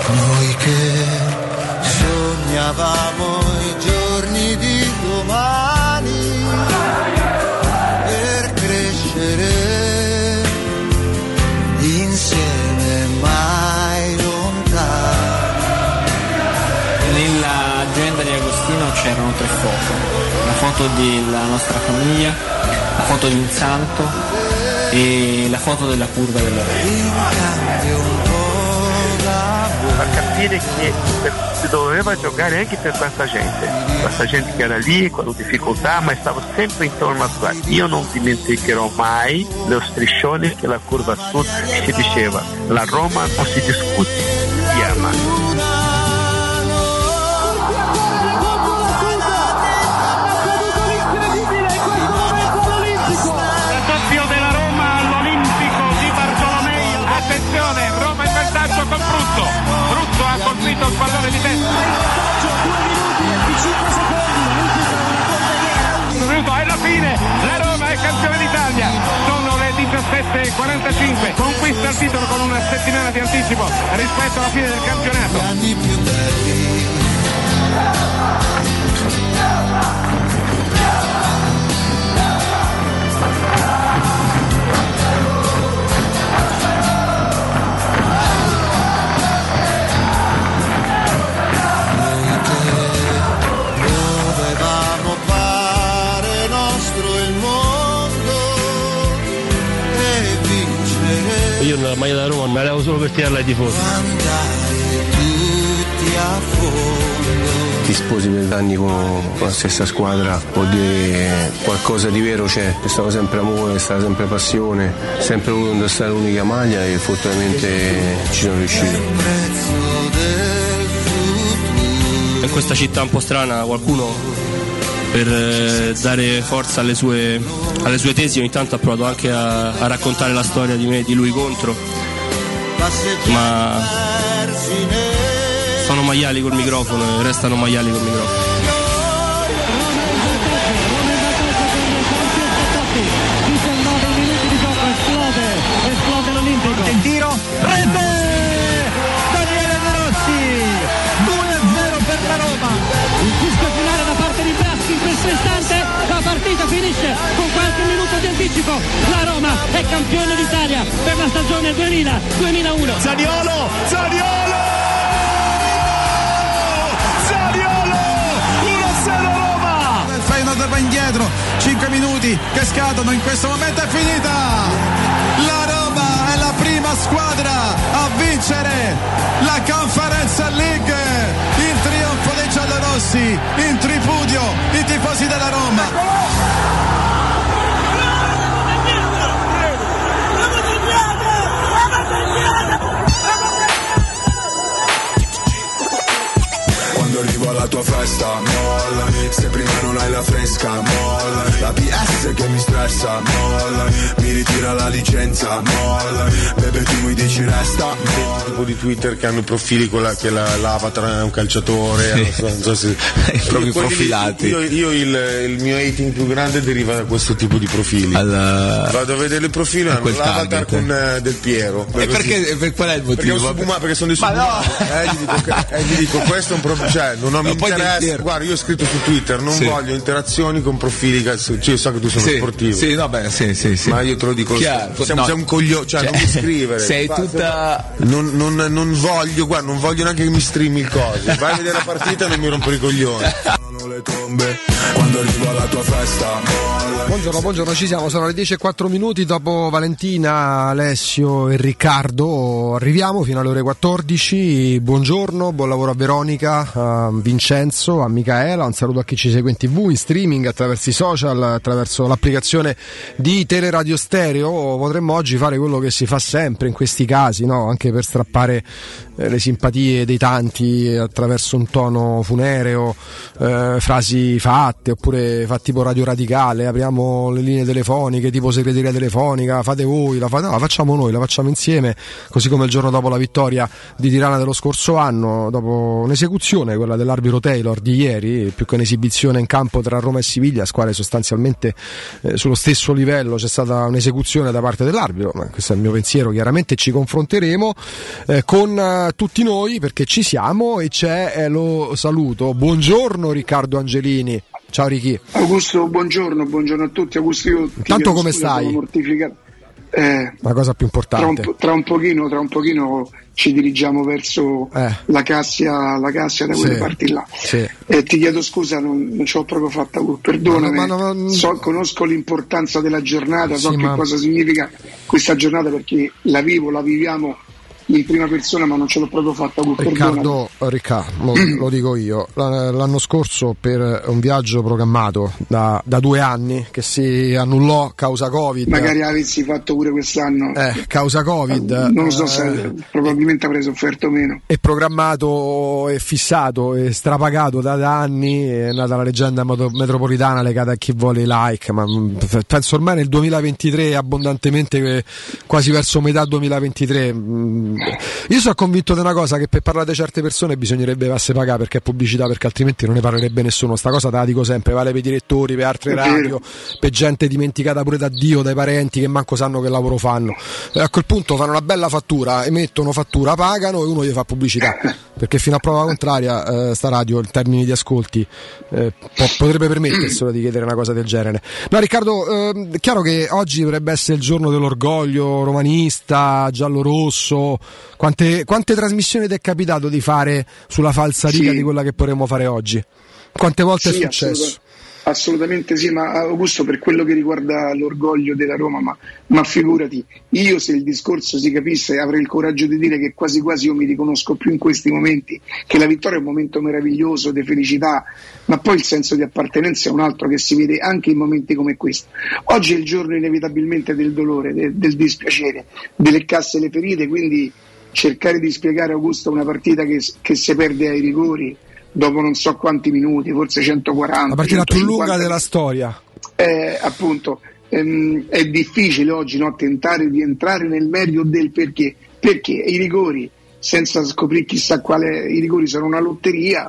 Noi che sognavamo i giorni di domani per crescere insieme mai lontani. Nell'agenda di Agostino c'erano 3 foto: la foto della nostra famiglia, la foto di un santo e la foto della curva della Roma. A capire che si doveva giocare anche per questa gente che era lì con difficoltà, ma stava sempre intorno a qua. Io non dimenticherò mai lo striscione che la curva sud si diceva: la Roma non si discute, si ama. Con Bruzzo ha colpito il pallone di testa. 2 minuti e alla fine la Roma è campione d'Italia. Sono le 17:45, conquista il titolo con una settimana di anticipo rispetto alla fine del campionato. Io nella maglia da Roma me la levo solo per tirarla ai tifosi. Ti sposi per anni con la stessa squadra, vuol dire qualcosa di vero c'è, c'è stato sempre amore, c'è stata sempre passione, sempre voluto indossare l'unica maglia e fortunatamente ci sono riuscito. In questa città un po' strana qualcuno, per dare forza alle sue tesi, ogni tanto ha provato anche a raccontare la storia di me e di lui contro, ma sono maiali col microfono e restano maiali col microfono. Esplode l'Olimpico. Il tiro, rete! Daniele De Rossi, 2-0 per la Roma. Il fischio finale da parte di Braschi in questo istante. La partita finisce con qualche minuto di anticipo. La Roma è campione d'Italia per la stagione 2000-2001. Zaniolo 1-0 Roma. Il Feyenoord va indietro, 5 minuti che scadono, in questo momento è finita. La Roma è la prima squadra a vincere la Conference League. Il trionfo dei giallorossi, in tripudio i tifosi della Roma. Arrivo alla tua festa, molla. Se prima non hai la fresca, molla. La PS che mi stressa, molla. Mi ritira la licenza, molla. Bebe tu mi dici resta, molla. Tipo di Twitter che hanno profili con che l'avatar è un calciatore, sì. non so se proprio profilati. Io il mio hating più grande deriva da questo tipo di profili. Vado a vedere il profilo e hanno l'avatar con Del Piero. E perché, per qual è il motivo? Perché sono dei subumani. Gli dico questo è un problema, cioè non ho interesse. Guarda, io ho scritto su Twitter, non voglio interazioni con profili che io so che tu sei sportivo. Sì, vabbè, sì. Ma io te lo dico, sei un coglione, cioè non mi scrivere. Sei tutta. Non voglio, guarda, non voglio neanche che mi streami il coso. Vai a vedere la partita e non mi rompere i coglioni. Le tombe quando arrivo alla tua festa. Buongiorno, ci siamo, sono le 10:04 dopo Valentina, Alessio e Riccardo, arriviamo fino alle ore 14. Buongiorno, buon lavoro a Veronica, a Vincenzo, a Micaela, un saluto a chi ci segue in TV, in streaming, attraverso i social, attraverso l'applicazione di Teleradio Stereo. Potremmo oggi fare quello che si fa sempre in questi casi, no? Anche per strappare le simpatie dei tanti attraverso un tono funereo, frasi fatte, oppure fa tipo Radio Radicale, apriamo le linee telefoniche tipo segreteria telefonica, fate voi, la facciamo noi, la facciamo insieme, così come il giorno dopo la vittoria di Tirana dello scorso anno, dopo un'esecuzione, quella dell'arbitro Taylor di ieri, più che un'esibizione in campo tra Roma e Siviglia, squadre sostanzialmente sullo stesso livello, c'è stata un'esecuzione da parte dell'arbitro, ma questo è il mio pensiero, chiaramente ci confronteremo con tutti noi, perché ci siamo, e c'è, lo saluto, buongiorno Riccardo Angelini. Ciao Ricky. Augusto, buongiorno a tutti. Augusto, io intanto come stai? La cosa più importante. Tra un pochino ci dirigiamo verso la Cassia da quelle parti là. Sì. Ti chiedo scusa, non ce l'ho proprio fatta, perdonami. Conosco l'importanza della giornata, so che cosa significa questa giornata, perché la viviamo in prima persona, ma non ce l'ho proprio fatta. Riccardo, lo dico io, l'anno scorso, per un viaggio programmato da 2 anni che si annullò causa Covid, magari avessi fatto pure quest'anno, causa Covid, non lo so se probabilmente avrei sofferto meno, è programmato e fissato e strapagato da anni, è nata la leggenda metropolitana legata a chi vuole i like, ma penso ormai nel 2023 abbondantemente, quasi verso metà 2023. Io sono convinto di una cosa, che per parlare di certe persone bisognerebbe farsi pagare, perché è pubblicità, perché altrimenti non ne parlerebbe nessuno. Sta cosa te la dico sempre, vale per i direttori, per altre radio, per gente dimenticata pure da Dio, dai parenti che manco sanno che lavoro fanno. E a quel punto fanno una bella fattura, emettono fattura, pagano e uno gli fa pubblicità, perché fino a prova contraria sta radio in termini di ascolti potrebbe permetterselo di chiedere una cosa del genere. No Riccardo, è chiaro che oggi dovrebbe essere il giorno dell'orgoglio romanista, giallo-rosso. Quante trasmissioni ti è capitato di fare sulla falsariga di quella che potremmo fare oggi? Quante volte è successo? Assolutamente sì, ma Augusto, per quello che riguarda l'orgoglio della Roma, ma figurati, io, se il discorso si capisse, avrei il coraggio di dire che quasi quasi io mi riconosco più in questi momenti, che la vittoria è un momento meraviglioso di felicità, ma poi il senso di appartenenza è un altro che si vede anche in momenti come questo. Oggi è il giorno inevitabilmente del dolore, del dispiacere, delle casse e le ferite, quindi cercare di spiegare, Augusto, una partita che si perde ai rigori dopo non so quanti minuti, forse 140. La partita più lunga della storia. Appunto, è difficile oggi tentare di entrare nel merito del perché. Perché i rigori, senza scoprire chissà quale, i rigori sono una lotteria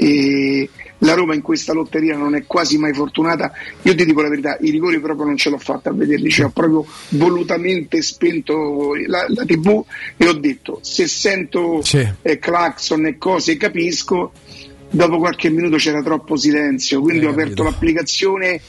e la Roma in questa lotteria non è quasi mai fortunata. Io ti dico la verità, i rigori proprio non ce l'ho fatta a vederli, cioè ho proprio volutamente spento la TV e ho detto, se sento clacson e cose capisco. Dopo qualche minuto c'era troppo silenzio, quindi ho aperto l'applicazione,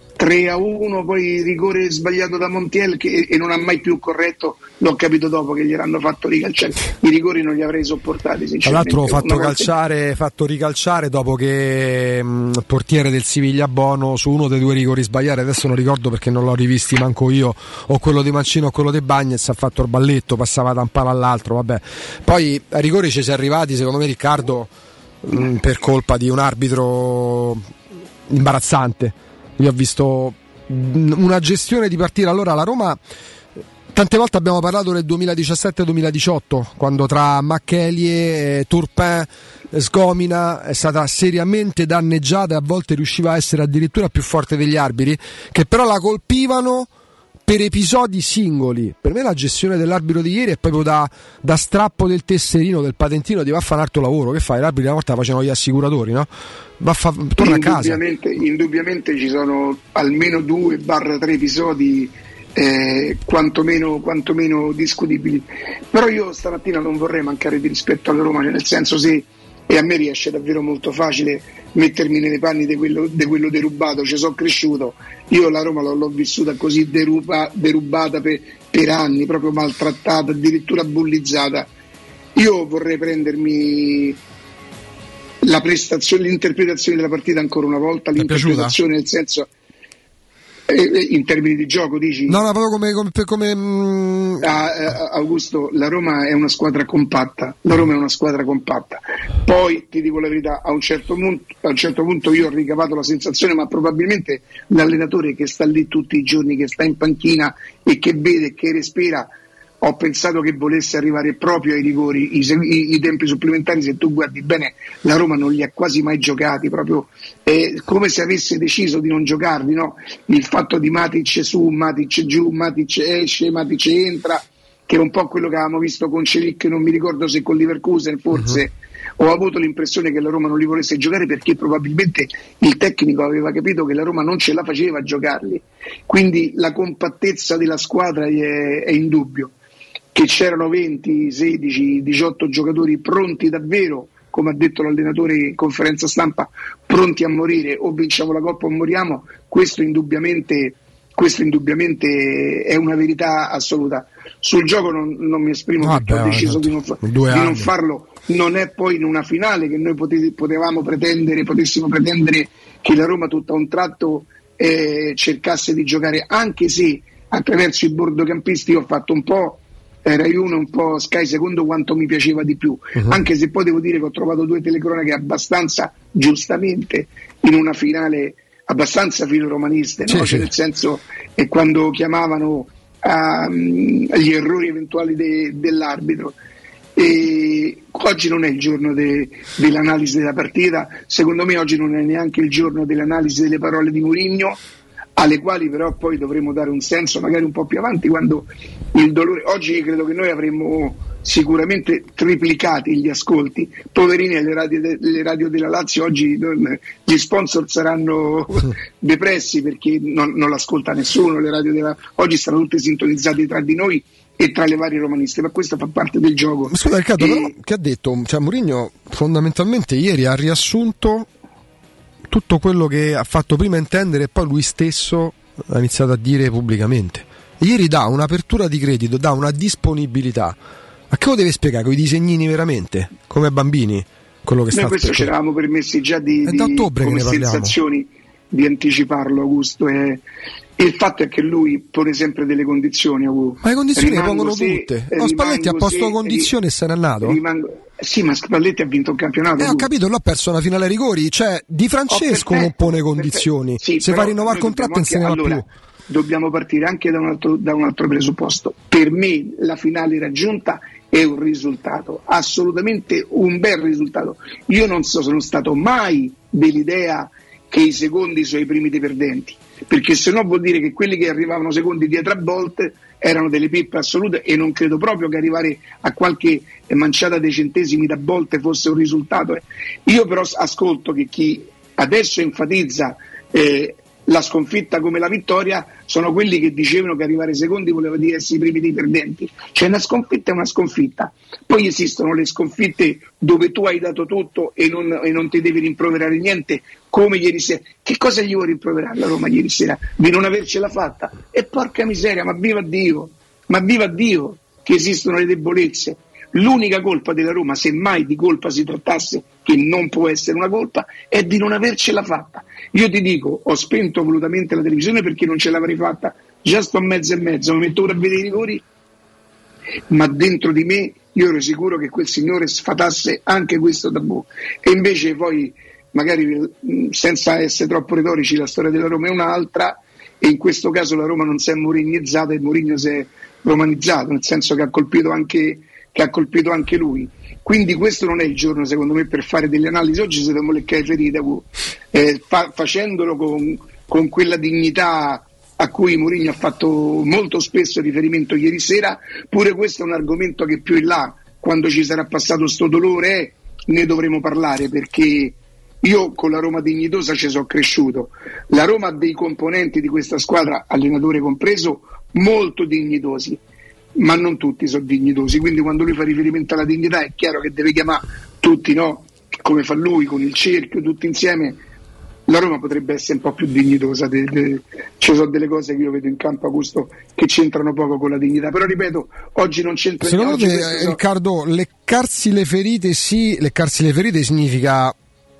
3-1, poi rigore sbagliato da Montiel e non ha mai più corretto, l'ho capito dopo che gliel'hanno fatto ricalciare, i rigori non li avrei sopportati sinceramente. Tra l'altro fatto ricalciare dopo che portiere del Siviglia Bono su uno dei 2 rigori sbagliati, adesso non ricordo perché non l'ho rivisti manco io, o quello di Mancino o quello di Bagnez, ha fatto il balletto, passava da un palo all'altro, vabbè. Poi ai rigori ci si è arrivati, secondo me, Riccardo, per colpa di un arbitro imbarazzante. Io ho visto una gestione di partita. Allora la Roma, tante volte abbiamo parlato del 2017-2018, quando tra Macchelie, Turpin, Sgomina è stata seriamente danneggiata e a volte riusciva a essere addirittura più forte degli arbitri, che però la colpivano per episodi singoli. Per me la gestione dell'arbitro di ieri è proprio da strappo del tesserino, del patentino, di va a fare un altro lavoro. Che fai? L'arbitro una volta facevano gli assicuratori, no? Torna a casa. Indubbiamente ci sono almeno 2-3 episodi quantomeno discutibili. Però io stamattina non vorrei mancare di rispetto alla Roma, nel senso, se, e a me riesce davvero molto facile mettermi nei panni di quello derubato, ci sono cresciuto, io la Roma l'ho vissuta così derubata per anni, proprio maltrattata, addirittura bullizzata. Io vorrei prendermi la prestazione, l'interpretazione della partita ancora una volta, l'interpretazione nel senso, in termini di gioco dici? No, proprio come Augusto, la Roma è una squadra compatta, poi ti dico la verità, a un certo punto io ho ricavato la sensazione, ma probabilmente l'allenatore che sta lì tutti i giorni, che sta in panchina e che vede, che respira, ho pensato che volesse arrivare proprio ai rigori, i tempi supplementari. Se tu guardi bene, la Roma non li ha quasi mai giocati, proprio come se avesse deciso di non giocarli, no? Il fatto di Matic su, Matic giù, Matic esce, Matic entra, che è un po' quello che avevamo visto con Celic, non mi ricordo se con Leverkusen forse. Ho avuto l'impressione che la Roma non li volesse giocare perché probabilmente il tecnico aveva capito che la Roma non ce la faceva a giocarli, quindi la compattezza della squadra è indubbio. Che c'erano 20, 16, 18 giocatori pronti davvero, come ha detto l'allenatore in conferenza stampa, pronti a morire, o vinciamo la Coppa o moriamo, questo indubbiamente è una verità assoluta. Sul gioco non mi esprimo perché ho deciso di non farlo. Non è poi in una finale che noi potessimo pretendere che la Roma tutto a un tratto cercasse di giocare, anche se attraverso i bordocampisti ho fatto un po' Rai 1 un po' Sky secondo quanto mi piaceva di più, anche se poi devo dire che ho trovato 2 telecronache abbastanza, giustamente, in una finale abbastanza filoromaniste, no? Cioè, nel senso, è quando chiamavano agli errori eventuali dell'arbitro. E oggi non è il giorno dell'analisi della partita, secondo me oggi non è neanche il giorno dell'analisi delle parole di Mourinho, alle quali però poi dovremo dare un senso magari un po' più avanti, quando il dolore. Oggi credo che noi avremmo sicuramente triplicati gli ascolti, poverini le radio della Lazio, oggi gli sponsor saranno depressi perché non l'ascolta nessuno, le radio oggi stanno tutte sintonizzate tra di noi e tra le varie romaniste, ma questo fa parte del gioco. Scusa Riccardo, però, che ha detto? Cioè, Mourinho fondamentalmente ieri ha riassunto tutto quello che ha fatto prima intendere e poi lui stesso ha iniziato a dire pubblicamente. Ieri dà un'apertura di credito, dà una disponibilità. A che lo deve spiegare? Con i disegnini veramente? Come bambini? Quello che noi questo ci eravamo permessi già da ottobre come sensazioni di anticiparlo, Augusto, e il fatto è che lui pone sempre delle condizioni. Ma le condizioni le pongono tutte. Spalletti ha posto condizioni e se n'è andato. Sì, ma Spalletti ha vinto un campionato. Ho capito, lui ha perso una finale ai rigori. Cioè, Di Francesco non pone condizioni. Sì, se fa rinnovare il contratto non se ne va più. Dobbiamo partire anche da un altro presupposto. Per me la finale raggiunta è un risultato, assolutamente un bel risultato. Io non sono stato mai dell'idea che i secondi sono i primi dei perdenti, perché se no vuol dire che quelli che arrivavano secondi dietro a Bolt erano delle pippe assolute, e non credo proprio che arrivare a qualche manciata dei centesimi da Bolt fosse un risultato. Io però ascolto che chi adesso enfatizza la sconfitta come la vittoria sono quelli che dicevano che arrivare secondi voleva dire essere i primi dei perdenti. Cioè una sconfitta è una sconfitta, poi esistono le sconfitte dove tu hai dato tutto e non ti devi rimproverare niente, come ieri sera. Che cosa gli vuoi rimproverare alla Roma ieri sera? Di non avercela fatta? E porca miseria, ma viva Dio che esistono le debolezze. L'unica colpa della Roma, se mai di colpa si trattasse, che non può essere una colpa, è di non avercela fatta. Io ti dico, ho spento volutamente la televisione perché non ce l'avrei fatta, già sto a mezzo e mezzo, mi metto ora a vedere i rigori, ma dentro di me io ero sicuro che quel signore sfatasse anche questo tabù. E invece poi, magari senza essere troppo retorici, la storia della Roma è un'altra, e in questo caso la Roma non si è mourignizzata e Mourinho si è romanizzato, nel senso che ha colpito anche lui. Quindi questo non è il giorno, secondo me, per fare delle analisi. Oggi si dobbiamo leccare ferite, facendolo con quella dignità a cui Mourinho ha fatto molto spesso riferimento ieri sera. Pure questo è un argomento che più in là, quando ci sarà passato sto dolore, ne dovremo parlare, perché io con la Roma dignitosa ci sono cresciuto. La Roma ha dei componenti di questa squadra, allenatore compreso, molto dignitosi, ma non tutti sono dignitosi, quindi quando lui fa riferimento alla dignità è chiaro che deve chiamare tutti, no? Come fa lui con il cerchio, tutti insieme. La Roma potrebbe essere un po' più dignitosa, ci sono delle cose che io vedo in campo, Augusto, che c'entrano poco con la dignità, però ripeto, oggi non c'entra. Secondo te, Riccardo, leccarsi le ferite significa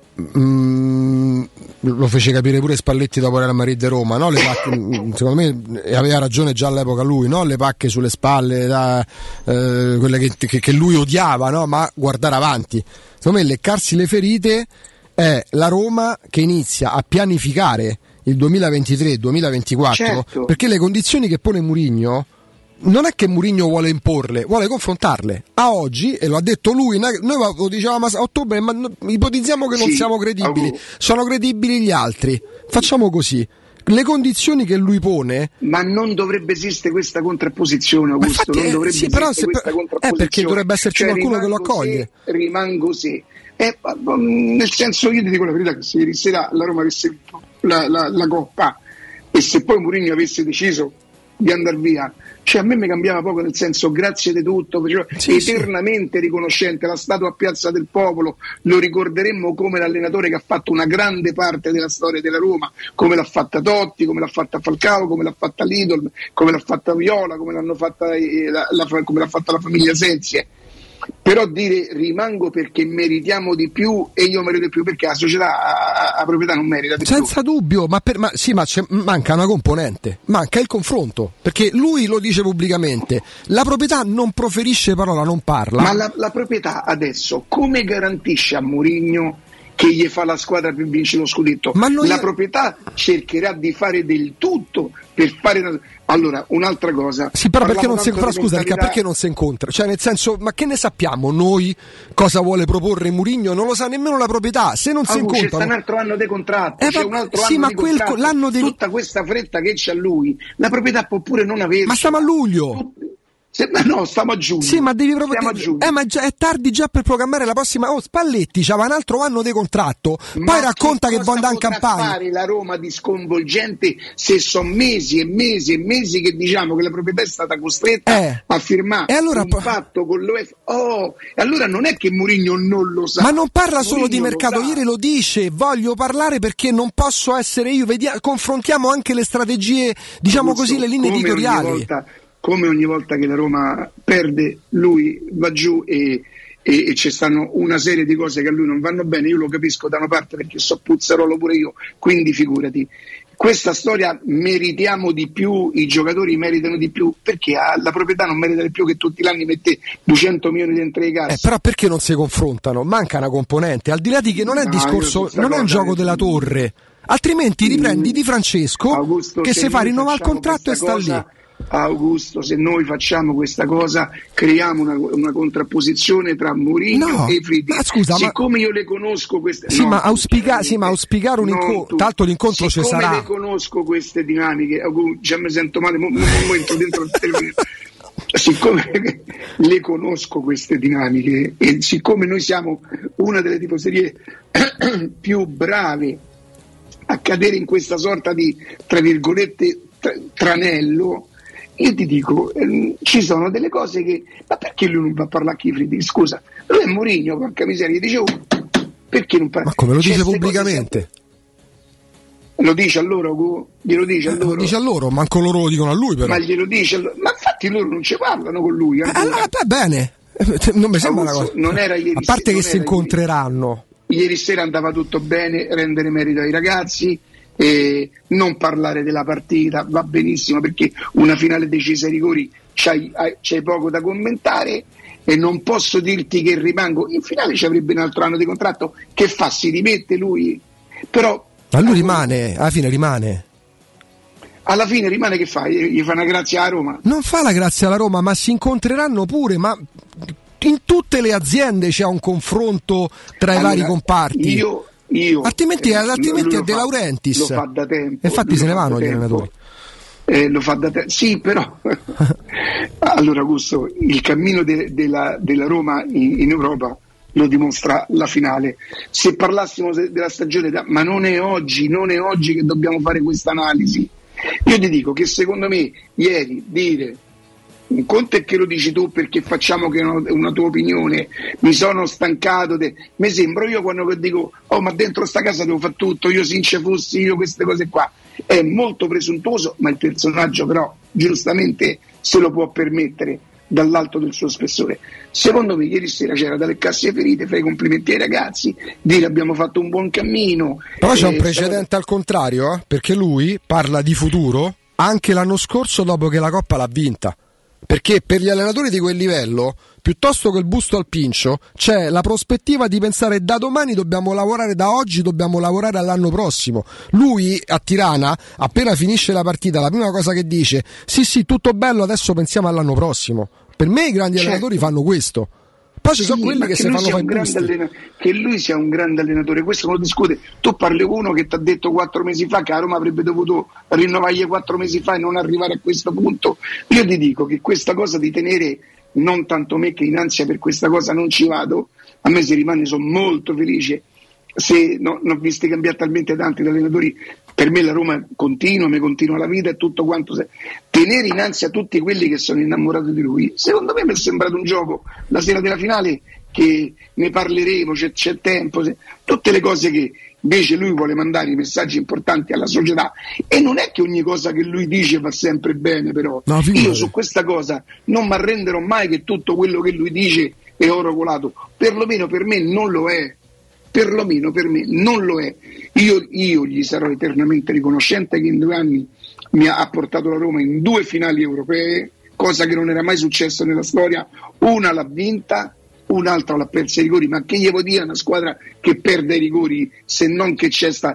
lo fece capire pure Spalletti dopo Real Madrid e Roma, no? Le pacche, secondo me, e aveva ragione già all'epoca lui, no? Le pacche sulle spalle, quelle che lui odiava, no? Ma guardare avanti. Secondo me leccarsi le ferite è la Roma che inizia a pianificare il 2023-2024, certo, perché le condizioni che pone Mourinho non è che Mourinho vuole imporle, vuole confrontarle. A oggi, e lo ha detto lui, noi lo dicevamo a ottobre, ma ipotizziamo che non siamo credibili. Sono credibili gli altri. Facciamo così. Le condizioni che lui pone, ma non dovrebbe esistere questa contrapposizione, Augusto. Infatti, non dovrebbe esistere questa contrapposizione, perché dovrebbe esserci qualcuno che lo accoglie. Rimango se. Nel senso, io ti dico la verità, che se ieri sera la Roma avesse vinto la Coppa e se poi Mourinho avesse deciso di andare via, cioè a me mi cambiava poco, nel senso, grazie di tutto, eternamente riconoscente, la statua a Piazza del Popolo, lo ricorderemmo come l'allenatore che ha fatto una grande parte della storia della Roma, come l'ha fatta Totti, come l'ha fatta Falcao, come l'ha fatta Lidl, come l'ha fatta Viola, come l'hanno fatta come l'ha fatta la famiglia Sensi. Però dire rimango perché meritiamo di più e io merito di più perché la società, la proprietà non merita di più. Senza dubbio, ma manca una componente, manca il confronto, perché lui lo dice pubblicamente, la proprietà non proferisce parola, non parla. Ma la proprietà adesso come garantisce a Mourinho che gli fa la squadra più vince lo scudetto? La proprietà cercherà di fare del tutto per fare allora un'altra cosa. Sì, però perché non si perché non si incontra? Cioè, nel senso, ma che ne sappiamo noi cosa vuole proporre Mourinho? Non lo sa nemmeno la proprietà. Se non si incontrano, c'è un altro anno di contratto, c'è un altro anno di contratto. Tutta questa fretta che c'ha lui, la proprietà può pure non averla. Ma stiamo a luglio. No, stiamo a giugno. Sì, ma devi proprio. Ma è tardi già per programmare la prossima. Spalletti c'ha un altro anno di contratto. Ma poi racconta che può andare in campagna. Ma fare la Roma di sconvolgente se sono mesi e mesi e mesi che diciamo che la proprietà è stata costretta a firmare un patto con l'UEFA. E allora non è che Mourinho non lo sa. Ma non parla solo di mercato. Ieri lo dice. Voglio parlare perché non posso essere io. Confrontiamo anche le strategie, diciamo così, le linee editoriali. Come ogni volta che la Roma perde, lui va giù e ci stanno una serie di cose che a lui non vanno bene. Io lo capisco da una parte perché so puzzarolo pure io, quindi figurati. Questa storia meritiamo di più, i giocatori meritano di più, perché la proprietà non merita di più che tutti gli anni mette 200 milioni dentro i cassa. Però perché non si confrontano? Manca una componente, al di là di che non è discorso, non è un gioco della torre, altrimenti riprendi Di Francesco, Augusto, che se fa rinnovare il contratto e sta lì. Augusto, se noi facciamo questa cosa creiamo una contrapposizione tra Mourinho e Friedrich. Ma scusa, siccome io le conosco queste auspicare un incontro, tanto l'incontro ci sarà. Siccome le conosco queste dinamiche, già mi sento male, entro dentro il telefono. Siccome le conosco queste dinamiche e siccome noi siamo una delle tifoserie più brave a cadere in questa sorta di, tra virgolette, tranello, io ti dico, ci sono delle cose che, ma perché lui non va a parlare a Friedrich? Scusa, lui è Mourinho, porca miseria, dicevo, perché non parla? Ma come lo dice pubblicamente? Lo dice a loro, glielo dice a loro. Lo dice a loro, manco loro lo dicono a lui però. Ma glielo dice a loro, ma infatti loro non ci parlano con lui. Allora, va bene, non mi sembra una cosa. Non era ieri, a parte che si incontreranno. Ieri sera andava tutto bene, rendere merito ai ragazzi. Non parlare della partita va benissimo perché una finale decisa ai rigori c'hai poco da commentare e non posso dirti che rimango in finale, ci avrebbe un altro anno di contratto, che fa? Si rimette lui, però ma lui rimane, alla fine rimane che fa? Gli fa una grazia alla Roma? Non fa la grazia alla Roma, ma si incontreranno pure, ma in tutte le aziende c'è un confronto tra i vari comparti. Altrimenti è De Laurentiis. Lo fa da tempo. Infatti se ne vanno gli allenatori. Lo fa da tempo. Sì, però allora Augusto, il cammino della Roma in Europa lo dimostra la finale. Se parlassimo della stagione, ma non è oggi che dobbiamo fare questa analisi. Io ti dico che secondo me ieri dire un conto è che lo dici tu perché facciamo che è una tua opinione, mi sono stancato, mi sembra io quando dico ma dentro sta casa devo fare tutto, io since fossi io, queste cose qua, è molto presuntuoso, ma il personaggio però giustamente se lo può permettere dall'alto del suo spessore. Secondo me ieri sera c'era dalle casse ferite, fai i complimenti ai ragazzi, dire abbiamo fatto un buon cammino. Però c'è un precedente al contrario, perché lui parla di futuro anche l'anno scorso dopo che la Coppa l'ha vinta. perché per gli allenatori di quel livello, piuttosto che il busto al pincio, c'è la prospettiva di pensare da domani dobbiamo lavorare, da oggi dobbiamo lavorare all'anno prossimo. Lui a Tirana, appena finisce la partita, la prima cosa che dice: sì, tutto bello, adesso pensiamo all'anno prossimo. Per me i grandi allenatori fanno questo. Poi ci sono quelli che si fanno fare che lui sia un grande allenatore, questo non lo discute. Tu parli con uno che ti ha detto 4 mesi fa che a Roma avrebbe dovuto rinnovargli 4 mesi fa e non arrivare a questo punto. Io ti dico che questa cosa di tenere, non tanto me che in ansia per questa cosa non ci vado, a me si rimane, sono molto felice se non ho visto cambiare talmente tanti allenatori. Per me la Roma continua la vita e tutto quanto. Tenere in ansia tutti quelli che sono innamorati di lui, secondo me mi è sembrato un gioco la sera della finale, che ne parleremo, c'è tempo, tutte le cose che invece lui vuole mandare, i messaggi importanti alla società, e non è che ogni cosa che lui dice va sempre bene, però io su questa cosa non mi arrenderò mai che tutto quello che lui dice è oro colato, perlomeno per me non lo è. Perlomeno per me non lo è. Io gli sarò eternamente riconoscente che in 2 anni mi ha portato la Roma in 2 finali europee, cosa che non era mai successo nella storia. Una l'ha vinta, un'altra l'ha persa ai rigori, ma che gli vuol dire una squadra che perde i rigori, se non che c'è sta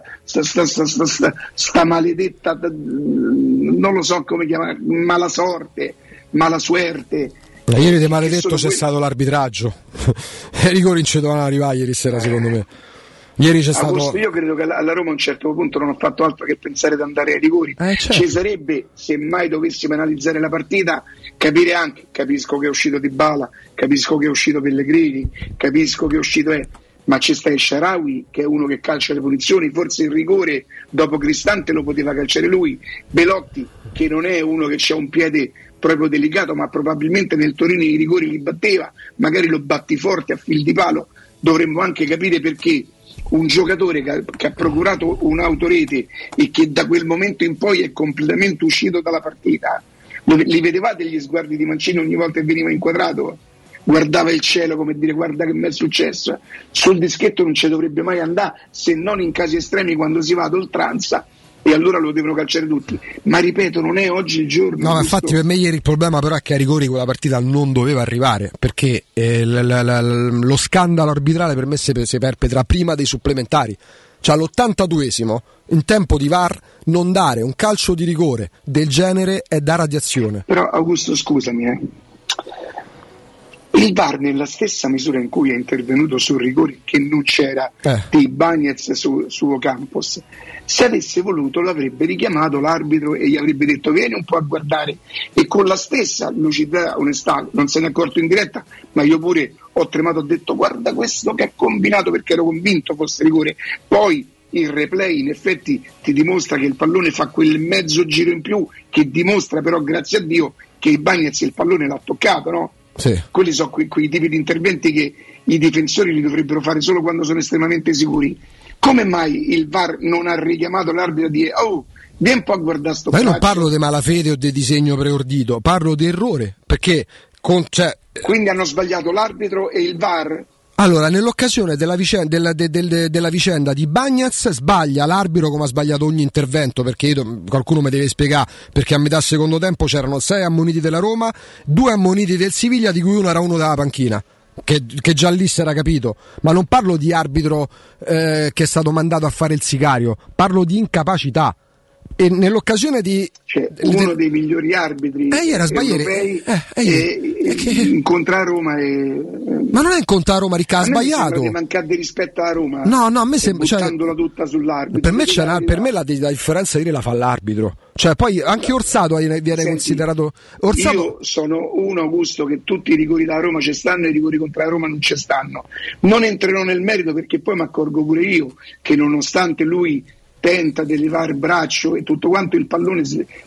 maledetta, non lo so come chiamare, mala sorte, mala suerte. Ieri di maledetto c'è stato l'arbitraggio. I rigori non ci dovevano arrivare ieri sera, secondo me. Ieri c'è stato. Io credo che alla Roma a un certo punto non ha fatto altro che pensare di andare ai rigori. Certo. Ci sarebbe, se mai dovessimo analizzare la partita, capire anche, capisco che è uscito Dybala, capisco che è uscito Pellegrini, capisco che è uscito ma c'è sta Shaarawy che è uno che calcia le punizioni, forse il rigore dopo Cristante lo poteva calciare lui. Belotti, che non è uno che ha un piede proprio delicato, ma probabilmente nel Torino i rigori li batteva, magari lo batti forte a fil di palo. Dovremmo anche capire perché un giocatore che ha procurato un'autorete e che da quel momento in poi è completamente uscito dalla partita, li vedevate gli sguardi di Mancini ogni volta che veniva inquadrato? Guardava il cielo come dire: guarda che mi è successo. Sul dischetto non ci dovrebbe mai andare, se non in casi estremi, quando si va ad oltranza, e allora lo devono calciare tutti. Ma ripeto, non è oggi il giorno. No, infatti per me ieri il problema però è che ai rigori quella partita non doveva arrivare, perché lo scandalo arbitrale per me si perpetra prima dei supplementari. Cioè all'82esimo, in tempo di VAR, non dare un calcio di rigore del genere è da radiazione. Però Augusto, scusami, il VAR, nella stessa misura in cui è intervenuto sul rigore che non c'era di Bagnez su Ocampos, se avesse voluto l'avrebbe richiamato l'arbitro e gli avrebbe detto: vieni un po' a guardare, e con la stessa lucidità, onestà, non se ne è accorto in diretta, ma io pure ho tremato, ho detto: guarda questo che ha combinato, perché ero convinto fosse rigore. Poi il replay in effetti ti dimostra che il pallone fa quel mezzo giro in più, che dimostra però, grazie a Dio, che il Bagnez il pallone l'ha toccato, no? Sì. Quelli sono quei tipi di interventi che i difensori li dovrebbero fare solo quando sono estremamente sicuri. Come mai il VAR non ha richiamato l'arbitro a dire: oh, vieni un po' a guardare sto ma io non calcio? parlo di malafede o di disegno preordito, parlo di errore, perché quindi hanno sbagliato l'arbitro e il VAR? Allora, nell'occasione della vicenda di Bagnez sbaglia l'arbitro, come ha sbagliato ogni intervento, perché qualcuno mi deve spiegare, perché a metà secondo tempo c'erano 6 ammoniti della Roma, 2 ammoniti del Siviglia, di cui uno era uno della panchina, che già lì si era capito. Ma non parlo di arbitro che è stato mandato a fare il sicario, parlo di incapacità. E nell'occasione di uno dei migliori arbitri europei incontra Roma ma non è incontra Roma, Ricca, ha sbagliato. Di mancare di rispetto alla Roma. No, a me sembra, buttandola tutta sull'arbitro. Per me la differenza la fa l'arbitro. Cioè poi anche Orsato viene considerato. Io sono uno, Augusto, che tutti i rigori da Roma ci stanno e i rigori contro la Roma non ci stanno. Non entrerò nel merito, perché poi mi accorgo pure io che nonostante lui tenta di levare il braccio e tutto quanto, il pallone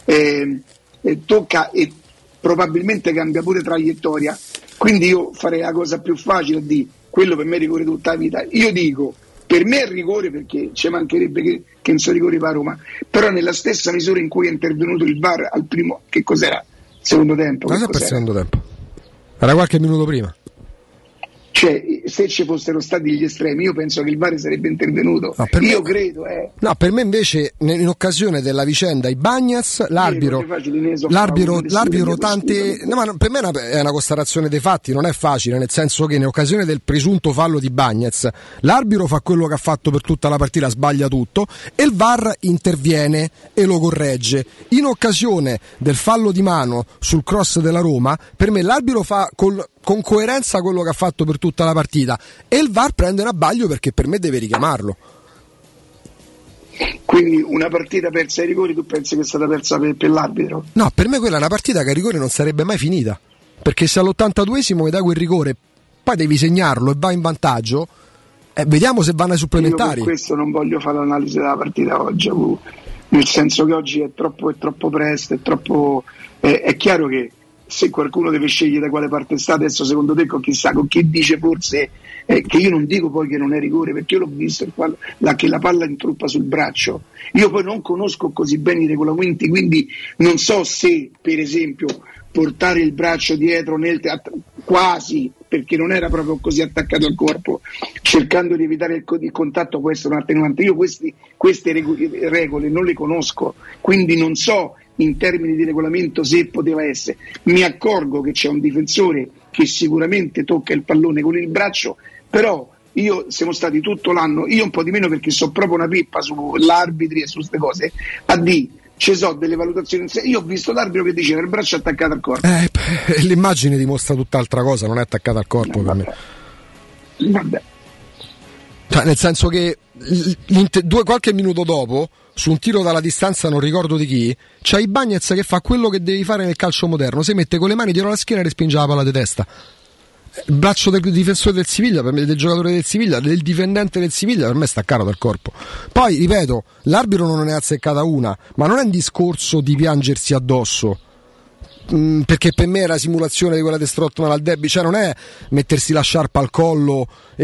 tocca e probabilmente cambia pure traiettoria. Quindi io farei la cosa più facile di quello, per me è rigore tutta la vita. Io dico, per me è rigore, perché ci mancherebbe che non sono rigori per Roma, però nella stessa misura in cui è intervenuto il VAR al primo, che cos'era? Secondo tempo? Non è per secondo tempo, era qualche minuto prima. Cioè, se ci fossero stati gli estremi, io penso che il VAR sarebbe intervenuto. Io credo. No, per me invece, in occasione della vicenda Ibañez, l'arbitro tante. No, ma per me è una constatazione dei fatti, non è facile, nel senso che in occasione del presunto fallo di Ibañez, l'arbitro fa quello che ha fatto per tutta la partita, sbaglia tutto, e il VAR interviene e lo corregge. In occasione del fallo di mano sul cross della Roma, per me l'arbitro fa con coerenza quello che ha fatto per tutta la partita e il VAR prende un abbaglio perché per me deve richiamarlo. Quindi una partita persa ai rigori, tu pensi che è stata persa per l'arbitro? No, per me quella è una partita che ai rigori non sarebbe mai finita, perché se all'82esimo mi dai quel rigore, poi devi segnarlo e vai in vantaggio, vediamo se vanno ai supplementari. Io per questo non voglio fare l'analisi della partita oggi, nel senso che oggi è troppo presto, è chiaro che se qualcuno deve scegliere da quale parte sta adesso, secondo te, con chi dice forse che io non dico poi che non è rigore, perché io l'ho visto che la palla intruppa sul braccio. Io poi non conosco così bene i regolamenti, quindi non so se per esempio portare il braccio dietro quasi, perché non era proprio così attaccato al corpo, cercando di evitare il contatto, può essere un attenuante. Io queste regole non le conosco, quindi non so in termini di regolamento se poteva essere. Mi accorgo che c'è un difensore che sicuramente tocca il pallone con il braccio, però io siamo stati tutto l'anno, io un po' di meno perché so proprio una pippa sull'arbitri e su queste cose, ci sono delle valutazioni. Io ho visto l'arbitro che diceva il braccio attaccato al corpo. L'immagine dimostra tutt'altra cosa, non è attaccata al corpo per me. Vabbè. Cioè, nel senso che qualche minuto dopo, su un tiro dalla distanza, non ricordo di chi, c'è Ibañez che fa quello che devi fare nel calcio moderno, si mette con le mani dietro la schiena e respinge la palla di testa. Il braccio del difensore del Siviglia, per me, del giocatore del Siviglia, del difendente del Siviglia, per me è staccato dal corpo. Poi, ripeto, l'arbitro non ne ha azzeccata una, ma non è un discorso di piangersi addosso, perché per me era simulazione di quella di Strootman al derby, cioè non è mettersi la sciarpa al collo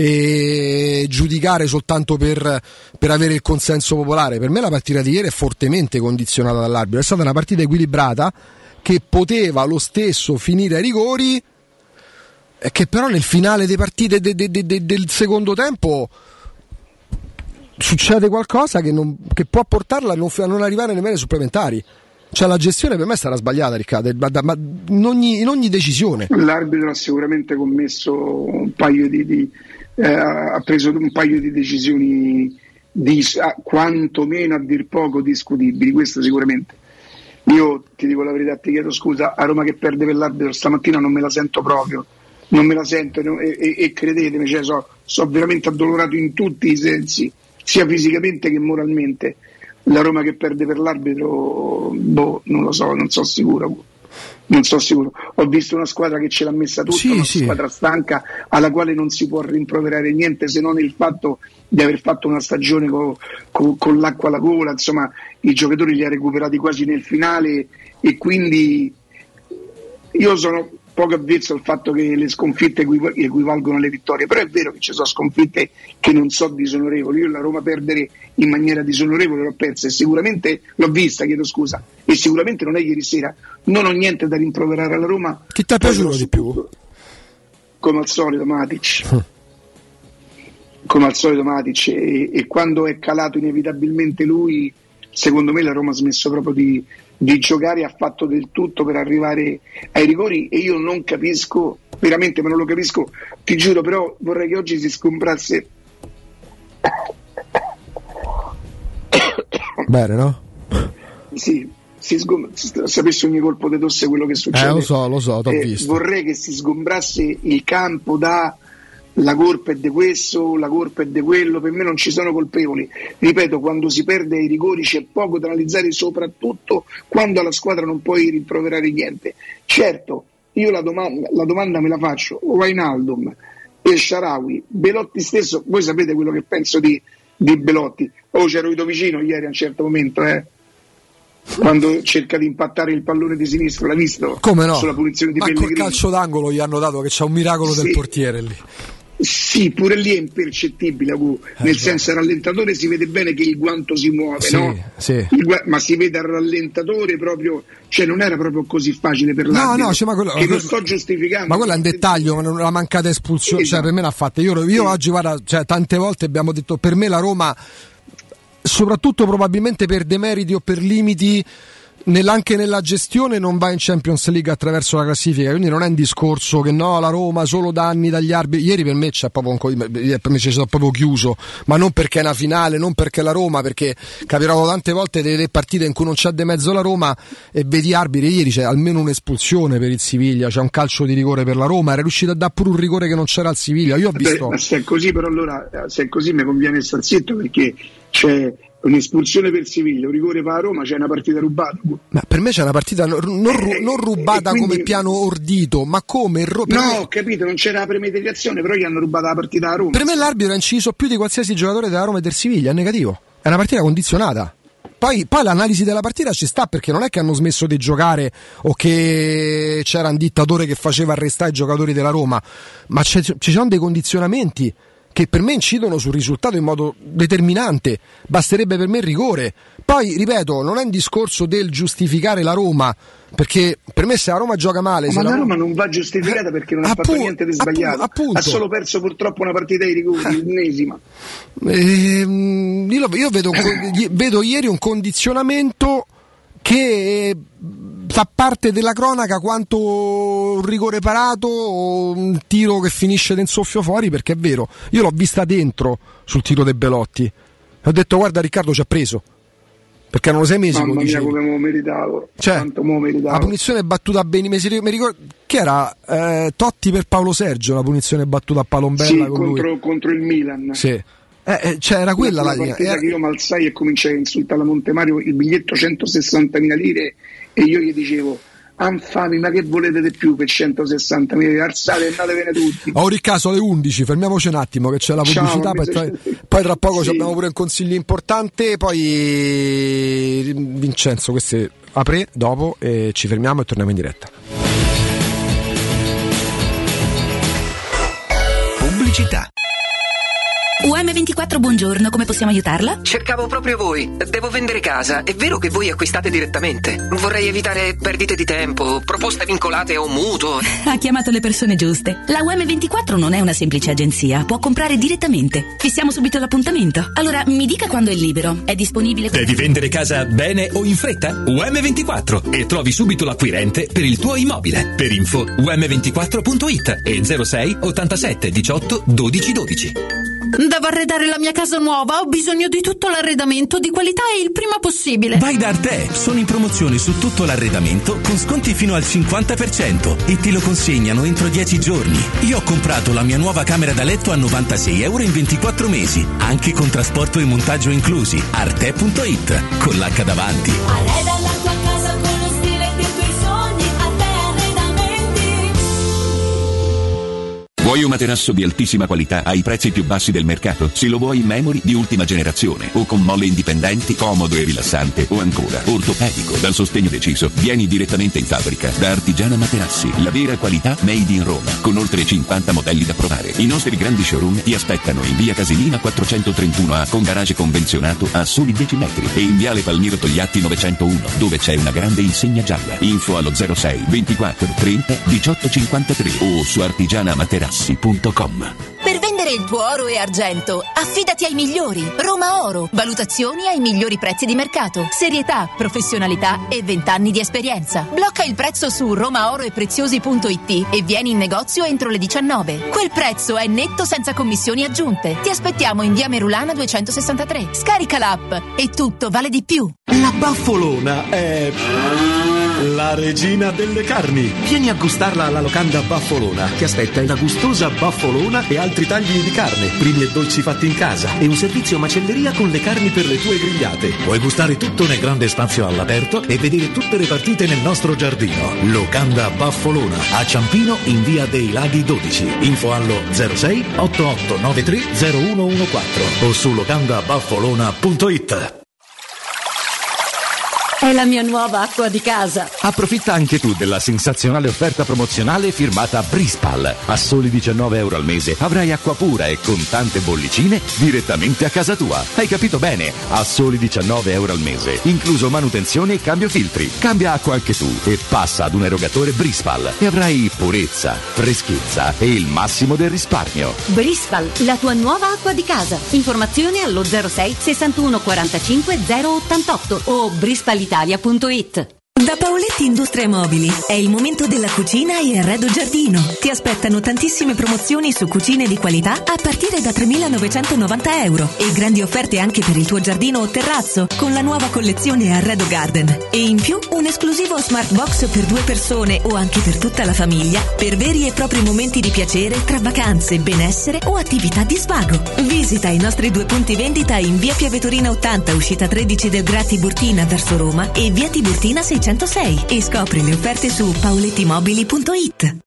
e giudicare soltanto per avere il consenso popolare. Per me la partita di ieri è fortemente condizionata dall'arbitro, è stata una partita equilibrata che poteva lo stesso finire ai rigori, e che però nel finale delle partite del secondo tempo succede qualcosa che può portarla a non arrivare nemmeno ai supplementari. Cioè la gestione per me sarà sbagliata, Riccardo, ma in ogni decisione. L'arbitro ha sicuramente commesso ha preso un paio di decisioni quantomeno a dir poco discutibili, questo sicuramente. Io ti dico la verità, ti chiedo scusa, a Roma che perde per l'arbitro stamattina non me la sento proprio, non me la sento e credetemi, cioè, so veramente addolorato in tutti i sensi, sia fisicamente che moralmente. La Roma che perde per l'arbitro, non lo so, non so sicuro. Ho visto una squadra che ce l'ha messa tutta, squadra stanca alla quale non si può rimproverare niente se non il fatto di aver fatto una stagione con l'acqua alla gola, insomma i giocatori li ha recuperati quasi nel finale e quindi io sono poco avvezzo al fatto che le sconfitte equivalgono alle vittorie, però è vero che ci sono sconfitte che non so disonorevoli. Io la Roma perdere in maniera disonorevole l'ho persa e sicuramente l'ho vista, chiedo scusa, e sicuramente non è ieri sera. Non ho niente da rimproverare alla Roma. Chi ti è piaciuto di più? Come al solito Matic. Come al solito Matic e quando è calato inevitabilmente lui, secondo me la Roma ha smesso proprio di giocare, ha fatto del tutto per arrivare ai rigori e io non capisco, veramente, ma non lo capisco, ti giuro, però vorrei che oggi si sgombrasse. Bene, no? Sì, sapessi ogni colpo di tosse quello che succede. Lo so, t'ho visto. Vorrei che si sgombrasse il campo da la colpa è di questo, la colpa è di quello, per me non ci sono colpevoli. Ripeto, quando si perde ai rigori c'è poco da analizzare, soprattutto quando alla squadra non puoi rimproverare niente. Certo, io la domanda me la faccio, Wijnaldum, El Shaarawy, Belotti stesso, voi sapete quello che penso di Belotti. C'ero ido vicino ieri a un certo momento, quando cerca di impattare il pallone di sinistra, l'ha visto? Come no? Sulla punizione di ma Pellegrini. Col calcio d'angolo gli hanno dato, che c'è un miracolo del portiere lì. Sì, pure lì è impercettibile, nel senso il rallentatore si vede bene che il guanto si muove, sì, no? Sì. Ma si vede al rallentatore proprio, cioè non era proprio così facile per l'arbitro, cioè, ma che non sto giustificando. Ma quello è un dettaglio, la mancata espulsione, esatto. Cioè per me l'ha fatta. Io oggi, guarda, cioè, tante volte abbiamo detto, per me la Roma, soprattutto probabilmente per demeriti o per limiti, anche nella gestione, non va in Champions League attraverso la classifica, quindi non è un discorso che no, la Roma solo danni dagli arbitri. Ieri per me c'è proprio per me c'è stato proprio chiuso, ma non perché è una finale, non perché la Roma, perché capirò tante volte delle partite in cui non c'è di mezzo la Roma e vedi arbitri. Ieri c'è almeno un'espulsione per il Siviglia, c'è un calcio di rigore per la Roma, era riuscito a dare pure un rigore che non c'era al Siviglia. Io ho visto. Ma se è così, però allora se è così mi conviene star zitto, perché c'è un'espulsione per Siviglia, un rigore per la Roma, c'è una partita rubata. Ma per me c'è una partita non rubata quindi, come piano ordito, ma come ho capito, non c'era la premeditazione, però gli hanno rubato la partita a Roma. Per me l'arbitro ha inciso più di qualsiasi giocatore della Roma e del Siviglia, è negativo. È una partita condizionata. Poi l'analisi della partita ci sta, perché non è che hanno smesso di giocare o che c'era un dittatore che faceva arrestare i giocatori della Roma, ma ci sono dei condizionamenti che per me incidono sul risultato in modo determinante. Basterebbe per me il rigore. Poi, ripeto, non è un discorso del giustificare la Roma, perché per me se la Roma gioca male... Ma la Roma non va giustificata perché non ha fatto niente di sbagliato. Ha solo perso purtroppo una partita di rigori, l'ennesima. Io vedo ieri un condizionamento che fa parte della cronaca quanto un rigore parato o un tiro che finisce in soffio fuori, perché è vero, io l'ho vista dentro sul tiro dei Belotti, ho detto guarda Riccardo ci ha preso, perché erano 6 mesi. Mamma mia come mo meritavo, quanto mo meritavo. La punizione battuta a mi ricordo che era Totti per Paolo Sergio, la punizione battuta a Palombella contro il Milan. Sì. Cioè era quella la linea. Che io malzai e cominciai a insultare la Montemario, il biglietto 160.000 lire, e io gli dicevo Anfami, ma che volete di più per 160.000 lire? Alzate e andatevene tutti. Riccardo, alle 11 fermiamoci un attimo che c'è la pubblicità. Poi tra poco abbiamo pure un consiglio importante, poi Vincenzo queste apre dopo e ci fermiamo e torniamo in diretta. Pubblicità. UM24, buongiorno, come possiamo aiutarla? Cercavo proprio voi. Devo vendere casa. È vero che voi acquistate direttamente? Vorrei evitare perdite di tempo, proposte vincolate o mutuo. Ha chiamato le persone giuste. La UM24 non è una semplice agenzia, può comprare direttamente. Fissiamo subito l'appuntamento. Allora, mi dica quando è libero. È disponibile? Devi vendere casa bene o in fretta? UM24 e trovi subito l'acquirente per il tuo immobile. Per info um24.it e 06 87 18 12 12. Devo arredare la mia casa nuova, ho bisogno di tutto l'arredamento di qualità e il prima possibile. Vai da Arte, sono in promozione su tutto l'arredamento con sconti fino al 50% e te lo consegnano entro 10 giorni. Io ho comprato la mia nuova camera da letto a €96 in 24 mesi, anche con trasporto e montaggio inclusi. Arte.it, con l'H davanti. Arreda la tua casa con lo stile dei tuoi sogni, Arte Arredamenti. Vuoi un materasso di altissima qualità ai prezzi più bassi del mercato? Se lo vuoi in memory di ultima generazione o con molle indipendenti, comodo e rilassante, o ancora ortopedico dal sostegno deciso, vieni direttamente in fabbrica da Artigiana Materassi, la vera qualità made in Roma, con oltre 50 modelli da provare. I nostri grandi showroom ti aspettano in via Casilina 431A con garage convenzionato a soli 10 metri e in viale Palmiro Togliatti 901, dove c'è una grande insegna gialla. Info allo 06 24 30 18 53 o su artigianamaterassi.com. Per vendere il tuo oro e argento, affidati ai migliori. Roma Oro. Valutazioni ai migliori prezzi di mercato. Serietà, professionalità e 20 anni di esperienza. Blocca il prezzo su romaoroepreziosi.it e vieni in negozio entro le 19. Quel prezzo è netto senza commissioni aggiunte. Ti aspettiamo in via Merulana 263. Scarica l'app e tutto vale di più. La Baffolona è la regina delle carni. Vieni a gustarla alla locanda Baffolona. Ti aspetta una gustosa baffolona e altri tagli di carne, primi e dolci fatti in casa e un servizio macelleria con le carni per le tue grigliate. Puoi gustare tutto nel grande spazio all'aperto e vedere tutte le partite nel nostro giardino. Locanda Baffolona a Ciampino in via dei Laghi 12. Info allo 06 8893 0114 o su locandabaffolona.it. È la mia nuova acqua di casa. Approfitta anche tu della sensazionale offerta promozionale firmata Brispal. A soli €19 al mese avrai acqua pura e con tante bollicine direttamente a casa tua. Hai capito bene? A soli €19 al mese, incluso manutenzione e cambio filtri. Cambia acqua anche tu e passa ad un erogatore Brispal e avrai purezza, freschezza e il massimo del risparmio. Brispal, la tua nuova acqua di casa. Informazioni allo 06 61 45 088 o brispalitalia.it. Da Paoletti Industrie Mobili è il momento della cucina e arredo giardino. Ti aspettano tantissime promozioni su cucine di qualità a partire da €3.990 e grandi offerte anche per il tuo giardino o terrazzo con la nuova collezione Arredo Garden. E in più un esclusivo smart box per 2 persone o anche per tutta la famiglia per veri e propri momenti di piacere tra vacanze, benessere o attività di svago. Visita i nostri 2 punti vendita in via Piavetorina 80, uscita 13 del Gra Tiburtina verso Roma e via Tiburtina 606 e scopri le offerte su paolettimobili.it.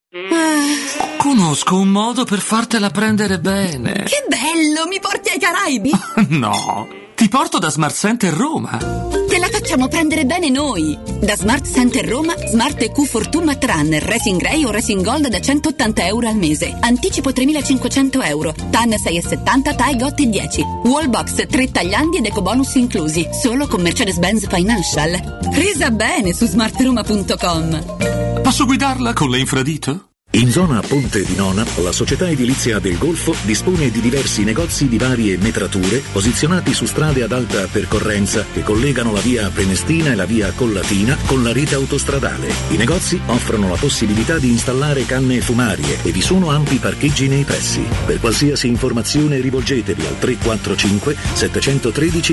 Conosco un modo per fartela prendere bene. Che bello, mi porti ai Caraibi? No, ti porto da Smart Center Roma. Te la facciamo prendere bene noi. Da Smart Center Roma, Smart EQ Fortune Matte Runner, Racing Grey o Racing Gold da €180 al mese. Anticipo €3.500. TAN 6,70, TAI GOT 10. Wallbox 3 tagliandi ed ecobonus inclusi. Solo con Mercedes-Benz Financial. Presa bene su smartroma.com. Posso guidarla con le infradito? In zona Ponte di Nona, la società edilizia del Golfo dispone di diversi negozi di varie metrature posizionati su strade ad alta percorrenza che collegano la via Prenestina e la via Collatina con la rete autostradale. I negozi offrono la possibilità di installare canne fumarie e vi sono ampi parcheggi nei pressi. Per qualsiasi informazione rivolgetevi al 345 713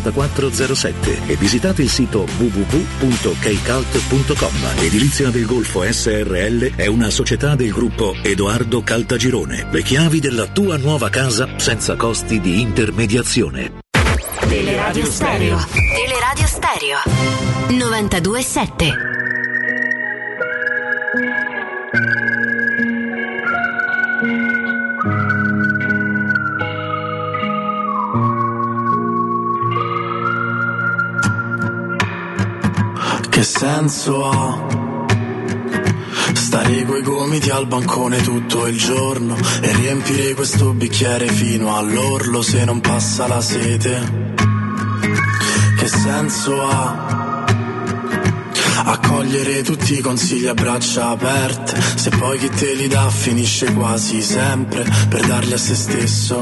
5407 e visitate il sito www.keicalt.com. Edilizia del Golfo SRL è una società del gruppo Edoardo Caltagirone. Le chiavi della tua nuova casa senza costi di intermediazione. Teleradio Stereo. Teleradio Stereo 92.7. Che senso ha stare coi gomiti al bancone tutto il giorno e riempire questo bicchiere fino all'orlo se non passa la sete? Che senso ha accogliere tutti i consigli a braccia aperte se poi chi te li dà finisce quasi sempre per darli a se stesso?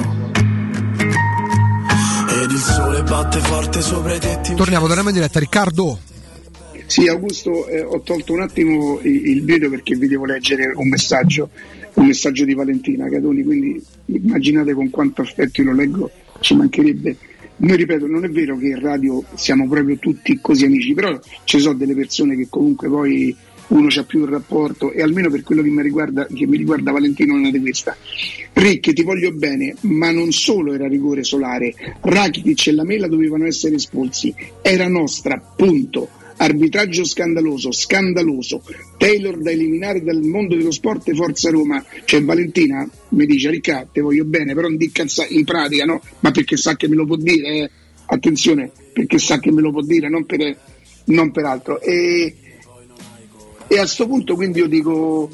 Ed il sole batte forte sopra i tetti. Torniamo in diretta, Riccardo. Sì, Augusto, ho tolto un attimo il video perché vi devo leggere un messaggio di Valentina Catoni, quindi immaginate con quanto affetto io lo leggo, ci mancherebbe. Noi, ripeto, non è vero che in radio siamo proprio tutti così amici, però ci sono delle persone che comunque poi uno c'ha più un rapporto, e almeno per quello che mi riguarda Valentino non è di questa. Rick, ti voglio bene, ma non solo era rigore solare, Rakitic e Lamela dovevano essere espulsi, era nostra, punto. Arbitraggio scandaloso, Taylor da eliminare dal mondo dello sport e Forza Roma. Cioè Valentina mi dice: Ricca, te voglio bene, però non dica in pratica, no? Ma perché sa che me lo può dire, attenzione, perché sa che me lo può dire, non per altro. E a sto punto quindi io dico,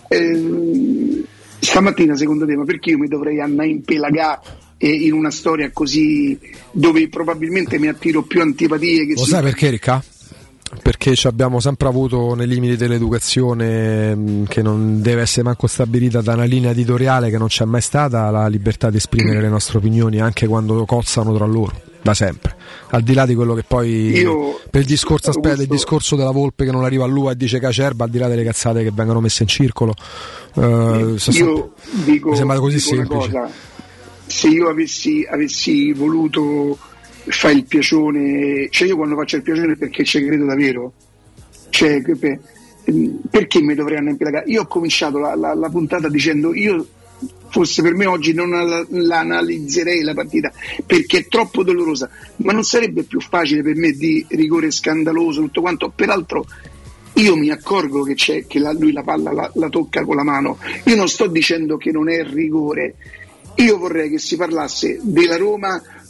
stamattina secondo te, ma perché io mi dovrei andare in pelagà in una storia così, dove probabilmente mi attiro più antipatie che... Lo sai perché, Ricca? Perché ci abbiamo sempre avuto, nei limiti dell'educazione, che non deve essere manco stabilita da una linea editoriale, che non c'è mai stata, la libertà di esprimere le nostre opinioni anche quando cozzano tra loro, da sempre, al di là di quello che poi per il discorso, il discorso della Volpe che non arriva a lui e dice Cacerba, al di là delle cazzate che vengono messe in circolo, io dico, mi sembra così dico semplice. Cosa, se io avessi voluto fai il piacione, cioè io quando faccio il piacione perché ci credo davvero, cioè perché mi dovrei andare in pelagà? Io ho cominciato la puntata dicendo, io forse per me oggi non la analizzerei la partita perché è troppo dolorosa, ma non sarebbe più facile per me di rigore scandaloso, tutto quanto? Peraltro io mi accorgo che lui la palla la tocca con la mano, io non sto dicendo che non è rigore, io vorrei che si parlasse della Roma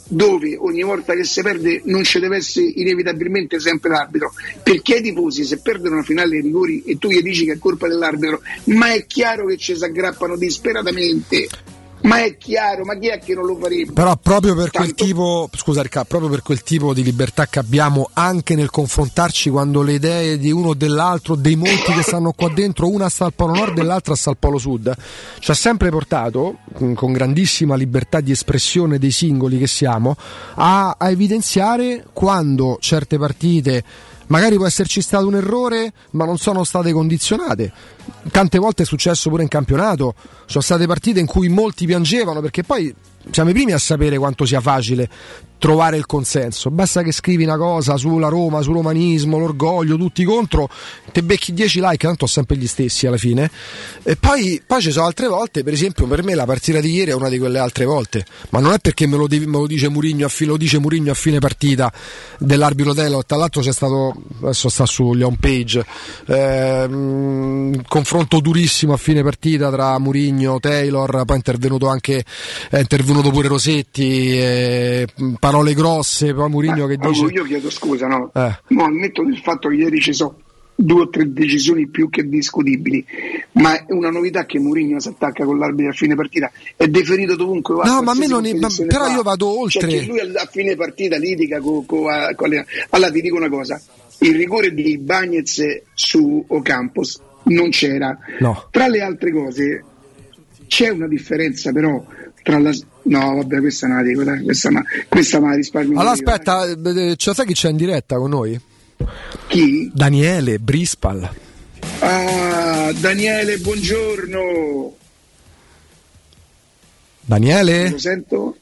dove ogni volta che si perde non ci deve essere inevitabilmente sempre l'arbitro, perché i tifosi se perdono una finale ai rigori e tu gli dici che è colpa dell'arbitro, ma è chiaro che ci si aggrappano disperatamente. Ma è chiaro, ma chi è che non lo farebbe? Però proprio per quel tipo, scusa Riccardo, proprio per quel tipo di libertà che abbiamo anche nel confrontarci, quando le idee di uno o dell'altro, dei molti che stanno qua dentro, una sta al polo nord e l'altra sta al polo sud, ci ha sempre portato, con grandissima libertà di espressione dei singoli che siamo, a evidenziare quando certe partite magari può esserci stato un errore, ma non sono state condizionate. Tante volte è successo pure in campionato, sono state partite in cui molti piangevano, perché poi siamo i primi a sapere quanto sia facile trovare il consenso. Basta che scrivi una cosa sulla Roma, sul romanismo, l'orgoglio, tutti contro, te becchi 10 like, tanto sono sempre gli stessi alla fine. E poi ci sono altre volte, per esempio per me la partita di ieri è una di quelle altre volte, ma non è perché me lo dice Mourinho a fine partita dell'arbitro Taylor. Tra l'altro c'è stato, adesso sta sugli home page, confronto durissimo a fine partita tra Mourinho, Taylor, poi è intervenuto pure Rossetti, parole grosse, poi Mourinho che dice... Io chiedo scusa, no? No, ammetto del fatto che ieri ci sono 2 o 3 decisioni più che discutibili, ma è una novità che Mourinho si attacca con l'arbitro a fine partita, è deferito dovunque va. No, ma a me non è, però io vado oltre. Cioè che lui a fine partita litiga con allora ti dico una cosa, il rigore di Bagnez su Ocampos non c'era. No. Tra le altre cose c'è una differenza però tra la... No, vabbè, questa non la dico, dai, questa me la risparmio. Allora aspetta, sai chi c'è in diretta con noi? Chi? Daniele Brispal. Ah, Daniele, buongiorno. Daniele? Lo sento?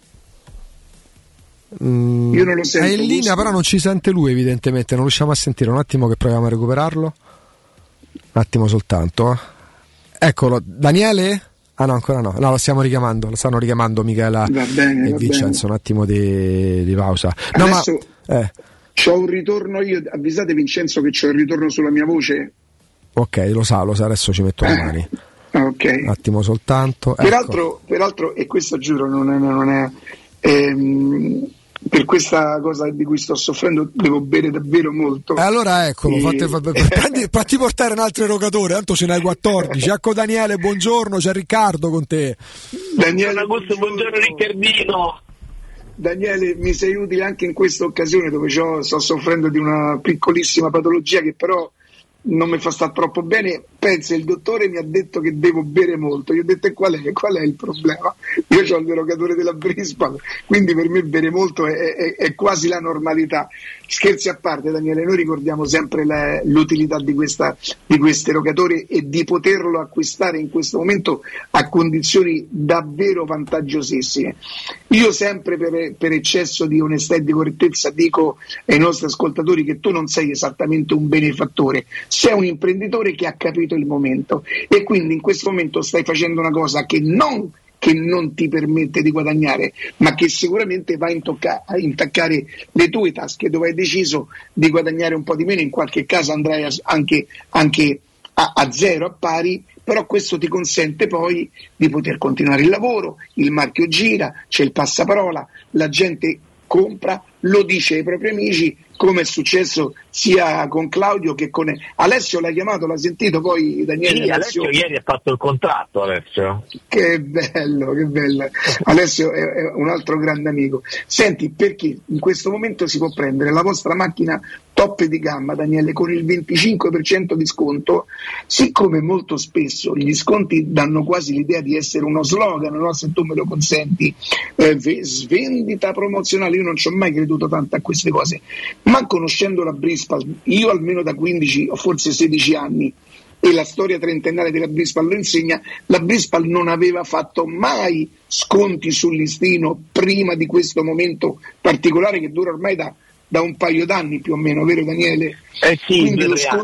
Io non lo sento. È in linea, però non ci sente lui evidentemente, non riusciamo a sentire. Un attimo che proviamo a recuperarlo. Un attimo soltanto. Eccolo, Daniele? Ah no, ancora no, lo stiamo richiamando, lo stanno richiamando Michela e Vincenzo, un attimo di pausa. No, adesso c'ho un ritorno io, avvisate Vincenzo che c'ho il ritorno sulla mia voce? Ok, lo sa, adesso ci metto le mani. Ok. Un attimo soltanto. Peraltro, e questo giuro non è per questa cosa di cui sto soffrendo devo bere davvero molto. Allora eccolo, fatti portare un altro erogatore, tanto ce n'hai 14. Ecco Daniele, buongiorno, c'è Riccardo con te. Daniele, buongiorno Riccardino. Daniele, mi sei utile anche in questa occasione dove sto soffrendo di una piccolissima patologia che però non mi fa stare troppo bene. Pensa, il dottore mi ha detto che devo bere molto. Io ho detto qual è il problema? Io ho l'erogatore della Brispal, quindi per me bere molto è quasi la normalità. Scherzi a parte, Daniele, noi ricordiamo sempre l'utilità di questo erogatore e di poterlo acquistare in questo momento a condizioni davvero vantaggiosissime. Io sempre per eccesso di onestà e di correttezza dico ai nostri ascoltatori che tu non sei esattamente un benefattore, sei un imprenditore che ha capito il momento e quindi in questo momento stai facendo una cosa che non ti permette di guadagnare, ma che sicuramente va a intaccare le tue tasche, dove hai deciso di guadagnare un po' di meno, in qualche caso andrai anche a zero, a pari, però questo ti consente poi di poter continuare il lavoro, il marchio gira, c'è il passaparola, la gente compra, lo dice ai propri amici, come è successo sia con Claudio che con Alessio. L'hai chiamato, l'ha sentito poi Daniele? Sì, Alessio ieri ha fatto il contratto, Alessio. Che bello. Alessio è un altro grande amico. Senti, perché in questo momento si può prendere la vostra macchina top di gamma, Daniele, con il 25% di sconto, siccome molto spesso gli sconti danno quasi l'idea di essere uno slogan, no? Se tu me lo consenti, svendita promozionale, io non ci ho mai creduto tanto a queste cose, ma conoscendo la Brispal, io almeno da 15 o forse 16 anni, e la storia trentennale della Brispal lo insegna, la Brispal non aveva fatto mai sconti sul listino prima di questo momento particolare che dura ormai da un paio d'anni più o meno, vero Daniele? Sì, quindi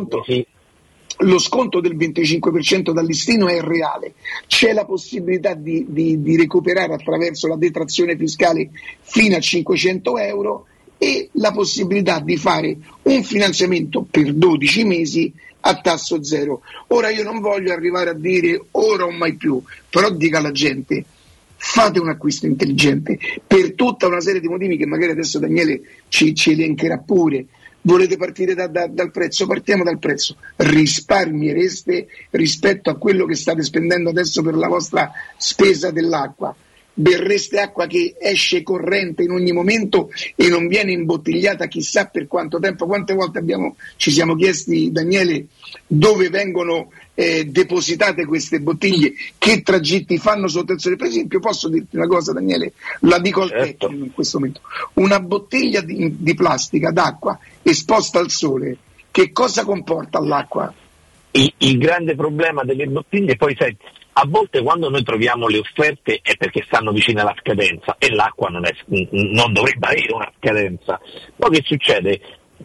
lo sconto del 25% dal listino è reale, c'è la possibilità di recuperare attraverso la detrazione fiscale fino a 500 euro e la possibilità di fare un finanziamento per 12 mesi a tasso zero. Ora io non voglio arrivare a dire ora o mai più, però dica alla gente: fate un acquisto intelligente per tutta una serie di motivi che magari adesso Daniele ci elencherà pure. Volete partire dal prezzo? Partiamo dal prezzo. Risparmiereste rispetto a quello che state spendendo adesso per la vostra spesa dell'acqua. Berreste acqua che esce corrente in ogni momento e non viene imbottigliata chissà per quanto tempo. Quante volte ci siamo chiesti, Daniele, dove vengono depositate queste bottiglie, che tragitti fanno sotto il sole. Per esempio, posso dirti una cosa, Daniele, la dico al tecnico in questo momento: una bottiglia di plastica d'acqua esposta al sole, che cosa comporta all'acqua? Il grande problema delle bottiglie, poi sai, a volte quando noi troviamo le offerte è perché stanno vicine alla scadenza e l'acqua non dovrebbe avere una scadenza. Poi che succede?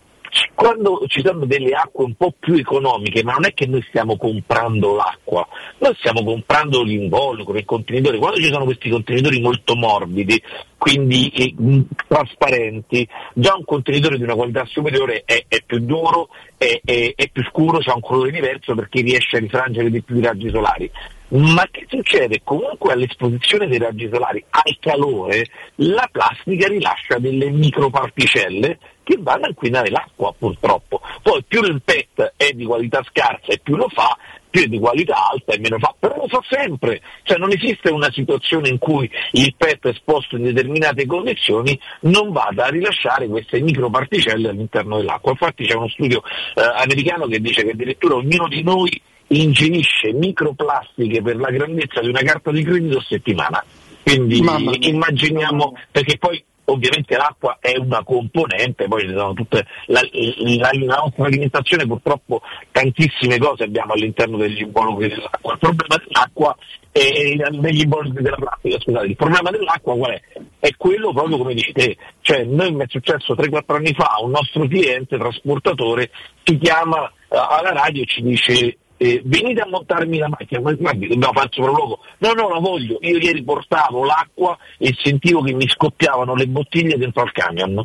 Quando ci sono delle acque un po' più economiche, ma non è che noi stiamo comprando l'acqua, noi stiamo comprando l'involucro, il contenitore. Quando ci sono questi contenitori molto morbidi, quindi trasparenti, già un contenitore di una qualità superiore è più duro, è più scuro, ha un colore diverso perché riesce a rifrangere di più i raggi solari. Ma che succede? Comunque all'esposizione dei raggi solari al calore la plastica rilascia delle microparticelle che vanno a inquinare l'acqua, purtroppo. Poi più il PET è di qualità scarsa e più lo fa, più è di qualità alta e meno fa, però lo fa sempre. Cioè non esiste una situazione in cui il PET esposto in determinate condizioni non vada a rilasciare queste microparticelle all'interno dell'acqua. Infatti c'è uno studio americano che dice che addirittura ognuno di noi ingerisce microplastiche per la grandezza di una carta di credito a settimana. Quindi immaginiamo, perché poi ovviamente l'acqua è una componente, poi ci sono tutte la nostra alimentazione, purtroppo tantissime cose abbiamo all'interno degli involucri dell'acqua. Il problema dell'acqua degli involucri della plastica, scusate, il problema dell'acqua qual è? È quello proprio come dici te, cioè noi mi è successo 3-4 anni fa, un nostro cliente trasportatore ci chiama alla radio e ci dice venite a montarmi la macchina, ma guardi, dobbiamo fare il sopralluogo. No, la voglio. Io ieri portavo l'acqua e sentivo che mi scoppiavano le bottiglie dentro al camion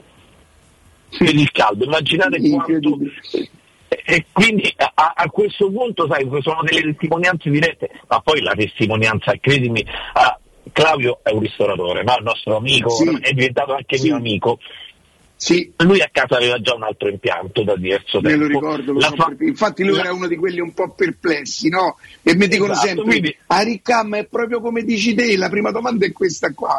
per il caldo. Immaginate quanto. E quindi a questo punto, sai, sono delle testimonianze dirette, ma poi la testimonianza, credimi, Claudio è un ristoratore, no? Il nostro amico, è diventato anche mio amico. Sì. Lui a casa aveva già un altro impianto da diverso tempo. Me lo ricordo, infatti lui era uno di quelli un po' perplessi, no? E mi dicono sempre, quindi, Ricam è proprio come dici te, la prima domanda è questa qua.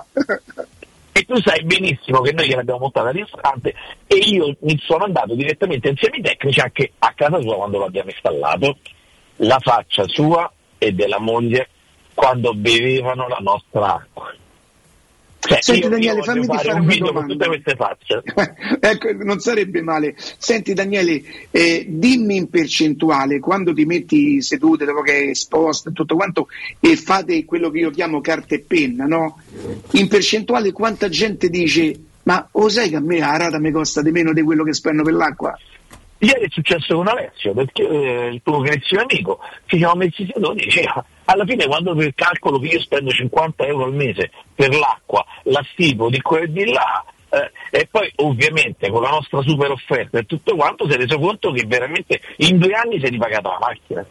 E tu sai benissimo che noi gliel'abbiamo montata al ristorante e io mi sono andato direttamente insieme ai tecnici anche a casa sua quando l'abbiamo installato, la faccia sua e della moglie quando bevevano la nostra acqua. Cioè, senti Daniele, fammi fare un video domanda. con tutte queste facce. Ecco, non sarebbe male. Senti Daniele, dimmi in percentuale, quando ti metti seduto dopo che è esposto e tutto quanto e fate quello che io chiamo carta e penna, no? In percentuale quanta gente dice ma sai che a me la rata mi costa di meno di quello che spendo per l'acqua? Ieri è successo con Alessio, perché il tuo carissimo amico, ci siamo messi seduti e diceva, alla fine quando calcolo che io spendo 50 euro al mese per l'acqua, la stipo di qua e di là, e poi ovviamente con la nostra super offerta e tutto quanto si è reso conto che veramente in 2 anni si è ripagata la macchina.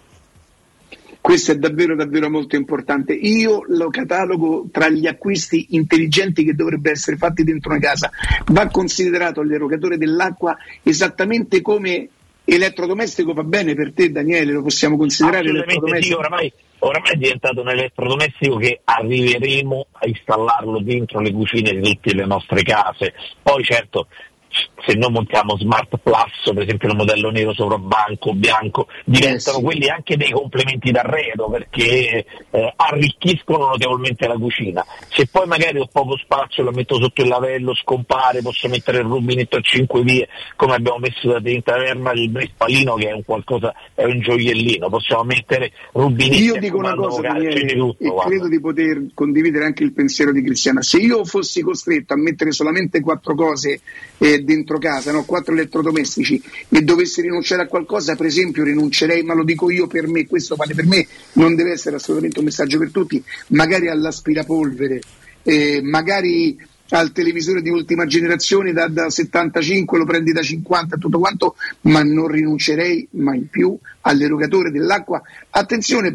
Questo è davvero davvero molto importante. Io lo catalogo tra gli acquisti intelligenti che dovrebbero essere fatti dentro una casa. Va considerato l'erogatore dell'acqua esattamente come elettrodomestico. Va bene per te Daniele? Lo possiamo considerare elettrodomestico? Sì, oramai è diventato un elettrodomestico che arriveremo a installarlo dentro le cucine di tutte le nostre case. Poi certo, se noi montiamo Smart Plus, per esempio il modello nero sopra banco, bianco, diventano quelli anche dei complementi d'arredo perché arricchiscono notevolmente la cucina. Se poi magari ho poco spazio, lo metto sotto il lavello, scompare, posso mettere il rubinetto a 5 vie come abbiamo messo da te in taverna, il Brispalino che è un gioiellino, possiamo mettere rubinetti. Io dico una cosa Daniele, e credo di poter condividere anche il pensiero di Cristiana. Se io fossi costretto a mettere solamente 4 cose dentro casa, no? 4 elettrodomestici, e dovessi rinunciare a qualcosa, per esempio rinuncerei, ma lo dico io per me, questo vale per me, non deve essere assolutamente un messaggio per tutti, magari all'aspirapolvere, magari al televisore di ultima generazione da 75 lo prendi da 50 tutto quanto, ma non rinuncerei mai più all'erogatore dell'acqua. Attenzione poi,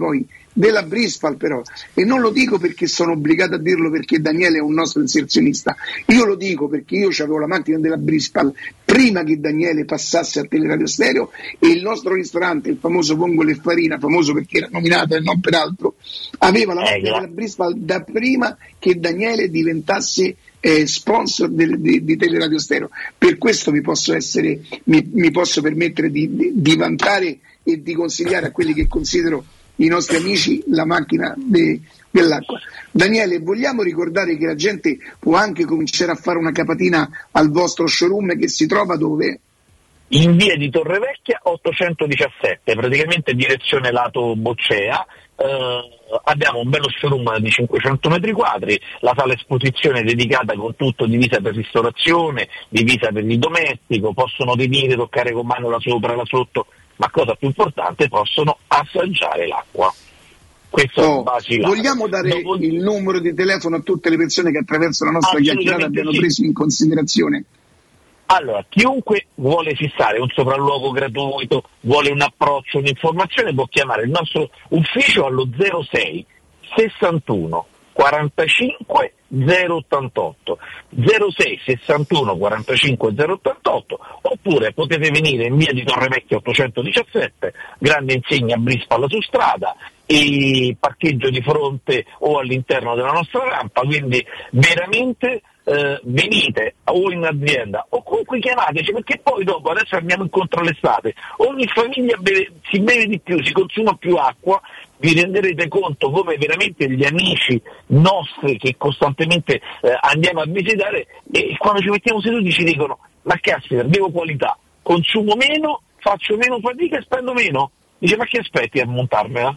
della Brispal però, e non lo dico perché sono obbligato a dirlo perché Daniele è un nostro inserzionista, io lo dico perché io avevo la macchina della Brispal prima che Daniele passasse a Teleradio Stereo, e il nostro ristorante, il famoso Vongole e Farina, famoso perché era nominato e non per altro, aveva la macchina della Brispal da prima che Daniele diventasse sponsor di Teleradio Stereo. Per questo mi posso permettere di vantare e di consigliare a quelli che considero i nostri amici la macchina dell'acqua. Daniele, vogliamo ricordare che la gente può anche cominciare a fare una capatina al vostro showroom, che si trova dove? In via di Torrevecchia 817, praticamente direzione lato Boccea. Abbiamo un bello showroom di 500 metri quadri, la sala esposizione dedicata con tutto, divisa per ristorazione, divisa per il domestico, possono venire, toccare con mano la sopra, la sotto, ma cosa più importante, possono assaggiare l'acqua. Questo è basilare. Vogliamo dare il numero di telefono a tutte le persone che attraverso la nostra chiacchierata abbiano preso in considerazione? Allora, chiunque vuole fissare un sopralluogo gratuito, vuole un approccio, un'informazione, può chiamare il nostro ufficio allo 06 61 45 088 06 61 45 088, oppure potete venire in via di Torrevecchia 817, grande insegna Brispal su strada, e parcheggio di fronte o all'interno della nostra rampa, quindi veramente venite o in azienda o comunque chiamateci, perché poi dopo, adesso andiamo incontro all'estate, ogni famiglia si beve di più, si consuma più acqua, vi renderete conto come veramente gli amici nostri che costantemente andiamo a visitare, e quando ci mettiamo seduti ci dicono: ma caspita, bevo qualità, consumo meno, faccio meno fatica e spendo meno. Dice: ma che aspetti a montarmela?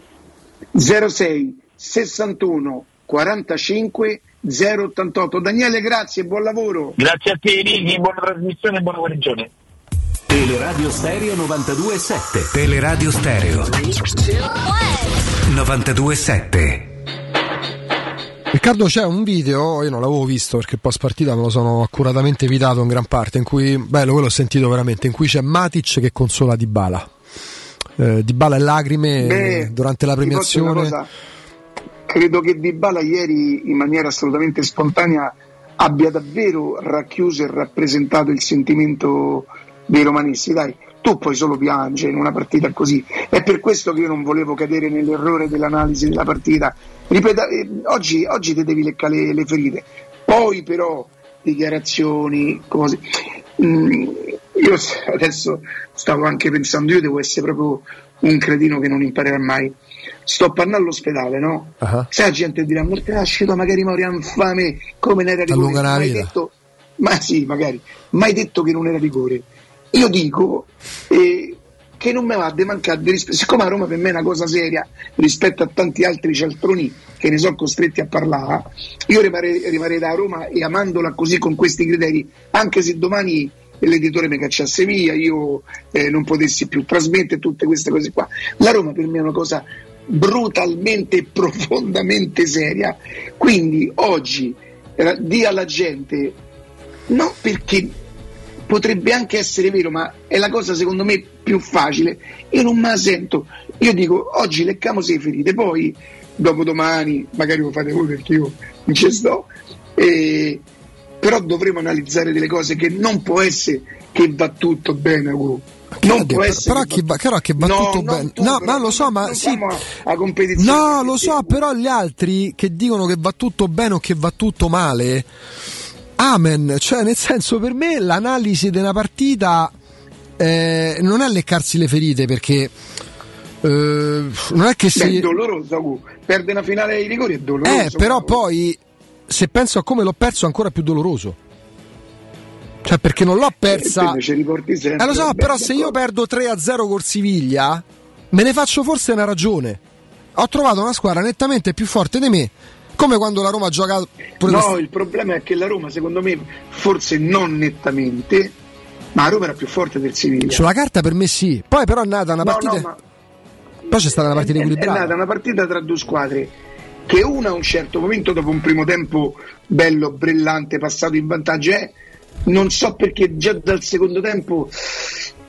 06 61 45 088. Daniele, grazie e buon lavoro. Grazie a te, Righi, buona trasmissione e buona guarigione. Teleradio Stereo 92.7. Teleradio Stereo 92.7. Riccardo, c'è un video, io non l'avevo visto perché post partita me lo sono accuratamente evitato in gran parte, in cui, bello, quello ho sentito veramente, in cui c'è Matic che consola Dybala. Dybala e lacrime durante la premiazione. Credo che Dybala ieri, in maniera assolutamente spontanea, abbia davvero racchiuso e rappresentato il sentimento dei romanisti. Dai, tu puoi solo piangere in una partita così. È per questo che io non volevo cadere nell'errore dell'analisi della partita. Ripeta, oggi ti devi leccare le ferite. Poi però dichiarazioni, cose. Io adesso stavo anche pensando, io devo essere proprio un cretino che non imparerà mai. Sto parlando all'ospedale, no? Sai, la gente dirà: ma lasciato, magari moriamo infame, come non era rigore. Mai detto, ma sì, magari, mai detto che non era rigore. Io dico che non mi va a mancare di rispetto, siccome a Roma per me è una cosa seria rispetto a tanti altri cialtroni che ne sono costretti a parlare, io rimarrei da Roma e amandola così, con questi criteri, anche se domani l'editore mi cacciasse via, io non potessi più trasmettere tutte queste cose qua. La Roma per me è una cosa brutalmente e profondamente seria, quindi oggi dia alla gente, no, perché potrebbe anche essere vero, ma è la cosa secondo me più facile, io non me la sento, io dico: oggi lecchiamo sei ferite, poi dopodomani magari lo fate voi perché io non ci sto, però dovremo analizzare delle cose, che non può essere che va tutto bene, non può essere però che va tutto bene. No, ma lo so, ma sì, a competizione. No, lo so, però gli altri che dicono che va tutto bene o che va tutto male, amen, cioè nel senso, per me l'analisi di una partita non è leccarsi le ferite, perché non è che è doloroso, perde una finale ai rigori è doloroso, però poi se penso a come l'ho perso è ancora più doloroso, cioè perché non l'ho persa, lo so, però se io perdo 3-0 col Siviglia me ne faccio forse una ragione, ho trovato una squadra nettamente più forte di me, come quando la Roma ha giocato il problema è che la Roma, secondo me, forse non nettamente, ma la Roma era più forte del Siviglia sulla carta, per me sì, poi però è nata una partita, poi c'è stata una partita equilibrata, è nata una partita tra due squadre che una a un certo momento, dopo un primo tempo bello, brillante, passato in vantaggio, non so perché già dal secondo tempo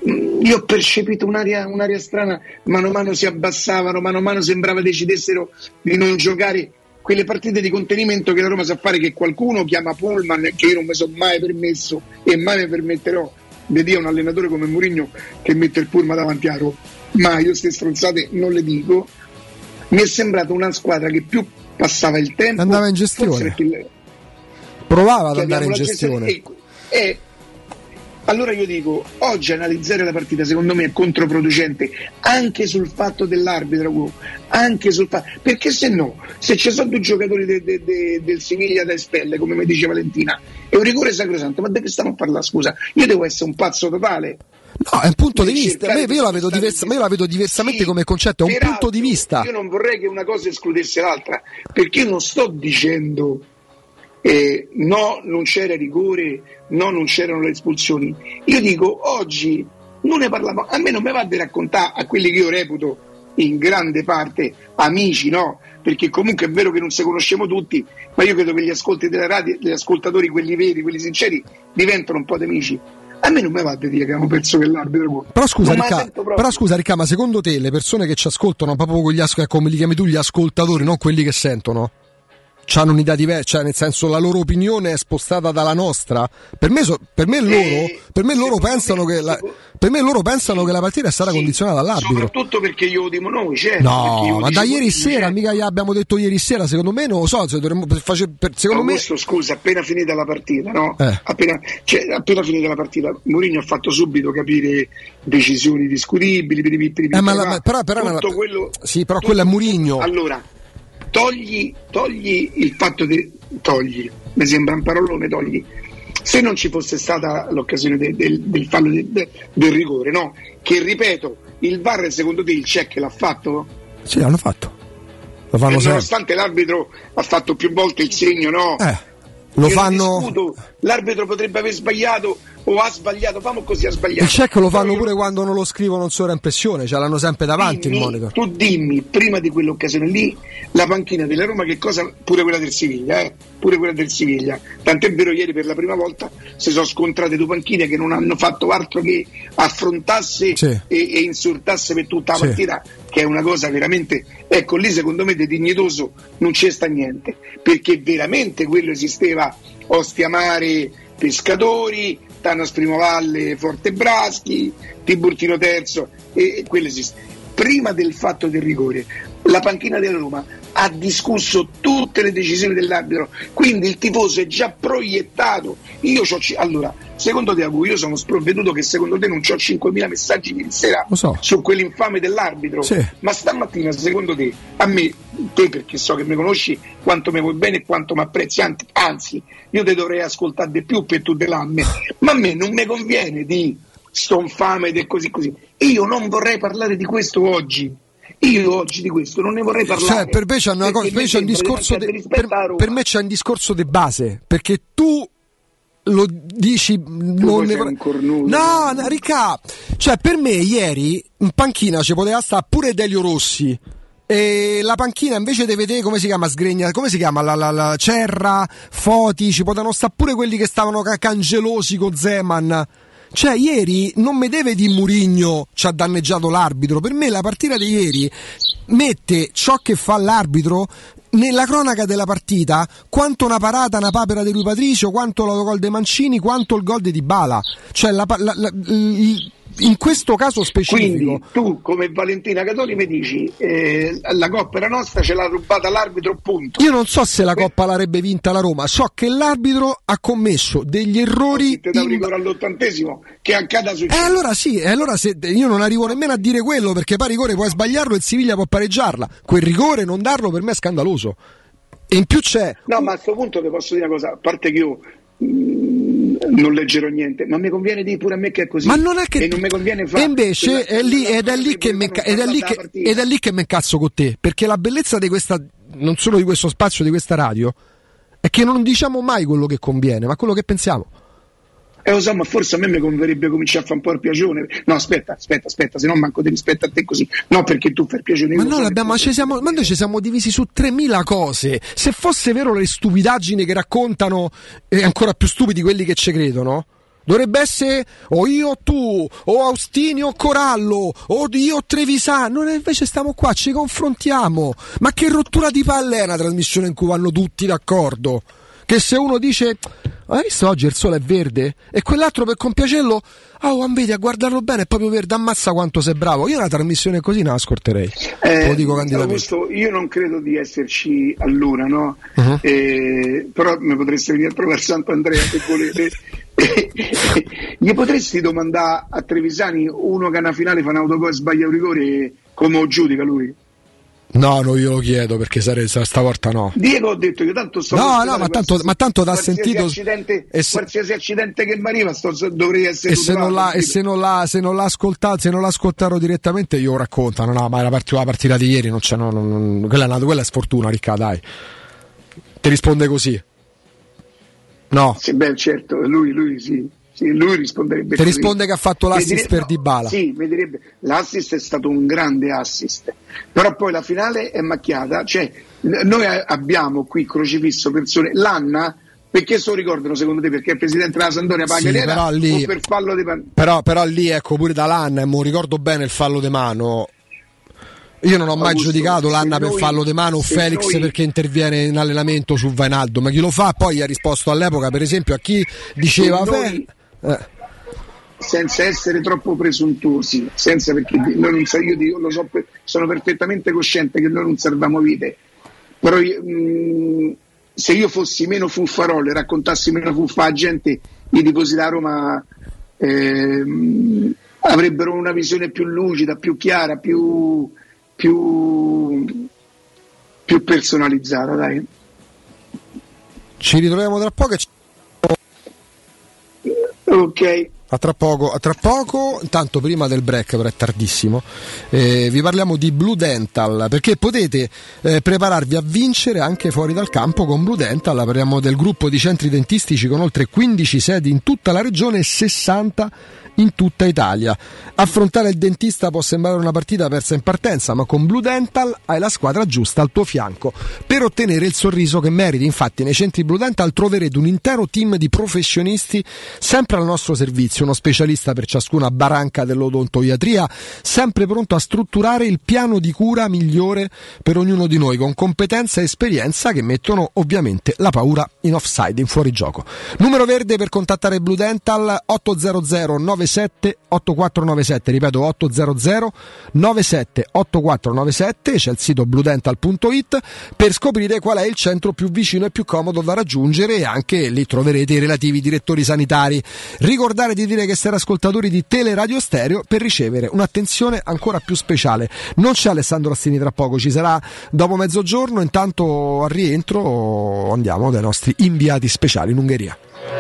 io ho percepito un'aria strana, mano a mano si abbassavano, mano a mano sembrava decidessero di non giocare quelle partite di contenimento che la Roma sa fare, che qualcuno chiama pullman, che io non mi sono mai permesso e mai mi permetterò di dire a un allenatore come Mourinho che mette il pullman davanti a Roma, ma io queste stronzate non le dico. Mi è sembrata una squadra che più passava il tempo, andava in gestione, provava ad andare in gestione e allora io dico, oggi analizzare la partita secondo me è controproducente anche sul fatto dell'arbitro, anche sul fatto, perché se no, se ci sono due giocatori del Siviglia da espelle, come mi dice Valentina, è un rigore sacrosanto, ma di che stiamo a parlare, scusa? Io devo essere un pazzo totale? No, è un punto di vista, io la vedo diversamente, sì, come concetto, è un punto di vista. Io non vorrei che una cosa escludesse l'altra, perché io non sto dicendo no, non c'era rigore, no, non c'erano le espulsioni. Io dico, oggi non ne parliamo, a me non mi va di raccontare a quelli che io reputo in grande parte amici, no? Perché comunque è vero che non si conosciamo tutti, ma io credo che gli ascolti della radio, gli ascoltatori, quelli veri, quelli sinceri, diventano un po' di amici. A me non mi va di dire che abbiamo perso quell'arbitro. Però scusa Ricca, ma secondo te le persone che ci ascoltano, proprio con come li chiami tu, gli ascoltatori, non quelli che sentono, c'hanno un'idea diversa, cioè nel senso la loro opinione è spostata dalla nostra? Per me loro pensano che la partita è stata condizionata dall'arbitro. Soprattutto perché io odio noi, certo. No, ma da ieri sera, mica abbiamo detto ieri sera, secondo me non lo so, se dovremmo secondo me. Scusa, appena finita la partita, no? Appena finita la partita, Mourinho ha fatto subito capire decisioni discutibili, però quello è Mourinho. Allora, togli il fatto mi sembra un parolone, se non ci fosse stata l'occasione del fallo del rigore, no? Che ripeto, il VAR secondo te il check l'ha fatto? Sì, l'hanno fatto, lo fanno sempre. Nonostante l'arbitro ha fatto più volte il segno, no? Lo fanno. L'arbitro potrebbe aver sbagliato o ha sbagliato, famo così, ha sbagliato. Il check lo fanno pure quando non lo scrivono in sovraimpressione, ce l'hanno sempre davanti il monitor. Tu dimmi, prima di quell'occasione lì, la panchina della Roma che cosa, pure quella del Siviglia, tant'è vero ieri per la prima volta si sono scontrate due panchine che non hanno fatto altro che affrontasse e insultasse per tutta la partita, che è una cosa veramente, ecco lì secondo me di dignitoso non c'è sta niente, perché veramente quello esisteva, Ostia Mare, Pescatori, Tanas Primavalle, Fortebraschi, Tiburtino Terzo, e quello esiste. Prima del fatto del rigore, la panchina della Roma ha discusso tutte le decisioni dell'arbitro, quindi il tifoso è già proiettato. Allora, secondo te, Agu, io sono sprovveduto che secondo te non c'ho 5.000 messaggi ieri sera su quell'infame dell'arbitro, ma stamattina secondo te, a me, te perché so che mi conosci, quanto mi vuoi bene e quanto mi apprezzi, anzi io te dovrei ascoltare di più per tutelarmi, ma a me non mi conviene di sto infame ed è così. Io non vorrei parlare di questo oggi. Io oggi di questo non ne vorrei parlare. Cioè, per me c'è un discorso per me c'è un discorso di base, perché tu lo dici non ne vorrei. No, Ricca, cioè per me ieri in panchina ci poteva stare pure Delio Rossi. E la panchina invece di vedere come si chiama Sgregna, come si chiama la Cerra, Foti, ci potevano stare pure quelli che stavano cangelosi con Zeman. Cioè ieri non mi deve di Mourinho ci ha danneggiato l'arbitro, per me la partita di ieri mette ciò che fa l'arbitro nella cronaca della partita, quanto una parata, una papera di Rui Patricio, quanto l'autogol dei Mancini, quanto il gol di Dybala, cioè in questo caso specifico. Quindi tu come Valentina Catoni mi dici la Coppa era nostra, ce l'ha rubata l'arbitro, punto. Io non so se la Coppa l'avrebbe vinta la Roma, so che l'arbitro ha commesso degli errori rigore all'80° che accada su allora se io non arrivo nemmeno a dire quello, perché poi rigore puoi sbagliarlo e il Siviglia può pareggiarla, quel rigore non darlo per me è scandaloso. E in più c'è ma a questo punto ti posso dire una cosa, a parte che io non leggerò niente, ma mi conviene dire pure a me che è così, ma non è che e non mi conviene fare, e invece è lì che mi incazzo con te, perché la bellezza di questa, non solo di questo spazio, di questa radio, è che non diciamo mai quello che conviene, ma quello che pensiamo. Lo so, ma forse a me mi converrebbe cominciare a fare un po' il piacere. No, aspetta, se no manco di rispetto a te così. No, perché tu fai il piacere. Ma noi ci siamo divisi su 3.000 cose. Se fosse vero le stupidaggini che raccontano, ancora più stupidi quelli che ci credono, Dovrebbe essere o io o tu, o Austini o Corallo, o io o Trevisano. Noi invece stiamo qua, ci confrontiamo. Ma che rottura di palle è una trasmissione in cui vanno tutti d'accordo? Che se uno dice hai visto oggi il sole è verde? E quell'altro per compiacerlo, vedi, a guardarlo bene è proprio verde, ammazza quanto sei bravo. Io una trasmissione così non ascolterei. Lo dico candidamente. Augusto, io non credo di esserci all'una, no? Però mi potreste venire a trovare Sant'Andrea se volete. Gli potresti domandare a Trevisani, uno che a una finale fa un autogol e sbaglia un rigore, come lo giudica lui? No, non glielo chiedo perché stavolta no. Diego ha detto che tanto sto ma tanto t'ha sentito qualsiasi accidente che mi arriva dovrei essere e se non l'ha ascoltato direttamente io raccontano. No, ma la partita di ieri non c'è, quella è sfortuna, Ricca, dai. Ti risponde così. No. Sì, beh, certo, lui sì. Sì, lui risponderebbe. Ti risponde che ha fatto l'assist per Dybala. Sì, mi direbbe l'assist è stato un grande assist, però poi la finale è macchiata. Cioè, noi abbiamo qui crocifisso persone. L'Anna, perché se lo ricordano secondo te? Perché il presidente della Sampdoria paga l'era o per fallo di mano? Però lì, ecco, pure da Lanna, ricordo bene il fallo di mano. Io non ho mai giudicato l'Anna per fallo di mano o Felix perché interviene in allenamento su Wijnaldum, ma chi lo fa poi ha risposto all'epoca, per esempio, a chi diceva senza essere troppo presuntuosi, perché noi non io lo so, sono perfettamente cosciente che noi non salviamo vite, però se io fossi meno fuffarolo e raccontassi meno fuffa a gente, i tifosi da Roma avrebbero una visione più lucida, più chiara, più personalizzata, dai. Ci ritroviamo tra poco. Ok. A tra poco, intanto prima del break, però è tardissimo, vi parliamo di Blue Dental, perché potete prepararvi a vincere anche fuori dal campo con Blue Dental. Parliamo del gruppo di centri dentistici con oltre 15 sedi in tutta la regione e 60 in tutta Italia. Affrontare il dentista può sembrare una partita persa in partenza, ma con Blue Dental hai la squadra giusta al tuo fianco per ottenere il sorriso che meriti. Infatti nei centri Blue Dental troverete un intero team di professionisti sempre al nostro servizio, uno specialista per ciascuna baranca dell'odontoiatria, sempre pronto a strutturare il piano di cura migliore per ognuno di noi, con competenza e esperienza che mettono ovviamente la paura in offside, in fuorigioco. Numero verde per contattare Blue Dental: 800 97 8497, ripeto 800 97 8497. C'è il sito bluedental.it per scoprire qual è il centro più vicino e più comodo da raggiungere, e anche lì troverete i relativi direttori sanitari. Ricordare di dire che essere ascoltatori di Teleradio Stereo per ricevere un'attenzione ancora più speciale. Non c'è Alessandro Assini tra poco, ci sarà dopo mezzogiorno. Intanto al rientro andiamo dai nostri inviati speciali in Ungheria.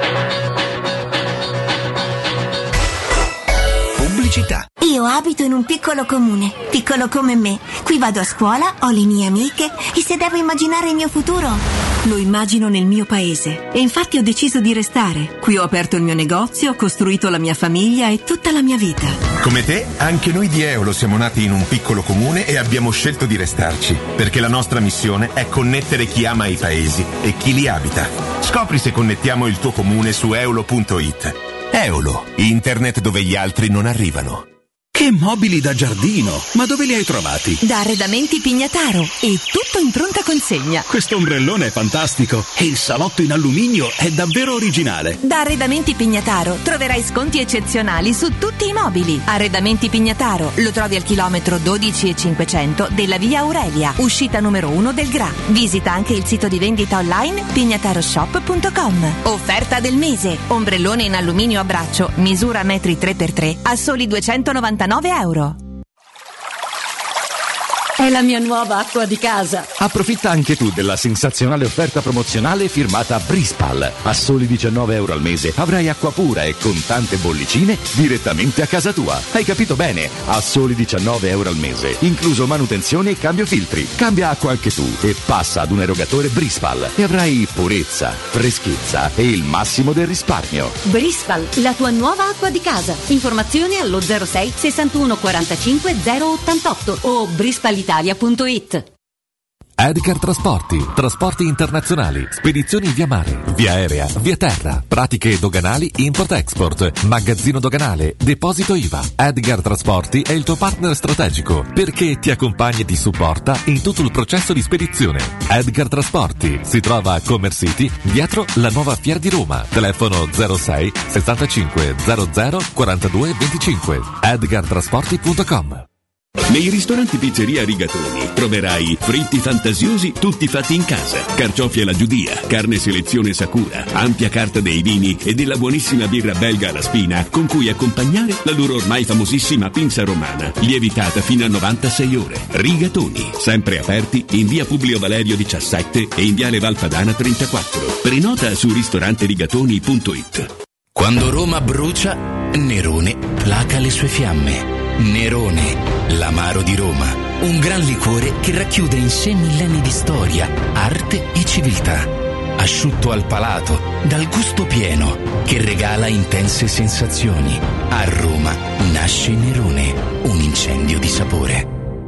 Pubblicità. Io abito in un piccolo comune, piccolo come me. Qui vado a scuola, ho le mie amiche, e se devo immaginare il mio futuro, lo immagino nel mio paese. E infatti ho deciso di restare. Qui ho aperto il mio negozio, ho costruito la mia famiglia e tutta la mia vita. Come te, anche noi di Eolo siamo nati in un piccolo comune e abbiamo scelto di restarci, perché la nostra missione è connettere chi ama i paesi e chi li abita. Scopri se connettiamo il tuo comune su eolo.it. Eolo, internet dove gli altri non arrivano. Che mobili da giardino! Ma dove li hai trovati? Da Arredamenti Pignataro, e tutto in pronta consegna. Questo ombrellone è fantastico e il salotto in alluminio è davvero originale. Da Arredamenti Pignataro troverai sconti eccezionali su tutti i mobili. Arredamenti Pignataro lo trovi al chilometro 12,500 della via Aurelia, uscita numero 1 del GRA. Visita anche il sito di vendita online pignataroshop.com. Offerta del mese: ombrellone in alluminio a braccio, misura metri 3x3 a soli €299. È la mia nuova acqua di casa. Approfitta anche tu della sensazionale offerta promozionale firmata Brispal. A soli €19 al mese avrai acqua pura e con tante bollicine direttamente a casa tua. Hai capito bene? A soli €19 al mese, incluso manutenzione e cambio filtri. Cambia acqua anche tu e passa ad un erogatore Brispal e avrai purezza, freschezza e il massimo del risparmio. Brispal, la tua nuova acqua di casa. Informazioni allo 06 61 45 088 o brispalitalia.it. Edgar Trasporti, trasporti internazionali, spedizioni via mare, via aerea, via terra, pratiche doganali, import-export, magazzino doganale, deposito IVA. Edgar Trasporti è il tuo partner strategico perché ti accompagna e ti supporta in tutto il processo di spedizione. Edgar Trasporti si trova a Commerce City, dietro la nuova Fiera di Roma. Telefono 06 65 00 42 25. edgartrasporti.com. Nei ristoranti Pizzeria Rigatoni troverai fritti fantasiosi tutti fatti in casa, carciofi alla giudia, carne selezione Sakura, ampia carta dei vini e della buonissima birra belga alla spina con cui accompagnare la loro ormai famosissima pinza romana, lievitata fino a 96 ore. Rigatoni, sempre aperti in via Publio Valerio 17 e in viale Valpadana 34. Prenota su ristoranterigatoni.it. Quando Roma brucia, Nerone placa le sue fiamme. Nerone, l'amaro di Roma, un gran liquore che racchiude in sé millenni di storia, arte e civiltà. Asciutto al palato, dal gusto pieno, che regala intense sensazioni. A Roma nasce Nerone, un incendio di sapore.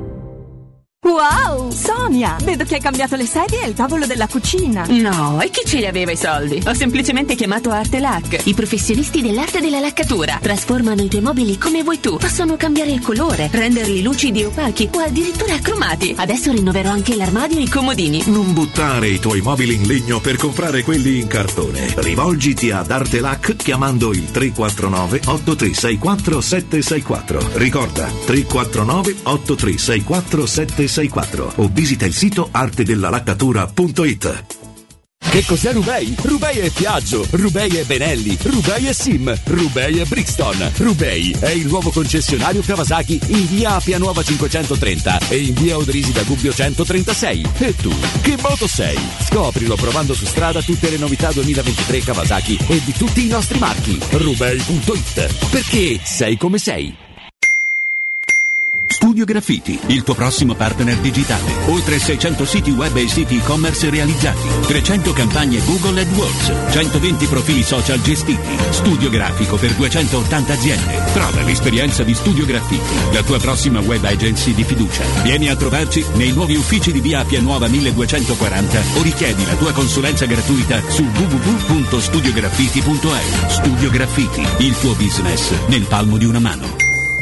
Wow, Sonia, vedo che hai cambiato le sedie e il tavolo della cucina. No, e chi ce li aveva i soldi? Ho semplicemente chiamato Artelac, i professionisti dell'arte della laccatura. Trasformano i tuoi mobili come vuoi tu. Possono cambiare il colore, renderli lucidi e opachi o addirittura cromati. Adesso rinnoverò anche l'armadio e i comodini. Non buttare i tuoi mobili in legno per comprare quelli in cartone. Rivolgiti ad Artelac chiamando il 349 8364 764. Ricorda, 349 8364 764 o visita il sito artedellalaccatura.it. Che cos'è Rubei? Rubei è Piaggio, Rubei è Benelli, Rubei è Sim, Rubei è Brixton. Rubei è il nuovo concessionario Kawasaki in via Appia Nuova 530 e in via Odrisi da Gubbio 136. E tu, che moto sei? Scoprilo provando su strada tutte le novità 2023 Kawasaki e di tutti i nostri marchi. Rubei.it, perché sei come sei. Studio Graffiti, il tuo prossimo partner digitale. Oltre 600 siti web e siti e-commerce realizzati, 300 campagne Google AdWords, 120 profili social gestiti, studio grafico per 280 aziende. Trova l'esperienza di Studio Graffiti, la tua prossima web agency di fiducia. Vieni a trovarci nei nuovi uffici di via Appia Nuova 1240 o richiedi la tua consulenza gratuita su www.studiograffiti.eu. Studio Graffiti, il tuo business nel palmo di una mano.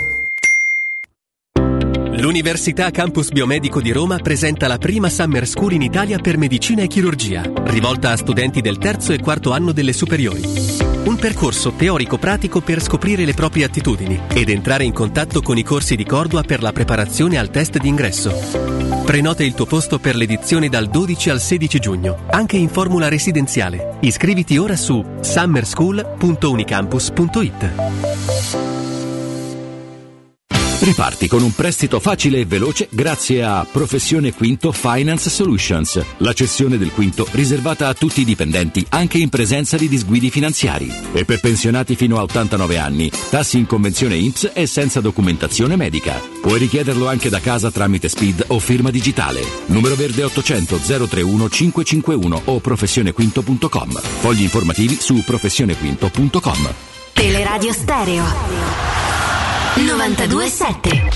L'Università Campus Biomedico di Roma presenta la prima Summer School in Italia per medicina e chirurgia, rivolta a studenti del terzo e quarto anno delle superiori. Un percorso teorico-pratico per scoprire le proprie attitudini ed entrare in contatto con i corsi di Cordua per la preparazione al test d'ingresso. Prenota il tuo posto per l'edizione dal 12 al 16 giugno, anche in formula residenziale. Iscriviti ora su summerschool.unicampus.it. Riparti con un prestito facile e veloce grazie a Professione Quinto Finance Solutions, la cessione del quinto riservata a tutti i dipendenti, anche in presenza di disguidi finanziari. E per pensionati fino a 89 anni, tassi in convenzione INPS e senza documentazione medica. Puoi richiederlo anche da casa tramite SPID o firma digitale. Numero verde 800 031 551 o professionequinto.com. Fogli informativi su professionequinto.com. Teleradio Stereo 92.7.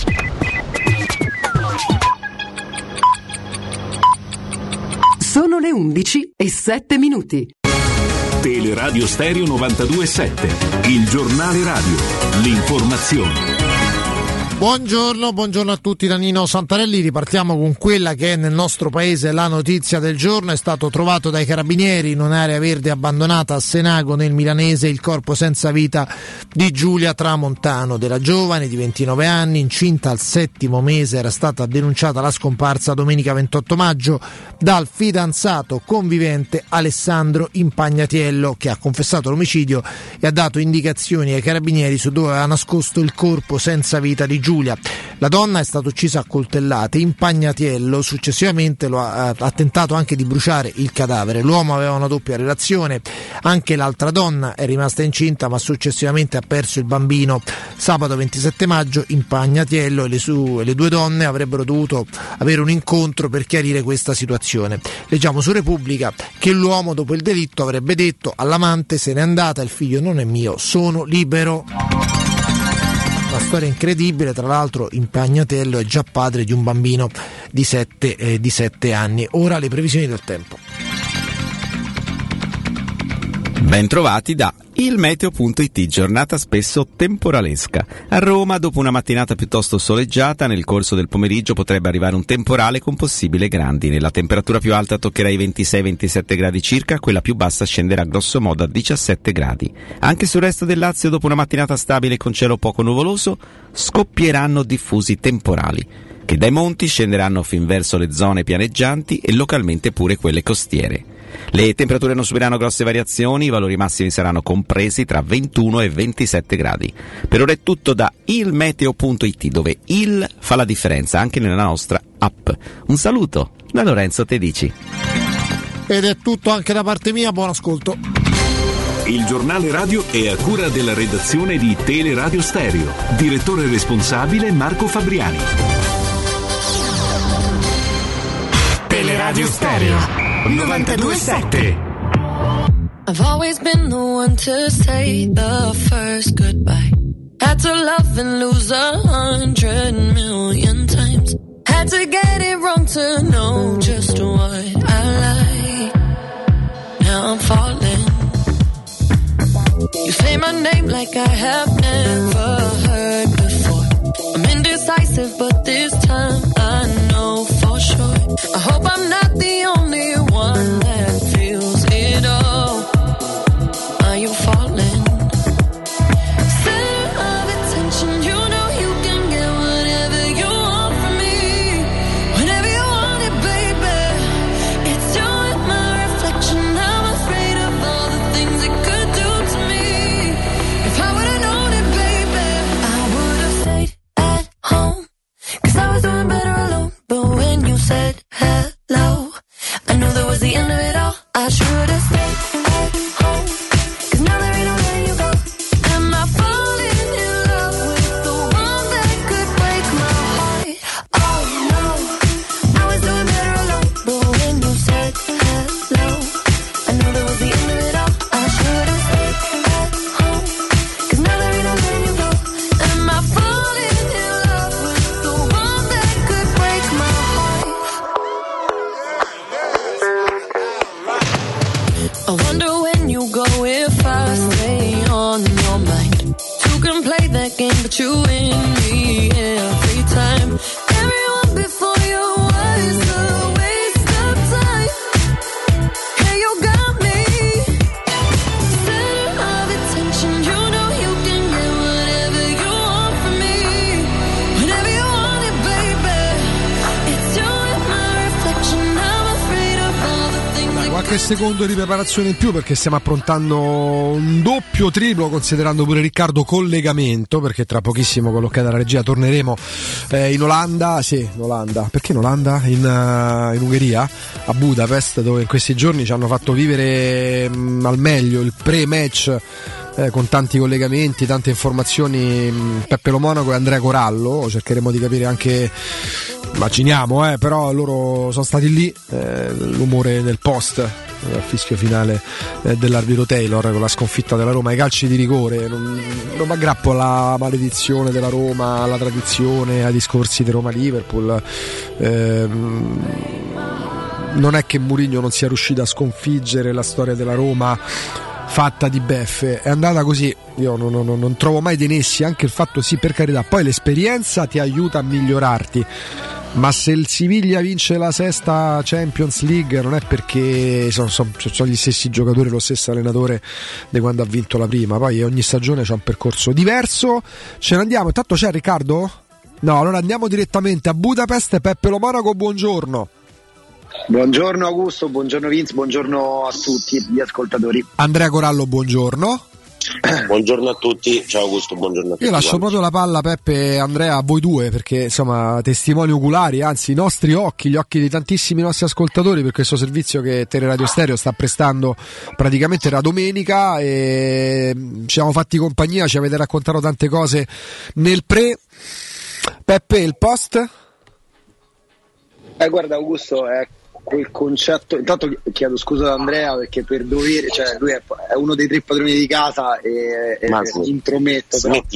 Sono le 11:07. Teleradio Stereo 92.7, il giornale radio, l'informazione. Buongiorno a tutti da Nino Santarelli. Ripartiamo con quella che è nel nostro paese la notizia del giorno. È stato trovato dai carabinieri in un'area verde abbandonata a Senago nel Milanese il corpo senza vita di Giulia Tramontano. Della giovane di 29 anni, incinta al 7° mese, era stata denunciata la scomparsa domenica 28 maggio dal fidanzato convivente Alessandro Impagnatiello, che ha confessato l'omicidio e ha dato indicazioni ai carabinieri su dove aveva nascosto il corpo senza vita di Giulia. La donna è stata uccisa a coltellate. Impagnatiello successivamente ha tentato anche di bruciare il cadavere. L'uomo aveva una doppia relazione, anche l'altra donna è rimasta incinta ma successivamente ha perso il bambino. Sabato 27 maggio Impagnatiello e le due donne avrebbero dovuto avere un incontro per chiarire questa situazione. Leggiamo su Repubblica che l'uomo dopo il delitto avrebbe detto all'amante: se n'è andata, il figlio non è mio, sono libero. Una storia incredibile, tra l'altro Impagnatello è già padre di un bambino di 7 anni. Ora le previsioni del tempo. Bentrovati da ilmeteo.it, giornata spesso temporalesca. A Roma, dopo una mattinata piuttosto soleggiata, nel corso del pomeriggio potrebbe arrivare un temporale con possibile grandine. La temperatura più alta toccherà i 26-27 gradi circa, quella più bassa scenderà grosso modo a 17 gradi. Anche sul resto del Lazio, dopo una mattinata stabile con cielo poco nuvoloso, scoppieranno diffusi temporali, che dai monti scenderanno fin verso le zone pianeggianti e localmente pure quelle costiere. Le temperature non subiranno grosse variazioni, i valori massimi saranno compresi tra 21 e 27 gradi. Per ora è tutto da ilmeteo.it, dove il fa la differenza anche nella nostra app. Un saluto da Lorenzo Tedici. Ed è tutto anche da parte mia, buon ascolto. Il giornale radio è a cura della redazione di Teleradio Stereo. Direttore responsabile Marco Fabriani. Teleradio Stereo 92.7. I've always been the one to say the first goodbye. Had to love and lose 100 million times. Had to get it wrong to know just what I like. Now I'm falling. You say my name like I have never heard before. I'm indecisive, but this time I know for sure. I hope I'm not the only one that feels it all. Are you falling? Center of attention, you know you can get whatever you want from me. Whenever you want it, baby. It's you and my reflection. I'm afraid of all the things it could do to me. If I would've known it, baby, I would've stayed at home. 'Cause I was doing better alone. But when you said hello, I knew that was the end of it all. I should've stayed at home. 'Cause now there ain't no letting you go. Am I falling in love with the one that could break my heart? Oh no, I was doing better alone. But when you said hello, I knew that was the end of it all. I should've stayed at home. 'Cause now there ain't no letting you go. Am I falling in love with the one that could break my heart? I wonder when you go if I stay on your mind. Two can play that game, but you win me every time. Everyone before you was a waste of time. Hey, you got me. Center of attention, you know you can get whatever you want from me. Whenever you want it, baby. It's you and my reflection. I'm afraid of all the things. Qualche secondo di preparazione in più perché stiamo approntando un doppio triplo, considerando pure Riccardo collegamento, perché tra pochissimo con l'ok della regia torneremo in Olanda. Sì, in Olanda. Perché in Olanda? In Ungheria, a Budapest, dove in questi giorni ci hanno fatto vivere al meglio il pre-match con tanti collegamenti, tante informazioni. Peppe Lo Monaco e Andrea Corallo, cercheremo di capire anche, immaginiamo, però loro sono stati lì, l'umore del post al fischio finale dell'arbitro Taylor con la sconfitta della Roma ai calci di rigore. Non mi aggrappo alla maledizione della Roma, alla tradizione, ai discorsi di Roma-Liverpool. Non è che Mourinho non sia riuscito a sconfiggere la storia della Roma fatta di beffe, è andata così. Io non trovo mai dei nessi, anche il fatto, sì, per carità, poi l'esperienza ti aiuta a migliorarti, ma se il Siviglia vince la sesta Champions League non è perché sono gli stessi giocatori, lo stesso allenatore di quando ha vinto la prima. Poi ogni stagione c'è un percorso diverso. Ce ne andiamo, intanto c'è Riccardo? No, allora andiamo direttamente a Budapest. Peppe Lo Monaco, buongiorno. Buongiorno Augusto, buongiorno Vince, buongiorno a tutti gli ascoltatori. Andrea Corallo, buongiorno. Buongiorno a tutti, ciao Augusto, buongiorno a tutti. Io lascio proprio la palla, Peppe e Andrea, a voi due, perché insomma testimoni oculari, anzi i nostri occhi, gli occhi di tantissimi nostri ascoltatori, per questo servizio che Teleradio Stereo sta prestando praticamente la domenica, e ci siamo fatti compagnia, ci avete raccontato tante cose nel pre. Peppe, il post? Guarda Augusto, è quel concetto. Intanto chiedo scusa ad Andrea perché per dovere, cioè lui è uno dei tre padroni di casa e intrometto. Smettila.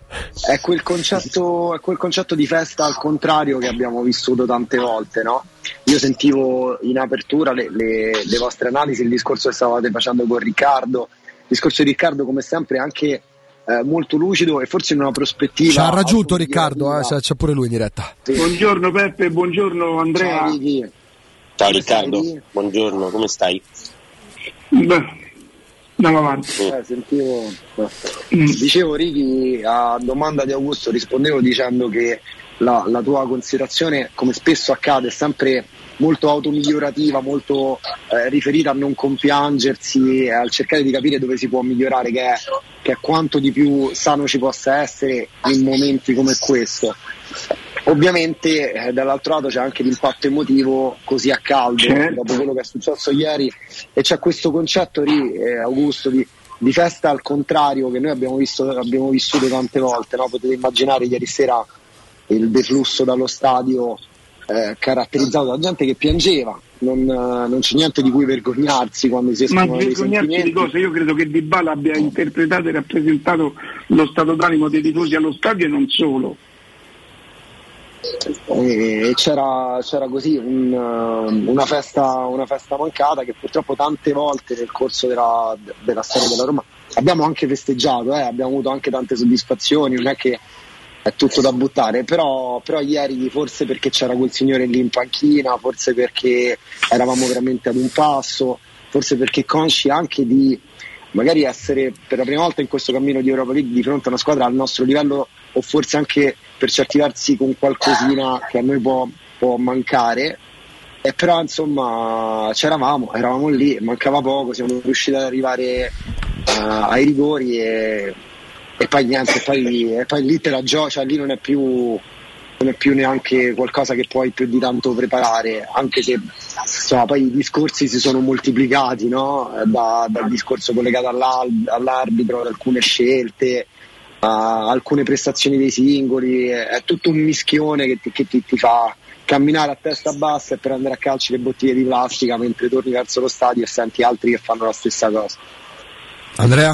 È quel concetto di festa al contrario che abbiamo vissuto tante volte, no? Io sentivo in apertura le vostre analisi, il discorso che stavate facendo con Riccardo, il discorso di Riccardo come sempre anche molto lucido e forse in una prospettiva. Ci ha raggiunto Riccardo, c'è pure lui in diretta. Sì. Buongiorno Peppe, buongiorno Andrea. Ciao, Ricky. Ciao Riccardo, buongiorno, come stai? Beh, andiamo avanti. Sentivo. Dicevo Ricky, a domanda di Augusto rispondevo dicendo che la tua considerazione, come spesso accade, è sempre molto automigliorativa, molto riferita a non compiangersi e al cercare di capire dove si può migliorare, che è quanto di più sano ci possa essere in momenti come questo. Ovviamente dall'altro lato c'è anche l'impatto emotivo così a caldo dopo quello che è successo ieri, e c'è questo concetto Augusto di festa al contrario che noi abbiamo vissuto tante volte, no? Potete immaginare ieri sera il deflusso dallo stadio caratterizzato da gente che piangeva, non c'è niente di cui vergognarsi quando si esprimono dei sentimenti. Di cosa? Io credo che Dybala abbia interpretato e rappresentato lo stato d'animo dei tifosi allo stadio e non solo. E c'era così una festa mancata che purtroppo tante volte nel corso della storia della Roma abbiamo anche festeggiato, abbiamo avuto anche tante soddisfazioni, non è che è tutto da buttare, però ieri forse perché c'era quel signore lì in panchina, forse perché eravamo veramente ad un passo, forse perché consci anche di magari essere per la prima volta in questo cammino di Europa League di fronte a una squadra al nostro livello, o forse anche per certi versi con qualcosina che a noi può mancare, e però insomma eravamo lì, mancava poco, siamo riusciti ad arrivare ai rigori e poi niente, e poi lì te la giochi, cioè lì non è più neanche qualcosa che puoi più di tanto preparare, anche se insomma poi i discorsi si sono moltiplicati, no? Dal discorso collegato all'arbitro, ad alcune scelte, a alcune prestazioni dei singoli, è tutto un mischione che ti fa camminare a testa bassa e prendere a calci le bottiglie di plastica mentre torni verso lo stadio e senti altri che fanno la stessa cosa. Andrea?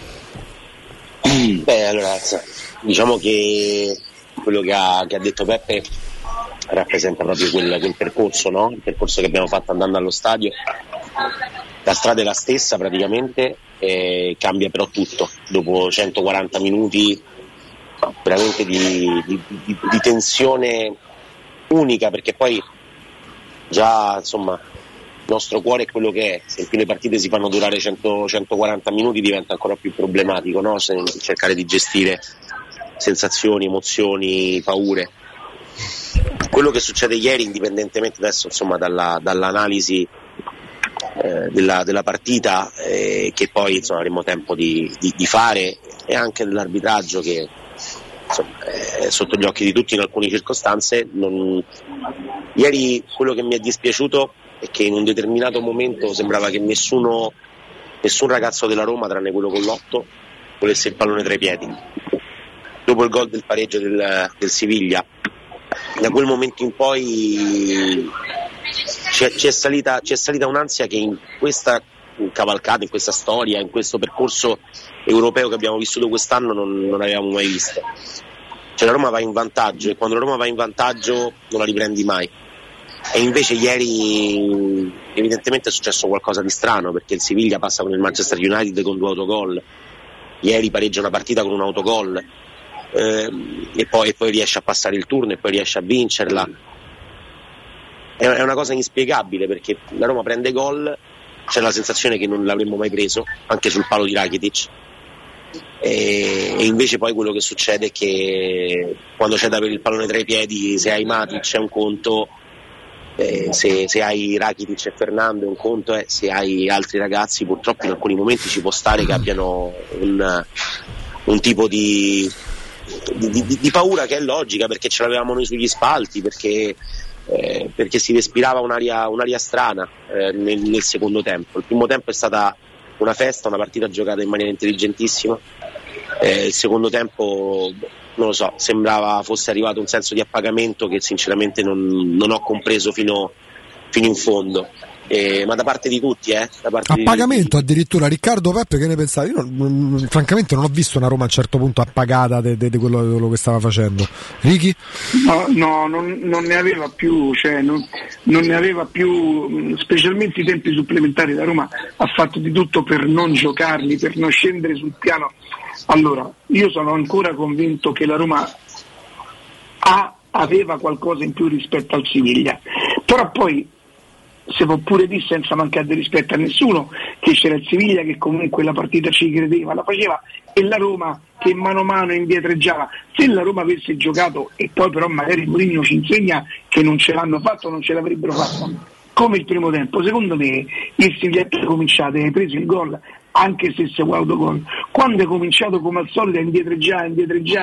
Beh, allora, diciamo che quello che ha detto Peppe rappresenta proprio quel percorso, no? Il percorso che abbiamo fatto andando allo stadio. La strada è la stessa praticamente, cambia però tutto. Dopo 140 minuti veramente di tensione unica, perché poi già insomma il nostro cuore è quello che è, se più le partite si fanno durare 140 minuti diventa ancora più problematico, no? Cercare di gestire sensazioni, emozioni, paure. Quello che succede ieri, indipendentemente adesso insomma dall'analisi della partita che poi insomma avremo tempo di fare, e anche dell'arbitraggio che insomma è sotto gli occhi di tutti in alcune circostanze. Ieri quello che mi è dispiaciuto è che in un determinato momento sembrava che nessun ragazzo della Roma, tranne quello con l'8, volesse il pallone tra i piedi. Dopo il gol del pareggio del Siviglia, da quel momento in poi c'è salita un'ansia che in questa cavalcata, in questa storia, in questo percorso europeo che abbiamo vissuto quest'anno non avevamo mai visto. Cioè la Roma va in vantaggio, e quando la Roma va in vantaggio non la riprendi mai. E invece ieri evidentemente è successo qualcosa di strano, perché il Siviglia passa con il Manchester United con 2 autogol, ieri pareggia una partita con un autogol, e poi riesce a passare il turno e poi riesce a vincerla. È una cosa inspiegabile, perché la Roma prende gol, c'è la sensazione che non l'avremmo mai preso, anche sul palo di Rakitic, e invece poi quello che succede è che quando c'è da avere il pallone tra i piedi, se hai Matic è un conto, se hai Rakitic e Fernando è un conto, se hai altri ragazzi purtroppo in alcuni momenti ci può stare che abbiano un tipo di paura che è logica, perché ce l'avevamo noi sugli spalti, perché si respirava un'aria strana nel secondo tempo. Il primo tempo è stata una festa, una partita giocata in maniera intelligentissima, il secondo tempo non lo so, sembrava fosse arrivato un senso di appagamento che sinceramente non ho compreso fino in fondo, ma da parte di tutti, da parte a di pagamento addirittura. Riccardo, Peppe, che ne pensate? Io francamente non ho visto una Roma a un certo punto appagata di quello che stava facendo. Ricky? No, non ne aveva più, cioè non ne aveva più, specialmente i tempi supplementari. La Roma ha fatto di tutto per non giocarli, per non scendere sul piano. Allora, io sono ancora convinto che la Roma aveva qualcosa in più rispetto al Siviglia, però poi si può pure dire, senza mancare di rispetto a nessuno, che c'era il Siviglia che comunque la partita ci credeva, la faceva, e la Roma che mano a mano indietreggiava. Se la Roma avesse giocato, e poi però magari Mourinho ci insegna che non ce l'hanno fatto, non ce l'avrebbero fatto come il primo tempo, secondo me il Siviglia è cominciato e hai preso il gol, anche se seguì autogol, quando è cominciato come al solito a indietreggiare.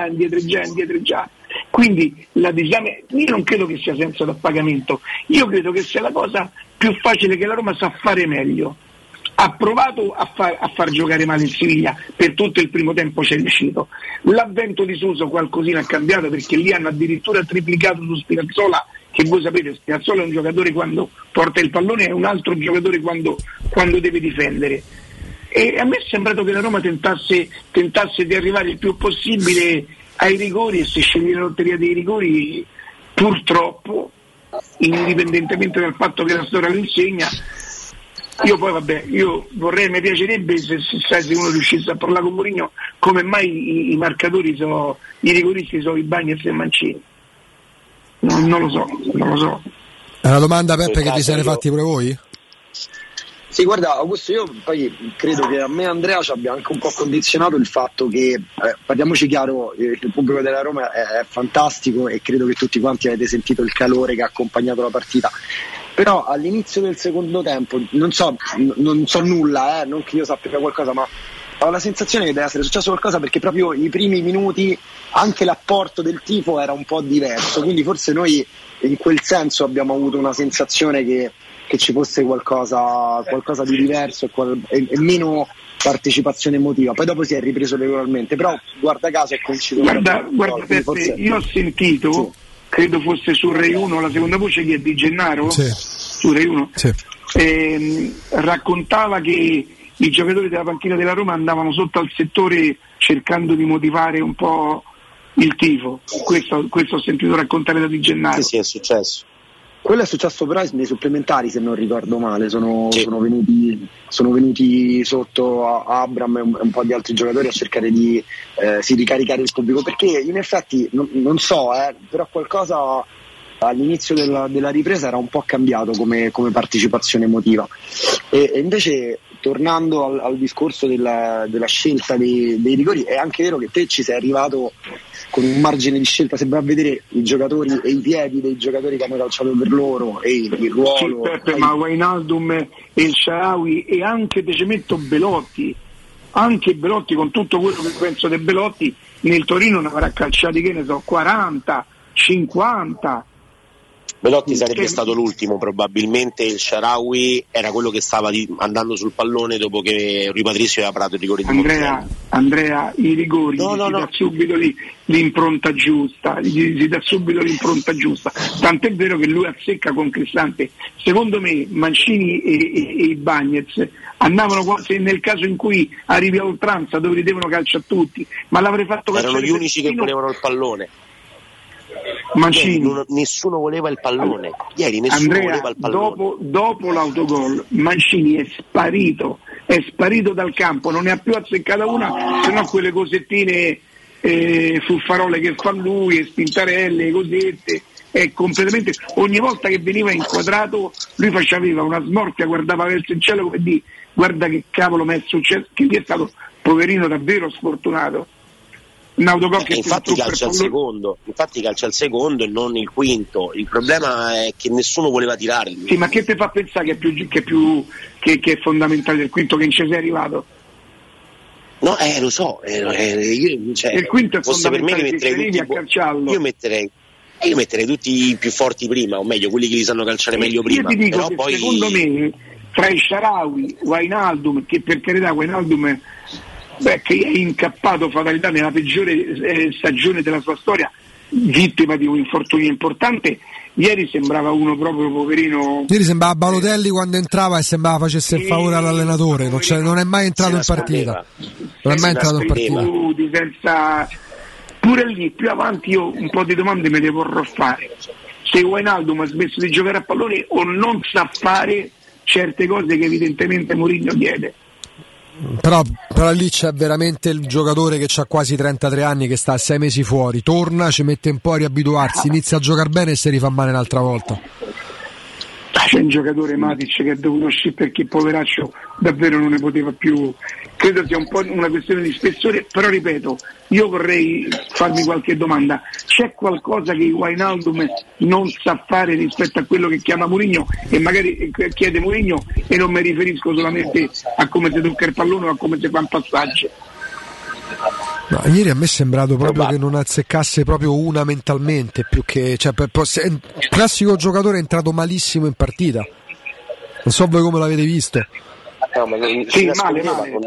Quindi io non credo che sia senza da pagamento, io credo che sia la cosa più facile che la Roma sa fare meglio. Ha provato a far giocare male il Siviglia, per tutto il primo tempo c'è riuscito. L'avvento di Suso qualcosina ha cambiato, perché lì hanno addirittura triplicato su Spinazzola, che voi sapete Spinazzola è un giocatore quando porta il pallone, è un altro giocatore quando deve difendere. E a me è sembrato che la Roma tentasse di arrivare il più possibile ai rigori, e se sceglie la lotteria dei rigori, purtroppo, indipendentemente dal fatto che la storia lo insegna, mi piacerebbe se uno riuscisse a parlare con Mourinho come mai i marcatori i rigoristi sono i Bagnez e Mancini. Non lo so. È una domanda, Peppe, che vi siete fatti pure voi? Sì, guarda Augusto, io poi credo che a me e Andrea ci abbia anche un po' condizionato il fatto che, parliamoci chiaro, il pubblico della Roma è fantastico e credo che tutti quanti avete sentito il calore che ha accompagnato la partita, però all'inizio del secondo tempo non so nulla, non che io sappia qualcosa, ma ho la sensazione che deve essere successo qualcosa, perché proprio i primi minuti anche l'apporto del tifo era un po' diverso, quindi forse noi in quel senso abbiamo avuto una sensazione che ci fosse qualcosa di diverso e meno partecipazione emotiva. Poi dopo si è ripreso regolarmente, però guarda caso è coinciso. Guarda Peppe, io ho sentito, sì, credo fosse su Rai 1, la seconda voce che è Di Gennaro, sì, su Rai 1, sì, raccontava che i giocatori della panchina della Roma andavano sotto al settore cercando di motivare un po' il tifo. Questo ho sentito raccontare da Di Gennaro. Sì, è successo. Quello è successo però nei supplementari, se non ricordo male, sono venuti sotto a Abram e un po' di altri giocatori a cercare di ricaricare il pubblico, perché in effetti non so, però qualcosa all'inizio della ripresa era un po' cambiato come partecipazione emotiva, e invece tornando al discorso della scelta dei rigori, è anche vero che te ci sei arrivato con un margine di scelta, se vai a vedere i giocatori e i piedi dei giocatori che hanno calciato per loro e il ruolo. Sì, Peppe, ma Wijnaldum e il Shaarawy, e anche te ci metto Belotti, con tutto quello che penso di Belotti, nel Torino ne avrà calciati, che ne so, 40, 50. Belotti sarebbe stato l'ultimo probabilmente, il Shaarawy era quello che stava andando sul pallone dopo che Rui Patricio aveva parato il rigore di Andrea, i rigori dà subito l'impronta giusta, tant'è vero che lui azzecca con Cristante. Secondo me Mancini e i Bagnez andavano quasi nel caso in cui arrivi a oltranza dove li devono calciare tutti, ma l'avrei fatto calciare. Erano gli unici che volevano il pallone. Mancini, nessuno voleva il pallone. Ieri nessuno Andrea, voleva il pallone. Dopo l'autogol Mancini è sparito dal campo, non ne ha più azzeccata una, se no quelle cosettine fuffarole che fa lui, e spintarelle, cosette, è completamente, ogni volta che veniva inquadrato lui faceva una smorfia, guardava verso il cielo come di guarda che cavolo mi è successo, che gli è stato, poverino, davvero sfortunato. Infatti calcia al secondo e non il quinto. Il problema è che nessuno voleva tirarli. Sì, ma che ti fa pensare che è fondamentale del quinto, che in ci sei arrivato? No, lo so. Il quinto è fondamentale, per me io metterei tutti i più forti prima, o meglio quelli che li sanno calciare meglio prima. Io ti dico però che poi secondo me tra il Shaarawy, Wijnaldum, che per carità Wijnaldum che è incappato fatalità nella peggiore stagione della sua storia, vittima di un infortunio importante. Ieri sembrava uno proprio poverino. Ieri sembrava Balotelli quando entrava e sembrava facesse il favore all'allenatore, non è mai entrato in partita. Non è mai entrato in partita. Senza... Pure lì, più avanti io un po' di domande me le vorrò fare. Se Wijnaldum ha smesso di giocare a pallone o non sa fare certe cose che evidentemente Mourinho chiede. Però lì c'è veramente il giocatore che ha quasi 33 anni, che sta 6 mesi fuori, torna, ci mette un po' a riabituarsi, inizia a giocare bene e si rifà male un'altra volta. C'è un giocatore Matic che è dovuto uscire perché poveraccio davvero non ne poteva più. Credo sia un po' una questione di spessore, però ripeto, io vorrei farmi qualche domanda. C'è qualcosa che Wijnaldum non sa fare rispetto a quello che chiama Mourinho e magari chiede Mourinho, e non mi riferisco solamente a come si tocca il pallone o a come si fanno passaggi? No, ieri a me è sembrato proprio che non azzeccasse proprio una mentalmente, più che il classico giocatore è entrato malissimo in partita. Non so voi come l'avete visto. No, ma male.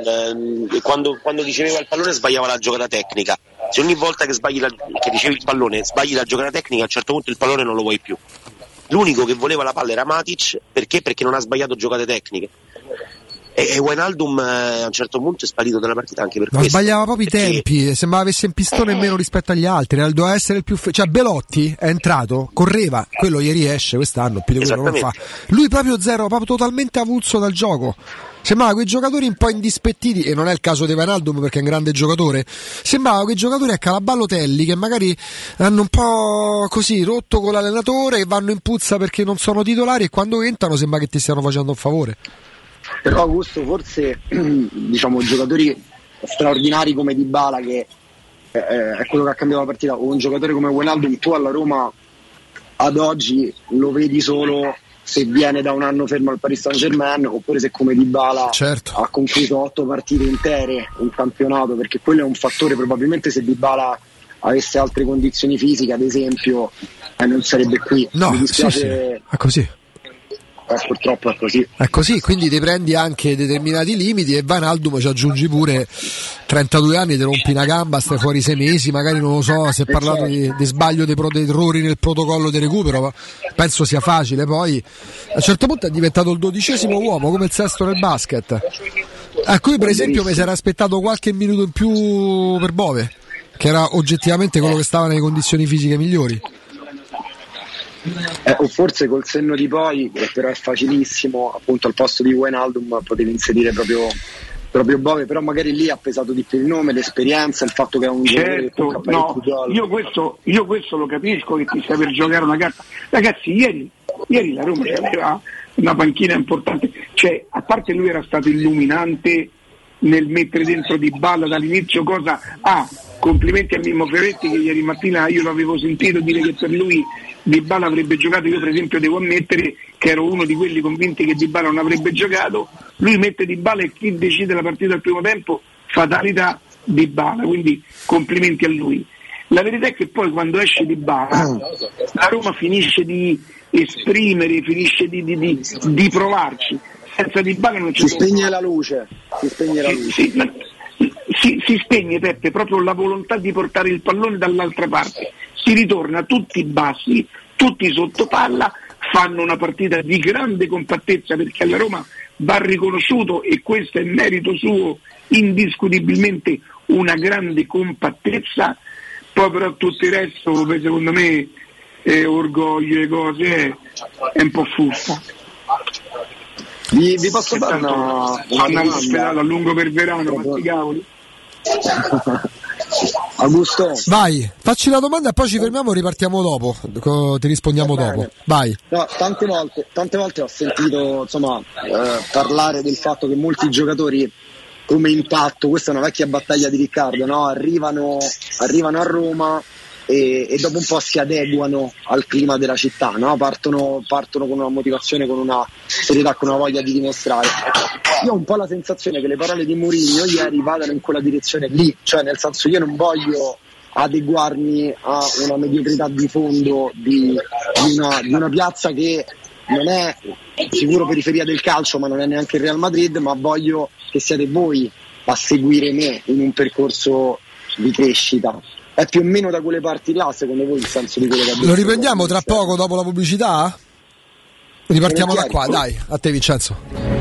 Quando riceveva il pallone sbagliava la giocata tecnica. Se ogni volta che ricevi il pallone sbagli la giocata tecnica, a un certo punto il pallone non lo vuoi più. L'unico che voleva la palla era Matic, perché non ha sbagliato giocate tecniche. E Wijnaldum a un certo punto è sparito dalla partita anche per questo. Sbagliava proprio i tempi, sembrava avesse in pistone meno rispetto agli altri, doveva essere il più cioè Belotti è entrato, correva, quello gli riesce quest'anno, più di quello non fa. Lui proprio zero, proprio totalmente avulso dal gioco. Sembrava quei giocatori un po' indispettiti, e non è il caso di Wijnaldum perché è un grande giocatore. Sembrava quei giocatori a Calaballotelli che magari hanno un po' così rotto con l'allenatore e vanno in puzza perché non sono titolari, e quando entrano sembra che ti stiano facendo un favore. Però Augusto, forse diciamo giocatori straordinari come Dybala, che è quello che ha cambiato la partita, o un giocatore come Wijnaldum, tu alla Roma ad oggi lo vedi solo se viene da un anno fermo al Paris Saint-Germain, oppure se come Dybala ha concluso 8 partite intere in campionato, perché quello è un fattore. Probabilmente se Dybala avesse altre condizioni fisiche, ad esempio, non sarebbe qui. No, mi dispiace. sì. È così. Purtroppo è così. È così, quindi ti prendi anche determinati limiti, e Wijnaldum ci aggiungi pure 32 anni, ti rompi una gamba, stai fuori 6 mesi, magari non lo so, si è parlato di sbaglio, di errori nel protocollo di recupero, ma penso sia facile. Poi a un certo punto è diventato il 12° uomo, come il sesto nel basket, a cui per esempio mi si era aspettato qualche minuto in più per Bove, che era oggettivamente quello che stava nelle condizioni fisiche migliori. O forse col senno di poi, però è facilissimo, appunto al posto di Wijnaldum potevi inserire proprio Bove, però magari lì ha pesato di più il nome, l'esperienza, il fatto che è un giocatore che può no, io questo lo capisco, che ti stai per giocare una carta. Ragazzi, ieri la Roma aveva una panchina importante, cioè a parte lui era stato illuminante nel mettere dentro Dybala dall'inizio, cosa complimenti a Mimmo Ferretti, che ieri mattina io l'avevo sentito dire che per lui Dybala avrebbe giocato. Io per esempio devo ammettere che ero uno di quelli convinti che Dybala non avrebbe giocato. Lui mette Dybala e chi decide la partita al primo tempo, fatalità Dybala, quindi complimenti a lui. La verità è che poi quando esce Dybala la Roma finisce di esprimere, finisce di provarci. Senza Dybala non c'è. Si spegne la luce. Si spegne, Peppe, proprio la volontà di portare il pallone dall'altra parte. Si ritorna tutti bassi, tutti sotto palla, fanno una partita di grande compattezza, perché alla Roma va riconosciuto, e questo è merito suo, indiscutibilmente una grande compattezza. Poi però tutto il resto, secondo me, orgoglio e cose, è un po' fuffa. Vi posso fare una all'ospedale a lungo per verano, questi cavoli. Augusto, vai, facci la domanda e poi ci fermiamo e ripartiamo dopo, ti rispondiamo dopo. Vai. No, tante volte ho sentito parlare del fatto che molti giocatori come impatto, questa è una vecchia battaglia di Riccardo, no? arrivano a Roma e dopo un po' si adeguano al clima della città, no? Partono con una motivazione, con una serietà, con una voglia di dimostrare. Io ho un po' la sensazione che le parole di Mourinho ieri vadano in quella direzione lì, cioè nel senso, io non voglio adeguarmi a una mediocrità di fondo di una piazza che non è sicuro periferia del calcio, ma non è neanche il Real Madrid, ma voglio che siate voi a seguire me in un percorso di crescita. È più o meno da quelle parti là, secondo voi, il senso di quello che abbiamo. Lo riprendiamo tra poco dopo la pubblicità? Ripartiamo da qua, dai, a te Vincenzo.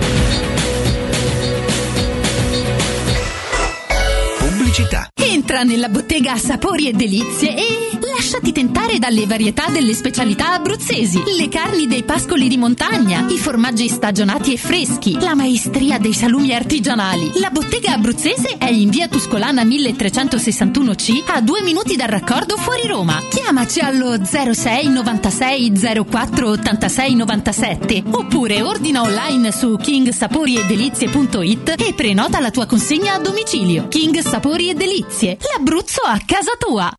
Pubblicità. Entra nella bottega Sapori e Delizie e lasciati tentare dalle varietà delle specialità abruzzesi, le carni dei pascoli di montagna, i formaggi stagionati e freschi, la maestria dei salumi artigianali. La bottega abruzzese è in via Tuscolana 1361C, a 2 minuti dal raccordo fuori Roma. Chiamaci allo 06 96 04 86 97 oppure ordina online su kingsaporiedelizie.it e prenota la tua consegna a domicilio. King Sapori e Delizie, l'Abruzzo a casa tua.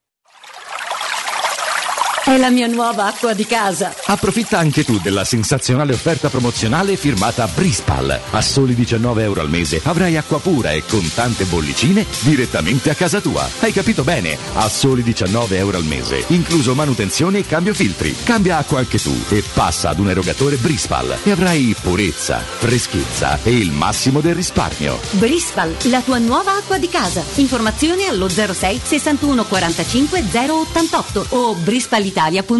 È la mia nuova acqua di casa. Approfitta anche tu della sensazionale offerta promozionale firmata Brispal. A soli €19 al mese avrai acqua pura e con tante bollicine direttamente a casa tua. Hai capito bene? A soli €19 al mese, incluso manutenzione e cambio filtri. Cambia acqua anche tu e passa ad un erogatore Brispal e avrai purezza, freschezza e il massimo del risparmio. Brispal, la tua nuova acqua di casa. Informazioni allo 06 61 45 088 o brispalitalia.it.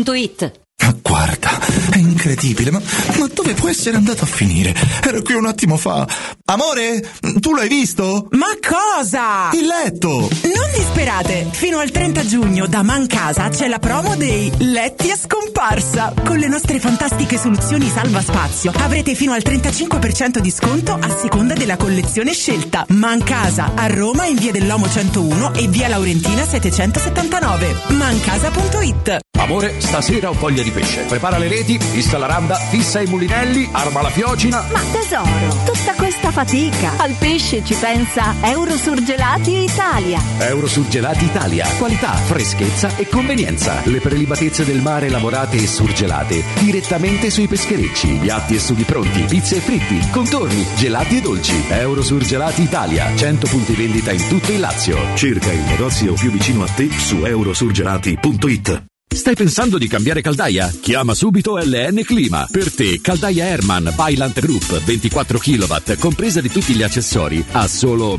Guarda, è incredibile, ma dove può essere andato a finire? Ero qui un attimo fa. Amore, tu l'hai visto? Ma cosa? Il letto! Non disperate! Fino al 30 giugno da Mancasa c'è la promo dei letti a scomparsa. Con le nostre fantastiche soluzioni salva spazio avrete fino al 35% di sconto a seconda della collezione scelta. Mancasa, a Roma in via dell'Omo 101 e via Laurentina 779. Mancasa.it. Amore, stasera ho voglia di pesce. Prepara le reti, fissa la randa, fissa i mulinelli, arma la fiocina. Ma tesoro, tutta questa fatica. Al pesce ci pensa Eurosurgelati Italia. Eurosurgelati Italia. Qualità, freschezza e convenienza. Le prelibatezze del mare lavorate e surgelate direttamente sui pescherecci. Piatti e sughi pronti, pizze e fritti, contorni, gelati e dolci. Eurosurgelati Italia. 100 punti vendita in tutto il Lazio. Cerca il negozio più vicino a te su eurosurgelati.it. Stai pensando di cambiare caldaia? Chiama subito LN Clima. Per te, caldaia Herman Vaillant Group 24 kW, compresa di tutti gli accessori, a solo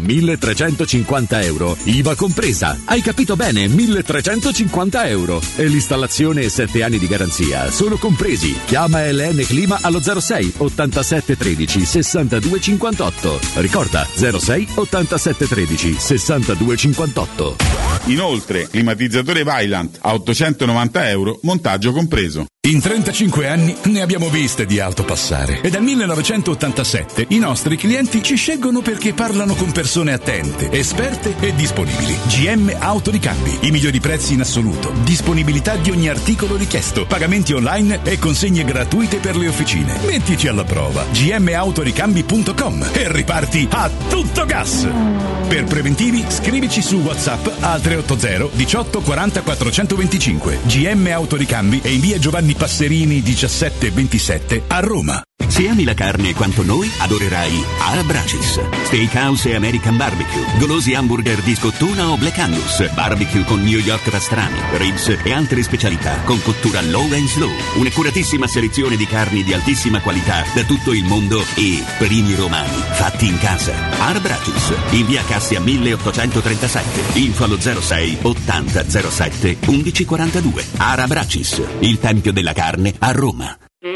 €1.350, IVA compresa. Hai capito bene? €1.350. E l'installazione e 7 anni di garanzia sono compresi. Chiama LN Clima allo 06 87 13 62 58. Ricorda, 06 87 13 62 58. Inoltre, climatizzatore Vaillant a €890, montaggio compreso. In 35 anni ne abbiamo viste di auto passare e dal 1987 i nostri clienti ci scelgono perché parlano con persone attente, esperte e disponibili. GM Autoricambi, i migliori prezzi in assoluto, disponibilità di ogni articolo richiesto, pagamenti online e consegne gratuite per le officine. Mettiti alla prova. gmautoricambi.com e riparti a tutto gas. Per preventivi scrivici su WhatsApp al 380 18 40 425. GM Autoricambi è in via Giovanni Passerini 1727 a Roma. Se ami la carne quanto noi, adorerai Arabracis. Steakhouse e American Barbecue, golosi hamburger di scottuna o Black Angus, barbecue con New York pastrami, ribs e altre specialità con cottura low and slow. Un'accuratissima selezione di carni di altissima qualità da tutto il mondo e primi romani fatti in casa. Arabracis, in via Cassia 1837. Info allo 06 80 07 1142. Arabracis, il tempio della carne a Roma.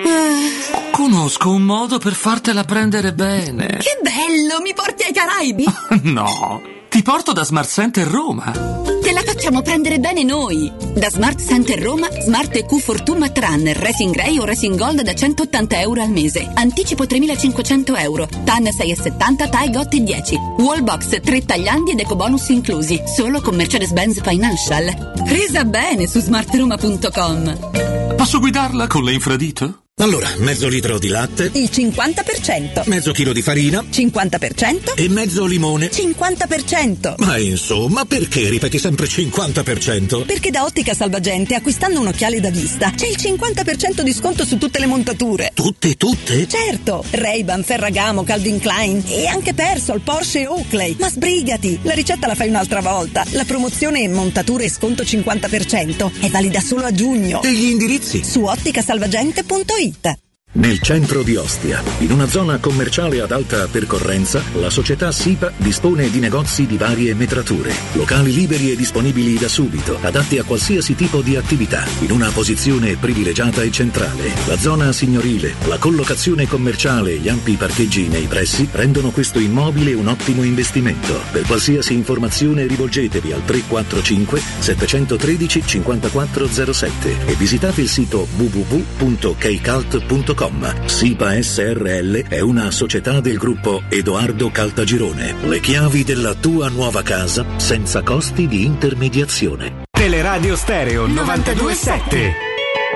Conosco un modo per fartela prendere bene. Che bello, mi porti ai Caraibi? No, ti porto da Smart Center Roma. Te la facciamo prendere bene noi. Da Smart Center Roma, Smart EQ Fortune Matte Runner, Racing Grey o Racing Gold da €180 al mese. Anticipo €3.500. TAN 6,70, TAI GOT 10. Wallbox 3 tagliandi ed ecobonus inclusi. Solo con Mercedes-Benz Financial. Presa bene su smartroma.com. Posso guidarla con le infradito? Allora, mezzo litro di latte, Il 50%. mezzo chilo di farina 50%. e mezzo limone. 50%. Ma insomma, perché ripeti sempre 50%? Perché da Ottica Salvagente, acquistando un occhiale da vista, c'è il 50% di sconto su tutte le montature. Tutte? Certo, Ray-Ban, Ferragamo, Calvin Klein e anche Persol, Porsche e Oakley. Ma sbrigati, la ricetta la fai un'altra volta. La promozione montature e sconto 50% è valida solo a giugno. E gli indirizzi? Su otticasalvagente.it. Nel centro di Ostia, in una zona commerciale ad alta percorrenza, la società SIPA dispone di negozi di varie metrature, locali liberi e disponibili da subito, adatti a qualsiasi tipo di attività, in una posizione privilegiata e centrale. La zona signorile, la collocazione commerciale e gli ampi parcheggi nei pressi rendono questo immobile un ottimo investimento. Per qualsiasi informazione rivolgetevi al 345 713 5407 e visitate il sito www.kcalt.com. SIPA SRL è una società del gruppo Edoardo Caltagirone. Le chiavi della tua nuova casa senza costi di intermediazione. Teleradio Stereo 92.7.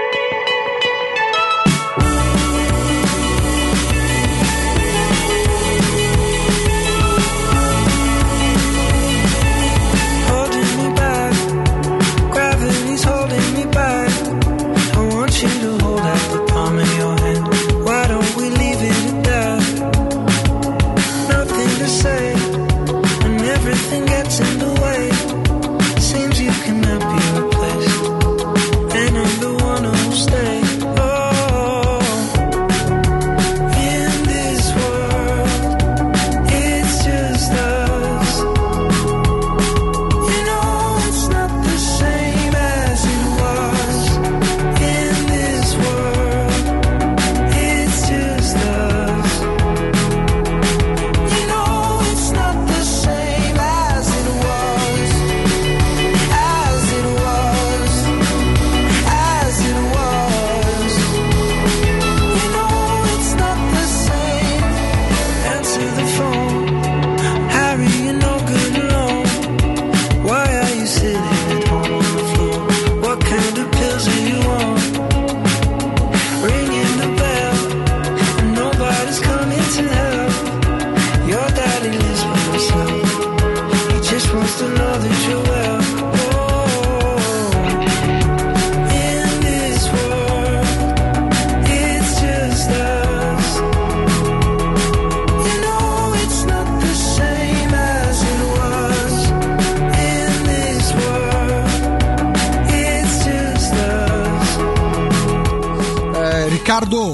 Riccardo,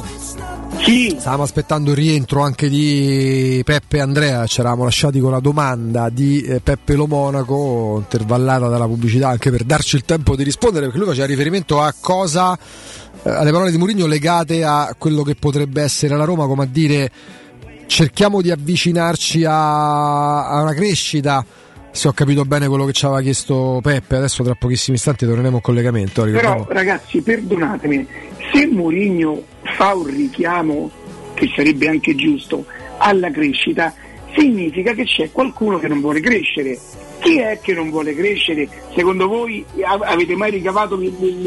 stavamo aspettando il rientro anche di Peppe e Andrea, ci eravamo lasciati con la domanda di Peppe Lo Monaco, intervallata dalla pubblicità, anche per darci il tempo di rispondere, perché lui faceva riferimento a cosa, alle parole di Mourinho legate a quello che potrebbe essere la Roma, come a dire cerchiamo di avvicinarci a una crescita. Se ho capito bene quello che ci aveva chiesto Peppe, adesso tra pochissimi istanti torneremo in collegamento. Però ragazzi, perdonatemi, se Mourinho fa un richiamo, che sarebbe anche giusto, alla crescita, significa che c'è qualcuno che non vuole crescere. Chi è che non vuole crescere? Secondo voi avete mai ricavato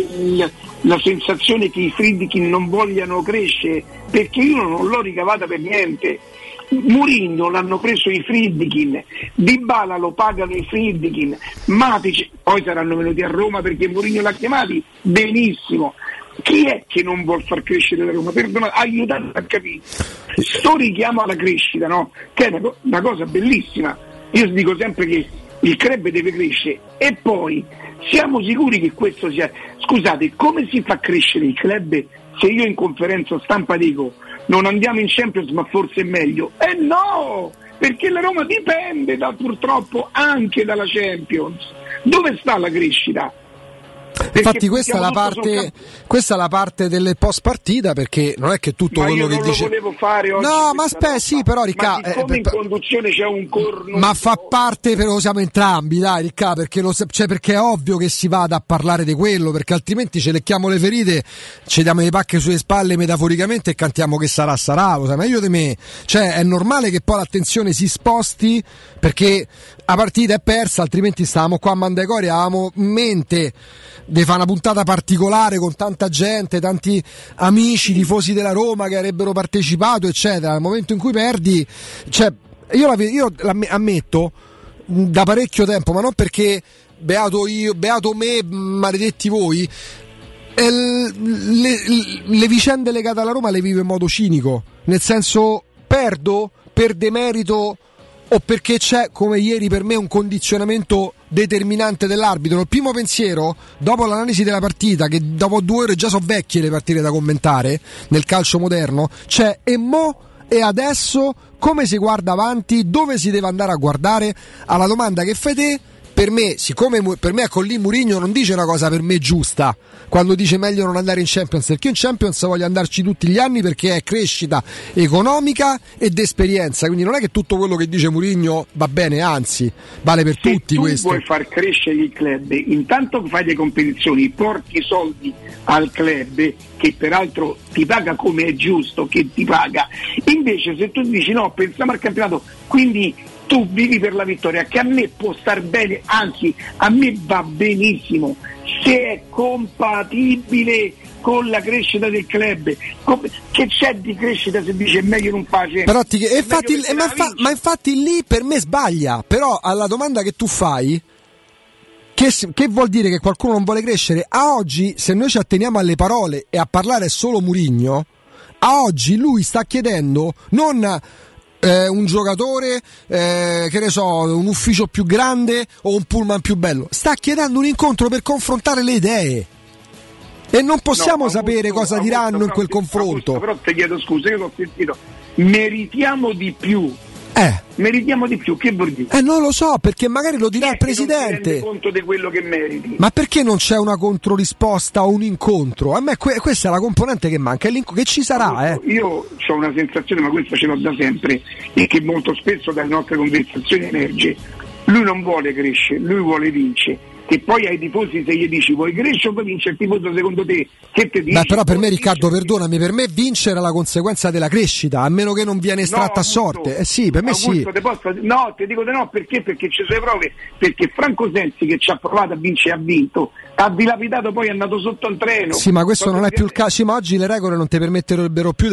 la sensazione che i Friedkin non vogliano crescere? Perché io non l'ho ricavata per niente. Mourinho l'hanno preso i Friedkin, Dybala lo pagano i Friedkin, Matic poi saranno venuti a Roma perché Mourinho l'ha chiamati, benissimo. Chi è che non vuol far crescere la Roma? Perdonate, aiutatemi a capire. Sto richiamo alla crescita, no? Che è una cosa bellissima. Io dico sempre che il club deve crescere e poi siamo sicuri che questo sia. Scusate, come si fa crescere il club se io in conferenza stampa dico non andiamo in Champions ma forse è meglio? No! Perché la Roma dipende purtroppo anche dalla Champions. Dove sta la crescita? Infatti questa è la parte delle post partita, perché non è che tutto quello che dice. Ma io non lo volevo fare oggi. No, ma aspetta, sì, però Riccardo, in conduzione c'è un corno. Ma fa parte, però lo siamo entrambi, dai Riccardo, perché è ovvio che si vada a parlare di quello, perché altrimenti ci lecchiamo le ferite, ci diamo le pacche sulle spalle metaforicamente e cantiamo che sarà, lo sai meglio di me. Cioè è normale che poi l'attenzione si sposti, perché la partita è persa, altrimenti stavamo qua a Mandacori, avevamo in mente di fare una puntata particolare con tanta gente, tanti amici, tifosi della Roma che avrebbero partecipato, eccetera. Nel momento in cui perdi, cioè, io ammetto da parecchio tempo, ma non perché beato io, beato me, maledetti voi, le vicende legate alla Roma le vivo in modo cinico, nel senso perdo per demerito o perché c'è, come ieri per me, un condizionamento determinante dell'arbitro. Il primo pensiero, dopo l'analisi della partita, che dopo 2 ore già sono vecchie le partite da commentare nel calcio moderno, c'è e mo e adesso come si guarda avanti, dove si deve andare a guardare. Alla domanda che fai te, per me, siccome per me ecco lì Mourinho non dice una cosa per me giusta quando dice meglio non andare in Champions, perché in Champions voglio andarci tutti gli anni perché è crescita economica ed esperienza, quindi non è che tutto quello che dice Mourinho va bene, anzi vale per tutti questo. Se tu vuoi far crescere il club, intanto fai le competizioni, porti soldi al club che peraltro ti paga come è giusto che ti paga. Invece se tu dici no, pensiamo al campionato, quindi tu vivi per la vittoria, che a me può star bene, anzi a me va benissimo se è compatibile con la crescita del club. Che c'è di crescita se dice meglio non face? Però ma infatti lì per me sbaglia. Però alla domanda che tu fai, che vuol dire che qualcuno non vuole crescere? A oggi, se noi ci atteniamo alle parole e a parlare solo Mourinho, a oggi lui sta chiedendo non un giocatore, che ne so, un ufficio più grande o un pullman più bello, sta chiedendo un incontro per confrontare le idee e non possiamo sapere cosa diranno in quel confronto. Però ti chiedo scusa, io l'ho sentito, meritiamo di più. Meritiamo di più, che vuol dire? Non lo so, perché magari lo dirà il presidente. Non ti rendi conto di quello che meriti. Ma perché non c'è una controrisposta o un incontro? A me questa è la componente che manca, che ci sarà. Io ho una sensazione, ma questa ce l'ho da sempre, e che molto spesso dalle nostre conversazioni emerge. Lui non vuole crescere, lui vuole vincere. Che poi ai tifosi, se gli dici vuoi crescere o vuoi vincere, il tifoso secondo te che ti dice? Beh, però per me, Riccardo, perdonami, per me vincere è la conseguenza della crescita, a meno che non viene estratta a sorte. Sì, per me Augusto, sì. No, ti dico di no, perché? Perché ci sono le prove, perché Franco Sensi, che ci ha provato a vincere, ha vinto, ha dilapidato, poi è andato sotto un treno. Sì, ma questo non è più il caso. Sì, ma oggi le regole non ti permetterebbero più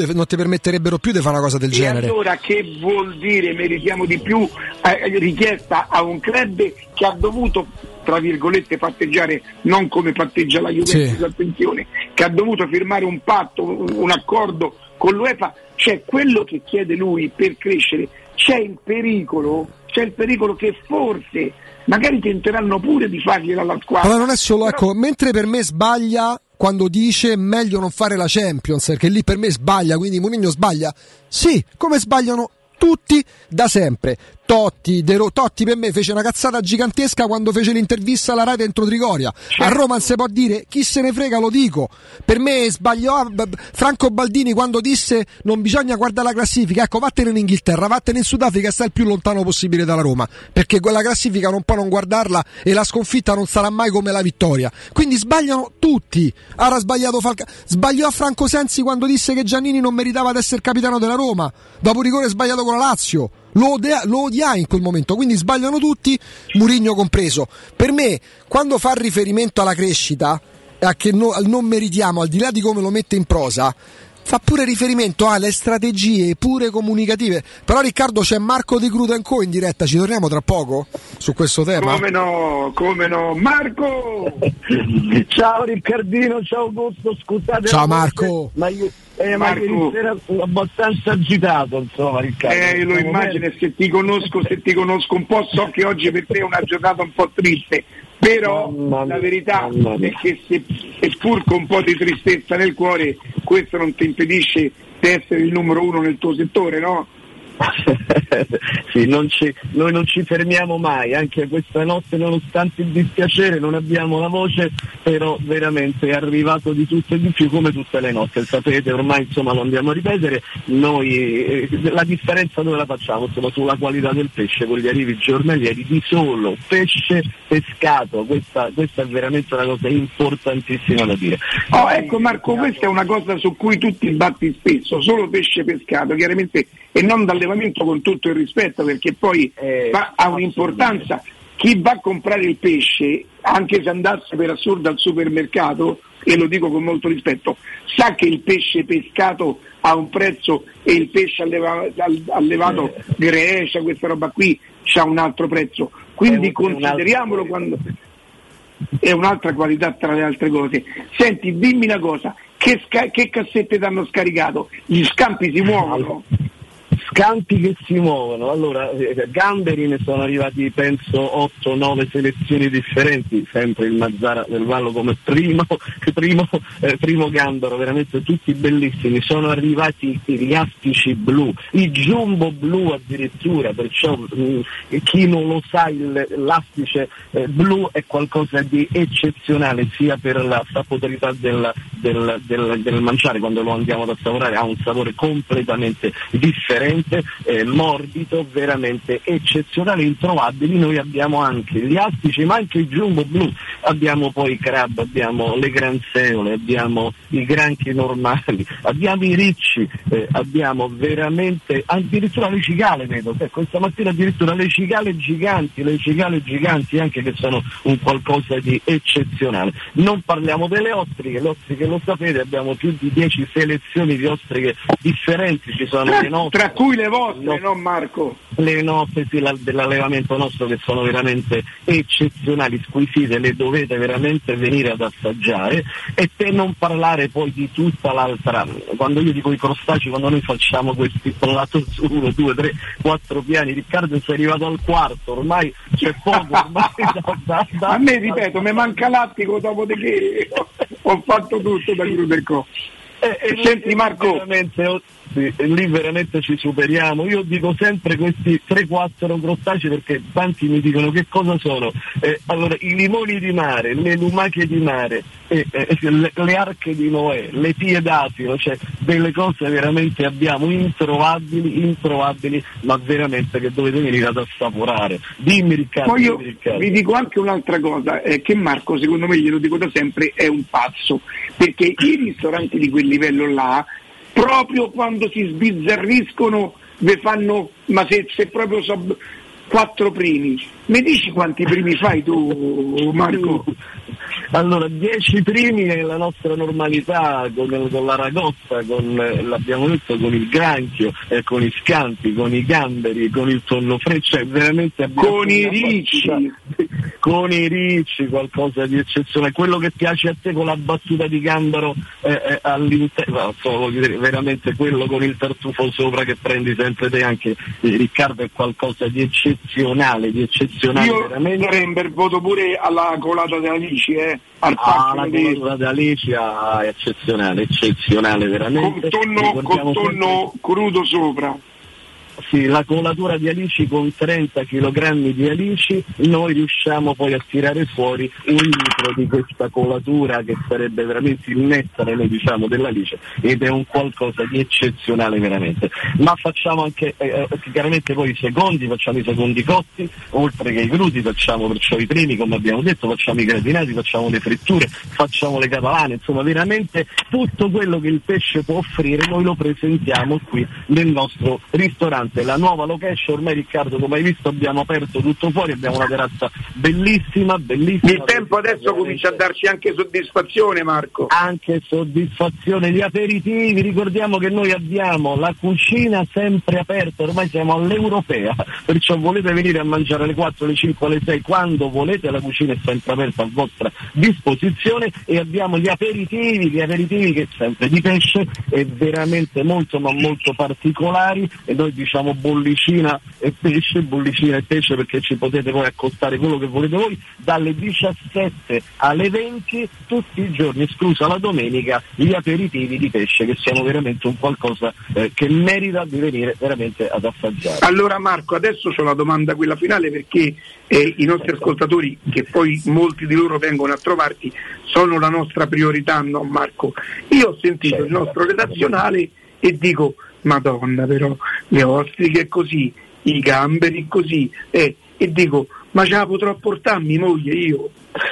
di fare una cosa del genere. Allora che vuol dire meritiamo di più, richiesta a un club che ha dovuto, tra virgolette, patteggiare, non come patteggia la Juventus, sì, attenzione, che ha dovuto firmare un patto, un accordo con l'UEFA. C'è quello che chiede lui per crescere, c'è il pericolo che forse magari tenteranno pure di fargliela alla squadra. Ma non è solo, ecco, mentre per me sbaglia quando dice meglio non fare la Champions, perché lì per me sbaglia, quindi Mourinho sbaglia, sì, come sbagliano tutti da sempre. Totti per me fece una cazzata gigantesca quando fece l'intervista alla Rai dentro Trigoria. A Roma non si può dire, chi se ne frega, lo dico. Per me sbagliò Franco Baldini quando disse non bisogna guardare la classifica. Ecco, vattene in Inghilterra, vattene in Sudafrica, sta il più lontano possibile dalla Roma, perché quella classifica non può non guardarla e la sconfitta non sarà mai come la vittoria. Quindi sbagliano tutti. Ora ha sbagliato sbagliò a Franco Sensi quando disse che Giannini non meritava di essere capitano della Roma. Dopo rigore sbagliato con la Lazio. Lo odiai in quel momento, quindi sbagliano tutti, Mourinho compreso. Per me, quando fa riferimento alla crescita e a che non meritiamo, al di là di come lo mette in prosa, fa pure riferimento alle strategie pure comunicative. Però Riccardo, c'è Marco Di Crudenco in diretta, ci torniamo tra poco su questo tema. Come no, Marco! Ciao Riccardino, ciao Augusto, scusate. Ciao Marco. Ma ieri sera sono abbastanza agitato, insomma, Riccardo. Lo immagino, e se ti conosco un po', so che oggi per te è una giornata un po' triste. Però la verità è che seppur con un po' di tristezza nel cuore, questo non ti impedisce di essere il numero uno nel tuo settore, no? Sì, noi non ci fermiamo mai, anche questa notte, nonostante il dispiacere, non abbiamo la voce, però veramente è arrivato di tutto e di più, come tutte le notti, sapete, ormai insomma lo andiamo a ripetere. Noi la differenza dove la facciamo? Insomma, sulla qualità del pesce, con gli arrivi giornalieri di solo pesce pescato. Questa è veramente una cosa importantissima da dire. Ecco Marco, questa è una cosa su cui tu ti batti spesso, solo pesce pescato, chiaramente, e non d'allevamento, con tutto il rispetto, perché poi ha un'importanza. Chi va a comprare il pesce, anche se andasse per assurdo al supermercato, e lo dico con molto rispetto, sa che il pesce pescato ha un prezzo e il pesce allevato Grecia, questa roba qui, c'ha un altro prezzo. Quindi consideriamolo quando è un'altra qualità tra le altre cose. Senti, dimmi una cosa, che cassette ti hanno scaricato? Gli scampi si muovono? Scampi che si muovono, allora gamberi ne sono arrivati penso 8-9 selezioni differenti, sempre il Mazzara del Vallo come primo gambero, veramente tutti bellissimi. Sono arrivati gli astici blu, i jumbo blu addirittura, perciò chi non lo sa l'astice blu è qualcosa di eccezionale sia per la saporità del mangiare, quando lo andiamo ad assaporare ha un sapore completamente differente, morbido, veramente eccezionale, introvabili. Noi abbiamo anche gli astici ma anche i jumbo blu, abbiamo poi i crab, abbiamo le granseole, abbiamo i granchi normali, abbiamo i ricci, abbiamo veramente addirittura le cicale, vedo questa mattina addirittura le cicale giganti anche, che sono un qualcosa di eccezionale. Non parliamo delle ostriche, le ostriche lo sapete, abbiamo più di 10 selezioni di ostriche differenti, ci sono le nostre, tra cui le vostre, no Marco? Le nostre sì, dell'allevamento nostro, che sono veramente eccezionali, squisite, le dovete veramente venire ad assaggiare. E per non parlare poi di tutta l'altra, quando io dico i crostacei, quando noi facciamo questi plato su 1, 2, 3, 4 piani, Riccardo sei arrivato al quarto, ormai c'è poco, ormai a me ripeto, mi manca l'attico, dopodiché ho fatto tutto da Gruderco. Senti Marco, lì veramente ci superiamo. Io dico sempre questi 3-4 crostacei perché tanti mi dicono che cosa sono. Allora, i limoni di mare, le lumache di mare, le arche di Noè, le pie d'asino, cioè delle cose veramente abbiamo introvabili, ma veramente che dovete venire ad assaporare. Dimmi Riccardo. Poi io vi dico anche un'altra cosa, che Marco, secondo me, glielo dico da sempre, è un pazzo, perché i ristoranti di quel livello là, proprio quando si sbizzarriscono ve fanno, ma se proprio so 4 primi, mi dici quanti primi fai tu Marco? Allora 10 primi è la nostra normalità, con l'aragosta, l'abbiamo detto, con il granchio, con i scampi, con i gamberi, con il tonno freccia, cioè veramente con i ricci, qualcosa di eccezionale. Quello che piace a te con la battuta di gambero all'interno, voglio dire, veramente quello con il tartufo sopra che prendi sempre te anche, Riccardo, è qualcosa di eccezionale, io veramente voto pure alla colata della Alici, al pacco la colata della Alici è eccezionale veramente, con tonno crudo sopra. Sì, la colatura di alici con 30 kg di alici, noi riusciamo poi a tirare fuori 1 litro di questa colatura, che sarebbe veramente il nettare, noi diciamo, dell'alice, ed è un qualcosa di eccezionale veramente. Ma facciamo anche chiaramente poi facciamo i secondi cotti, oltre che i crudi facciamo perciò i primi, come abbiamo detto, facciamo i gratinati, facciamo le fritture, facciamo le catalane, insomma veramente tutto quello che il pesce può offrire noi lo presentiamo qui nel nostro ristorante. La nuova location, ormai Riccardo, come hai visto, abbiamo aperto tutto fuori, abbiamo una terrazza bellissima. Il tempo adesso comincia a darci anche soddisfazione, Marco. Anche soddisfazione, gli aperitivi, ricordiamo che noi abbiamo la cucina sempre aperta, ormai siamo all'europea, perciò volete venire a mangiare alle 4, alle 5, alle 6, quando volete, la cucina è sempre aperta a vostra disposizione, e abbiamo gli aperitivi che sempre di pesce, è veramente molto ma molto particolari, e noi diciamo bollicina e pesce perché ci potete poi accostare quello che volete voi, dalle 17 alle 20 tutti i giorni, esclusa la domenica, gli aperitivi di pesce, che sono veramente un qualcosa che merita di venire veramente ad assaggiare. Allora Marco, adesso c'ho la domanda quella finale, perché i nostri ascoltatori, che poi molti di loro vengono a trovarti, sono la nostra priorità, no Marco? Io ho sentito il nostro redazionale e dico: Madonna, però le ostriche è così, i gamberi così, e dico: ma ce la potrò portarmi moglie io?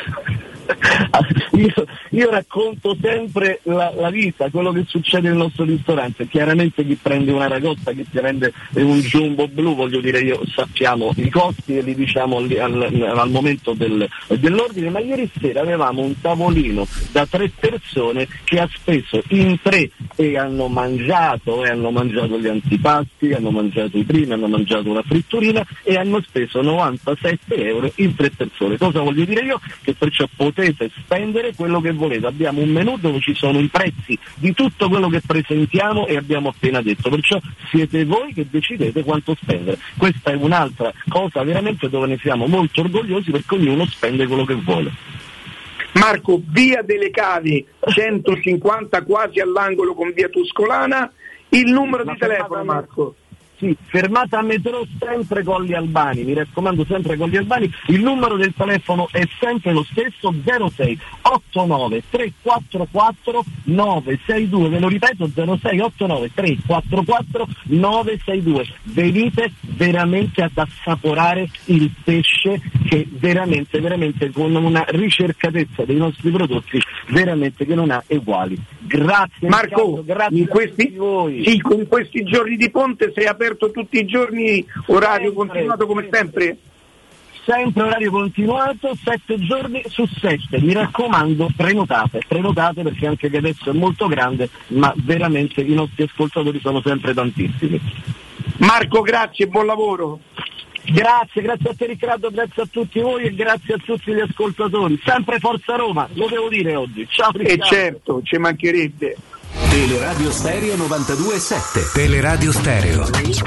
Io racconto sempre la vita, quello che succede nel nostro ristorante. Chiaramente chi prende una ragotta, chi prende un jumbo blu, voglio dire, io sappiamo i costi e li diciamo al momento dell'ordine, ma ieri sera avevamo un tavolino da 3 persone che ha speso in 3 e hanno mangiato gli antipasti, hanno mangiato i primi, hanno mangiato una fritturina e hanno speso 97 euro in 3 persone. Cosa voglio dire io? Che perciò potete potete spendere quello che volete. Abbiamo un menù dove ci sono i prezzi di tutto quello che presentiamo e abbiamo appena detto, perciò siete voi che decidete quanto spendere. Questa è un'altra cosa veramente dove ne siamo molto orgogliosi, perché ognuno spende quello che vuole. Marco, via delle Cavi 150, quasi all'angolo con via Tuscolana, il numero di telefono, Marco. Sì, fermata metro sempre Colli Albani, mi raccomando, sempre Colli Albani. Il numero del telefono è sempre lo stesso, 06 89 344 962, ve lo ripeto, 06 89 344 962. Venite veramente ad assaporare il pesce, che veramente con una ricercatezza dei nostri prodotti veramente che non ha eguali. Grazie Marco, Riccardo, grazie a voi. Sì, con questi giorni di ponte sei aperto tutti i giorni, orario continuato come sempre? Sempre orario continuato, 7 giorni su 7, mi raccomando, prenotate perché anche che adesso è molto grande, ma veramente i nostri ascoltatori sono sempre tantissimi. Marco, grazie, buon lavoro. Grazie a te Riccardo, grazie a tutti voi e grazie a tutti gli ascoltatori. Sempre Forza Roma, lo devo dire oggi. Ciao Riccardo. E certo, ci mancherebbe. Teleradio Stereo 92.7. Teleradio Stereo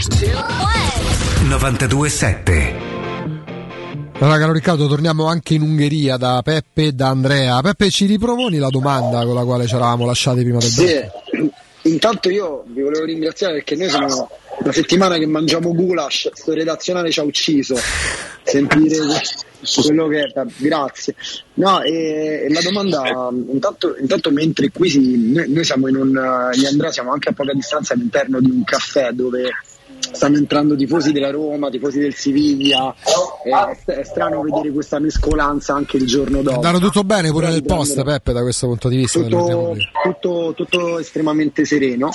92.7. Allora, caro Riccardo, torniamo anche in Ungheria da Peppe e da Andrea. Peppe, ci riproponi la domanda con la quale ci eravamo lasciati prima del break? Sì, intanto io vi volevo ringraziare perché noi siamo una settimana che mangiamo goulash, sto redazionale ci ha ucciso. Sentire quello che è, grazie. No, e la domanda, intanto mentre qui noi siamo io e Andrea siamo anche a poca distanza all'interno di un caffè dove stanno entrando tifosi della Roma, tifosi del Siviglia, è strano vedere questa mescolanza anche il giorno dopo. È andato tutto bene pure nel post, Peppe, da questo punto di vista. Tutto estremamente sereno,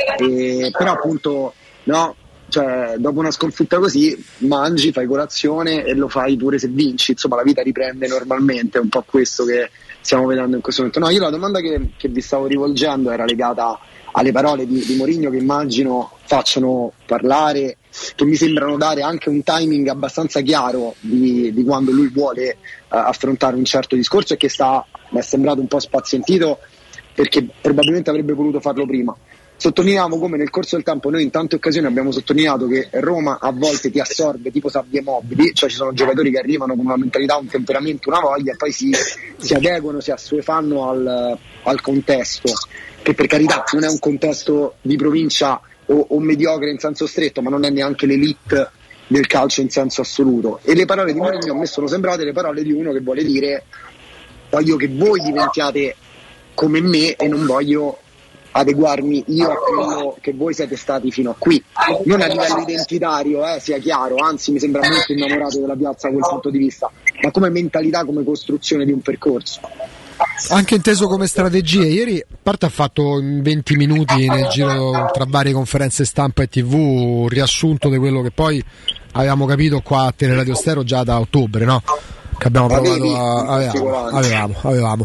però appunto no, cioè dopo una sconfitta così mangi, fai colazione e lo fai pure se vinci, insomma la vita riprende normalmente, è un po' questo che stiamo vedendo in questo momento. No, io la domanda che vi stavo rivolgendo era legata alle parole di Mourinho, che immagino facciano parlare, che mi sembrano dare anche un timing abbastanza chiaro di quando lui vuole affrontare un certo discorso, e che mi è sembrato un po' spazientito perché probabilmente avrebbe voluto farlo prima. Sottolineiamo come nel corso del tempo noi in tante occasioni abbiamo sottolineato che Roma a volte ti assorbe tipo sabbie mobili, cioè ci sono giocatori che arrivano con una mentalità, un temperamento, una voglia, e poi si adeguano, si assuefanno al contesto, che per carità non è un contesto di provincia o mediocre in senso stretto, ma non è neanche l'elite del calcio in senso assoluto. E le parole di Mourinho a me sono sembrate le parole di uno che vuole dire: voglio che voi diventiate come me e non voglio adeguarmi io a quello che voi siete stati fino a qui, non a livello identitario, sia chiaro, anzi mi sembra molto innamorato della piazza da quel punto di vista, ma come mentalità, come costruzione di un percorso. Anche inteso come strategie. Ieri, a parte, ha fatto in 20 minuti nel giro tra varie conferenze stampa e TV un riassunto di quello che poi avevamo capito qua a Teleradio Stereo già da ottobre, no? Che abbiamo provato abbiamo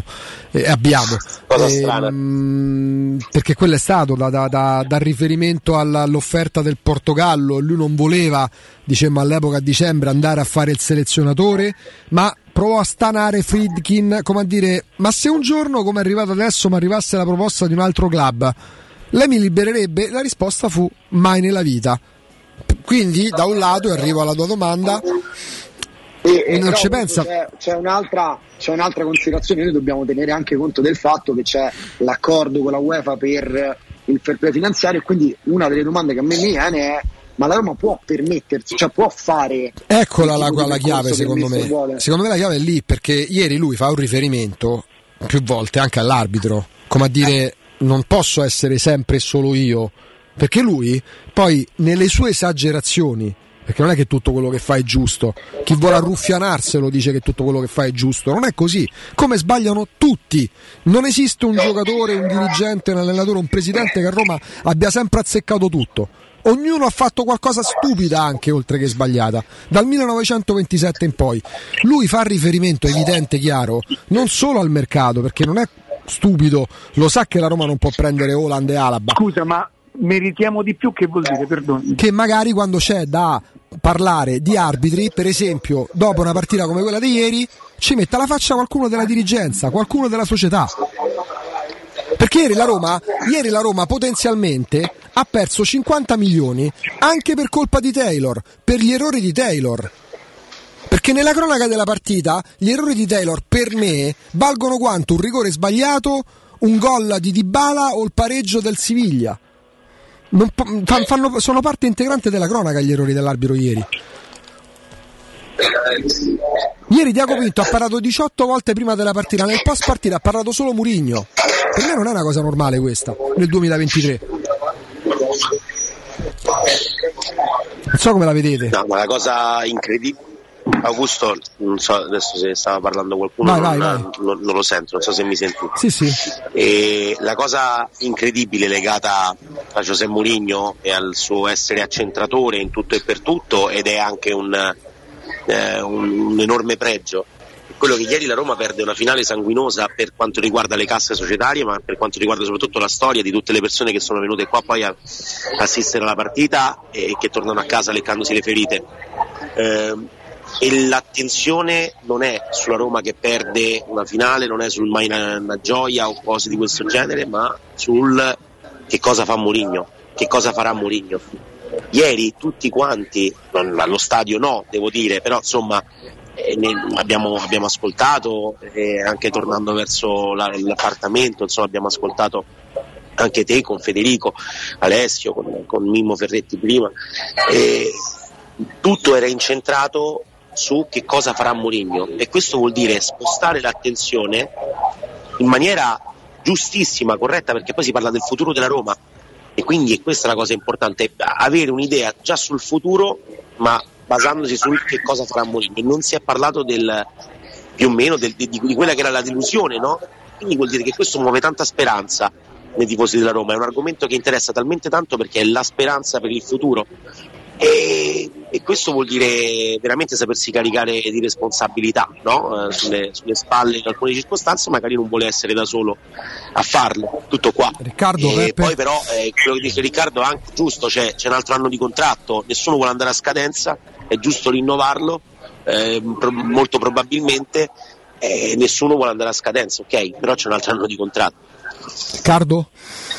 perché quello è stato da riferimento all'offerta del Portogallo. Lui non voleva, dicemmo all'epoca a dicembre, andare a fare il selezionatore, ma provò a stanare Friedkin, come a dire: ma se un giorno, come è arrivato adesso, mi arrivasse la proposta di un altro club, lei mi libererebbe? La risposta fu: mai nella vita. Quindi da un lato, arrivo alla tua domanda, e non ci però, pensa. C'è un'altra considerazione. Noi dobbiamo tenere anche conto del fatto che c'è l'accordo con la UEFA per il fair play finanziario, e quindi una delle domande che a me mi viene è: ma la Roma può permettersi, cioè può fare... Eccola la chiave, secondo me. Secondo me la chiave è lì, perché ieri lui fa un riferimento più volte anche all'arbitro, come a dire: non posso essere sempre solo io, perché lui poi nelle sue esagerazioni, perché non è che tutto quello che fa è giusto, chi vuole arruffianarselo dice che tutto quello che fa è giusto, non è così, come sbagliano tutti. Non esiste un giocatore, un dirigente, un allenatore, un presidente che a Roma abbia sempre azzeccato tutto. Ognuno ha fatto qualcosa stupida, anche oltre che sbagliata, dal 1927 in poi. Lui fa riferimento evidente, chiaro, non solo al mercato, perché non è stupido, lo sa che la Roma non può prendere Haaland e Alaba. Scusa, ma meritiamo di più, che vuol dire? Perdoni. Che magari quando c'è da parlare di arbitri, per esempio dopo una partita come quella di ieri, ci metta la faccia qualcuno della dirigenza, qualcuno della società. Perché ieri la Roma potenzialmente ha perso 50 milioni anche per colpa di Taylor, per gli errori di Taylor. Perché nella cronaca della partita gli errori di Taylor per me valgono quanto un rigore sbagliato, un gol di Dybala o il pareggio del Siviglia. Sono parte integrante della cronaca gli errori dell'arbitro ieri. Ieri Diaco Pinto ha parlato 18 volte prima della partita, nel post partita ha parlato solo Mourinho. Per me non è una cosa normale questa nel 2023. Non so come la vedete. No, ma la cosa incredibile, Augusto, non so adesso se stava parlando qualcuno, vai. Non lo sento, non so se mi sentite. Sì. E la cosa incredibile legata a José Mourinho e al suo essere accentratore in tutto e per tutto, ed è anche un enorme pregio, quello che ieri la Roma perde una finale sanguinosa per quanto riguarda le casse societarie, ma per quanto riguarda soprattutto la storia di tutte le persone che sono venute qua poi a assistere alla partita e che tornano a casa leccandosi le ferite. E l'attenzione non è sulla Roma che perde una finale, non è sul mai una gioia o cose di questo genere, ma sul che cosa fa Mourinho, che cosa farà Mourinho. Ieri tutti quanti, allo stadio no, devo dire, però insomma abbiamo ascoltato, anche tornando verso l'appartamento, insomma abbiamo ascoltato anche te con Federico, Alessio, con Mimmo Ferretti prima, tutto era incentrato su che cosa farà Mourinho, e questo vuol dire spostare l'attenzione in maniera giustissima, corretta, perché poi si parla del futuro della Roma, e quindi è questa la cosa importante, avere un'idea già sul futuro, ma basandosi sul che cosa farà Mourinho. Non si è parlato più o meno di quella che era la delusione, no? Quindi vuol dire che questo muove tanta speranza nei tifosi della Roma, è un argomento che interessa talmente tanto perché è la speranza per il futuro, e questo vuol dire veramente sapersi caricare di responsabilità, no? Sulle spalle in alcune circostanze, magari non vuole essere da solo a farlo, tutto qua. Riccardo, poi però quello che dice Riccardo è anche giusto, c'è un altro anno di contratto, nessuno vuole andare a scadenza, è giusto rinnovarlo, molto probabilmente nessuno vuole andare a scadenza, ok, però c'è un altro anno di contratto. Riccardo?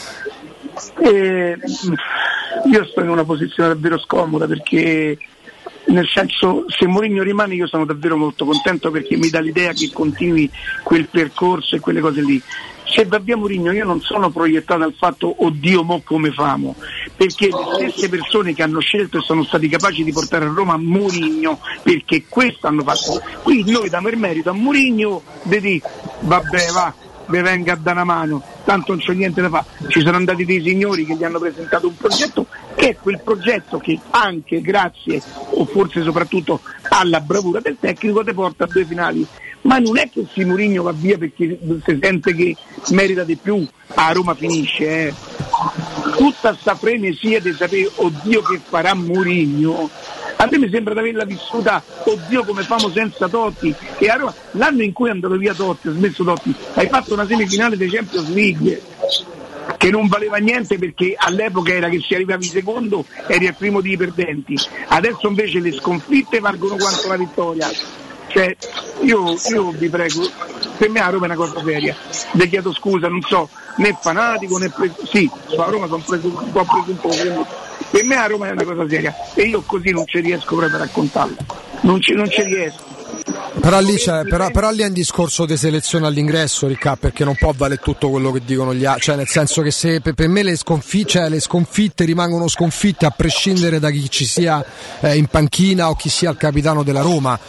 Io sto in una posizione davvero scomoda, perché nel senso, se Mourinho rimane io sono davvero molto contento, perché mi dà l'idea che continui quel percorso e quelle cose lì. Se va via Mourinho io non sono proiettato al fatto oddio mo come famo, perché le stesse persone che hanno scelto e sono stati capaci di portare a Roma Mourinho, perché questo hanno fatto, quindi noi diamo il merito a Mourinho di vabbè va, vi venga a dare una mano, tanto non c'è niente da fare. Ci sono andati dei signori che gli hanno presentato un progetto, che è quel progetto che anche grazie o forse soprattutto alla bravura del tecnico ti porta a 2 finali. Ma non è che si Mourinho va via perché si sente che merita di più, a Roma finisce, Tutta sta frenesia di sapere oddio che farà Mourinho, a me mi sembra di averla vissuta oddio come famo senza Totti, che a Roma, l'anno in cui è andato via Totti, ha smesso Totti, hai fatto una semifinale dei Champions League che non valeva niente, perché all'epoca era che se arrivavi secondo eri il primo dei perdenti, adesso invece le sconfitte valgono quanto la vittoria. Cioè, io vi prego, per me a Roma è una cosa seria, vi chiedo scusa, non so, né fanatico né sì, a Roma sono preso un po', quindi per me a Roma è una cosa seria e io così non ci riesco proprio a raccontarla, non ci riesco. Però lì è un discorso di selezione all'ingresso, Riccardo, perché non può valere tutto quello che dicono gli altri, cioè nel senso che se per me le sconfitte rimangono sconfitte a prescindere da chi ci sia in panchina o chi sia il capitano della Roma.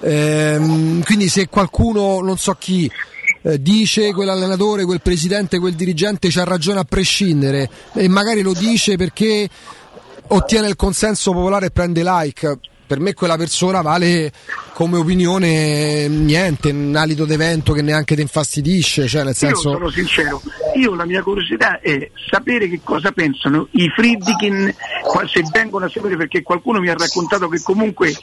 Quindi se qualcuno, non so chi, dice quell'allenatore, quel presidente, quel dirigente c'ha ragione a prescindere, e magari lo dice perché ottiene il consenso popolare e prende like, per me quella persona vale come opinione niente, un alito d'evento che neanche ti infastidisce, cioè nel senso. Io sono sincero, la mia curiosità è sapere che cosa pensano i Friedkin, se vengono a sapere, perché qualcuno mi ha raccontato che comunque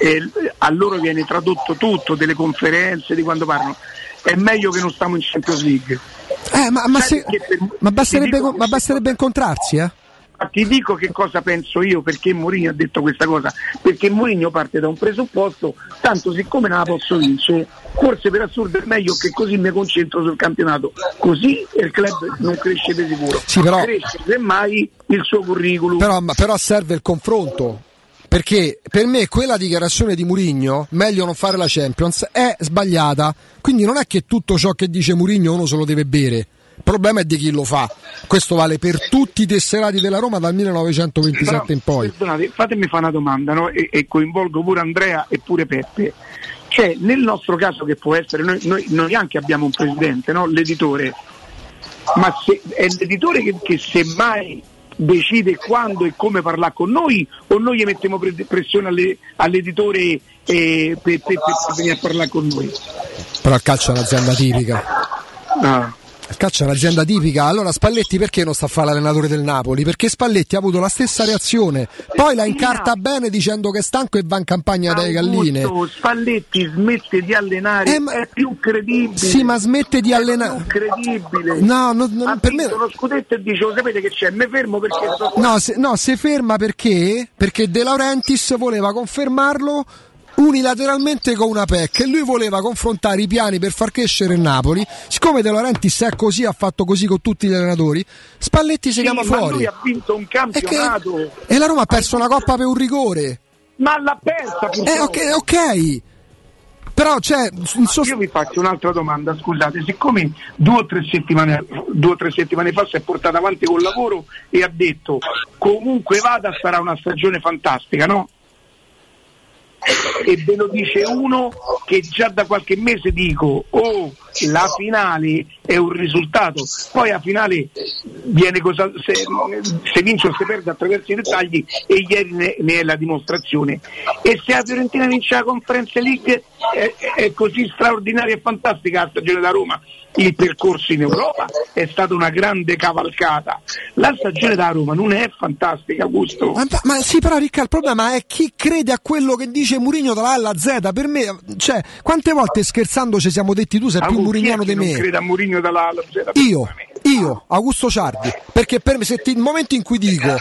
a loro viene tradotto tutto, delle conferenze, di quando parlano. È meglio che non stiamo in Champions League. Ma basterebbe incontrarsi, ti dico che cosa penso io, perché Mourinho ha detto questa cosa, perché Mourinho parte da un presupposto, tanto siccome non la posso vincere, forse per assurdo è meglio che così mi concentro sul campionato, così il club non cresce di sicuro, sì, però, cresce semmai il suo curriculum. Però serve il confronto, perché per me quella dichiarazione di Mourinho, meglio non fare la Champions, è sbagliata, quindi non è che tutto ciò che dice Mourinho uno se lo deve bere. Il problema è di chi lo fa. Questo vale per tutti i tesserati della Roma dal 1927 in poi. Perdonate, fatemi fare una domanda, no? e coinvolgo pure Andrea e pure Peppe. Cioè, nel nostro caso, che può essere, noi anche abbiamo un presidente, no? L'editore, ma è l'editore che semmai decide quando e come parlare con noi, o noi gli mettiamo pressione all'editore per venire a parlare con noi? Però il calcio è un'azienda tipica. No. Il calcio è un'azienda tipica. Allora Spalletti perché non sta a fare l'allenatore del Napoli? Perché Spalletti ha avuto la stessa reazione, poi la incarta bene dicendo che è stanco e va in campagna delle galline. Spalletti smette di allenare, è più credibile. Sì, ma smette di allenare. È più credibile. No, per me uno scudetto e dice: sapete che c'è? Mi fermo perché si ferma perché De Laurentiis voleva confermarlo unilateralmente con una PEC e lui voleva confrontare i piani per far crescere il Napoli. Siccome De Laurentiis è così, ha fatto così con tutti gli allenatori, Spalletti si chiama fuori. Ma lui ha vinto un campionato e la Roma ha perso una coppa per un rigore, ma l'ha persa purtroppo. Ok. Però io vi faccio un'altra domanda, scusate, siccome 2 o 3 settimane fa si è portato avanti col lavoro e ha detto comunque vada sarà una stagione fantastica, no? E ve lo dice uno che già da qualche mese dico la finale è un risultato, poi la finale viene se vince o se perde attraverso i dettagli, e ieri ne è la dimostrazione. E se la Fiorentina vince la Conference League è così straordinaria e fantastica la stagione da Roma. Il percorso in Europa è stata una grande cavalcata, la stagione da Roma non è fantastica, Augusto. Ma sì, però Ricca, il problema è chi crede a quello che dice Mourinho dalla A alla Z. Per me, cioè, quante volte scherzando ci siamo detti tu sei più muriniano di me? Non crede a Mourinho dalla A alla Z? Io, Augusto Ciardi, perché per me nel momento in cui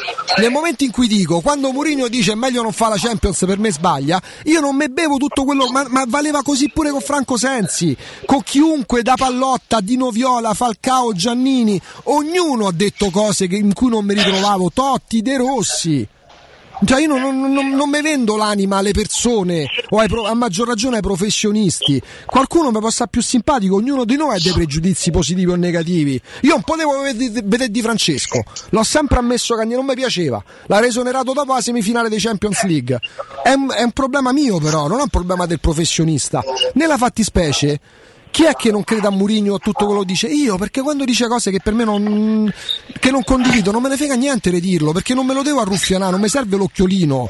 dico quando Mourinho dice meglio non fa la Champions, per me sbaglia, io non me bevo tutto quello, ma valeva così pure con Franco Sensi, con chiunque, da Pallotta, Dino Viola, Falcao, Giannini, ognuno ha detto cose in cui non mi ritrovavo, Totti, De Rossi. Cioè io non mi vendo l'anima alle persone o a maggior ragione ai professionisti. Qualcuno mi può stare più simpatico, ognuno di noi ha dei pregiudizi positivi o negativi. Io non potevo vedere Di Francesco, l'ho sempre ammesso che non mi piaceva, l'ha resonerato dopo la semifinale dei Champions League. È un problema mio, però non è un problema del professionista. Nella fattispecie, chi è che non crede a Mourinho, a tutto quello che dice? Io, perché quando dice cose che per me non condivido, non me ne frega niente di dirlo, perché non me lo devo arruffianare, non mi serve l'occhiolino.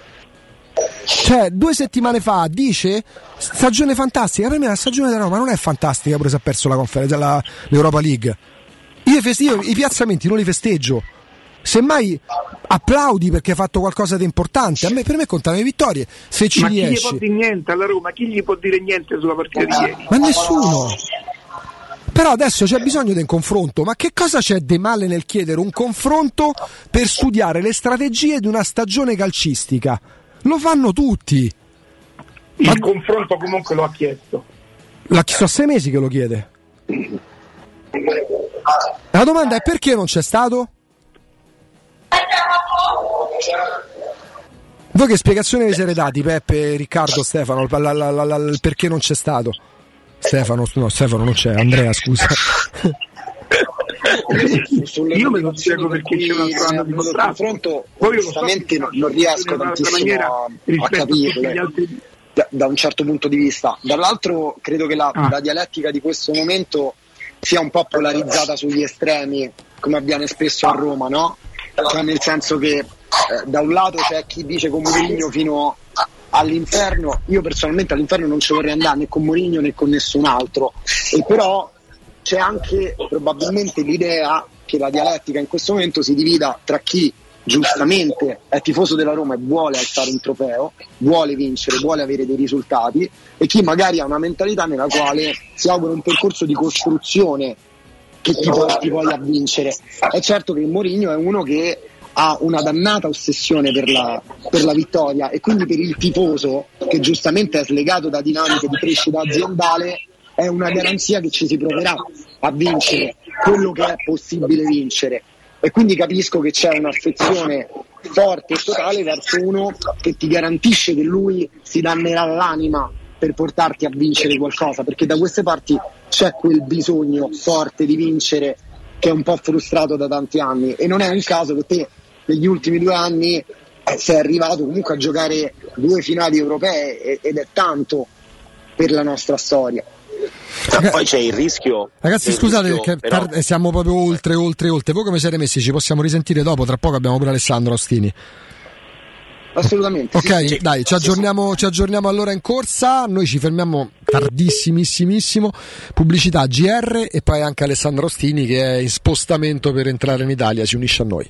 Cioè, 2 settimane fa dice stagione fantastica. Per me la stagione della Roma non è fantastica, pure se ha perso la conferenza, l'Europa League. Io i piazzamenti non li festeggio, semmai applaudi perché hai fatto qualcosa di importante. Per me contano le vittorie, se ci riesci. Ma chi gli può dire niente alla Roma? Chi gli può dire niente sulla partita di ieri? Ma nessuno. Però adesso c'è bisogno di un confronto. Ma che cosa c'è di male nel chiedere un confronto per studiare le strategie di una stagione calcistica? Lo fanno tutti. Il confronto comunque lo ha chiesto. L'ha chiesto a 6 mesi che lo chiede. La domanda è: perché non c'è stato? Voi che spiegazione vi siete dati, Peppe, Riccardo, Stefano, perché non c'è stato? Stefano non c'è, Andrea, scusa. Io me lo spiego perché c'è un altro anno di contratto. Poi onestamente non riesco tantissimo a capirlo da un certo punto di vista. Dall'altro credo che la dialettica di questo momento sia un po' polarizzata sugli estremi, come avviene spesso a Roma, no? Cioè, nel senso che da un lato c'è chi dice con Mourinho fino all'inferno. Io personalmente all'inferno non ci vorrei andare né con Mourinho né con nessun altro, e però c'è anche probabilmente l'idea che la dialettica in questo momento si divida tra chi giustamente è tifoso della Roma e vuole alzare un trofeo, vuole vincere, vuole avere dei risultati, e chi magari ha una mentalità nella quale si augura un percorso di costruzione che ti porti poi a vincere. È certo che Mourinho è uno che ha una dannata ossessione per la vittoria, e quindi per il tifoso, che giustamente è slegato da dinamiche di crescita aziendale, è una garanzia che ci si proverà a vincere quello che è possibile vincere. E quindi capisco che c'è un'affezione forte e totale verso uno che ti garantisce che lui si dannerà l'anima per portarti a vincere qualcosa, perché da queste parti c'è quel bisogno forte di vincere che è un po' frustrato da tanti anni, e non è un caso che te negli ultimi 2 anni sei arrivato comunque a giocare 2 finali europee, ed è tanto per la nostra storia. Poi c'è il rischio. Ragazzi, scusate, perché siamo proprio oltre. Voi come siete messi? Ci possiamo risentire dopo? Tra poco abbiamo pure Alessandro Ostini. Assolutamente. Ok, sì. Dai, ci aggiorniamo allora in corsa. Noi ci fermiamo tardissimissimissimo. Pubblicità, GR, e poi anche Alessandro Ostini, che è in spostamento per entrare in Italia, si unisce a noi.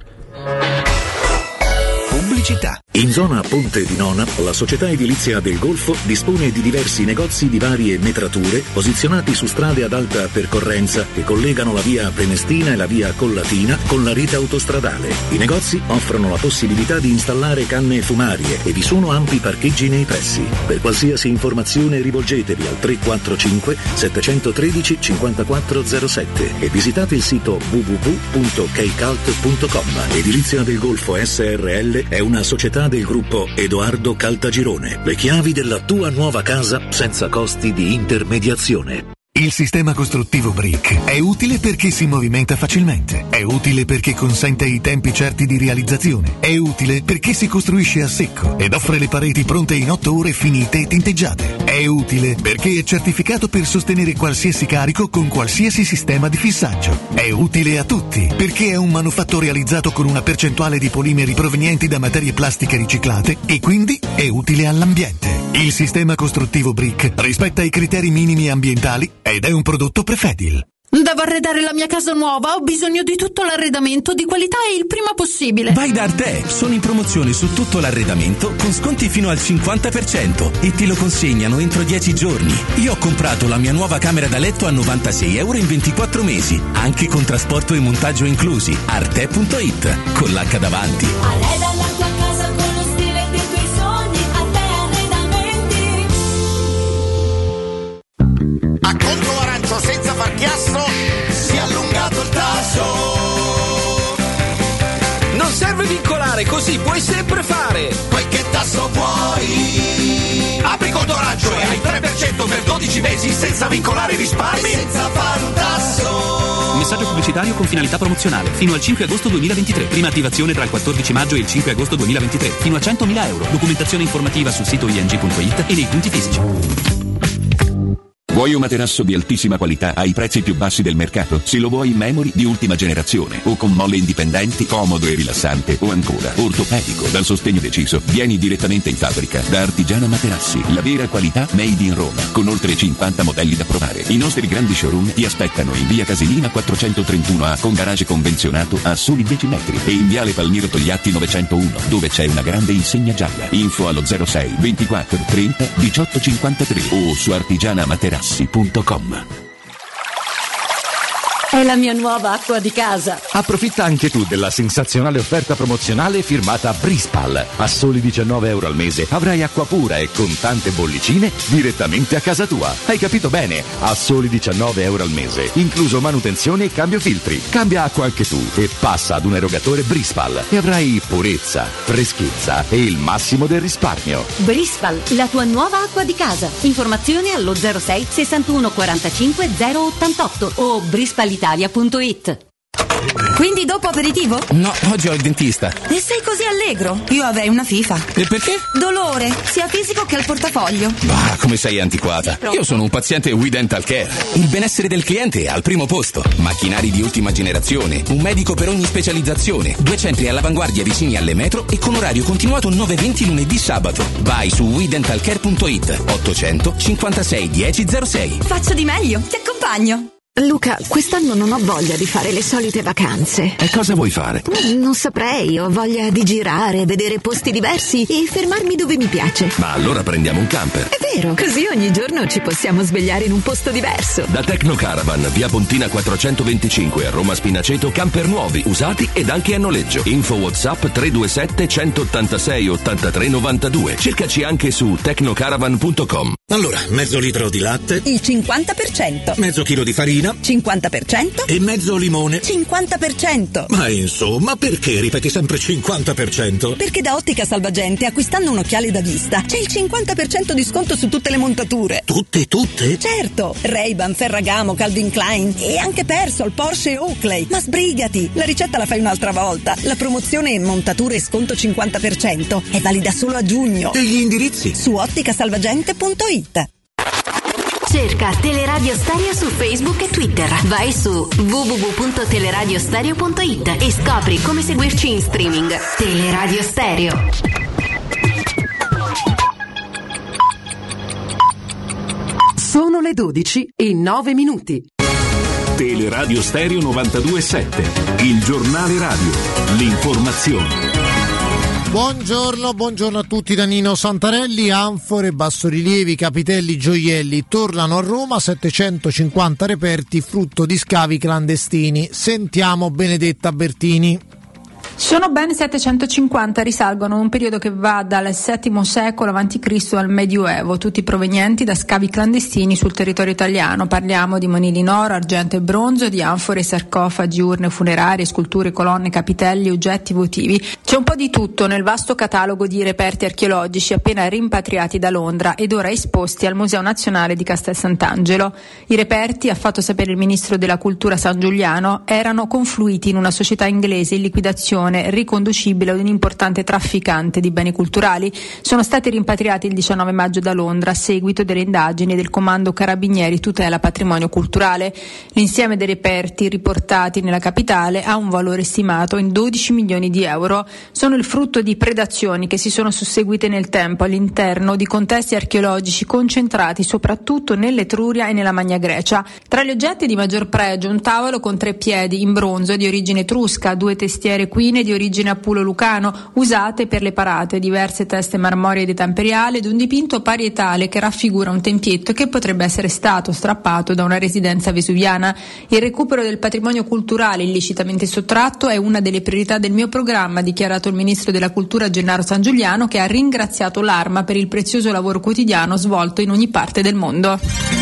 Pubblicità. In zona Ponte di Nona, la società edilizia del Golfo dispone di diversi negozi di varie metrature posizionati su strade ad alta percorrenza che collegano la via Prenestina e la via Collatina con la rete autostradale. I negozi offrono la possibilità di installare canne fumarie e vi sono ampi parcheggi nei pressi. Per qualsiasi informazione rivolgetevi al 345 713 5407 e visitate il sito www.keicalt.com. Edilizia del Golfo SRL è una società del gruppo Edoardo Caltagirone. Le chiavi della tua nuova casa senza costi di intermediazione. Il sistema costruttivo Brick è utile perché si movimenta facilmente, è utile perché consente i tempi certi di realizzazione, è utile perché si costruisce a secco ed offre le pareti pronte in 8 ore finite e tinteggiate, è utile perché è certificato per sostenere qualsiasi carico con qualsiasi sistema di fissaggio, è utile a tutti perché è un manufatto realizzato con una percentuale di polimeri provenienti da materie plastiche riciclate e quindi è utile all'ambiente. Il sistema costruttivo Brick rispetta i criteri minimi ambientali ed è un prodotto Prefedil. Devo arredare la mia casa nuova, ho bisogno di tutto l'arredamento di qualità e il prima possibile. Vai da Arte, sono in promozione su tutto l'arredamento con sconti fino al 50% e te lo consegnano entro 10 giorni. Io ho comprato la mia nuova camera da letto a €96 in 24 mesi, anche con trasporto e montaggio inclusi. Arte.it, con l'H davanti. Arreda la tua casa con lo stile dei tuoi sogni, Arte Arredamenti. A conto arancio senza far chiasso, si è allungato il tasso. Non serve vincolare, così puoi sempre fare. Poi che tasso vuoi? Apri conto arancio e hai 3% per 12 mesi senza vincolare risparmi e senza fare un tasso. Messaggio pubblicitario con finalità promozionale fino al 5 agosto 2023. Prima attivazione tra il 14 maggio e il 5 agosto 2023. Fino a €100.000. Documentazione informativa sul sito ing.it e nei punti fisici. Vuoi un materasso di altissima qualità ai prezzi più bassi del mercato? Se lo vuoi in memory di ultima generazione o con molle indipendenti, comodo e rilassante, o ancora ortopedico dal sostegno deciso, vieni direttamente in fabbrica da Artigiana Materassi, la vera qualità made in Roma, con oltre 50 modelli da provare. I nostri grandi showroom ti aspettano in via Casilina 431A con garage convenzionato a soli 10 metri e in viale Palmiro Togliatti 901 dove c'è una grande insegna gialla. Info allo 06 24 30 18 53 o su artigianamaterassi.com. È la mia nuova acqua di casa. Approfitta anche tu della sensazionale offerta promozionale firmata Brispal. A soli €19 al mese avrai acqua pura e con tante bollicine direttamente a casa tua. Hai capito bene? A soli €19 al mese, incluso manutenzione e cambio filtri. Cambia acqua anche tu e passa ad un erogatore Brispal e avrai purezza, freschezza e il massimo del risparmio. Brispal, la tua nuova acqua di casa. Informazioni allo 06 61 45 088 o brispalitalia.it. Quindi dopo aperitivo? No, oggi ho il dentista. E sei così allegro? Io avrei una FIFA. E perché? Dolore, sia fisico che al portafoglio. Bah, come sei antiquata. Io sono un paziente We Dental Care. Il benessere del cliente è al primo posto. Macchinari di ultima generazione, un medico per ogni specializzazione, 2 centri all'avanguardia vicini alle metro e con orario continuato 9-20 lunedì sabato. Vai su WeDentalCare.it 800 56 10 06. Faccio di meglio, ti accompagno. Luca, quest'anno non ho voglia di fare le solite vacanze. E cosa vuoi fare? Non saprei, ho voglia di girare, vedere posti diversi e fermarmi dove mi piace. Ma allora prendiamo un camper. È vero, così ogni giorno ci possiamo svegliare in un posto diverso. Da Tecnocaravan, via Pontina 425 a Roma Spinaceto, camper nuovi, usati ed anche a noleggio. Info WhatsApp 327 186 83 92. Cercaci anche su tecnocaravan.com. Allora, mezzo litro di latte, il 50%, mezzo chilo di farina, 50% e mezzo limone, 50%. Ma insomma, perché ripeti sempre 50%? Perché da Ottica Salvagente, acquistando un occhiale da vista, c'è il 50% di sconto su tutte le montature. Tutte? Certo, Ray-Ban, Ferragamo, Calvin Klein e anche Persol, Porsche e Oakley. Ma sbrigati, la ricetta la fai un'altra volta. La promozione montature e sconto 50% è valida solo a giugno. E gli indirizzi? Su otticasalvagente.it. Cerca Teleradio Stereo su Facebook e Twitter. Vai su www.teleradiostereo.it e scopri come seguirci in streaming. Teleradio Stereo. Sono le 12 e 9 minuti. Teleradio Stereo 92.7, il giornale radio, l'informazione. Buongiorno a tutti da Nino Santarelli. Anfore, bassorilievi, capitelli, gioielli tornano a Roma, 750 reperti frutto di scavi clandestini. Sentiamo Benedetta Bertini. Sono ben 750, risalgono a un periodo che va dal VII secolo a.C. al Medioevo, tutti provenienti da scavi clandestini sul territorio italiano. Parliamo di monili in oro, argento e bronzo, di anfore, sarcofagi, urne funerarie, sculture, colonne, capitelli, oggetti votivi. C'è un po' di tutto nel vasto catalogo di reperti archeologici appena rimpatriati da Londra ed ora esposti al Museo Nazionale di Castel Sant'Angelo. I reperti, ha fatto sapere il ministro della Cultura Sangiuliano, erano confluiti in una società inglese in liquidazione riconducibile ad un importante trafficante di beni culturali. Sono stati rimpatriati il 19 maggio da Londra a seguito delle indagini del Comando Carabinieri Tutela Patrimonio Culturale. L'insieme dei reperti riportati nella capitale ha un valore stimato in 12 milioni di euro. Sono il frutto di predazioni che si sono susseguite nel tempo all'interno di contesti archeologici concentrati soprattutto nell'Etruria e nella Magna Grecia. Tra gli oggetti di maggior pregio un tavolo con 3 piedi in bronzo di origine etrusca, 2 testiere quine di origine apulo-lucano usate per le parate, diverse teste marmoree di età imperiale ed un dipinto parietale che raffigura un tempietto che potrebbe essere stato strappato da una residenza vesuviana. Il recupero del patrimonio culturale illecitamente sottratto è una delle priorità del mio programma, ha dichiarato il ministro della Cultura Gennaro Sangiuliano, che ha ringraziato l'Arma per il prezioso lavoro quotidiano svolto in ogni parte del mondo.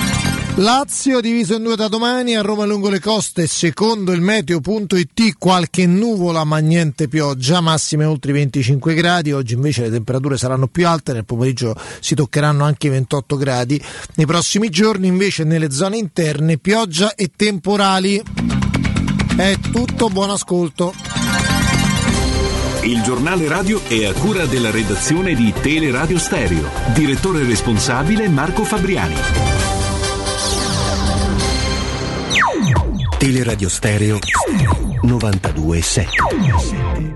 Lazio diviso in 2 da domani, a Roma lungo le coste, secondo il meteo.it qualche nuvola ma niente pioggia, massime oltre i 25 gradi, oggi invece le temperature saranno più alte, nel pomeriggio si toccheranno anche i 28 gradi, nei prossimi giorni invece nelle zone interne pioggia e temporali. È tutto, buon ascolto. Il giornale radio è a cura della redazione di Teleradio Stereo, direttore responsabile Marco Fabriani. Teleradio Stereo 92.7.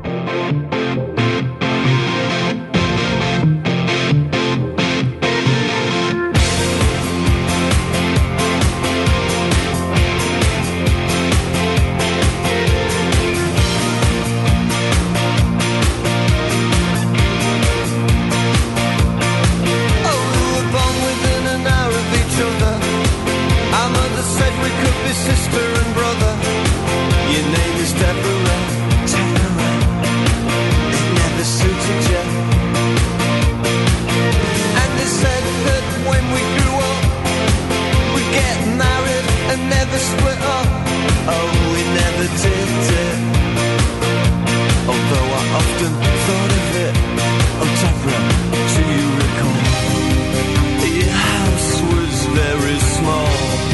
Sister and brother, your name is Deborah. It never suited you. And they said that when we grew up, we'd get married and never split up. Oh, we never did it. Although I often thought of it. Oh, Deborah, do you recall? Your house was very small,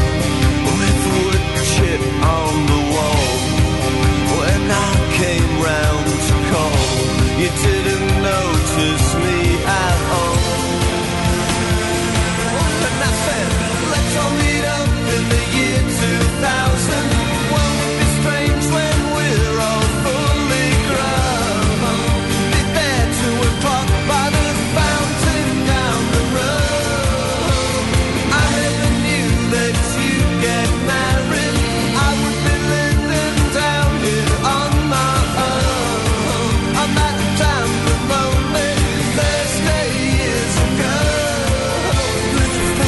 chip on the wall. When I came round to call, you didn't notice me at all. And I said, let's all meet up in the year 2000.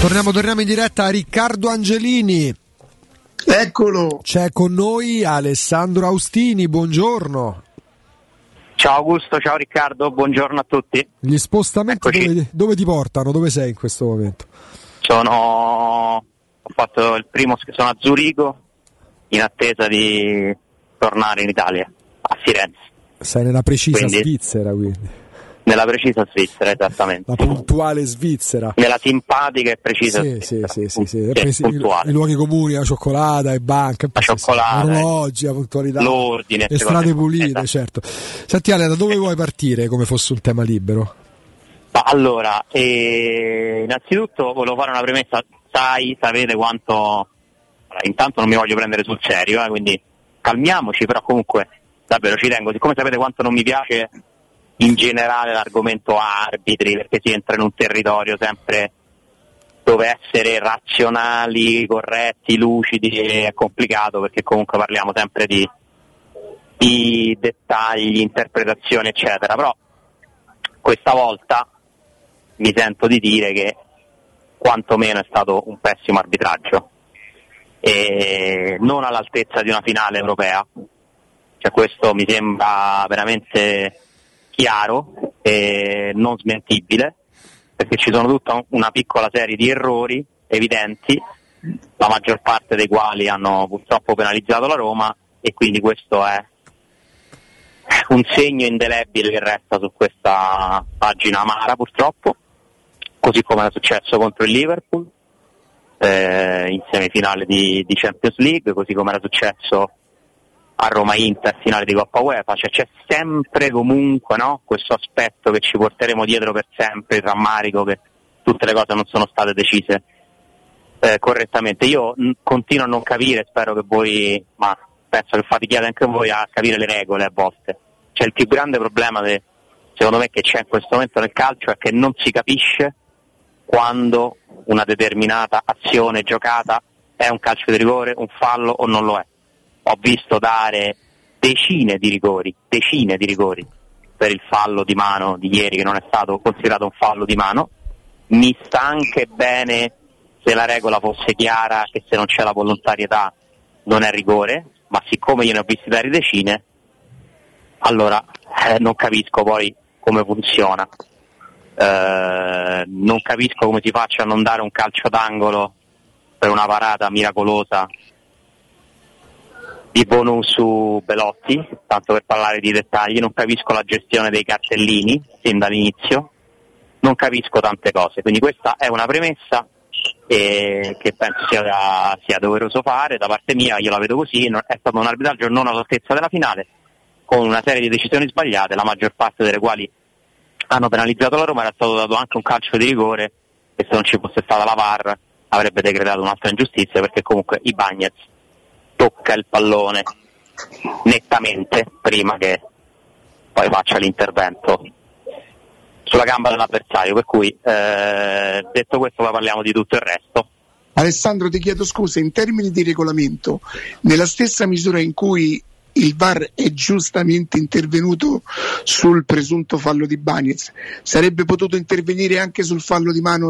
Torniamo in diretta a Riccardo Angelini. Eccolo. C'è con noi Alessandro Austini, buongiorno. Ciao Augusto, ciao Riccardo, buongiorno a tutti. Gli spostamenti dove ti portano? Dove sei in questo momento? Ho fatto il primo, sono a Zurigo in attesa di tornare in Italia, a Firenze. Sei nella precisa Svizzera, quindi. Nella precisa Svizzera, esattamente. La puntuale Svizzera. Nella simpatica e precisa Svizzera. Sì. I luoghi comuni, la cioccolata, e banche, la cioccolata, orologi, la puntualità, l'ordine, le strade pulite, certo. Senti Ale, da dove vuoi partire come fosse un tema libero? Allora, innanzitutto volevo fare una premessa. Sapete quanto... Intanto non mi voglio prendere sul serio, quindi calmiamoci, però comunque davvero ci tengo. Siccome sapete quanto non mi piace in generale l'argomento arbitri, perché si entra in un territorio sempre dove essere razionali, corretti, lucidi è complicato, perché comunque parliamo sempre di dettagli, interpretazioni eccetera, però questa volta mi sento di dire che quantomeno è stato un pessimo arbitraggio e non all'altezza di una finale europea, cioè questo mi sembra veramente chiaro e non smentibile, perché ci sono tutta una piccola serie di errori evidenti, la maggior parte dei quali hanno purtroppo penalizzato la Roma, e quindi questo è un segno indelebile che resta su questa pagina amara purtroppo, così come era successo contro il Liverpool in semifinale di Champions League, così come era successo a Roma-Inter finale di Coppa UEFA, cioè c'è sempre comunque, no, questo aspetto che ci porteremo dietro per sempre, il rammarico che tutte le cose non sono state decise correttamente. Io continuo a non capire, spero che voi, ma penso che fatichiate anche voi a capire le regole a volte. Cioè il più grande problema secondo me che c'è in questo momento nel calcio è che non si capisce quando una determinata azione giocata è un calcio di rigore, un fallo o non lo è. Ho visto dare decine di rigori per il fallo di mano di ieri, che non è stato considerato un fallo di mano. Mi sta anche bene se la regola fosse chiara che se non c'è la volontarietà non è rigore, ma siccome io ne ho visti dare decine, allora non capisco poi come funziona. Non capisco come si faccia a non dare un calcio d'angolo per una parata miracolosa di Bono su Belotti, tanto per parlare di dettagli. Non capisco la gestione dei cartellini sin dall'inizio, non capisco tante cose, quindi questa è una premessa che penso sia doveroso fare da parte mia. Io la vedo così, è stato un arbitraggio non all'altezza della finale, con una serie di decisioni sbagliate, la maggior parte delle quali hanno penalizzato la Roma. Era stato dato anche un calcio di rigore e se non ci fosse stata la VAR avrebbe decretato un'altra ingiustizia, perché comunque Ibañez tocca il pallone nettamente prima che poi faccia l'intervento sulla gamba dell'avversario, per cui detto questo poi parliamo di tutto il resto. Alessandro, ti chiedo scusa, in termini di regolamento, nella stessa misura in cui il VAR è giustamente intervenuto sul presunto fallo di Bagnez, sarebbe potuto intervenire anche sul fallo di mano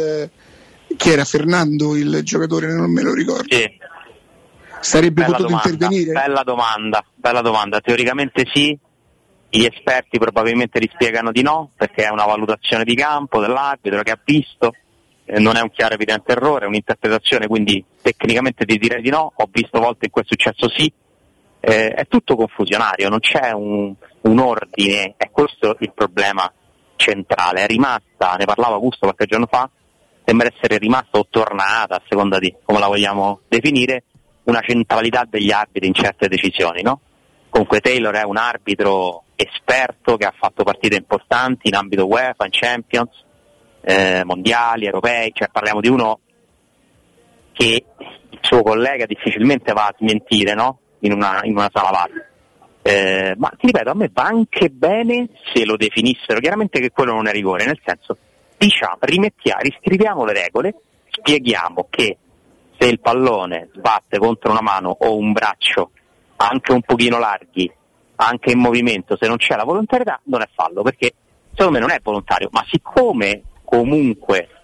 chi era, Fernando, il giocatore, non me lo ricordo. Sì. Sarebbe Bella potuto domanda, intervenire? Bella domanda, teoricamente sì, gli esperti probabilmente li spiegano di no, perché è una valutazione di campo dell'arbitro che ha visto, non è un chiaro evidente errore, è un'interpretazione, quindi tecnicamente ti direi di no. Ho visto volte in cui è successo sì, è tutto confusionario, non c'è un ordine, è questo il problema centrale. È rimasta, ne parlava Augusto qualche giorno fa, sembra essere rimasta o tornata, a seconda di come la vogliamo definire, una centralità degli arbitri in certe decisioni, no? Comunque Taylor è un arbitro esperto che ha fatto partite importanti in ambito UEFA, in Champions, mondiali, europei, cioè parliamo di uno che il suo collega difficilmente va a smentire, no? In una sala VAR. Ma ti ripeto, a me va anche bene se lo definissero chiaramente che quello non è rigore, nel senso, riscriviamo le regole, spieghiamo che se il pallone sbatte contro una mano o un braccio anche un pochino larghi, anche in movimento, se non c'è la volontarietà non è fallo, perché secondo me non è volontario, ma siccome comunque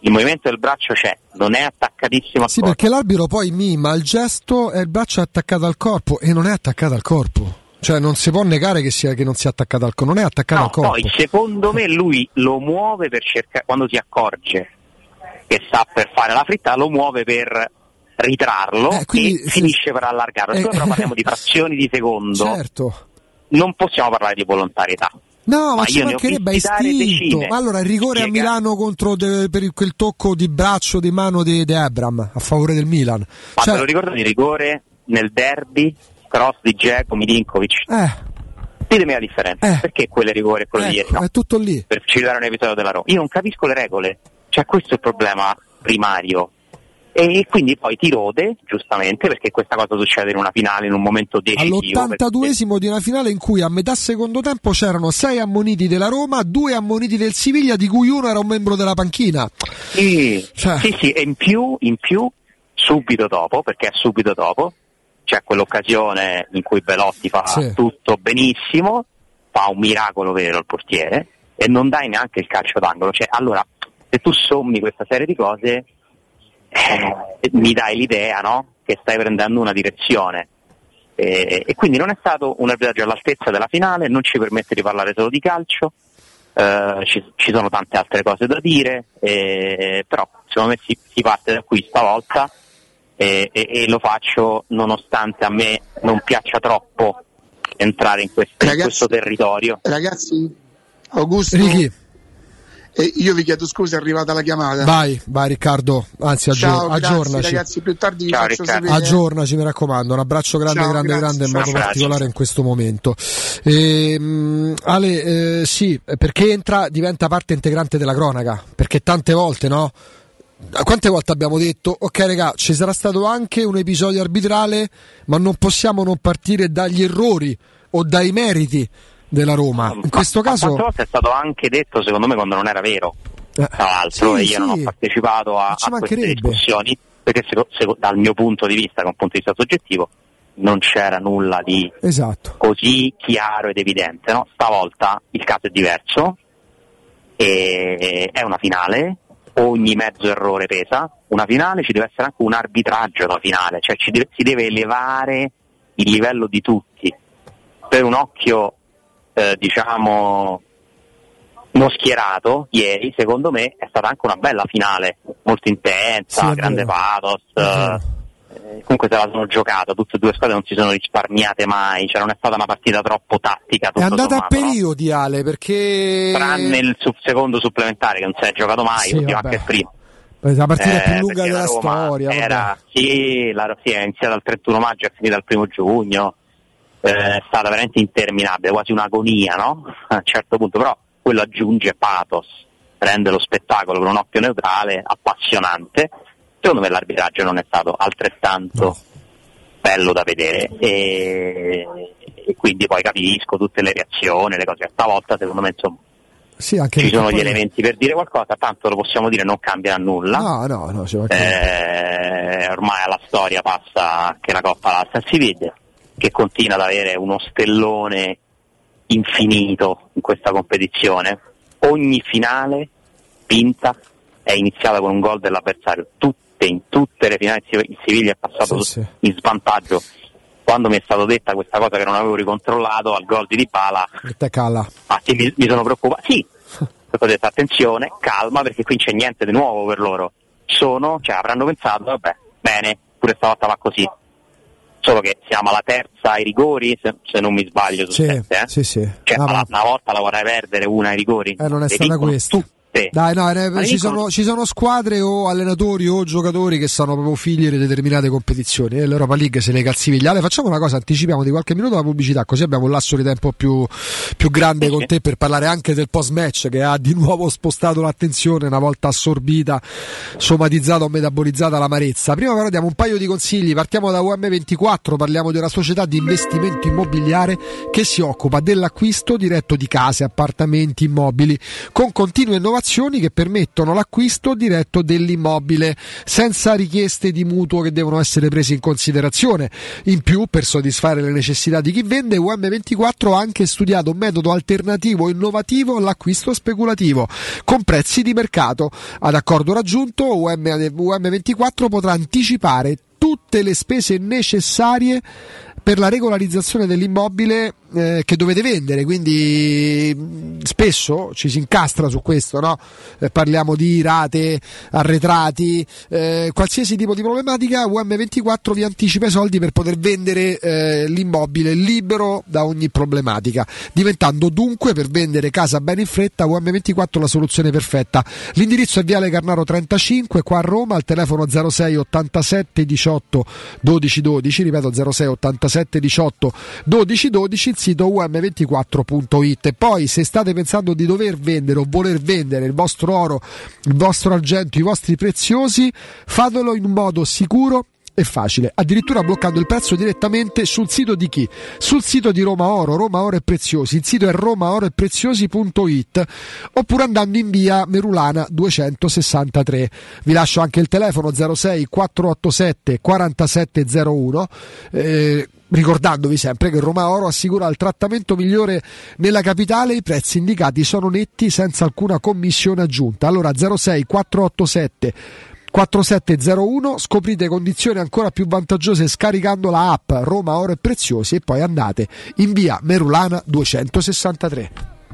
il movimento del braccio c'è, non è attaccatissimo al Sì, corpo. perché l'arbitro poi mima il gesto e il braccio è attaccato al corpo e non è attaccato al corpo. Cioè non si può negare che non sia attaccato al corpo, non è attaccato al corpo. Poi secondo me lui lo muove per cercare, quando si accorge che sta per fare la frittata, lo muove per ritrarlo quindi, e finisce per allargarlo. Noi però parliamo di frazioni di secondo, certo. Non possiamo parlare di volontarietà. No, ma ci io ne ho mancherebbe visti dare istinto. decine. Ma allora il rigore a Milano per quel tocco di braccio di mano di Abraham a favore del Milan. Ma te lo ricordo di rigore nel derby, cross di Dzeko, Milinkovic? Ditemi la differenza, perché quello è rigore e quello di ieri no? È tutto lì. Per citare un episodio della Roma. Io non capisco le regole, cioè questo è il problema primario. E quindi poi ti rode, giustamente, perché questa cosa succede in una finale, in un momento decisivo. All'82esimo di una finale in cui a metà secondo tempo c'erano 6 ammoniti della Roma, 2 ammoniti del Siviglia, di cui uno era un membro della panchina. Sì, e in più, subito dopo, perché è subito dopo, c'è quell'occasione in cui Belotti fa tutto benissimo, fa un miracolo vero il portiere, e non dai neanche il calcio d'angolo. Cioè, allora, se tu sommi questa serie di cose, mi dai l'idea, no? Che stai prendendo una direzione e quindi non è stato un arbitraggio all'altezza della finale, non ci permette di parlare solo di calcio, ci sono tante altre cose da dire, però secondo me si parte da qui stavolta e lo faccio nonostante a me non piaccia troppo entrare in questo territorio. Ragazzi, Augusto, Ricky. Io vi chiedo scusa, è arrivata la chiamata. Vai Ricardo, anzi aggiornaci. Grazie, ragazzi, più tardi vi faccio sapere. Aggiornaci, mi raccomando, un abbraccio grande in modo particolare in questo momento. Ale, sì, perché diventa parte integrante della cronaca, perché tante volte, no? Quante volte abbiamo detto, ok raga, ci sarà stato anche un episodio arbitrale, ma non possiamo non partire dagli errori o dai meriti della Roma. In questo caso quante volte è stato anche detto, secondo me, quando non era vero, tra l'altro, e io non ho partecipato a queste discussioni perché dal mio punto di vista, da un punto di vista soggettivo, non c'era nulla di così chiaro ed evidente, no? Stavolta il caso è diverso, è una finale, ogni mezzo errore pesa, una finale, ci deve essere anche un arbitraggio da finale, cioè si deve elevare il livello di tutti. Per un occhio diciamo non schierato ieri, secondo me è stata anche una bella finale, molto intensa, grande pathos, comunque se la sono giocata, tutte e due squadre non si sono risparmiate mai, cioè non è stata una partita troppo tattica, è andata a periodi, no? Ale, perché tranne il secondo supplementare che non si è giocato mai, anche il primo. La partita più lunga della Roma storia era, è iniziata il 31 maggio, è finita il 1 giugno, è stata veramente interminabile, quasi un'agonia, no? A un certo punto, però quello aggiunge pathos, rende lo spettacolo con un occhio neutrale appassionante. Secondo me l'arbitraggio non è stato altrettanto bello da vedere e quindi poi capisco tutte le reazioni, le cose. Stavolta secondo me insomma anche ci sono gli elementi per dire qualcosa, tanto lo possiamo dire, non cambierà nulla. No, ormai alla storia passa che la Coppa l'alza si vede, che continua ad avere uno stellone infinito in questa competizione. Ogni finale vinta è iniziata con un gol dell'avversario, in tutte le finali il Siviglia è passato in svantaggio. Quando mi è stato detta questa cosa che non avevo ricontrollato al gol di Dybala, mi sono preoccupato. Ho detto attenzione, calma, perché qui c'è niente di nuovo per loro. Avranno pensato, vabbè, bene, pure stavolta va così. Solo che siamo alla terza ai rigori, se non mi sbaglio, su 7. Cioè, una volta la vorrei perdere una ai rigori. Non è stata questa. Ci sono squadre o allenatori o giocatori che sono proprio figli di determinate competizioni e l'Europa League se le calziviglia. Facciamo una cosa, anticipiamo di qualche minuto la pubblicità, così abbiamo un lasso di tempo più grande con te per parlare anche del post match che ha di nuovo spostato l'attenzione, una volta assorbita, somatizzata o metabolizzata l'amarezza. Prima però diamo un paio di consigli, partiamo da UM24, parliamo di una società di investimento immobiliare che si occupa dell'acquisto diretto di case, appartamenti, immobili con continue innovazioni agevolazioni che permettono l'acquisto diretto dell'immobile senza richieste di mutuo che devono essere prese in considerazione. In più, per soddisfare le necessità di chi vende, UM24 ha anche studiato un metodo alternativo innovativo all'acquisto speculativo con prezzi di mercato. Ad accordo raggiunto, UM24 potrà anticipare tutte le spese necessarie per la regolarizzazione dell'immobile che dovete vendere, quindi spesso ci si incastra su questo, no? Parliamo di rate, arretrati, qualsiasi tipo di problematica. UM24 vi anticipa i soldi per poter vendere l'immobile libero da ogni problematica, diventando dunque, per vendere casa bene in fretta, UM24 la soluzione perfetta. L'indirizzo è Viale Carnaro 35 qua a Roma, al telefono 06 87 18 12 12, ripeto 06 87 18 12 12, il sito um24.it. E poi, se state pensando di dover vendere o voler vendere il vostro oro, il vostro argento, i vostri preziosi, fatelo in un modo sicuro e facile, addirittura bloccando il prezzo direttamente sul sito di chi? Sul sito di Roma Oro e Preziosi. Il sito è romaoroepreziosi.it, oppure andando in via Merulana 263. Vi lascio anche il telefono 06 487 4701, ricordandovi sempre che Roma Oro assicura il trattamento migliore nella capitale. I prezzi indicati sono netti, senza alcuna commissione aggiunta. Allora 06 487 4701, scoprite condizioni ancora più vantaggiose scaricando la app Roma Oro e Preziosi, e poi andate in via Merulana 263.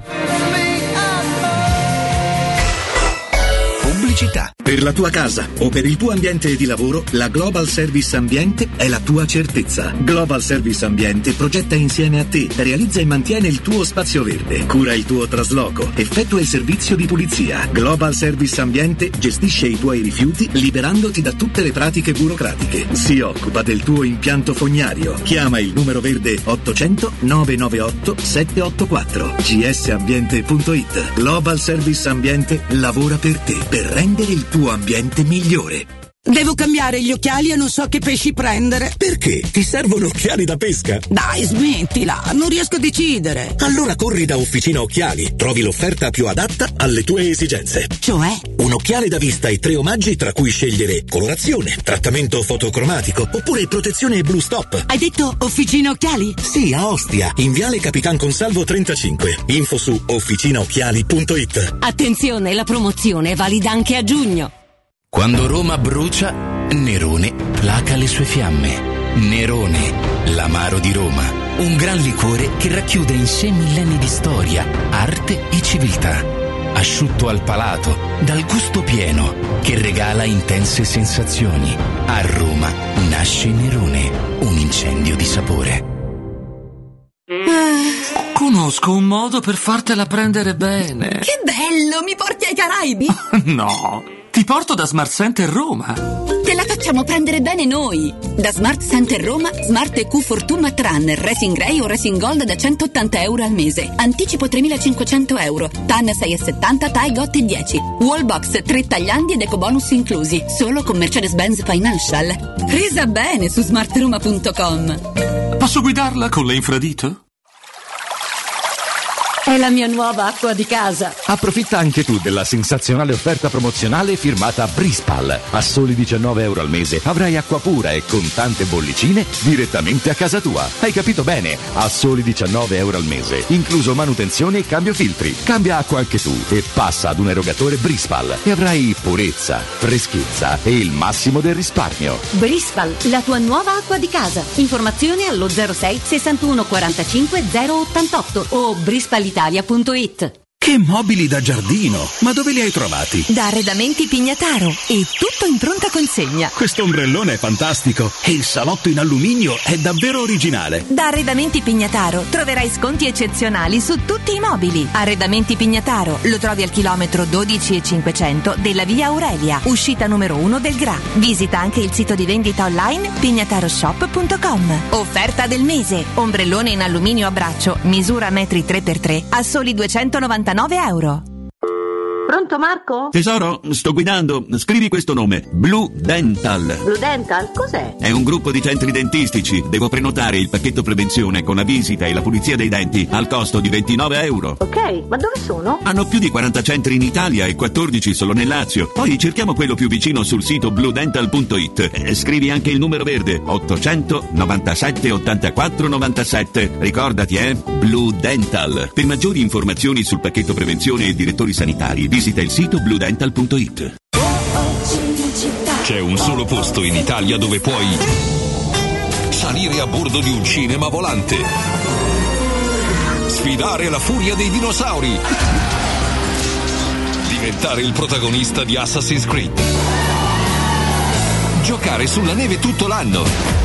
Pubblicità. Per la tua casa o per il tuo ambiente di lavoro, la Global Service Ambiente è la tua certezza. Global Service Ambiente progetta insieme a te, realizza e mantiene il tuo spazio verde, cura il tuo trasloco, effettua il servizio di pulizia. Global Service Ambiente gestisce i tuoi rifiuti liberandoti da tutte le pratiche burocratiche. Si occupa del tuo impianto fognario. Chiama il numero verde 800 998 784. gsambiente.it. Global Service Ambiente lavora per te, per rendere il tuo ambiente migliore. Devo cambiare gli occhiali e non so che pesci prendere. Perché? Ti servono occhiali da pesca? Dai, smettila, non riesco a decidere. Allora corri da Officina Occhiali, trovi l'offerta più adatta alle tue esigenze. Cioè? Un occhiale da vista e 3 omaggi, tra cui scegliere colorazione, trattamento fotocromatico oppure protezione Blue Stop. Hai detto Officina Occhiali? Sì, a Ostia, in Viale Capitan Consalvo 35. Info su officinaocchiali.it. Attenzione, la promozione è valida anche a giugno. Quando Roma brucia, Nerone placa le sue fiamme. Nerone, l'amaro di Roma. Un gran liquore che racchiude in sé millenni di storia, arte e civiltà. Asciutto al palato, dal gusto pieno, che regala intense sensazioni. A Roma nasce Nerone, un incendio di sapore. Conosco un modo per fartela prendere bene. Che bello, mi porti ai Caraibi? No, ti porto da Smart Center Roma. Te la facciamo prendere bene noi. Da Smart Center Roma, Smart EQ Fortune Matte Runner, Racing Grey o Racing Gold da €180 al mese. Anticipo €3.500. TAN 6,70, TAI GOT 10. Wallbox 3 tagliandi ed ecobonus inclusi. Solo con Mercedes-Benz Financial. Resa bene su smartroma.com. Posso guidarla con l'infradito? È la mia nuova acqua di casa. Approfitta anche tu della sensazionale offerta promozionale firmata Brispal. A soli €19 al mese avrai acqua pura e con tante bollicine direttamente a casa tua. Hai capito bene? A soli €19 al mese, incluso manutenzione e cambio filtri. Cambia acqua anche tu e passa ad un erogatore Brispal e avrai purezza, freschezza e il massimo del risparmio. Brispal, la tua nuova acqua di casa. Informazioni allo 06 61 45 088 o brispalitalia.it. Che mobili da giardino! Ma dove li hai trovati? Da Arredamenti Pignataro, e tutto in pronta consegna. Questo ombrellone è fantastico e il salotto in alluminio è davvero originale. Da Arredamenti Pignataro troverai sconti eccezionali su tutti i mobili. Arredamenti Pignataro lo trovi al chilometro 12,500 della via Aurelia, uscita numero 1 del GRA. Visita anche il sito di vendita online pignataroshop.com. Offerta del mese: ombrellone in alluminio a braccio, misura metri 3x3 a soli €299. Pronto? Pronto Marco? Tesoro, sto guidando. Scrivi questo nome: Blue Dental. Blue Dental? Cos'è? È un gruppo di centri dentistici. Devo prenotare il pacchetto prevenzione con la visita e la pulizia dei denti al costo di €29. Ok, ma dove sono? Hanno più di 40 centri in Italia e 14 solo nel Lazio. Poi cerchiamo quello più vicino sul sito bluedental.it. Scrivi anche il numero verde: 800 97 84 97. Ricordati, Blue Dental. Per maggiori informazioni sul pacchetto prevenzione e direttori sanitari, visita il sito bluedental.it. C'è un solo posto in Italia dove puoi salire a bordo di un cinema volante, sfidare la furia dei dinosauri, diventare il protagonista di Assassin's Creed, giocare sulla neve tutto l'anno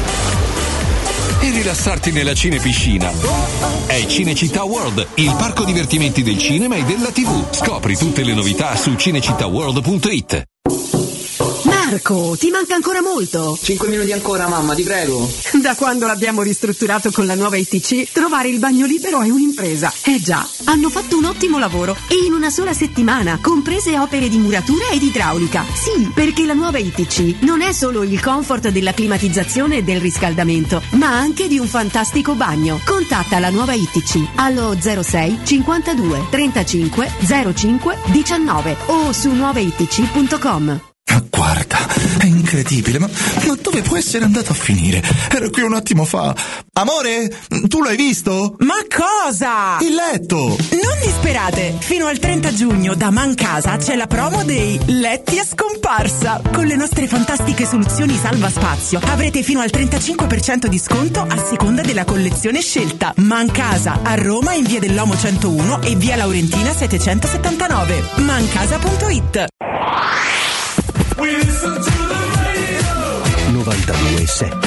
e rilassarti nella cinepiscina. È Cinecittà World, il parco divertimenti del cinema e della TV. Scopri tutte le novità su cinecittàworld.it. Marco, ti manca ancora molto. 5 minuti ancora, mamma, ti prego. Da quando l'abbiamo ristrutturato con la nuova ITC, trovare il bagno libero è un'impresa. Già, hanno fatto un ottimo lavoro e in una sola settimana, comprese opere di muratura ed idraulica. Sì, perché la nuova ITC non è solo il comfort della climatizzazione e del riscaldamento, ma anche di un fantastico bagno. Contatta la nuova ITC allo 06 52 35 05 19 o su nuovaitc.com. Guarda, è incredibile, ma dove può essere andato a finire? Ero qui un attimo fa. Amore, tu l'hai visto? Ma cosa? Il letto! Non disperate! Fino al 30 giugno da Mancasa c'è la promo dei letti a scomparsa. Con le nostre fantastiche soluzioni salva spazio avrete fino al 35% di sconto a seconda della collezione scelta. Mancasa a Roma in via dell'Omo 101 e via Laurentina 779. Mancasa.it. 92.7.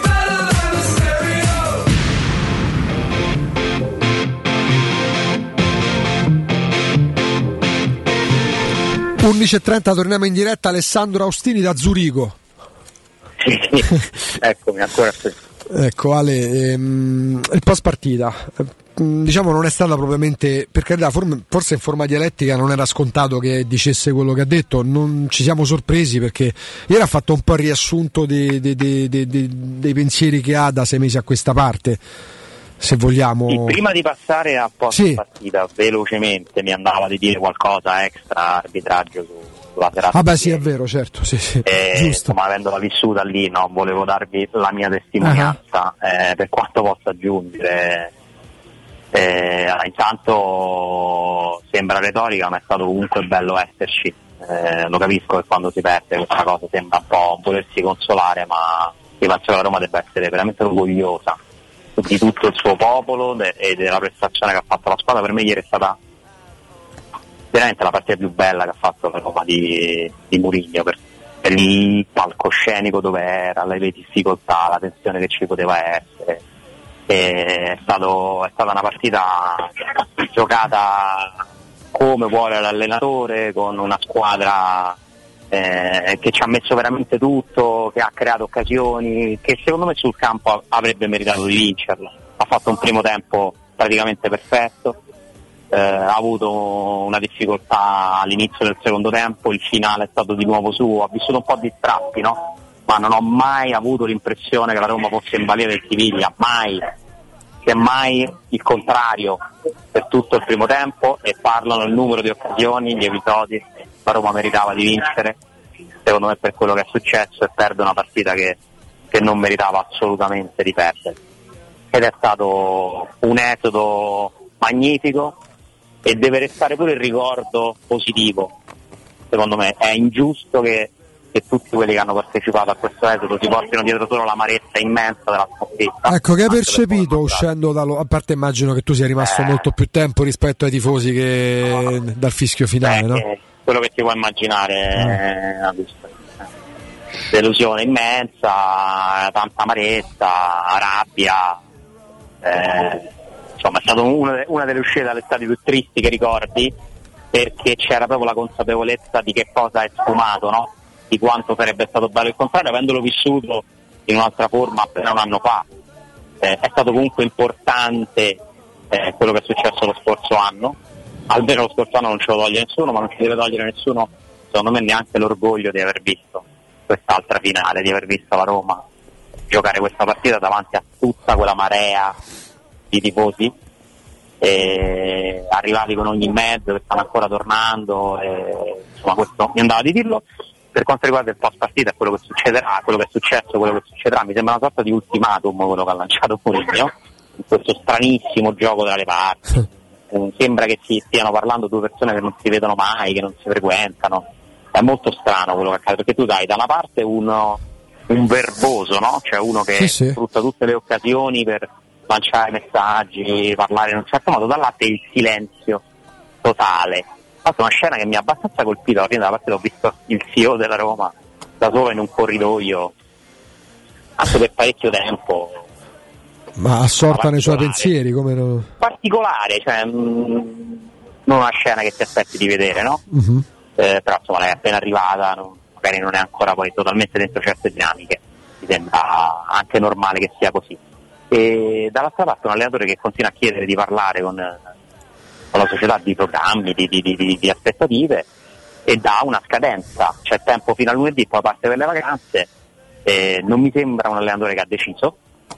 11:30 torniamo in diretta. Alessandro Austini da Zurigo. Eccomi ancora qui. Ecco Ale, il post partita diciamo non è stata propriamente, per carità, forse in forma dialettica non era scontato che dicesse quello che ha detto, non ci siamo sorpresi perché ieri ha fatto un po' il riassunto dei pensieri che ha da 6 mesi a questa parte, se vogliamo. Sì, prima di passare a post partita, velocemente mi andava di dire qualcosa extra arbitraggio sulla serata. Ah beh sì, è vero, certo, sì, giusto. Insomma, avendola vissuta lì, no, volevo darvi la mia testimonianza, per quanto possa aggiungere. Intanto sembra retorica, ma è stato comunque bello esserci. Lo capisco che quando si perde questa cosa sembra un po' volersi consolare, ma io penso che la Roma debba essere veramente orgogliosa di tutto il suo popolo e della prestazione che ha fatto la squadra. Per me ieri è stata veramente la partita più bella che ha fatto la Roma di Mourinho, per il palcoscenico dove era, le difficoltà, la tensione che ci poteva essere. È stata una partita giocata come vuole l'allenatore, con una squadra che ci ha messo veramente tutto, che ha creato occasioni, che secondo me sul campo avrebbe meritato di vincerla. Ha fatto un primo tempo praticamente perfetto, ha avuto una difficoltà all'inizio del secondo tempo, il finale è stato di nuovo suo, ha vissuto un po' di strappi, no? Ma non ho mai avuto l'impressione che la Roma fosse in balia del Siviglia, mai, semmai il contrario per tutto il primo tempo, e parlano il numero di occasioni, gli episodi. La Roma meritava di vincere, secondo me, per quello che è successo, e perde una partita che non meritava assolutamente di perdere. Ed è stato un esodo magnifico e deve restare pure il ricordo positivo. Secondo me è ingiusto che tutti quelli che hanno partecipato a questo esodo si portino dietro solo l'amarezza immensa della sconfitta. Ecco, che hai percepito uscendo a parte immagino che tu sia rimasto molto più tempo rispetto ai tifosi che dal fischio finale, no? Quello che ti puoi immaginare, delusione immensa, tanta amarezza, rabbia, insomma è stata una delle uscite dall'estate più tristi che ricordi, perché c'era proprio la consapevolezza di che cosa è sfumato, no? Di quanto sarebbe stato bello il contrario, avendolo vissuto in un'altra forma appena un anno fa. È stato comunque importante quello che è successo lo scorso anno, almeno lo scorso anno non ce lo toglie nessuno, ma non ci deve togliere nessuno, secondo me, neanche l'orgoglio di aver visto quest'altra finale, di aver visto la Roma giocare questa partita davanti a tutta quella marea di tifosi arrivati con ogni mezzo che stanno ancora tornando, insomma questo mi andava di dirlo. Per quanto riguarda il post partita e quello che succederà, quello che è successo, quello che succederà, mi sembra una sorta di ultimatum quello che ha lanciato Mourinho in questo stranissimo gioco tra le parti. Sembra che si stiano parlando due persone che non si vedono mai, che non si frequentano. È molto strano quello che accade, perché tu dai da una parte un verboso, no? Cioè uno che sfrutta tutte le occasioni per lanciare messaggi, parlare in un certo modo, dall'altro il silenzio totale. È stata una scena che mi ha abbastanza colpito. Alla fine della partita ho visto il CEO della Roma da solo in un corridoio anche per parecchio tempo, ma assorta nei suoi pensieri, come no? Particolare, cioè non una scena che ti aspetti di vedere, no? Uh-huh. Però insomma lei è appena arrivata, magari non è ancora poi totalmente dentro certe dinamiche, mi sembra anche normale che sia così. E dall'altra parte un allenatore che continua a chiedere di parlare con la società di programmi, di aspettative, e dà una scadenza, c'è tempo fino a lunedì, poi parte per le vacanze. Non mi sembra un allenatore che ha deciso,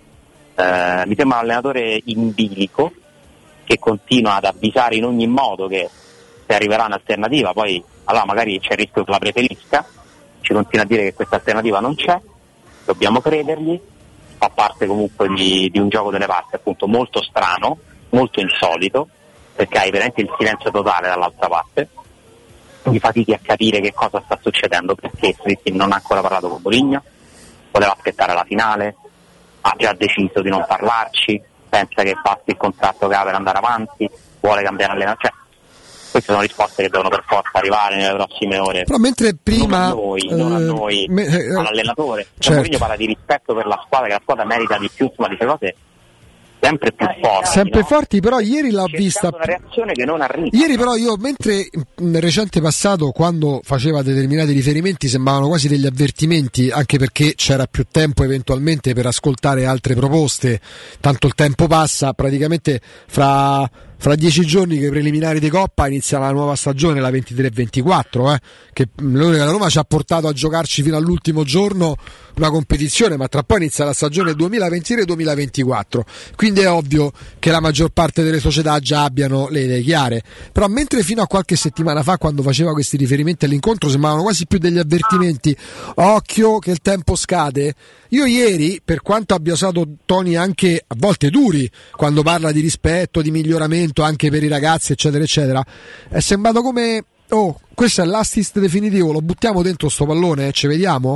mi sembra un allenatore in bilico che continua ad avvisare in ogni modo che se arriverà un'alternativa poi allora magari c'è il rischio che la preferisca, ci continua a dire che questa alternativa non c'è, dobbiamo credergli, fa parte comunque di un gioco delle parti appunto molto strano, molto insolito, perché hai veramente il silenzio totale dall'altra parte, quindi fatichi a capire che cosa sta succedendo, perché Fritti non ha ancora parlato con Mourinho, voleva aspettare la finale, ha già deciso di non parlarci, pensa che basti il contratto che ha per andare avanti, vuole cambiare allenatore, cioè queste sono risposte che devono per forza arrivare nelle prossime ore. Però mentre prima non a noi, all'allenatore, certo. Mourinho parla di rispetto per la squadra, che la squadra merita di più, ma dice cose sempre più forti. Sempre no? forti, però ieri l'ho vista. Una reazione che non arriva. Ieri però io, mentre nel recente passato, quando faceva determinati riferimenti, sembravano quasi degli avvertimenti, anche perché c'era più tempo eventualmente per ascoltare altre proposte, tanto il tempo passa, praticamente fra 10 giorni che i preliminari di Coppa inizia la nuova stagione, la 23-24, che la Roma ci ha portato a giocarci fino all'ultimo giorno una competizione, ma tra poi inizia la stagione 2023-2024, quindi è ovvio che la maggior parte delle società già abbiano le idee chiare. Però mentre fino a qualche settimana fa, quando faceva questi riferimenti all'incontro, sembravano quasi più degli avvertimenti, occhio che il tempo scade, io ieri, per quanto abbia usato toni anche a volte duri quando parla di rispetto, di miglioramento anche per i ragazzi eccetera eccetera, è sembrato come questo è l'assist definitivo, lo buttiamo dentro sto pallone e ci vediamo?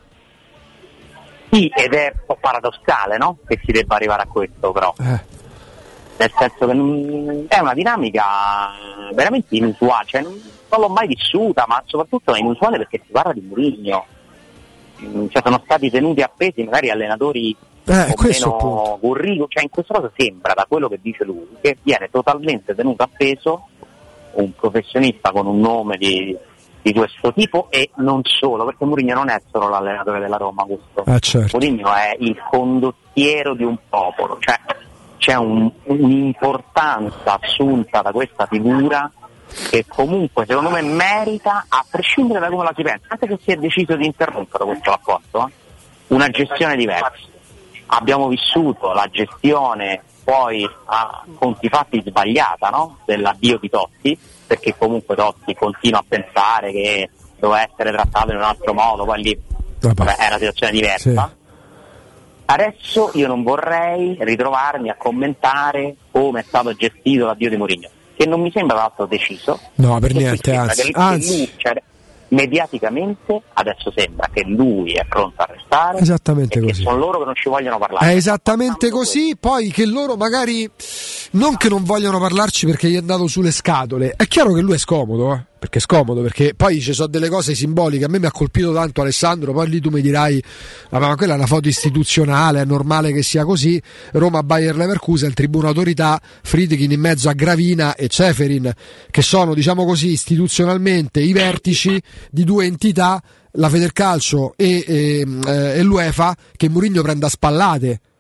Sì, ed è un po' paradossale, no? Che si debba arrivare a questo, però nel senso che è una dinamica veramente inusuale, cioè non l'ho mai vissuta, ma soprattutto è inusuale perché si parla di Mourinho, cioè sono stati tenuti appesi magari allenatori meno curriculum, cioè in questo caso sembra, da quello che dice lui, che viene totalmente tenuto appeso un professionista con un nome di questo tipo, e non solo, perché Mourinho non è solo l'allenatore della Roma, questo certo. Mourinho è il condottiero di un popolo, cioè c'è un'importanza assunta da questa figura che comunque secondo me merita, a prescindere da come la si pensa, anche se si è deciso di interrompere questo rapporto, una gestione diversa. Abbiamo vissuto la gestione poi a conti fatti sbagliata, no? Dell'addio di Totti, perché comunque Totti continua a pensare che doveva essere trattato in un altro modo, poi lì è una situazione diversa. Sì. Adesso io non vorrei ritrovarmi a commentare come è stato gestito l'addio di Mourinho, che non mi sembra l'altro deciso. No, per niente, anzi. Mediaticamente adesso sembra che lui è pronto a restare, esattamente e così. che sono loro che non ci vogliono parlare. È esattamente così, poi che loro magari non che non vogliono parlarci perché gli è andato sulle scatole. È chiaro che lui è scomodo, perché è scomodo, perché poi ci sono delle cose simboliche. A me mi ha colpito tanto Alessandro, poi lì tu mi dirai ma quella è una foto istituzionale, è normale che sia così. Roma Bayer Leverkusen, tribuna autorità, Friedkin in mezzo a Gravina e Ceferin, che sono, diciamo così, istituzionalmente i vertici di due entità, la Federcalcio e l'UEFA, che Mourinho prende a spallate.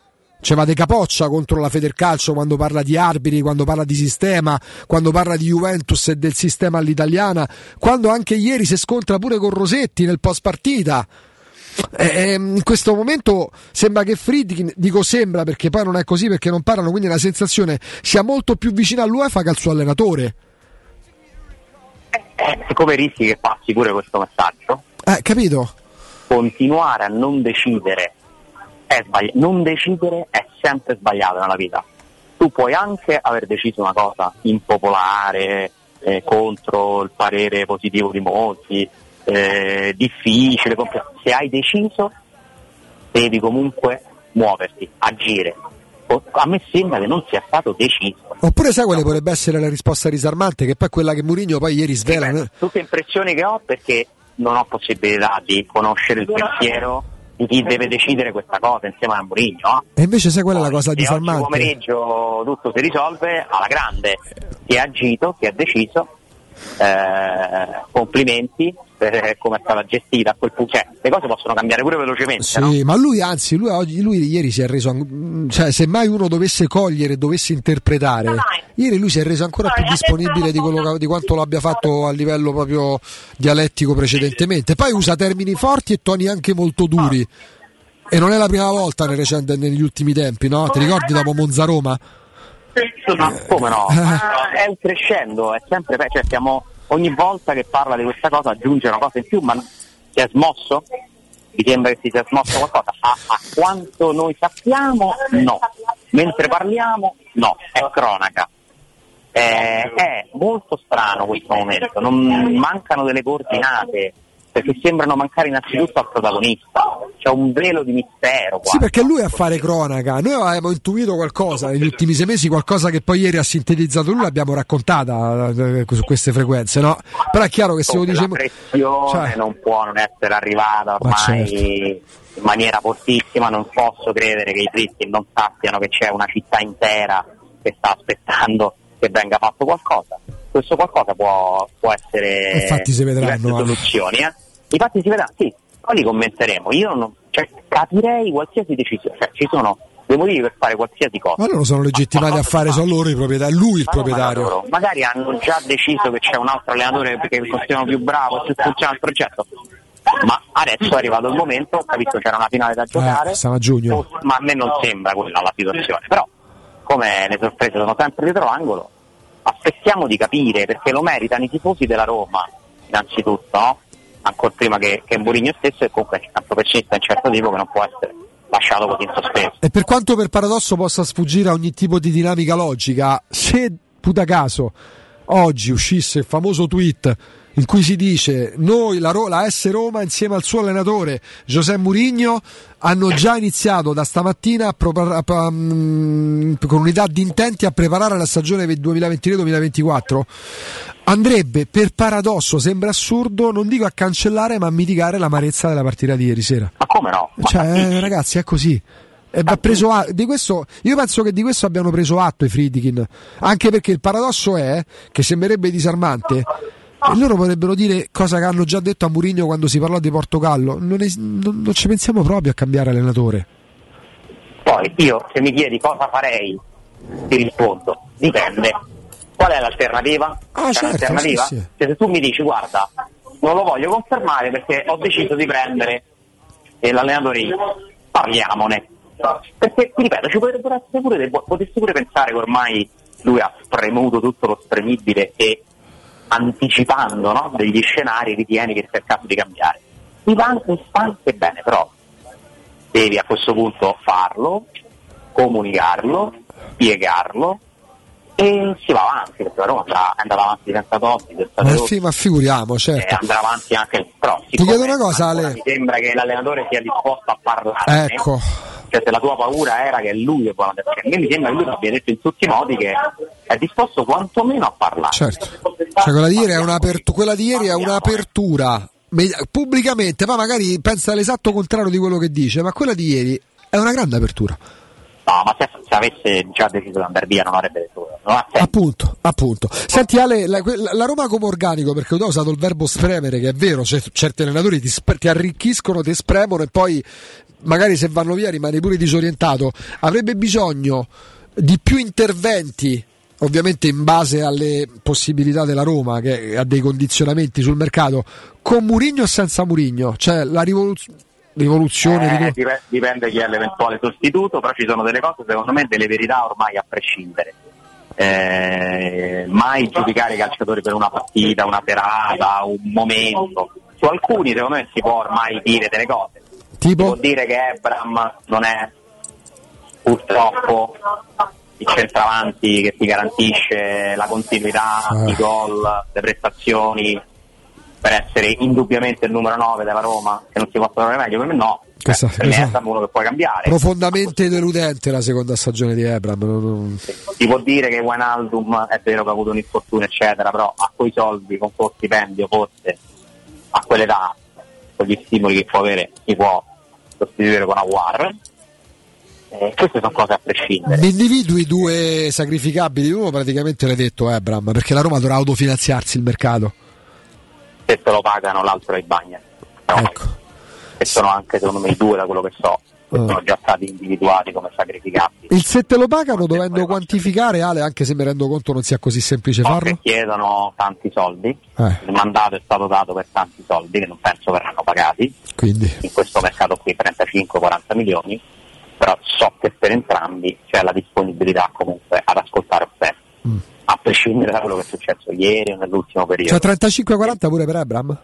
ce va de capoccia contro la Federcalcio quando parla di arbitri, quando parla di sistema, quando parla di Juventus e del sistema all'italiana, quando anche ieri si scontra pure con Rosetti nel post partita. In questo momento sembra che Friedkin, dico sembra perché poi non è così perché non parlano, quindi la sensazione sia molto più vicina all'UEFA che al suo allenatore. Siccome rischi che passi pure questo messaggio, capito? Continuare a non decidere è sbagliato. Non decidere è sempre sbagliato nella vita. Tu puoi anche aver deciso una cosa impopolare, contro il parere positivo di molti, difficile, se hai deciso devi comunque muoverti, agire. A me sembra che non sia stato deciso. Oppure sai quale potrebbe essere la risposta disarmante, che poi è quella che Mourinho poi ieri svela? Tutte impressioni che ho perché non ho possibilità di conoscere il pensiero di chi deve decidere questa cosa insieme a Mourinho. E invece sai qual è la cosa disarmante? Oggi pomeriggio tutto si risolve alla grande, chi ha agito, chi ha deciso, complimenti per come è stata gestita a quel punto. Cioè, le cose possono cambiare pure velocemente. Sì, no? Ma lui ieri si è reso, cioè se mai uno dovesse cogliere, dovesse interpretare, ieri lui si è reso ancora più disponibile di quanto l'abbia fatto a livello proprio dialettico precedentemente. Poi usa termini forti e toni anche molto duri, e non è la prima volta negli ultimi tempi, no? Ti ricordi dopo Monza-Roma? Come no? È un crescendo, è sempre, cioè ogni volta che parla di questa cosa aggiunge una cosa in più, ma si è smosso? Mi sembra che si sia smosso qualcosa? A quanto noi sappiamo, no. Mentre parliamo, no. È cronaca. È molto strano questo momento, non mancano delle coordinate, perché sembrano mancare innanzitutto al protagonista. C'è un velo di mistero qua. Sì, perché lui a fare cronaca. Noi avevamo intuito qualcosa negli ultimi 6 mesi, qualcosa che poi ieri ha sintetizzato lui, l'abbiamo raccontata su queste frequenze, no? Però è chiaro che se lo dice, la pressione non può non essere arrivata ormai in maniera fortissima. Non posso credere che i Friedkin non sappiano che c'è una città intera che sta aspettando che venga fatto qualcosa. Questo qualcosa può essere infatti si vedranno soluzioni, I fatti si vedranno, sì, poi li commenteremo. Io capirei qualsiasi decisione, ci sono dei motivi per fare qualsiasi cosa. Ma loro sono legittimati a fare, sono loro i proprietari, lui il proprietario. Magari hanno già deciso che c'è un altro allenatore che considerano più bravo, se funziona il progetto. Ma adesso è arrivato il momento, ho capito c'era una finale da giocare, siamo a giugno. Ma a me non sembra quella la situazione. Però, come le sorprese sono sempre dietro l'angolo, aspettiamo di capire, perché lo meritano i tifosi della Roma, innanzitutto, no? Ancora prima che Mourinho stesso, e comunque c'è un professionista di un certo tipo che non può essere lasciato così in sospeso. E per quanto per paradosso possa sfuggire a ogni tipo di dinamica logica, se puta caso oggi uscisse il famoso tweet in cui si dice noi la AS Roma insieme al suo allenatore José Mourinho hanno già iniziato da stamattina con unità di intenti a preparare la stagione 2023-2024, andrebbe per paradosso, sembra assurdo, non dico a cancellare ma a mitigare l'amarezza della partita di ieri sera. Ma come no? Cioè ragazzi, è così. E va preso di questo, io penso che di questo abbiano preso atto i Friedkin, anche perché il paradosso è che sembrerebbe disarmante. E loro potrebbero dire cosa che hanno già detto a Mourinho quando si parlò di Portogallo, non ci pensiamo proprio a cambiare allenatore. Poi io, se mi chiedi cosa farei, ti rispondo, dipende. Qual è l'alternativa? Certo, l'alternativa? Sì. Cioè, se tu mi dici guarda, non lo voglio confermare perché ho deciso di prendere l'allenatore X, parliamone. Perché ti ripeto, ci potessi pure pensare che ormai lui ha spremuto tutto lo spremibile e anticipando, no, degli scenari ritieni che sia il caso di cambiare. Mi va anche bene, però devi a questo punto farlo, comunicarlo, spiegarlo e si va avanti, perché la Roma è andata avanti senza Totti, ma figuriamo, certo. Andrà avanti anche il prossimo. Ti chiedo una cosa, Ale. Mi sembra che l'allenatore sia disposto a parlare. Ecco. Cioè, se la tua paura era che lui, perché a me mi sembra che lui abbia detto in tutti i modi che è disposto quantomeno a parlare. Certo. Cioè, quella di ieri è un'apertura pubblicamente, poi magari pensa all'esatto contrario di quello che dice, ma quella di ieri è una grande apertura. No, ma se avesse già deciso di andare via non avrebbe detto. Appunto. Senti Ale, la Roma come organico, perché tu hai usato il verbo spremere, che è vero, certi allenatori ti arricchiscono, ti spremono e poi magari se vanno via rimane pure disorientato, avrebbe bisogno di più interventi, ovviamente in base alle possibilità della Roma che ha dei condizionamenti sul mercato, con Mourinho o senza Mourinho, cioè la rivoluzione dipende chi è l'eventuale sostituto, però ci sono delle cose, secondo me, delle verità ormai a prescindere. Mai giudicare i calciatori per una partita, una serata, un momento. Su alcuni secondo me si può ormai dire delle cose, tipo? Si può dire che Ebram non è purtroppo il centravanti che ti garantisce la continuità, i gol, le prestazioni per essere indubbiamente il numero 9 della Roma, che non si può trovare meglio. Per me no, per me è uno che puoi cambiare. Profondamente deludente la seconda stagione di Ebram. Si può dire che Wijnaldum è vero che ha avuto un infortunio eccetera, però a quei soldi, con quel stipendio, forse a quell'età, con gli stimoli che può avere, si può sostituire con Aouar. Queste sono cose a prescindere. Mi individui due sacrificabili, uno praticamente l'hai detto Ebram, perché la Roma dovrà autofinanziarsi il mercato. Se te lo pagano, l'altro è il Bagna. No, ecco. E sono anche, secondo me, i due, da quello che so, sono già stati individuati come sacrificabili. Il se te lo pagano dovendo quantificare, Ale, anche se mi rendo conto non sia così semplice farlo? Che chiedono tanti soldi, il mandato è stato dato per tanti soldi che non penso verranno pagati. Quindi in questo mercato qui 35-40 milioni, però so che per entrambi c'è la disponibilità comunque ad ascoltare offerte, a prescindere da quello che è successo ieri o nell'ultimo periodo. Cioè 35-40 pure per Ebram?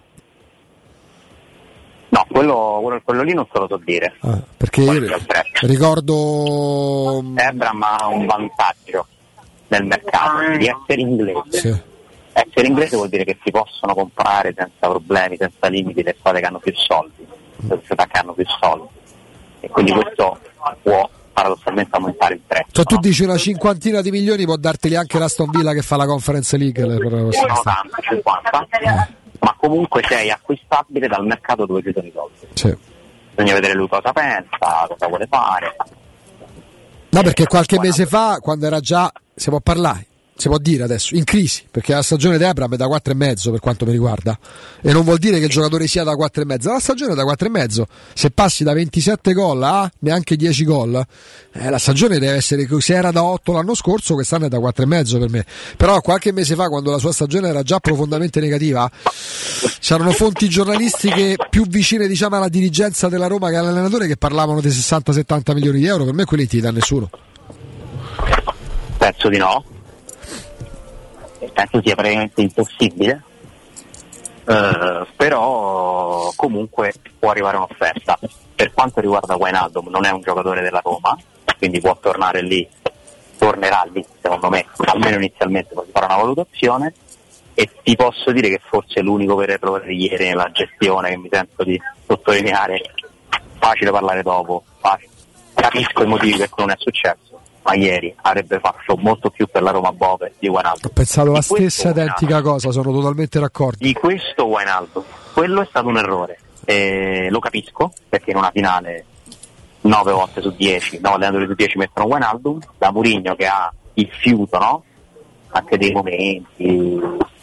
No, quello lì non te lo so dire. Perché io ricordo Ebram ha un vantaggio nel mercato di essere inglese. Sì. Essere inglese vuol dire che si possono comprare senza problemi, senza limiti, le squadre che hanno più soldi, le società che hanno più soldi. E quindi questo può paradossalmente aumentare il prezzo. Cioè tu dici una cinquantina di milioni può darteli anche l'Aston Villa che fa la Conference League? Sono tanti, 50. Ma comunque sei acquistabile dal mercato dove ci sono i soldi. Sì. Bisogna vedere lui cosa pensa, cosa vuole fare. No, perché qualche mese fa, quando era già, si può parlare, si può dire adesso, in crisi, perché la stagione di Ebram è da 4,5 per quanto mi riguarda, e non vuol dire che il giocatore sia da 4,5, la stagione è da 4,5, se passi da 27 gol a neanche 10 gol, la stagione deve essere, se era da 8 l'anno scorso, quest'anno è da 4,5 per me. Però qualche mese fa, quando la sua stagione era già profondamente negativa, c'erano fonti giornalistiche più vicine, diciamo, alla dirigenza della Roma che all'allenatore, che parlavano di 60-70 milioni di euro. Per me quelli ti dà nessuno. Penso di no. Penso sia praticamente impossibile, però comunque può arrivare un'offerta. Per quanto riguarda Wijnaldum, non è un giocatore della Roma, quindi può tornare lì, tornerà lì secondo me, almeno inizialmente, poi si farà una valutazione. E ti posso dire che forse è l'unico vero errore di ieri nella gestione, che mi sento di sottolineare. Facile parlare dopo, capisco i motivi per cui non è successo, ma ieri avrebbe fatto molto più per la Roma Bove di Wijnaldum. Ho pensato la stessa identica cosa, sono totalmente d'accordo. Di questo Wijnaldum, quello è stato un errore, lo capisco, perché in una finale 9 volte su 10, 9 allenatori su 10 mettono Wijnaldum, da Mourinho che ha il fiuto, no? Anche dei momenti,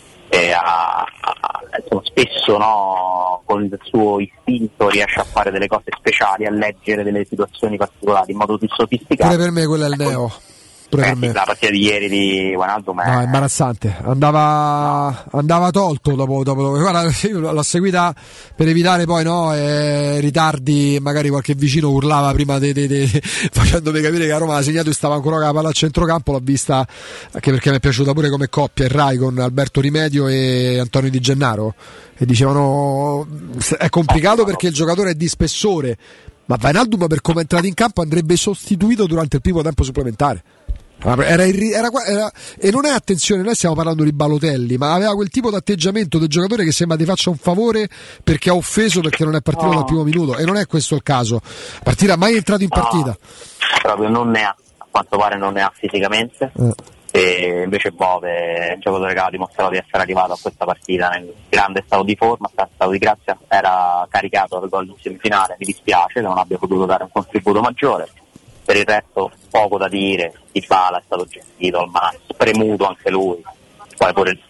insomma, spesso, no, con il suo istinto riesce a fare delle cose speciali, a leggere delle situazioni particolari in modo più sofisticato. Pure per me quello è il neo. La partita di ieri di Wijnaldum è imbarazzante, andava tolto dopo. Guarda, io l'ho seguita per evitare poi ritardi, magari qualche vicino urlava prima facendomi capire che a Roma ha segnato e stava ancora con la palla a centrocampo. L'ho vista anche perché mi è piaciuta pure come coppia il Rai con Alberto Rimedio e Antonio Di Gennaro, e dicevano è complicato perché il giocatore è di spessore, ma Wijnaldum per come è entrato in campo andrebbe sostituito durante il primo tempo supplementare. Era, e non è, attenzione, noi stiamo parlando di Balotelli, ma aveva quel tipo di atteggiamento del giocatore che sembra ti faccia un favore perché ha offeso, perché non è partito dal primo minuto, e non è questo il caso. Partita mai entrato in partita, proprio non ne ha, a quanto pare non ne ha fisicamente, e invece Bove è un giocatore che ha dimostrato di essere arrivato a questa partita nel grande stato di forma, stato di grazia, era caricato per gol in semifinale. Mi dispiace che non abbia potuto dare un contributo maggiore. Per il resto poco da dire, Dybala è stato gestito al massimo, premuto anche lui, poi pure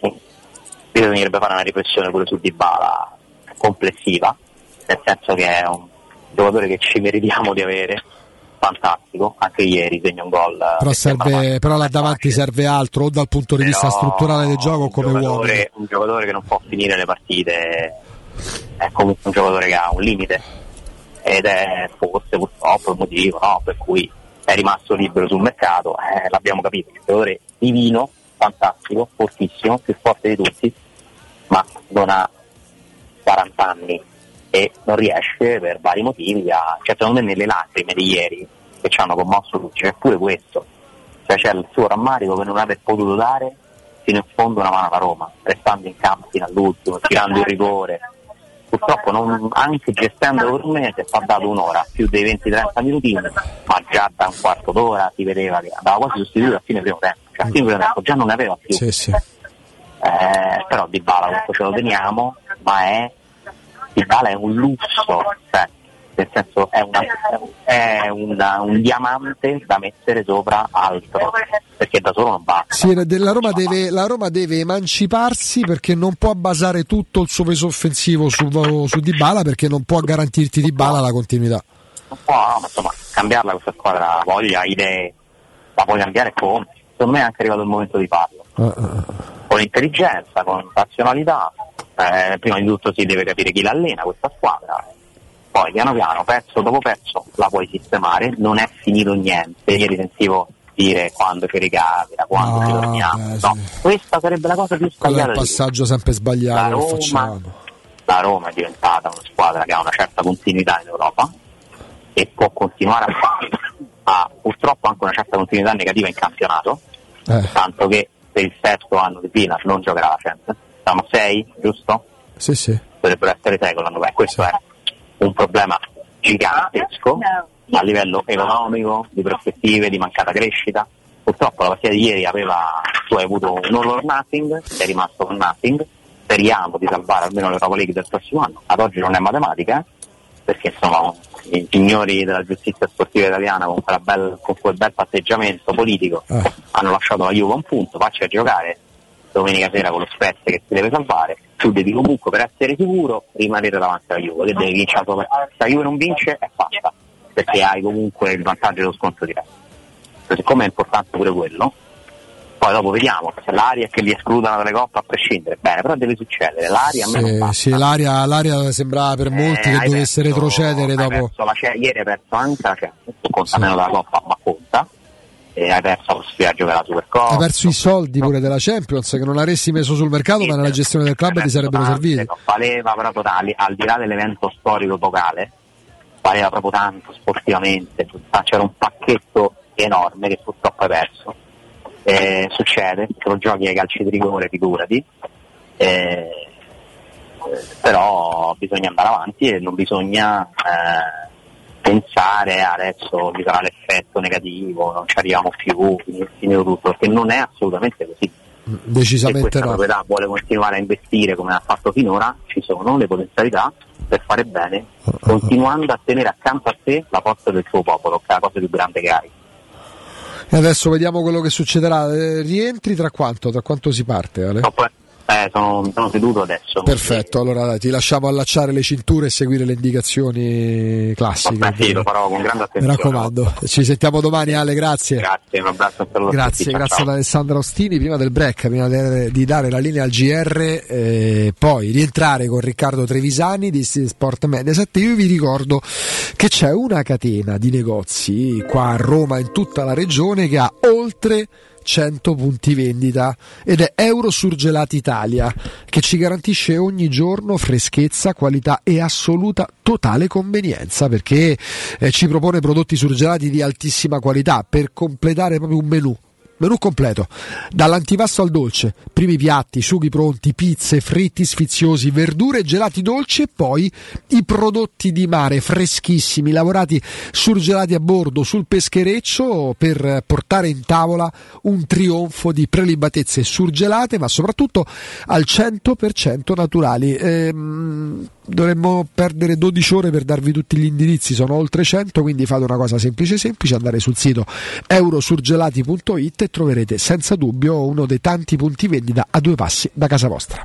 bisognerebbe fare una riflessione pure su Dybala complessiva, nel senso che è un giocatore che ci meritiamo di avere, fantastico, anche ieri segna un gol. Però là davanti serve altro, o dal punto di vista strutturale del gioco come uomo. Un giocatore che non può finire le partite è comunque un giocatore che ha un limite, ed è forse purtroppo il motivo, no, per cui è rimasto libero sul mercato. L'abbiamo capito, un giocatore divino, fantastico, fortissimo, più forte di tutti, ma non ha 40 anni e non riesce per vari motivi cioè secondo me nelle lacrime di ieri che ci hanno commosso tutti c'è pure questo, cioè c'è il suo rammarico per non aver potuto dare fino in fondo una mano alla Roma, restando in campo fino all'ultimo, tirando il rigore. Purtroppo anche gestendo per un mese ha dato un'ora, più dei 20-30 minutini, ma già da un quarto d'ora si vedeva che andava quasi sostituito a fine primo tempo, cioè a fine primo tempo già non ne aveva più. Sì. Però Dybala comunque ce lo teniamo, ma Dybala è un lusso, cioè nel senso è un diamante da mettere sopra altro, perché da solo non basta. Sì, la Roma deve emanciparsi, perché non può basare tutto il suo peso offensivo su Dybala, perché non può garantirti Dybala la continuità. Non può, no, ma insomma, cambiarla questa squadra, voglia, idee, la puoi cambiare come? Secondo me è anche arrivato il momento di farlo. Con intelligenza, con razionalità. Prima di tutto si deve capire chi l'allena questa squadra, poi piano piano, pezzo dopo pezzo, la puoi sistemare. Non è finito niente. Ieri sentivo dire quando ci ricapita, quando ci torniamo. No, questa sarebbe la cosa più sbagliata. Quello è il passaggio sempre sbagliato che facciamo. La Roma è diventata una squadra che ha una certa continuità in Europa e può continuare a fare, ha purtroppo anche una certa continuità negativa in campionato, tanto che per il sesto anno di fila non giocherà la Champions. Siamo 6, giusto? Sì. Dovrebbero essere 6 con l'anno. Questo è un problema gigantesco a livello economico, di prospettive, di mancata crescita. Purtroppo la partita di ieri tu hai avuto un all or nothing, sei rimasto con nothing. Speriamo di salvare almeno l'Europa League del prossimo anno. Ad oggi non è matematica, perché insomma i signori della giustizia sportiva italiana con quel bel patteggiamento politico hanno lasciato la Juve a un punto. Facci a giocare domenica sera con lo Spezia che si deve salvare. Tu devi comunque, per essere sicuro, rimanere davanti alla Juve, che devi vincere. Se la Juve non vince è fatta, perché hai comunque il vantaggio dello scontro diretto. Siccome è importante pure quello, poi dopo vediamo se l'aria è che li escludano dalle coppe a prescindere, bene, però deve succedere. L'aria a me non basta. Sì, l'aria sembrava per molti che dovesse retrocedere dopo. Ieri hai perso anche la Champions, conta meno della Coppa, ma conta. E hai perso la possibilità di giocare la Supercoppa. Hai perso i soldi pure della Champions, che non avresti messo sul mercato, ma nella gestione del club ti sarebbero serviti. Valeva proprio al di là dell'evento storico locale, valeva proprio tanto sportivamente. C'era un pacchetto enorme che purtroppo hai perso. Succede, se lo giochi ai calci di rigore, figurati. Però bisogna andare avanti e non bisogna pensare adesso ci sarà l'effetto negativo, non ci arriviamo più, finito tutto, perché non è assolutamente così. Decisamente se questa proprietà vuole continuare a investire come ha fatto finora, ci sono le potenzialità per fare bene, continuando a tenere accanto a te la forza del tuo popolo, che è la cosa più grande che hai. E adesso vediamo quello che succederà. Rientri tra quanto si parte, Ale? Sono seduto adesso. Perfetto, allora ti lasciamo allacciare le cinture e seguire le indicazioni classiche. Sì, lo farò con grande attenzione. Mi raccomando, ci sentiamo domani, Ale, grazie. Grazie, un abbraccio a tutti. Grazie ad Alessandro Ostini. Prima del break, prima di dare la linea al GR, poi rientrare con Riccardo Trevisani di Sport Mediaset. Io vi ricordo che c'è una catena di negozi qua a Roma, in tutta la regione, che ha oltre 100 punti vendita, ed è Eurosurgelati Italia, che ci garantisce ogni giorno freschezza, qualità e assoluta totale convenienza, perché ci propone prodotti surgelati di altissima qualità per completare proprio un menù completo, dall'antipasto al dolce, primi piatti, sughi pronti, pizze, fritti sfiziosi, verdure, gelati dolci, e poi i prodotti di mare freschissimi, lavorati, surgelati a bordo sul peschereccio, per portare in tavola un trionfo di prelibatezze surgelate, ma soprattutto al 100% naturali. Dovremmo perdere 12 ore per darvi tutti gli indirizzi, sono oltre 100, quindi fate una cosa semplice, andare sul sito eurosurgelati.it e troverete senza dubbio uno dei tanti punti vendita a 2 passi da casa vostra.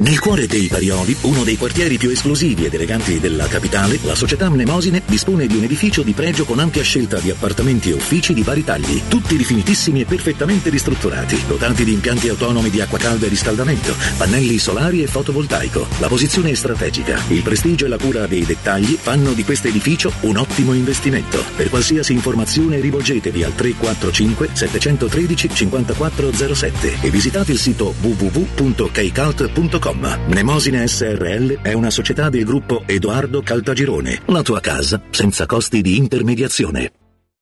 Nel cuore dei Parioli, uno dei quartieri più esclusivi ed eleganti della capitale, la società Mnemosine dispone di un edificio di pregio con ampia scelta di appartamenti e uffici di vari tagli, tutti rifinitissimi e perfettamente ristrutturati, dotati di impianti autonomi di acqua calda e riscaldamento, pannelli solari e fotovoltaico. La posizione è strategica, il prestigio e la cura dei dettagli fanno di questo edificio un ottimo investimento. Per qualsiasi informazione rivolgetevi al 345 713 5407 e visitate il sito www.keicalt.com. Mnemosine SRL è una società del gruppo Edoardo Caltagirone. La tua casa senza costi di intermediazione.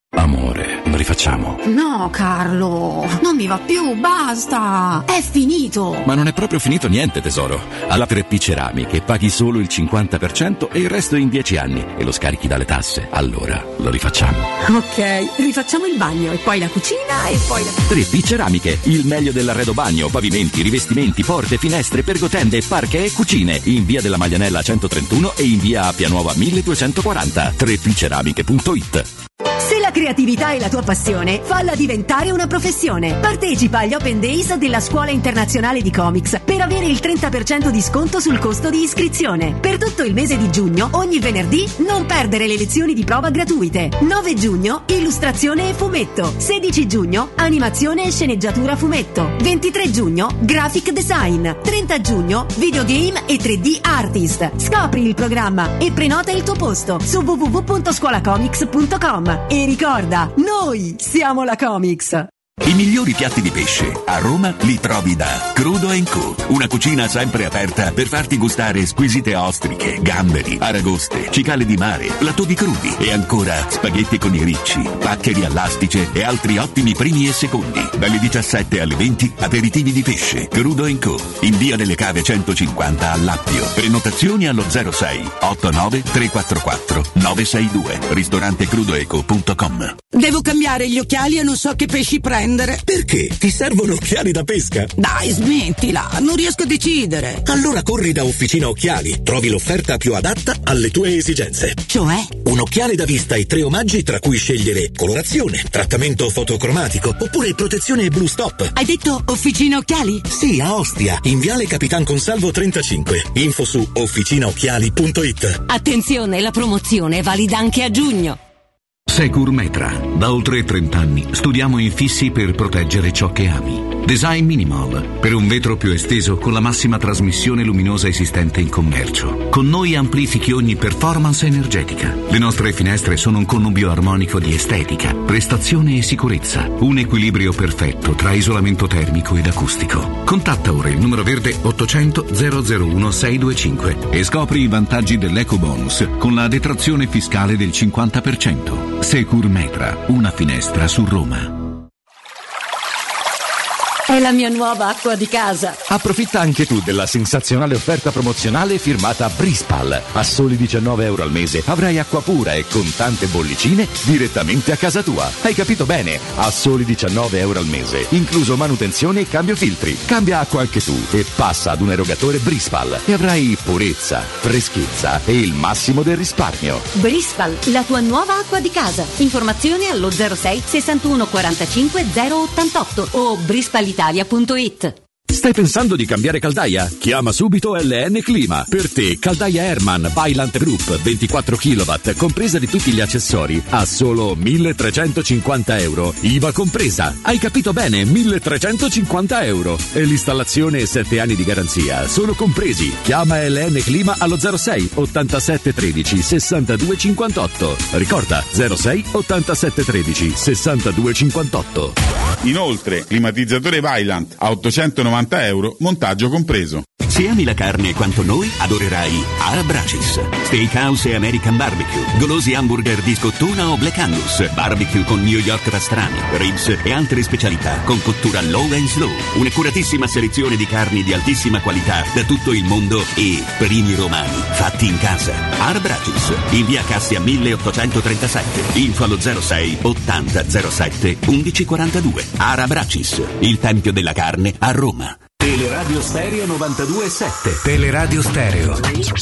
Amore, lo rifacciamo. No, Carlo, non mi va più, basta. È finito. Ma non è proprio finito niente, tesoro. Alla 3P Ceramiche paghi solo il 50% e il resto in 10 anni e lo scarichi dalle tasse. Allora, lo rifacciamo. Ok, rifacciamo il bagno e poi la cucina e poi la... 3P Ceramiche, il meglio dell'arredo bagno, pavimenti, rivestimenti, porte, finestre, pergotende, parche e cucine. In via della Maglianella 131 e in via Appia Nuova 1240. 3pceramiche.it. Se la creatività è la tua passione, falla diventare una professione. Partecipa agli Open Days della Scuola Internazionale di Comics per avere il 30% di sconto sul costo di iscrizione. Per tutto il mese di giugno, ogni venerdì, non perdere le lezioni di prova gratuite. 9 giugno, illustrazione e fumetto. 16 giugno, animazione e sceneggiatura fumetto. 23 giugno, graphic design. 30 giugno, videogame e 3D artist. Scopri il programma e prenota il tuo posto su www.scuolacomics.com. E ricorda, noi siamo la Comics. I migliori piatti di pesce a Roma li trovi da Crudo & Co. Una cucina sempre aperta per farti gustare squisite ostriche, gamberi, aragoste, cicale di mare, plateau crudi e ancora spaghetti con i ricci, paccheri all'astice e altri ottimi primi e secondi. Dalle 17 alle 20 aperitivi di pesce. Crudo & Co. in via delle Cave 150 a Lappio. Prenotazioni allo 06 89 344 962. Ristorantecrudoeco.com. Devo cambiare gli occhiali e non so che pesci prendere. Perché? Ti servono occhiali da pesca? Dai, smettila, non riesco a decidere. Allora corri da Officina Occhiali. Trovi l'offerta più adatta alle tue esigenze. Cioè? Un occhiale da vista e 3 omaggi tra cui scegliere colorazione, trattamento fotocromatico oppure protezione Blue Stop. Hai detto Officina Occhiali? Sì, a Ostia, in viale Capitan Consalvo 35. Info su officinaocchiali.it. Attenzione, la promozione è valida anche a giugno. Securmetra. Da oltre 30 anni studiamo infissi per proteggere ciò che ami. Design Minimal. Per un vetro più esteso con la massima trasmissione luminosa esistente in commercio. Con noi amplifichi ogni performance energetica. Le nostre finestre sono un connubio armonico di estetica, prestazione e sicurezza. Un equilibrio perfetto tra isolamento termico ed acustico. Contatta ora il numero verde 800 001 625 e scopri i vantaggi dell'Eco Bonus con la detrazione fiscale del 50%. Securmetra, una finestra su Roma. È la mia nuova acqua di casa. Approfitta anche tu della sensazionale offerta promozionale firmata Brispal. A soli €19 al mese avrai acqua pura e con tante bollicine direttamente a casa tua. Hai capito bene? A soli €19 al mese, incluso manutenzione e cambio filtri. Cambia acqua anche tu e passa ad un erogatore Brispal e avrai purezza, freschezza e il massimo del risparmio. Brispal, la tua nuova acqua di casa. Informazioni allo 06 61 45 088 o brispalitalia.it. Stai pensando di cambiare caldaia? Chiama subito LN Clima. Per te, caldaia Herman Vaillant Group 24 kW, compresa di tutti gli accessori, a solo €1.350, IVA compresa. Hai capito bene? €1.350. E l'installazione e 7 anni di garanzia sono compresi. Chiama LN Clima allo 06 87 13 62 58. Ricorda, 06 87 13 62 58. Inoltre, climatizzatore Vaillant a €890, montaggio compreso. Se ami la carne quanto noi, adorerai Arabracis. Steakhouse e American Barbecue, golosi hamburger di scottuna o Black Angus, barbecue con New York pastrami, ribs e altre specialità con cottura low and slow. Un'accuratissima selezione di carni di altissima qualità da tutto il mondo e primi romani, fatti in casa. Arabracis, in via Cassia 1837. Info allo 06 80 07 1142. Arabracis, il tempio della carne a Roma. Teleradio Stereo 92.7. Teleradio Stereo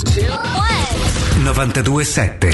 92.7.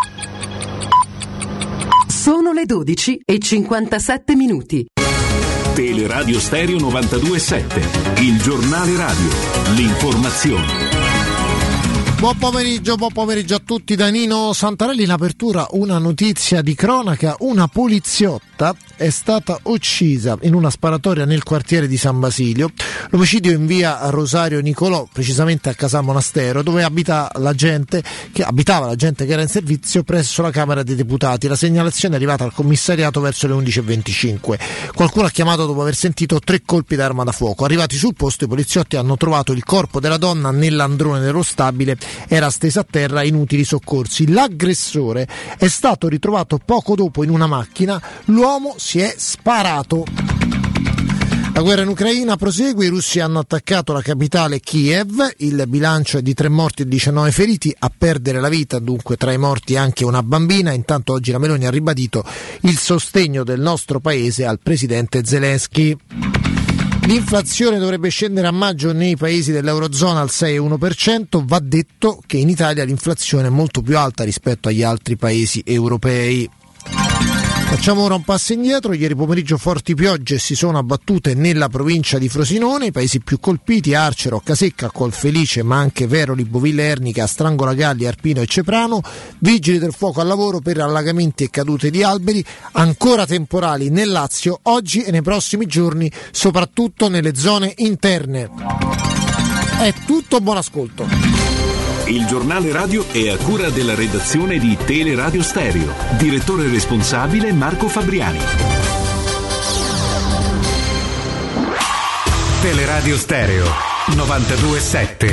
Sono le 12:57. Teleradio Stereo 92.7, il giornale radio, l'informazione. Buon pomeriggio a tutti da Nino Santarelli. In apertura una notizia di cronaca: una poliziotta è stata uccisa in una sparatoria nel quartiere di San Basilio. L'omicidio in via Rosario Nicolò, precisamente a Casal Monastero, dove abitava la gente che era in servizio presso la Camera dei Deputati. La segnalazione è arrivata al commissariato verso le 11.25. Qualcuno ha chiamato dopo aver sentito 3 colpi d'arma da fuoco. Arrivati sul posto, i poliziotti hanno trovato il corpo della donna nell'androne dello stabile. Era stesa a terra, inutili soccorsi. L'aggressore è stato ritrovato poco dopo in una macchina. L'uomo si è sparato. La guerra in Ucraina prosegue, i russi hanno attaccato la capitale Kiev, il bilancio è di 3 morti e 19 feriti, a perdere la vita dunque tra i morti anche una bambina. Intanto oggi la Meloni ha ribadito il sostegno del nostro paese al presidente Zelensky. L'inflazione dovrebbe scendere a maggio nei paesi dell'Eurozona al 6,1%, va detto che in Italia l'inflazione è molto più alta rispetto agli altri paesi europei. Facciamo ora un passo indietro. Ieri pomeriggio forti piogge si sono abbattute nella provincia di Frosinone. I paesi più colpiti: Arcero, Casecca, Colfelice, ma anche Veroli, Bovilla Ernica, Strangolagalli, Arpino e Ceprano. Vigili del fuoco al lavoro per allagamenti e cadute di alberi. Ancora temporali nel Lazio oggi e nei prossimi giorni, soprattutto nelle zone interne. È tutto, buon ascolto. Il giornale radio è a cura della redazione di Teleradio Stereo. Direttore responsabile Marco Fabriani. Teleradio Stereo 92.7.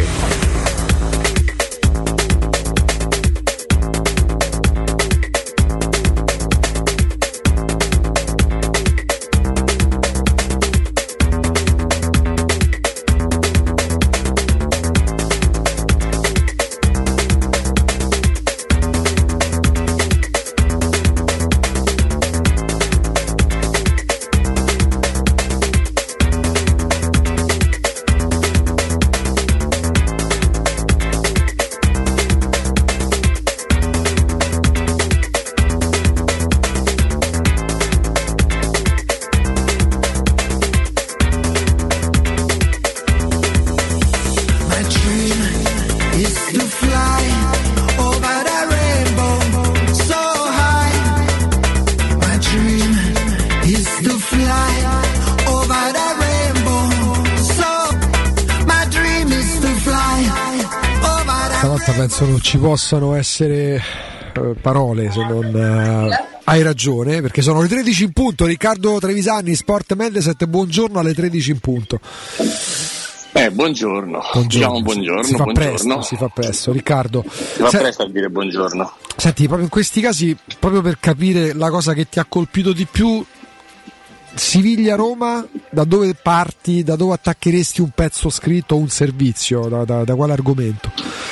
Penso non ci possano essere parole se non hai ragione, perché sono le 13 in punto. Riccardo Trevisani, Sport Mediaset, buongiorno alle 13 in punto. Buongiorno. Diciamo buongiorno. Si fa presto, Riccardo. Si fa presto a dire buongiorno. Senti, proprio in questi casi, proprio per capire la cosa che ti ha colpito di più, Siviglia-Roma, da dove parti, da dove attaccheresti un pezzo scritto o un servizio, da quale argomento?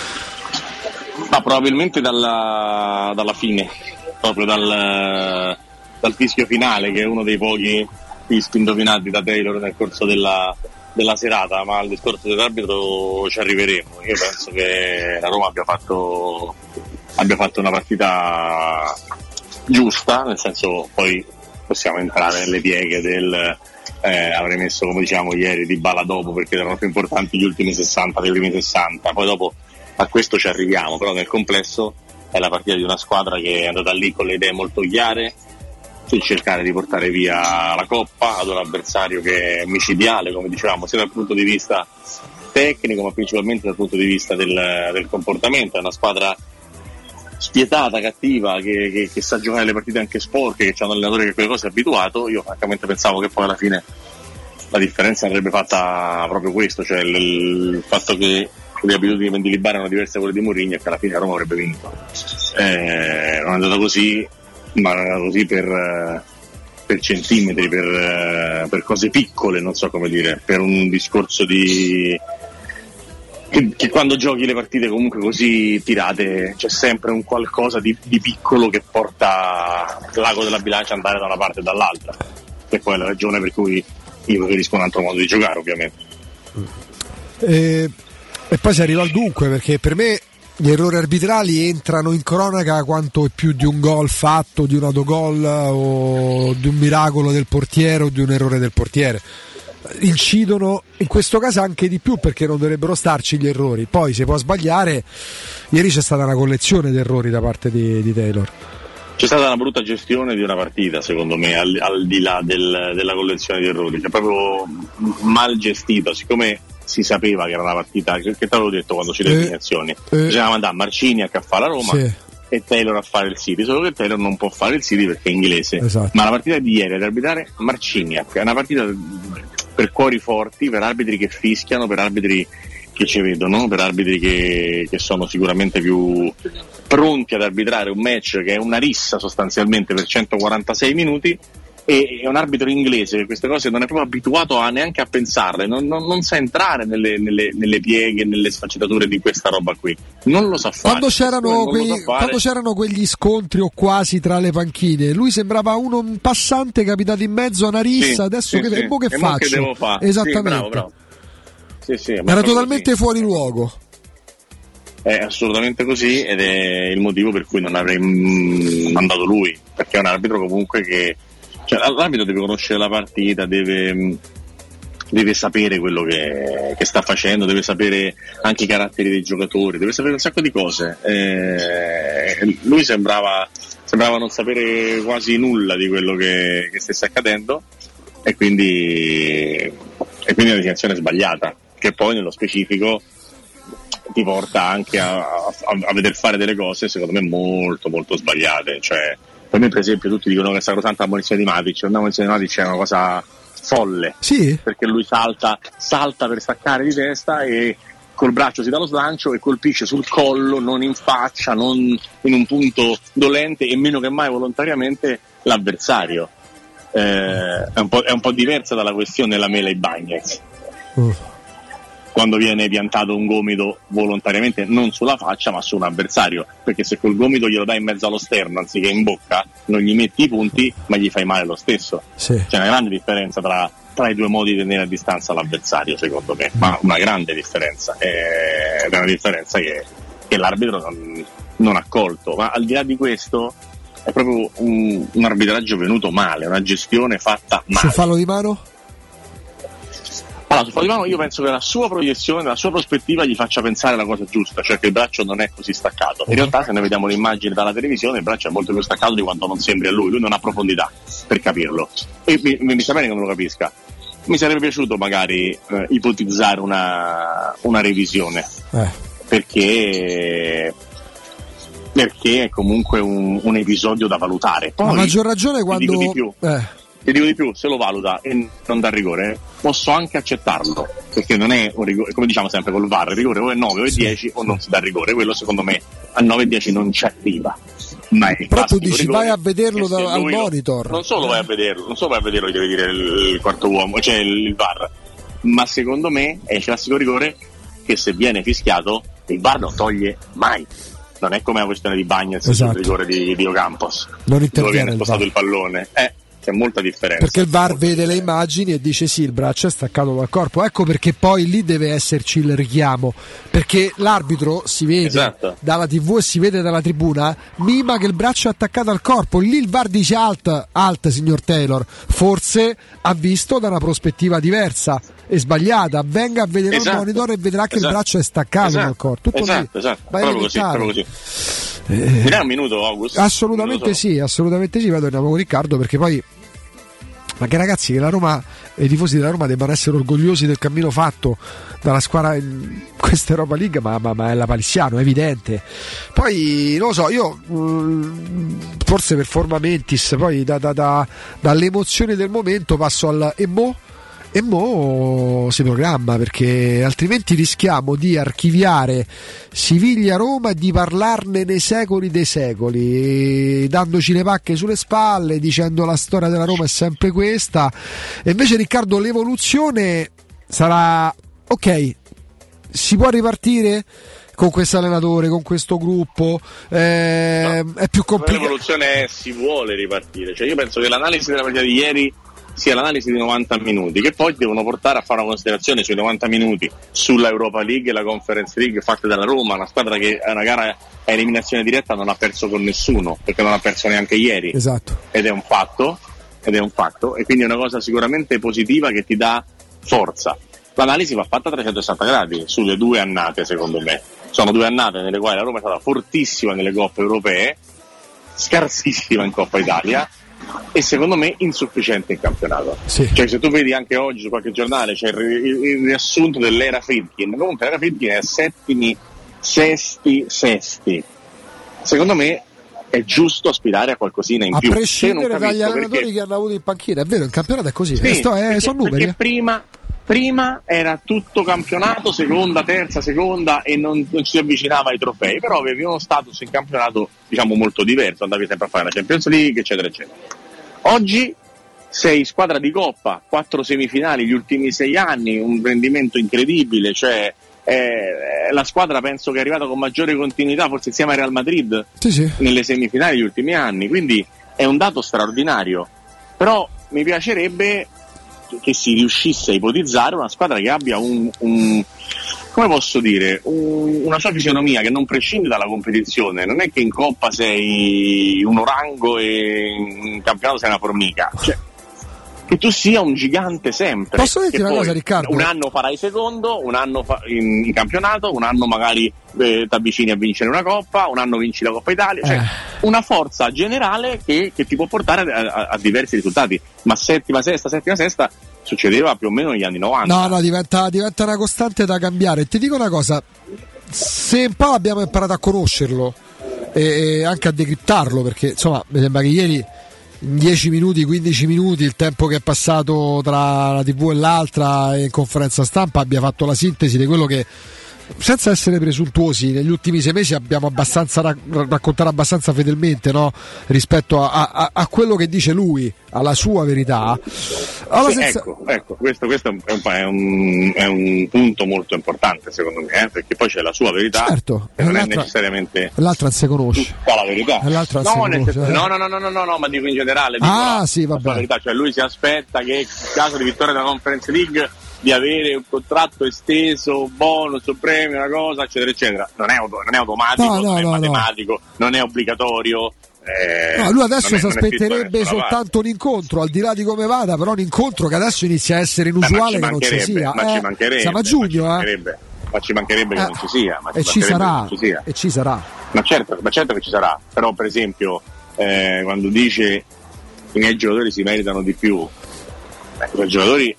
Ma probabilmente dalla fine, proprio dal fischio finale, che è uno dei pochi fischi indovinati da Taylor nel corso della serata, ma al discorso dell'arbitro ci arriveremo. Io penso che la Roma abbia fatto una partita giusta, nel senso, poi possiamo entrare nelle pieghe del avrei messo, come diciamo ieri, Dybala dopo perché erano più importanti gli ultimi 60 dei primi 60, poi dopo a questo ci arriviamo, però nel complesso è la partita di una squadra che è andata lì con le idee molto chiare sul cercare di portare via la Coppa ad un avversario che è micidiale, come dicevamo, sia dal punto di vista tecnico ma principalmente dal punto di vista del comportamento. È una squadra spietata, cattiva, che sa giocare le partite anche sporche, che c'ha un allenatore che a quelle cose è abituato. Io francamente pensavo che poi alla fine la differenza andrebbe fatta proprio questo, cioè il fatto che le abitudini di Mendilibar erano diverse da quelle di Mourinho e che alla fine Roma avrebbe vinto. Non è andata così, ma è andata così per centimetri, per cose piccole, non so come dire, per un discorso che quando giochi le partite comunque così tirate c'è sempre un qualcosa di piccolo che porta l'ago della bilancia ad andare da una parte e dall'altra, che poi è la ragione per cui io preferisco un altro modo di giocare, ovviamente. E poi si arriva al dunque, perché per me gli errori arbitrali entrano in cronaca quanto è più di un gol fatto, di un autogol o di un miracolo del portiere o di un errore del portiere. Incidono in questo caso anche di più, perché non dovrebbero starci gli errori, poi si può sbagliare. Ieri c'è stata una collezione di errori da parte di Taylor. C'è stata una brutta gestione di una partita, secondo me, al di là della collezione di errori, cioè proprio mal gestita, siccome si sapeva che era una partita, che te l'avevo detto quando c'erano le designazioni, bisognava mandare Marciniak a fare la Roma, sì, e Taylor a fare il City, solo che Taylor non può fare il City perché è inglese, esatto. Ma la partita di ieri ad arbitrare Marciniak è una partita per cuori forti, per arbitri che fischiano, per arbitri che ci vedono, per arbitri che sono sicuramente più pronti ad arbitrare un match che è una rissa sostanzialmente per 146 minuti, e è un arbitro inglese che queste cose non è proprio abituato neanche a pensarle, non sa entrare nelle pieghe, nelle sfaccettature di questa roba qui, non lo sa fare. Quando c'erano quegli scontri o quasi tra le panchine, lui sembrava un passante capitato in mezzo a una rissa, sì, adesso sì, che faccio? Che devo fare? Esattamente. Sì, bravo. Sì, era totalmente fuori luogo. È assolutamente così, ed è il motivo per cui non avrei mandato lui, perché è un arbitro comunque che, cioè, l'arbitro deve conoscere la partita, deve sapere quello che sta facendo, deve sapere anche i caratteri dei giocatori, deve sapere un sacco di cose. Lui sembrava non sapere quasi nulla di quello che stesse accadendo, e quindi la designazione è sbagliata, che poi nello specifico ti porta anche a veder fare delle cose secondo me molto molto sbagliate. Cioè, per me per esempio tutti dicono che è sacrosanta ammonizione di Matic, l'ammonizione di Matic è una cosa folle, sì, perché lui salta per staccare di testa e col braccio si dà lo slancio e colpisce sul collo, non in faccia, non in un punto dolente, e meno che mai volontariamente l'avversario. È un po' diversa dalla questione della mela e Bagnez, quando viene piantato un gomito volontariamente non sulla faccia ma su un avversario, perché se quel gomito glielo dai in mezzo allo sterno anziché in bocca non gli metti i punti ma gli fai male lo stesso, sì. C'è una grande differenza tra i due modi di tenere a distanza l'avversario, secondo me, ma una grande differenza, ed è una differenza che l'arbitro non ha colto. Ma al di là di questo è proprio un arbitraggio venuto male, una gestione fatta male. Sul fallo di mano? Allora, sul fallo di mano io penso che la sua proiezione, la sua prospettiva gli faccia pensare la cosa giusta, cioè che il braccio non è così staccato. In realtà, se noi vediamo l'immagine dalla televisione, il braccio è molto più staccato di quanto non sembri a lui non ha profondità per capirlo, e mi sta bene che non lo capisca. Mi sarebbe piaciuto magari ipotizzare una revisione, perché è comunque un episodio da valutare. Poi, a maggior ragione quando ti dico di più, se lo valuta e non dà rigore, posso anche accettarlo, perché non è un rigore, come diciamo sempre col VAR, il rigore o è 9 o è 10 o non si dà rigore, quello secondo me a 9 e 10 non ci arriva. Però tu dici vai a vederlo al monitor. Non solo vai a vederlo, gli devi dire il quarto uomo, cioè il VAR, ma secondo me è il classico rigore che se viene fischiato il VAR non toglie mai. Non è come la questione di Bagnez, esatto, sul rigore di Ocampos, dove viene spostato il pallone. C'è molta differenza. Perché il VAR vede le immagini e dice sì, il braccio è staccato dal corpo. Ecco perché poi lì deve esserci il richiamo, perché l'arbitro si vede dalla TV e si vede dalla tribuna, mima che il braccio è attaccato al corpo. Lì il VAR dice alt signor Taylor, forse ha visto da una prospettiva diversa e sbagliata, venga a vedere il monitor e vedrà che il braccio è staccato dal corpo. Tutto lì. Proprio così. Mi dai un minuto, August? Assolutamente sì, poi torniamo con Riccardo, perché poi che ragazzi, che la Roma e i tifosi della Roma debbano essere orgogliosi del cammino fatto dalla squadra in questa Europa League, ma è la palissiano, è evidente. Poi non lo so, io forse per forma mentis, poi dalle emozioni del momento passo al e mo si programma, perché altrimenti rischiamo di archiviare Siviglia-Roma e di parlarne nei secoli dei secoli, dandoci le pacche sulle spalle, dicendo la storia della Roma è sempre questa. E invece, Riccardo, l'evoluzione sarà ok, si può ripartire con questo allenatore, con questo gruppo, è più complicato. L'evoluzione si vuole ripartire, cioè io penso che l'analisi della partita di ieri sia l'analisi di 90 minuti, che poi devono portare a fare una considerazione sui 90 minuti sulla Europa League e la Conference League fatte dalla Roma, una squadra che è una gara a eliminazione diretta non ha perso con nessuno, perché non ha perso neanche ieri. Esatto. Ed è un fatto, e quindi è una cosa sicuramente positiva che ti dà forza. L'analisi va fatta a 360 gradi sulle 2 annate, secondo me. Sono 2 annate nelle quali la Roma è stata fortissima nelle coppe europee, scarsissima in Coppa Italia e secondo me insufficiente in campionato. Sì. Cioè, se tu vedi anche oggi su qualche giornale c'è il riassunto dell'era Friedkin, comunque l'era Friedkin è settimi, sesti. Secondo me è giusto aspirare a qualcosina in più. A prescindere dagli allenatori che hanno avuto in panchina, è vero, il campionato è così. Sì, sono numeri. Perché prima era tutto campionato, seconda e non ci si avvicinava ai trofei, però avevi uno status in campionato diciamo molto diverso, andavi sempre a fare la Champions League eccetera eccetera. Oggi sei squadra di Coppa, 4 semifinali gli ultimi 6 anni, un rendimento incredibile, cioè la squadra penso che è arrivata con maggiore continuità forse insieme al Real Madrid nelle semifinali degli ultimi anni, quindi è un dato straordinario, però mi piacerebbe che si riuscisse a ipotizzare una squadra che abbia come posso dire, una sua fisionomia che non prescinde dalla competizione. Non è che in Coppa sei un orango e in campionato sei una formica, cioè che tu sia un gigante sempre. Posso dirti una cosa, Riccardo? Un anno farai secondo, un anno in campionato, un anno magari ti avvicini a vincere una Coppa, un anno vinci la Coppa Italia, cioè una forza generale che ti può portare a diversi risultati. Ma settima, sesta succedeva più o meno negli anni 90. No, diventa una costante da cambiare. Ti dico una cosa, se un po' abbiamo imparato a conoscerlo e anche a decriptarlo, perché insomma mi sembra che ieri 10 minuti, 15 minuti, il tempo che è passato tra la TV e l'altra in conferenza stampa, abbia fatto la sintesi di quello che, senza essere presuntuosi, negli ultimi 6 mesi abbiamo abbastanza raccontato abbastanza fedelmente, no? Rispetto a quello che dice lui, alla sua verità. Allora, ecco, questo è un punto molto importante secondo me, perché poi c'è la sua verità, certo, e non è necessariamente l'altra non si conosce tutta la verità. No, ma dico in generale, la sua verità, cioè lui si aspetta che in caso di vittoria della Conference League di avere un contratto esteso, bonus, premi, una cosa, eccetera eccetera. Non è automatico, non è matematico, non è obbligatorio. Lui adesso si aspetterebbe soltanto un incontro, al di là di come vada, però un incontro che adesso inizia a essere inusuale, che non ci sia. Ma ci mancherebbe. Siamo a giugno, ma ci mancherebbe che non ci sia. E ci sarà. Ma certo che ci sarà. Però per esempio quando dice i miei giocatori si meritano di più, i giocatori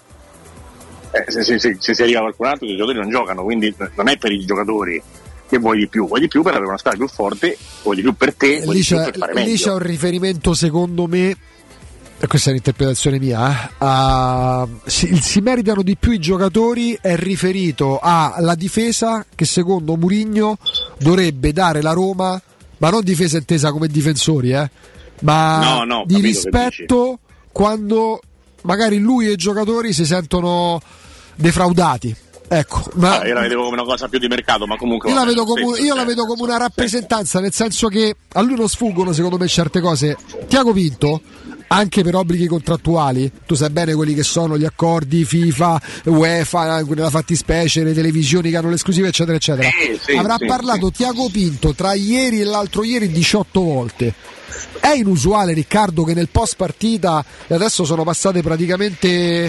se si arriva qualcun altro, i giocatori non giocano, quindi non è per i giocatori che vuoi di più per avere una squadra più forte, vuoi di più per te, vuoi di più per fare meglio. Lì c'è un riferimento secondo me, e questa è l'interpretazione mia, si meritano di più i giocatori, è riferito alla difesa che secondo Mourinho dovrebbe dare la Roma, ma non difesa intesa come difensori, ma di rispetto quando magari lui e i giocatori si sentono defraudati. Ecco, io la vedevo come una cosa più di mercato, ma comunque io la vedo come una rappresentanza, nel senso che a lui non sfuggono secondo me certe cose. Tiago Pinto, anche per obblighi contrattuali, tu sai bene quelli che sono gli accordi FIFA, UEFA, nella fattispecie, le televisioni che hanno l'esclusiva eccetera eccetera, avrà parlato Tiago Pinto tra ieri e l'altro ieri 18 volte. È inusuale, Riccardo, che nel post partita, e adesso sono passate praticamente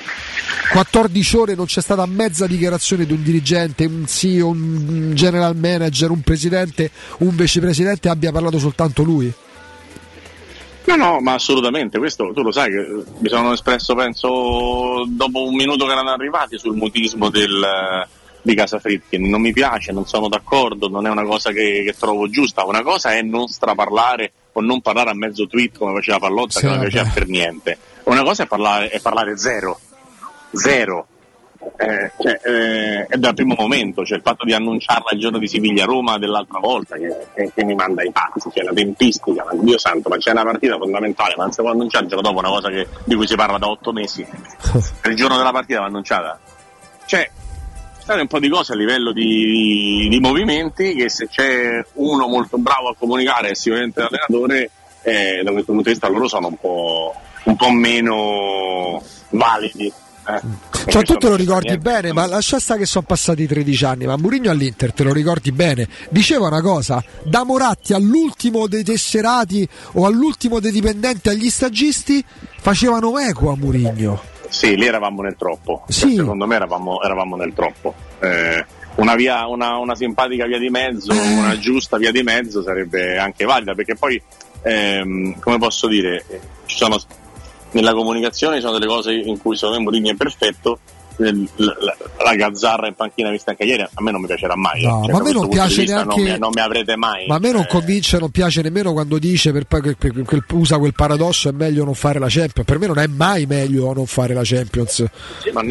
14 ore, non c'è stata mezza dichiarazione di un dirigente, un CEO, un general manager, un presidente, un vicepresidente, abbia parlato soltanto lui? No, ma assolutamente, questo tu lo sai che mi sono espresso penso dopo un minuto che erano arrivati sul mutismo di Casa Friedkin. Non mi piace, non sono d'accordo, non è una cosa che trovo giusta. Una cosa è non straparlare o non parlare a mezzo tweet come faceva Pallotta, che non mi piaceva per niente. Una cosa è parlare zero. È dal primo momento, cioè il fatto di annunciarla il giorno di Siviglia-Roma dell'altra volta che mi manda ai pazzi, cioè la tempistica, ma Dio santo, ma c'è una partita fondamentale, ma non si può annunciare il giorno dopo una cosa di cui si parla da 8 mesi, il giorno della partita va annunciata, cioè un po' di cose a livello di movimenti che se c'è uno molto bravo a comunicare, sicuramente l'allenatore, da questo punto di vista loro sono un po' un po' meno validi. Cioè tu te lo ricordi bene, ma lascia stare che sono passati 13 anni, ma Mourinho all'Inter te lo ricordi bene, diceva una cosa: da Moratti all'ultimo dei tesserati o all'ultimo dei dipendenti agli stagisti facevano eco a Mourinho. Sì, lì eravamo nel troppo, sì. Secondo me eravamo nel troppo. Una simpatica via di mezzo, una giusta via di mezzo sarebbe anche valida, perché poi come posso dire, ci sono nella comunicazione ci sono delle cose in cui secondo me Mourinho è perfetto. La gazzarra in panchina vista anche ieri a me non mi piacerà mai, no, ma a me non piace neanche, non mi avrete mai, ma a me non convince, non piace nemmeno quando dice usa quel paradosso: è meglio non fare la Champions. Per me non è mai meglio non fare la Champions. Ma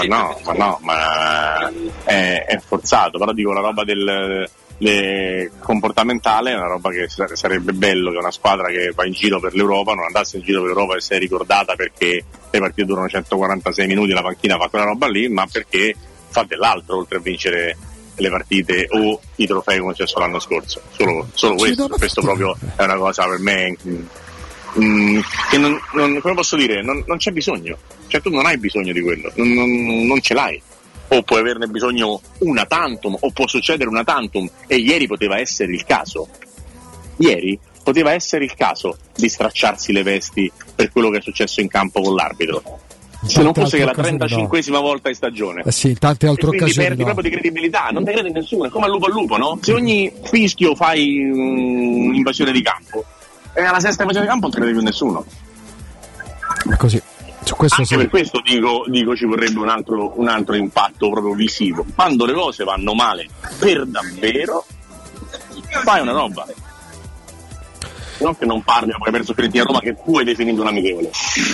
è forzato. Però dico, la roba del comportamentale è una roba che sarebbe bello che una squadra che va in giro per l'Europa non andasse in giro per l'Europa e sia ricordata perché le partite durano 146 minuti, la panchina fa quella roba lì, ma perché fa dell'altro oltre a vincere le partite o i trofei come c'è l'anno scorso. Solo questo proprio è una cosa per me che non come posso dire, non c'è bisogno, cioè tu non hai bisogno di quello, non ce l'hai. O puoi averne bisogno una tantum, o può succedere una tantum, e ieri poteva essere il caso. Ieri poteva essere il caso di stracciarsi le vesti per quello che è successo in campo con l'arbitro. Se non fosse che la 35esima volta in stagione. Sì, in tante altre occasioni. Quindi perdi proprio di credibilità, non ti crede nessuno, è come al lupo, no? Se ogni fischio fai un'invasione di campo, e alla sesta invasione di campo non ti crede più nessuno. È così. Anche per questo dico ci vorrebbe un altro impatto proprio visivo. Quando le cose vanno male per davvero, fai una roba, non che non parli poi verso Fiorentina Roma che tu hai definito un amichevole.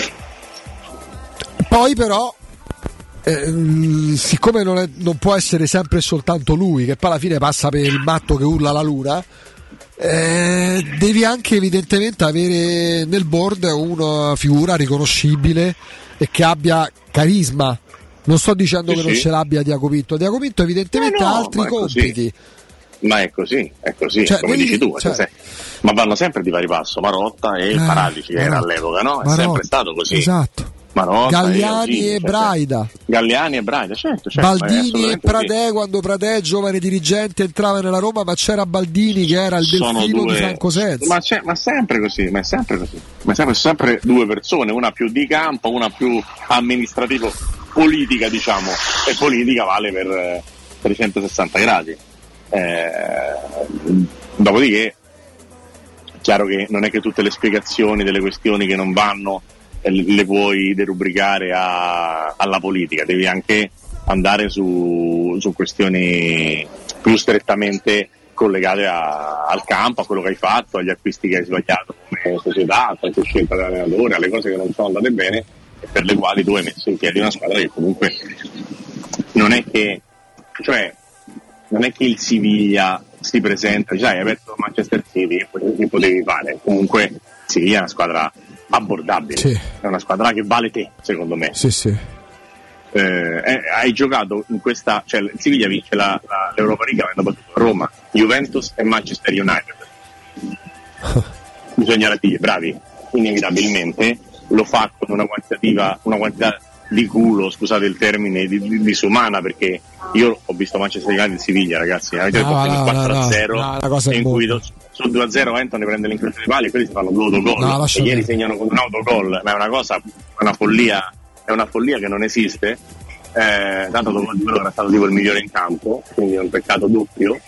Poi però siccome non può essere sempre soltanto lui che poi alla fine passa per il matto che urla la luna, devi anche evidentemente avere nel board una figura riconoscibile e che abbia carisma. Non sto dicendo che non ce l'abbia Diaco Pinto evidentemente ha altri compiti. Ma è così, cioè, come dici tu, ma vanno sempre di pari passo Marotta e Paratici che era all'epoca, no? È sempre stato così. Esatto. Marotta, Galliani e Braida. Certo. Baldini e Pradè, quando Pradè, giovane dirigente, entrava nella Roma, ma c'era Baldini che era il delfino di Franco Senza. Ma sempre così. Ma sempre due persone, una più di campo, una più amministrativo, politica, diciamo, e politica vale per 360 gradi. Dopodiché, chiaro che non è che tutte le spiegazioni delle questioni che non vanno le puoi derubricare alla politica, devi anche andare su questioni più strettamente collegate al campo, a quello che hai fatto, agli acquisti che hai sbagliato come società, a qualche scelta dell'allenatore, alle cose che non sono andate bene e per le quali tu hai messo in piedi una squadra che comunque non è che il Siviglia si presenta, hai aperto Manchester City, che potevi fare? Comunque Siviglia è una squadra abbordabile, è una squadra che vale te, secondo me. Hai giocato in questa, cioè il Siviglia vince l'Europa League avendo battuto Roma, Juventus e Manchester United. Bisogna dire bravi, inevitabilmente lo fa con una quantità di culo, scusate il termine, disumana, perché io ho visto Manchester United e Siviglia, ragazzi, avete detto 4-0 in cui sul 2-0 Anthony prende l'incrocio dei pali e quelli si fanno due autogol e ieri segnano con un autogol, ma è una follia che non esiste. Tanto dopo il era stato tipo il migliore in campo, quindi è un peccato doppio.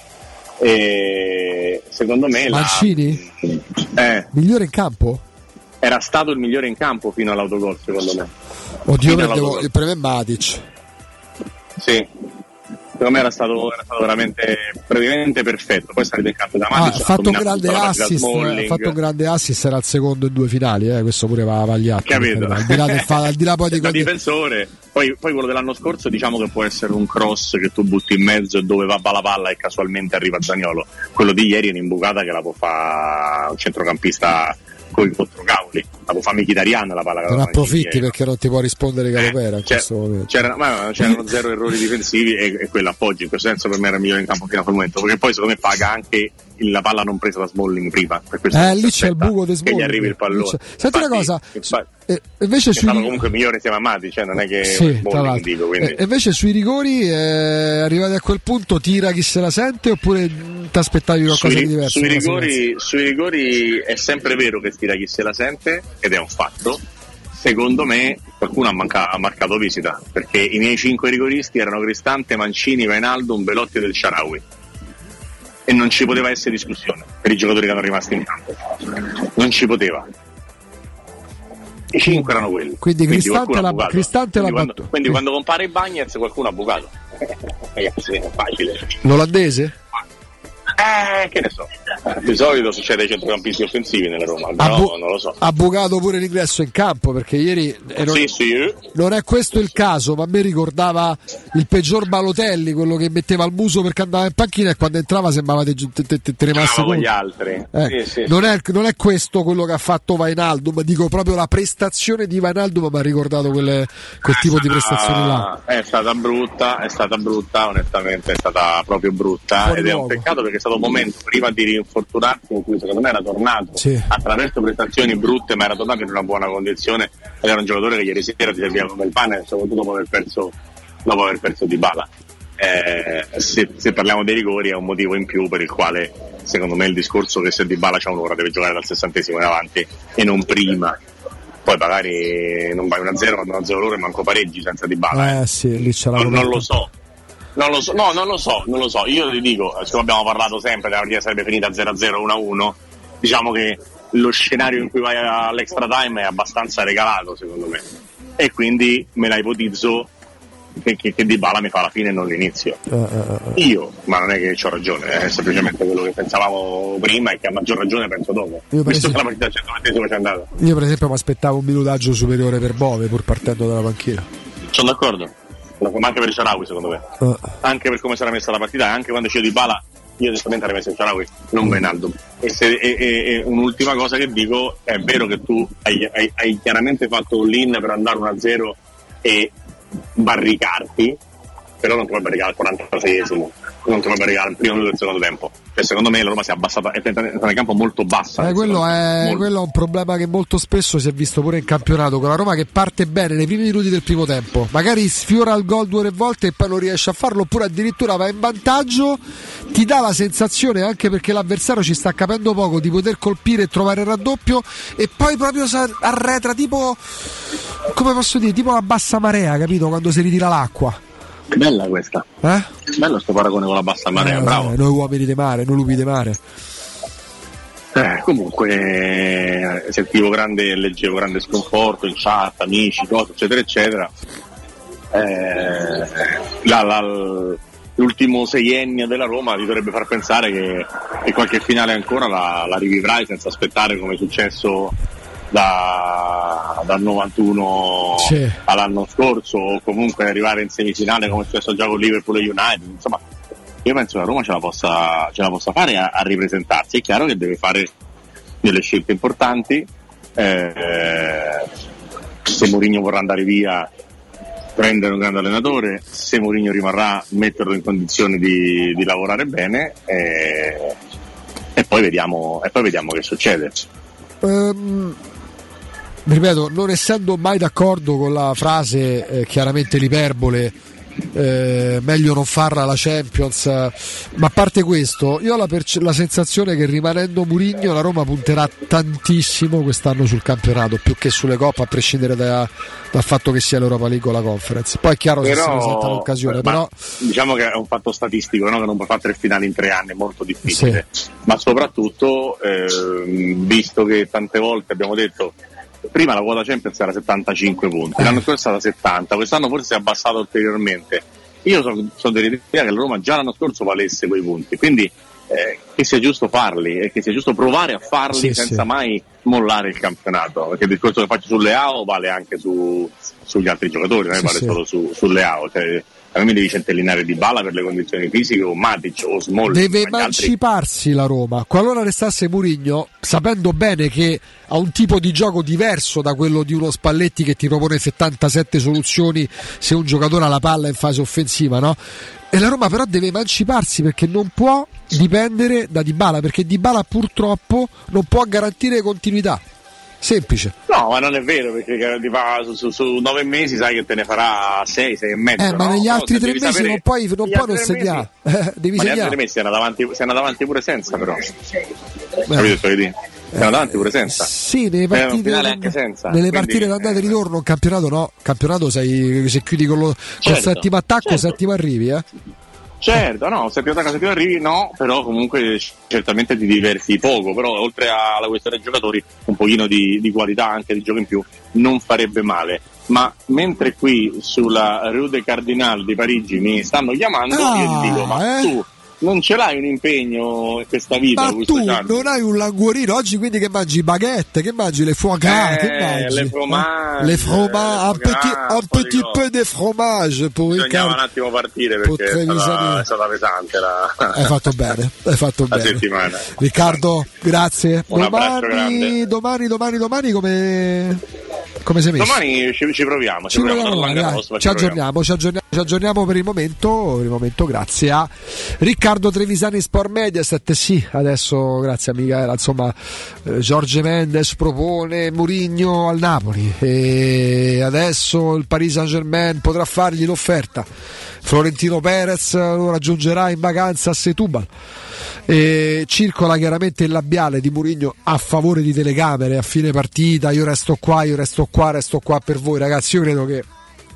E secondo me Mancini? Migliore in campo? Era stato il migliore in campo fino all'autogol, secondo me. Oddio, per me Matic. Sì, secondo me era stato veramente praticamente perfetto. Poi è salito in campo da Matic, ha fatto un grande assist, era il secondo in 2 finali, questo pure va vagliato. Capito? Al di là poi di da difensore. Poi quello dell'anno scorso diciamo che può essere un cross che tu butti in mezzo e dove va la palla e casualmente arriva Zaniolo. Quello di ieri è un'imbucata che la può fare un centrocampista con i controcavoli, la può fare Mkhitaryan la palla. Non approfitti perché non ti può rispondere Calopera in questo momento. C'erano 0 errori difensivi e quello appoggi, in questo senso per me era il migliore in campo fino a quel momento, perché poi secondo me paga anche la palla non presa da Smalling prima, per questo lì c'è il buco di Smalling che gli arrivi il pallone. Senti una cosa, invece è stato comunque migliore insieme a Matic, cioè non è che Smalling dico, quindi. Invece sui rigori arrivati a quel punto tira chi se la sente oppure ti aspettavi qualcosa di diverso? Sui rigori è sempre vero che tira chi se la sente, ed è un fatto. Secondo me qualcuno ha marcato visita, perché i miei 5 rigoristi erano Cristante, Mancini, Wijnaldum, Belotti e Del Shaarawy, e non ci poteva essere discussione per i giocatori che erano rimasti in campo, non ci poteva. I 5 erano quelli, quindi Cristante l'ha battuto. Quindi quando compare Bagnez qualcuno ha bucato. Ragazzi, è facile. L'olandese? Che ne so, di solito succede ai centrocampisti offensivi nella Roma, però non lo so. Ha bucato pure l'ingresso in campo, perché ieri non è questo il caso, ma a me ricordava il peggior Balotelli, quello che metteva il muso perché andava in panchina e quando entrava sembrava te remasse con gli altri. Non è questo quello che ha fatto Wijnaldum, dico proprio la prestazione di Wijnaldum mi ha ricordato quel tipo di prestazioni là. È stata brutta, onestamente è stata proprio brutta. Fuori ed luogo. È un peccato perché è stato un momento prima di rinfortunarsi in cui secondo me era tornato attraverso prestazioni brutte, ma era tornato in una buona condizione ed era un giocatore che ieri sera ti serviva come il pane, soprattutto dopo aver perso Dybala. Se parliamo dei rigori è un motivo in più per il quale secondo me il discorso che se Dybala c'ha un'ora deve giocare dal 60esimo in avanti e non prima. Poi magari non vai 1-0, quando 1-0 loro e manco pareggi senza Dybala. Lì c'è la non lo so. Non lo so. Io ti dico, siccome abbiamo parlato sempre che la partita sarebbe finita 0-0, 1-1, diciamo che lo scenario in cui vai all'extra time è abbastanza regalato secondo me, e quindi me la ipotizzo che Dybala mi fa la fine e non l'inizio. Io, ma non è che c'ho ragione, è semplicemente quello che pensavamo prima e che a maggior ragione penso dopo, visto che la partita al 120esimo c'è andata. Io per esempio mi aspettavo un minutaggio superiore per Bove pur partendo dalla panchina. Sono d'accordo, ma anche per Shaarawy secondo me, anche per come sarà messa la partita, anche quando c'è Dybala io onestamente avrei messo il Shaarawy, non Wijnaldum. E un'ultima cosa che dico, è vero che tu hai chiaramente fatto l'in per andare 1-0 e barricarti, però non ti puoi barricare al 46esimo, non ti puoi barricare al primo minuto del secondo tempo. Cioè, secondo me la Roma si è abbassata, è nel campo molto bassa. Quello è un problema che molto spesso si è visto pure in campionato, con la Roma che parte bene nei primi minuti del primo tempo, magari sfiora il gol 2 o 3 volte e poi non riesce a farlo, oppure addirittura va in vantaggio, ti dà la sensazione, anche perché l'avversario ci sta capendo poco, di poter colpire e trovare il raddoppio, e poi proprio arretra, tipo, come posso dire, tipo la bassa marea, capito? Quando si ritira l'acqua. Bella questa, bello sto paragone con la bassa marea, bravo. Noi uomini di mare, noi lupi di mare. Comunque leggevo grande sconforto in chat, amici, cose, eccetera eccetera. L'ultimo seiennio della Roma ti dovrebbe far pensare che qualche finale ancora la rivivrai senza aspettare, come è successo dal 91 all'anno scorso, o comunque arrivare in semifinale come è successo già con Liverpool e United. Insomma, io penso che la Roma ce la possa fare a ripresentarsi. È chiaro che deve fare delle scelte importanti, se Mourinho vorrà andare via, prendere un grande allenatore, se Mourinho rimarrà, metterlo in condizione di lavorare bene, e poi vediamo che succede. Ripeto, non essendo mai d'accordo con la frase, chiaramente l'iperbole, meglio non farla la Champions, ma a parte questo, io ho la sensazione che rimanendo Mourinho la Roma punterà tantissimo quest'anno sul campionato, più che sulle coppe, a prescindere dal fatto che sia l'Europa League o la Conference. Poi è chiaro, se si presenta l'occasione, però diciamo che è un fatto statistico, no? Che non puoi fare 3 finali in 3 anni, è molto difficile, ma soprattutto visto che tante volte abbiamo detto prima la quota Champions era 75 punti, l'anno scorso era 70, quest'anno forse si è abbassato ulteriormente. Io sono dell'idea che la Roma già l'anno scorso valesse quei punti, quindi che sia giusto farli e che sia giusto provare a farli senza mai mollare il campionato, perché il discorso che faccio su Leao vale anche sugli altri giocatori, non è vale solo su Leao. Cioè, a me mi devi centellinare Dybala per le condizioni fisiche, o Matic o Smalling. Deve emanciparsi la Roma. Qualora restasse Mourinho, sapendo bene che ha un tipo di gioco diverso da quello di uno Spalletti che ti propone 77 soluzioni se un giocatore ha la palla in fase offensiva, no? E la Roma però deve emanciparsi, perché non può dipendere da Dybala, perché Dybala purtroppo non può garantire continuità. Semplice. No, ma non è vero, perché su 9 mesi sai che te ne farà 6 e mezzo. Ma no? negli altri 3 mesi sapere, non puoi non segnare. Devi ma segnare. negli altri 3 mesi sei andato avanti pure senza, però. Capito che dire? Sei andato avanti pure senza. Sì, nelle partite, anche senza. nelle partite d'andata e ritorno, un campionato no. Campionato se chiudi con il settimo attacco, settimo arrivi, Certo, no, se arrivi no, però comunque certamente ti diversi poco, però oltre alla questione dei giocatori un pochino di qualità anche di gioco in più non farebbe male. Ma mentre qui sulla Rue des Cardinals di Parigi mi stanno chiamando, io ti dico, ma tu non ce l'hai un impegno in questa vita? Ma tu non hai un languorino oggi, quindi che mangi? Baguette? Che mangi? Le foie gras? Che mangi? Le fromage, le fromage, un petit peu de fromage pour bisognava un attimo partire perché è stata pesante hai fatto bene la bene. Settimana. Riccardo, grazie. Un abbraccio grande. Domani come sei messo? Domani ci proviamo. Ci aggiorniamo per il momento, grazie a Riccardo Trevisani, Sport Mediaset. Sì, adesso grazie a Michela, insomma, Jorge Mendes propone Mourinho al Napoli e adesso il Paris Saint-Germain potrà fargli l'offerta. Florentino Perez lo raggiungerà in vacanza a Setúbal. Circola chiaramente il labiale di Mourinho a favore di telecamere a fine partita: io resto qua per voi, ragazzi. Io credo che,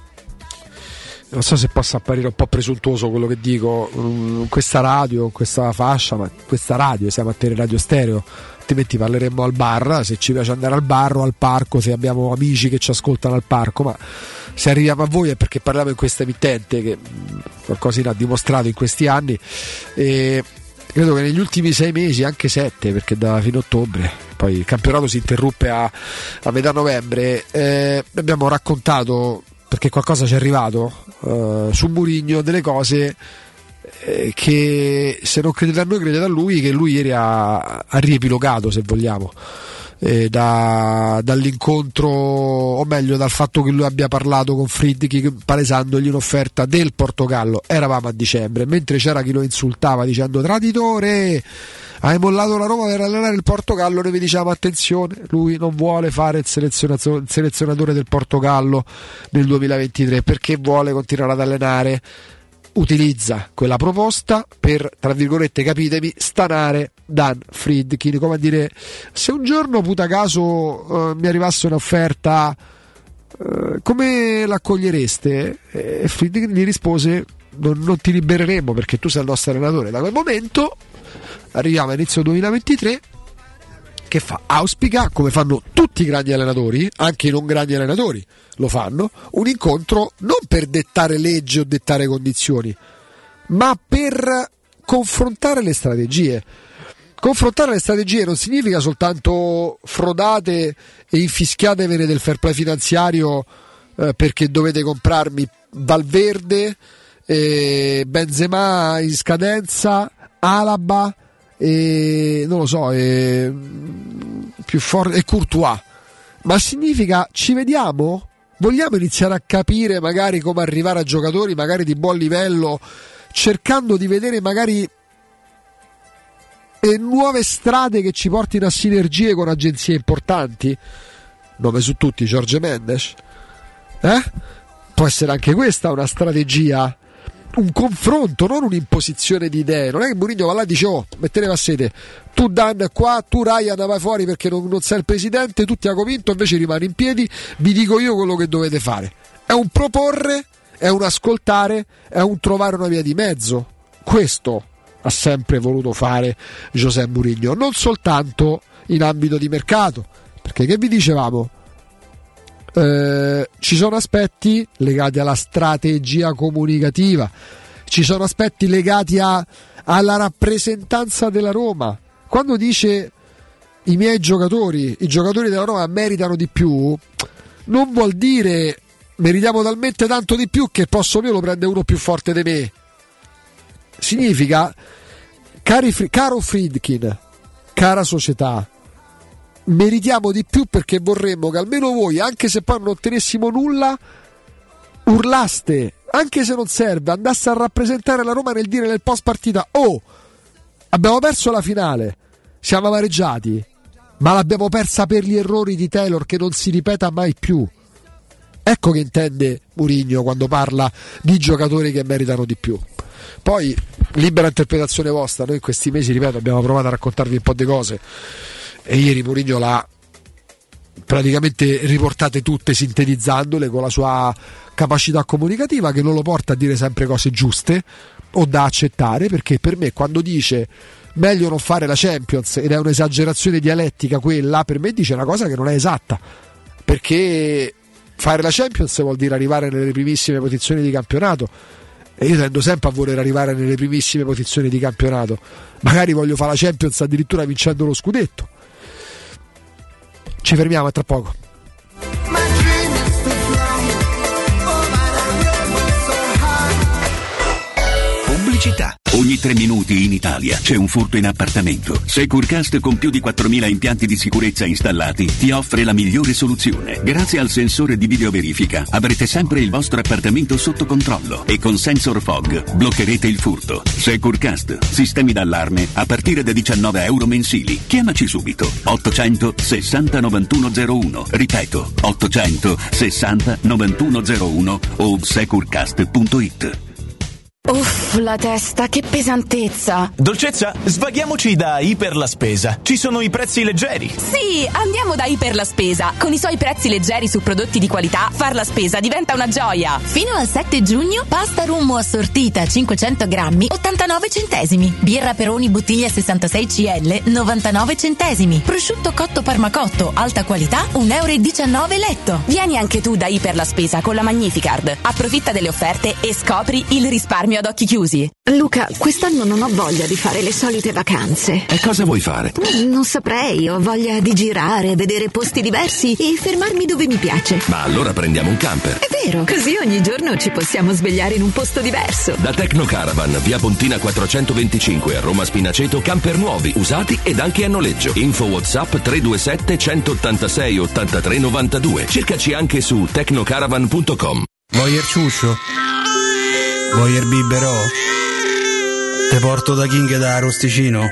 non so se possa apparire un po' presuntuoso quello che dico, questa radio, questa fascia, ma questa radio, siamo a Teleradio Stereo, altrimenti parleremmo al bar, se ci piace andare al bar o al parco, se abbiamo amici che ci ascoltano al parco, ma se arriviamo a voi è perché parliamo in questa emittente che qualcosa ha dimostrato in questi anni. E credo che negli ultimi 6 mesi, anche 7, perché da fine ottobre, poi il campionato si interruppe a metà novembre, abbiamo raccontato, perché qualcosa ci è arrivato su Mourinho, delle cose che, se non credete a noi, credete a lui, che lui ieri ha riepilogato, se vogliamo, dall'incontro, o meglio dal fatto che lui abbia parlato con Friedkin palesandogli un'offerta del Portogallo. Eravamo a dicembre, mentre c'era chi lo insultava dicendo traditore, hai mollato la Roma per allenare il Portogallo, noi vi diciamo attenzione, lui non vuole fare il selezionatore del Portogallo nel 2023 perché vuole continuare ad allenare. Utilizza quella proposta per, tra virgolette, capitemi, stanare Dan Friedkin, come a dire: se un giorno puta caso mi arrivasse un'offerta, come l'accogliereste? E Friedkin gli rispose: non ti libereremo perché tu sei il nostro allenatore. Da quel momento arriviamo a inizio 2023, che auspica, come fanno tutti i grandi allenatori, anche i non grandi allenatori lo fanno, un incontro non per dettare leggi o dettare condizioni, ma per confrontare le strategie. Confrontare le strategie non significa soltanto frodate e infischiatevene del fair play finanziario perché dovete comprarmi Valverde, Benzema in scadenza, Alaba e non lo so, più forte, e Courtois. Ma significa: ci vediamo? Vogliamo iniziare a capire magari come arrivare a giocatori magari di buon livello, cercando di vedere magari nuove strade che ci portino a sinergie con agenzie importanti? Nome su tutti, Jorge Mendes. Può essere anche questa una strategia, un confronto, non un'imposizione di idee. Non è che Mourinho va là e dice: oh, mettete a sede, tu Dan qua, tu Ryan vai fuori perché non sei il presidente, tu ti ha convinto, invece rimani in piedi, vi dico io quello che dovete fare. È un proporre, è un ascoltare, è un trovare una via di mezzo. Questo ha sempre voluto fare José Mourinho, non soltanto in ambito di mercato, perché che vi dicevamo? Ci sono aspetti legati alla strategia comunicativa, ci sono aspetti legati alla rappresentanza della Roma. Quando dice i giocatori della Roma meritano di più, non vuol dire meritiamo talmente tanto di più che posso io lo prende uno più forte di me. Significa: caro Friedkin, cara società, meritiamo di più perché vorremmo che almeno voi, anche se poi non ottenessimo nulla, urlaste anche se non serve, andasse a rappresentare la Roma nel dire nel post partita: oh, abbiamo perso la finale, siamo amareggiati, ma l'abbiamo persa per gli errori di Taylor, che non si ripeta mai più. Ecco che intende Mourinho quando parla di giocatori che meritano di più. Poi libera interpretazione vostra, noi in questi mesi, ripeto, abbiamo provato a raccontarvi un po' di cose e ieri Mourinho l'ha praticamente riportate tutte, sintetizzandole con la sua capacità comunicativa, che non lo porta a dire sempre cose giuste o da accettare, perché per me quando dice meglio non fare la Champions ed è un'esagerazione dialettica quella, per me dice una cosa che non è esatta, perché fare la Champions vuol dire arrivare nelle primissime posizioni di campionato e io tendo sempre a voler arrivare nelle primissime posizioni di campionato, magari voglio fare la Champions addirittura vincendo lo scudetto. Ci fermiamo, a tra poco. Pubblicità. Ogni 3 minuti in Italia c'è un furto in appartamento. Securcast, con più di 4.000 impianti di sicurezza installati, ti offre la migliore soluzione. Grazie al sensore di videoverifica avrete sempre il vostro appartamento sotto controllo e con Sensor Fog bloccherete il furto. Securcast, sistemi d'allarme a partire da €19 mensili. Chiamaci subito. 860 9101. Ripeto, 860 9101 o securcast.it. Uff, la testa, che pesantezza. Dolcezza, svaghiamoci da Iper la Spesa. Ci sono i prezzi leggeri. Sì, andiamo da Iper la Spesa. Con i suoi prezzi leggeri su prodotti di qualità, far la spesa diventa una gioia. Fino al 7 giugno, pasta Rummo assortita 500 grammi, 89 centesimi. Birra Peroni bottiglia 66 CL, 99 centesimi. Prosciutto cotto Parmacotto, alta qualità, €1,19 letto. Vieni anche tu da Iper la Spesa con la Magnificard. Approfitta delle offerte e scopri il risparmio ad occhi chiusi. Luca, quest'anno non ho voglia di fare le solite vacanze. E cosa vuoi fare? Non saprei, ho voglia di girare, vedere posti diversi e fermarmi dove mi piace. Ma allora prendiamo un camper. È vero, così ogni giorno ci possiamo svegliare in un posto diverso. Da Tecnocaravan, via Pontina 425 a Roma Spinaceto, camper nuovi, usati ed anche a noleggio. Info WhatsApp 327 186 83 92. Cercaci anche su tecnocaravan.com. Voyer ciuscio? Voyer biberò? Te porto da King da Arosticino?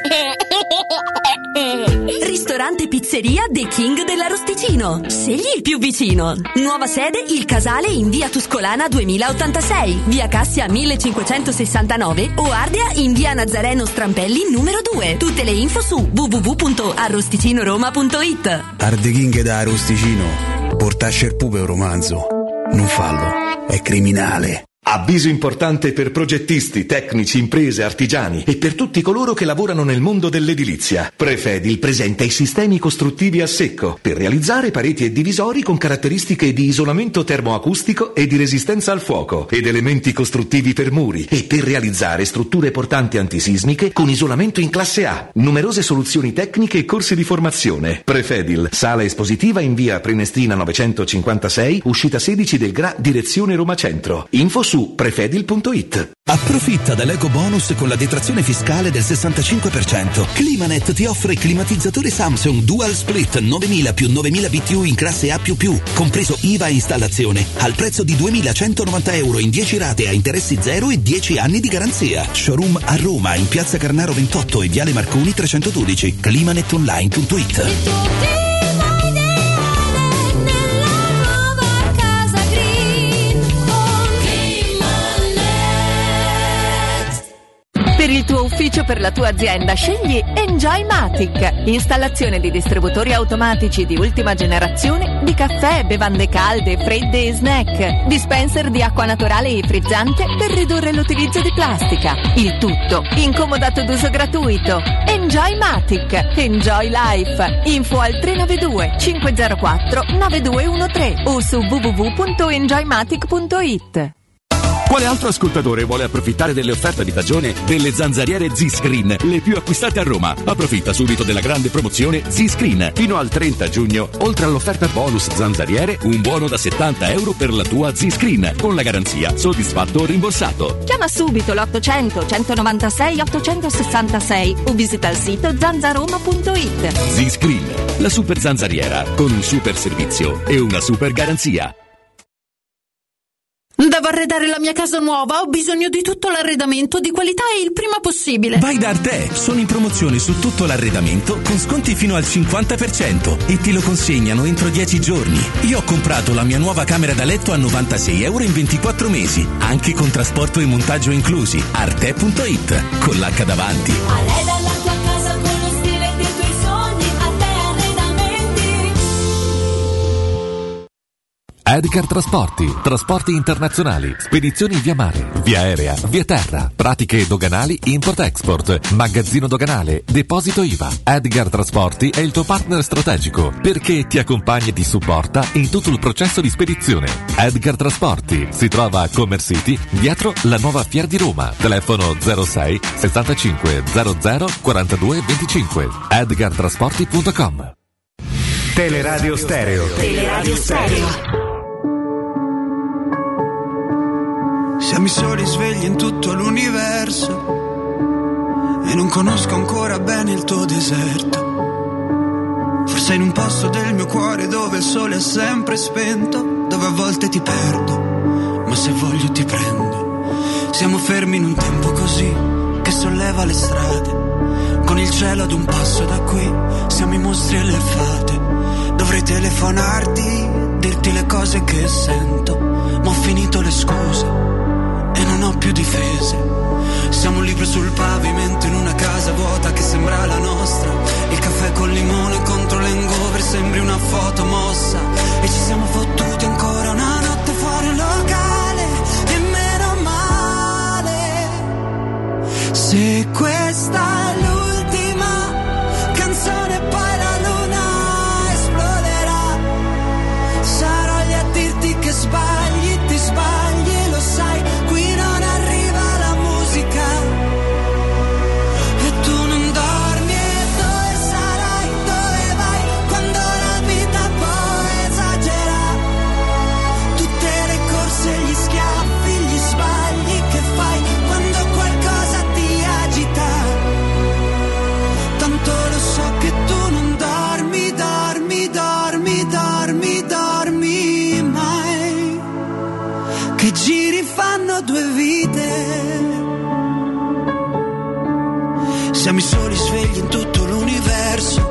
Ristorante pizzeria The King dell'Arosticino. Scegli il più vicino. Nuova sede Il Casale in via Tuscolana 2086, via Cassia 1569 o Ardea in via Nazareno Strampelli numero 2. Tutte le info su www.arrosticinoroma.it. Arde King da Arosticino. Portasce il pupe un romanzo. Non fallo, è criminale. Avviso importante per progettisti, tecnici, imprese, artigiani e per tutti coloro che lavorano nel mondo dell'edilizia. Prefedil presenta i sistemi costruttivi a secco per realizzare pareti e divisori con caratteristiche di isolamento termoacustico e di resistenza al fuoco ed elementi costruttivi per muri e per realizzare strutture portanti antisismiche con isolamento in classe A. Numerose soluzioni tecniche e corsi di formazione. Prefedil, sala espositiva in via Prenestina 956, uscita 16 del GRA, direzione Roma Centro. Info su prefedil.it. Approfitta dell'eco bonus con la detrazione fiscale del 65%. Climanet ti offre climatizzatore Samsung Dual Split 9000 più 9000 BTU in classe A++, compreso IVA e installazione, al prezzo di €2.190 in 10 rate a interessi zero e 10 anni di garanzia. Showroom a Roma in piazza Carnaro 28 e viale Marconi 312. climanetonline.it. Per il tuo ufficio, per la tua azienda, scegli Enjoymatic. Installazione di distributori automatici di ultima generazione di caffè, bevande calde, fredde e snack. Dispenser di acqua naturale e frizzante per ridurre l'utilizzo di plastica. Il tutto incomodato d'uso gratuito. Enjoymatic. Enjoy Life. Info al 392 504 9213 o su www.enjoymatic.it. Quale altro ascoltatore vuole approfittare delle offerte di stagione delle zanzariere Z-Screen, le più acquistate a Roma? Approfitta subito della grande promozione Z-Screen. Fino al 30 giugno, oltre all'offerta bonus zanzariere, un buono da €70 per la tua Z-Screen, con la garanzia soddisfatto o rimborsato. Chiama subito l'800 196 866 o visita il sito zanzaroma.it. Z-Screen, la super zanzariera con un super servizio e una super garanzia. Devo arredare la mia casa nuova, ho bisogno di tutto l'arredamento di qualità e il prima possibile. Vai da Arte, sono in promozione su tutto l'arredamento con sconti fino al 50% e ti lo consegnano entro 10 giorni. Io ho comprato la mia nuova camera da letto a €96 in 24 mesi, anche con trasporto e montaggio inclusi. Arte.it, con l'H davanti. Arreda la tua casa con lo stile dei tuoi sogni, Arte Arredamenti. Edgar trasporti internazionali, spedizioni via mare, via aerea, via terra, pratiche doganali import-export, magazzino doganale, deposito IVA. Edgar Trasporti è il tuo partner strategico perché ti accompagna e ti supporta in tutto il processo di spedizione. Edgar Trasporti si trova a Commerce City, dietro la nuova Fiera di Roma. Telefono 06 65 00 42 25. edgartrasporti.com. Teleradio Stereo. Teleradio Stereo. Siamo i soli svegli in tutto l'universo e non conosco ancora bene il tuo deserto. Forse in un posto del mio cuore dove il sole è sempre spento, dove a volte ti perdo, ma se voglio ti prendo. Siamo fermi in un tempo così che solleva le strade, con il cielo ad un passo da qui, siamo i mostri e le fate. Dovrei telefonarti, dirti le cose che sento, ma ho finito le scuse e non ho più difese. Siamo un libro sul pavimento in una casa vuota che sembra la nostra. Il caffè col limone contro l'hangover sembri una foto mossa. E ci siamo fottuti ancora una notte fuori un locale. E meno male. Se questa è l'ultima canzone poi la luna esploderà. Sarò lì a dirti che sbagli, ti sbagli, lo sai. Qui non arriva la musica e tu non dormi. E dove sarai, dove vai, quando la vita poi esagera. Tutte le corse, gli schiaffi, gli sbagli che fai quando qualcosa ti agita. Tanto lo so che tu non dormi, dormi, dormi, dormi, dormi mai. Che giri fanno due vite. Siamo i soli svegli in tutto l'universo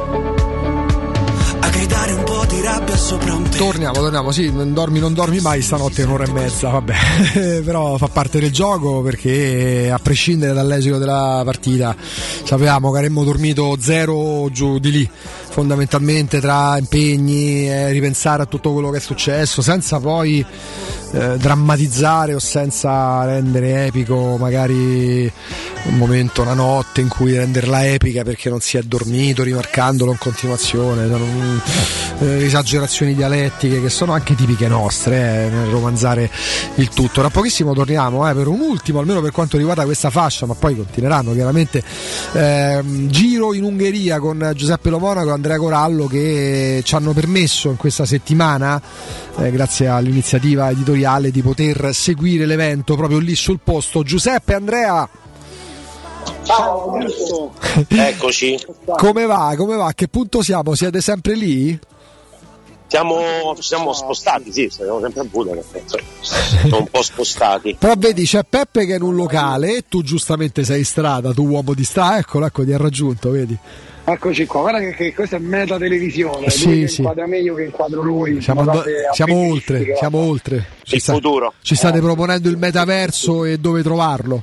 a gridare un po' di rabbia sopra un tetto. Torniamo, sì, non dormi mai stanotte, un'ora e mezza, vabbè. Però fa parte del gioco, perché a prescindere dall'esito della partita sapevamo che avremmo dormito 0 giù di lì, fondamentalmente, tra impegni, ripensare a tutto quello che è successo, senza poi drammatizzare o senza rendere epico magari un momento, una notte in cui renderla epica perché non si è dormito, rimarcandolo in continuazione. Esagerazioni dialettiche che sono anche tipiche nostre, nel romanzare il tutto. Tra pochissimo torniamo per un ultimo, almeno per quanto riguarda questa fascia, ma poi continueranno chiaramente giro in Ungheria con Giuseppe Lo Monaco e Andrea Corallo, che ci hanno permesso in questa settimana, grazie all'iniziativa editoriale, di poter seguire l'evento proprio lì sul posto. Giuseppe, Andrea, ciao. Eccoci. Come va? A che punto siamo? Siete sempre lì? Ci siamo spostati, sì, siamo sempre a Budapest, siamo un po' spostati. Però vedi, c'è Peppe che è in un locale e tu giustamente sei in strada, tu uomo di strada, ecco, ti ha raggiunto, vedi? Eccoci qua, guarda che questa è meta televisione, sì, lui che sì. inquadra me, io che inquadro lui. Siamo oltre. Futuro. Ci state proponendo il metaverso e dove trovarlo?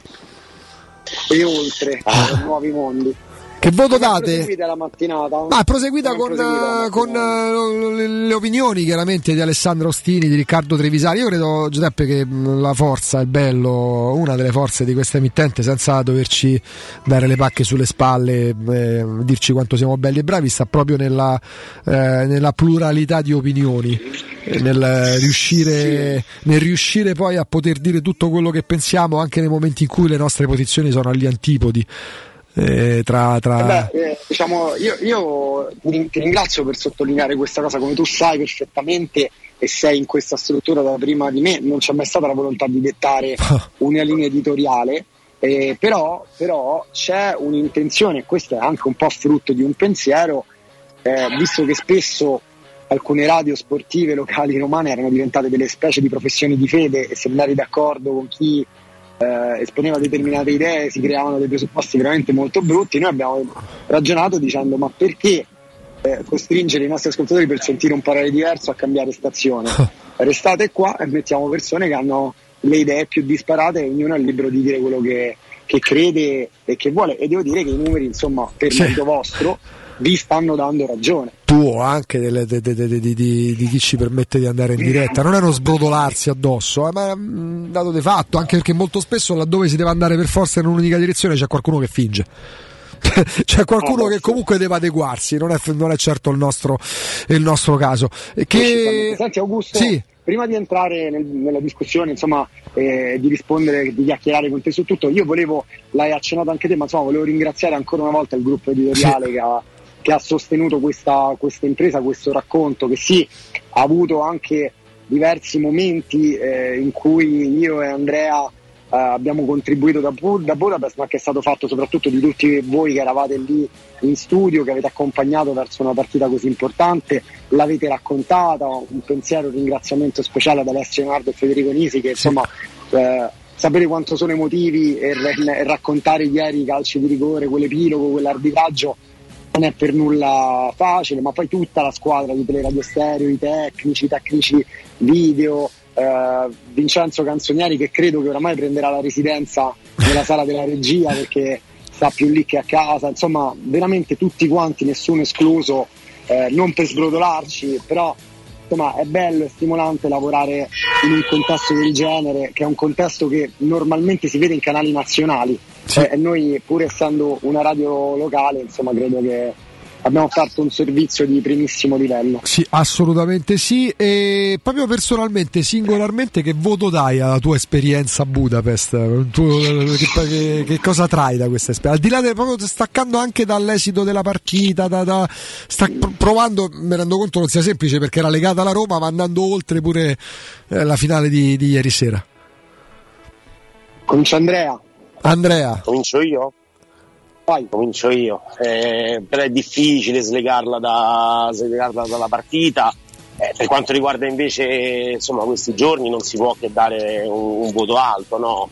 E oltre, nuovi mondi. Che voto date? Proseguita la mattinata. Proseguita con le opinioni chiaramente di Alessandro Ostini, di Riccardo Trevisani. Io credo, Giuseppe, che la forza, il bello, una delle forze di questa emittente, senza doverci dare le pacche sulle spalle, dirci quanto siamo belli e bravi, sta proprio nella pluralità di opinioni, nel riuscire poi a poter dire tutto quello che pensiamo anche nei momenti in cui le nostre posizioni sono agli antipodi. Diciamo, io ti ringrazio per sottolineare questa cosa. Come tu sai perfettamente e sei in questa struttura da prima di me, non c'è mai stata la volontà di dettare una linea editoriale, però c'è un'intenzione, e questo è anche un po' frutto di un pensiero, visto che spesso alcune radio sportive locali romane erano diventate delle specie di professioni di fede, e se non eri d'accordo con chi esponeva determinate idee si creavano dei presupposti veramente molto brutti. Noi abbiamo ragionato dicendo: ma perché costringere i nostri ascoltatori, per sentire un parere diverso, a cambiare stazione? Restate qua e mettiamo persone che hanno le idee più disparate, e ognuno è libero di dire quello che crede e che vuole. E devo dire che i numeri, insomma, per merito vostro, vi stanno dando ragione. Tuo anche di chi ci permette di andare in diretta, non è uno sbrodolarsi addosso, ma è un dato di fatto, anche perché molto spesso laddove si deve andare per forza in un'unica direzione c'è qualcuno che finge. C'è qualcuno che comunque deve adeguarsi, non è certo il nostro caso. Senti Augusto, sì. Prima di entrare nella discussione, insomma, di rispondere, di chiacchierare con te su tutto, io l'hai accennato anche te, ma insomma volevo ringraziare ancora una volta il gruppo editoriale che ha sostenuto questa impresa, questo racconto, che sì, ha avuto anche diversi momenti in cui io e Andrea abbiamo contribuito da Budapest, ma che è stato fatto soprattutto di tutti voi che eravate lì in studio, che avete accompagnato verso una partita così importante, l'avete raccontata. Un pensiero, un ringraziamento speciale ad Alessio Leonardo e Federico Nisi, che insomma sapere quanto sono emotivi e raccontare ieri i calci di rigore, quell'epilogo, quell'arbitraggio non è per nulla facile, ma poi tutta la squadra di Teleradio Stereo, i tecnici video, Vincenzo Canzonieri, che credo che oramai prenderà la residenza nella sala della regia perché sta più lì che a casa, insomma veramente tutti quanti, nessuno escluso, non per sbrodolarci, però insomma è bello e stimolante lavorare in un contesto del genere, che è un contesto che normalmente si vede in canali nazionali, e noi, pur essendo una radio locale, insomma credo che abbiamo fatto un servizio di primissimo livello. Sì, assolutamente sì. E proprio personalmente, singolarmente, che voto dai alla tua esperienza a Budapest? Che cosa trai da questa esperienza? Al di là proprio staccando anche dall'esito della partita, provando, mi rendo conto non sia semplice perché era legata alla Roma, ma andando oltre pure la finale di ieri sera. Comincia Andrea. Comincio io? Comincio io. Però è difficile slegarla dalla partita. Per quanto riguarda invece, insomma, questi giorni, non si può che dare un voto alto, no?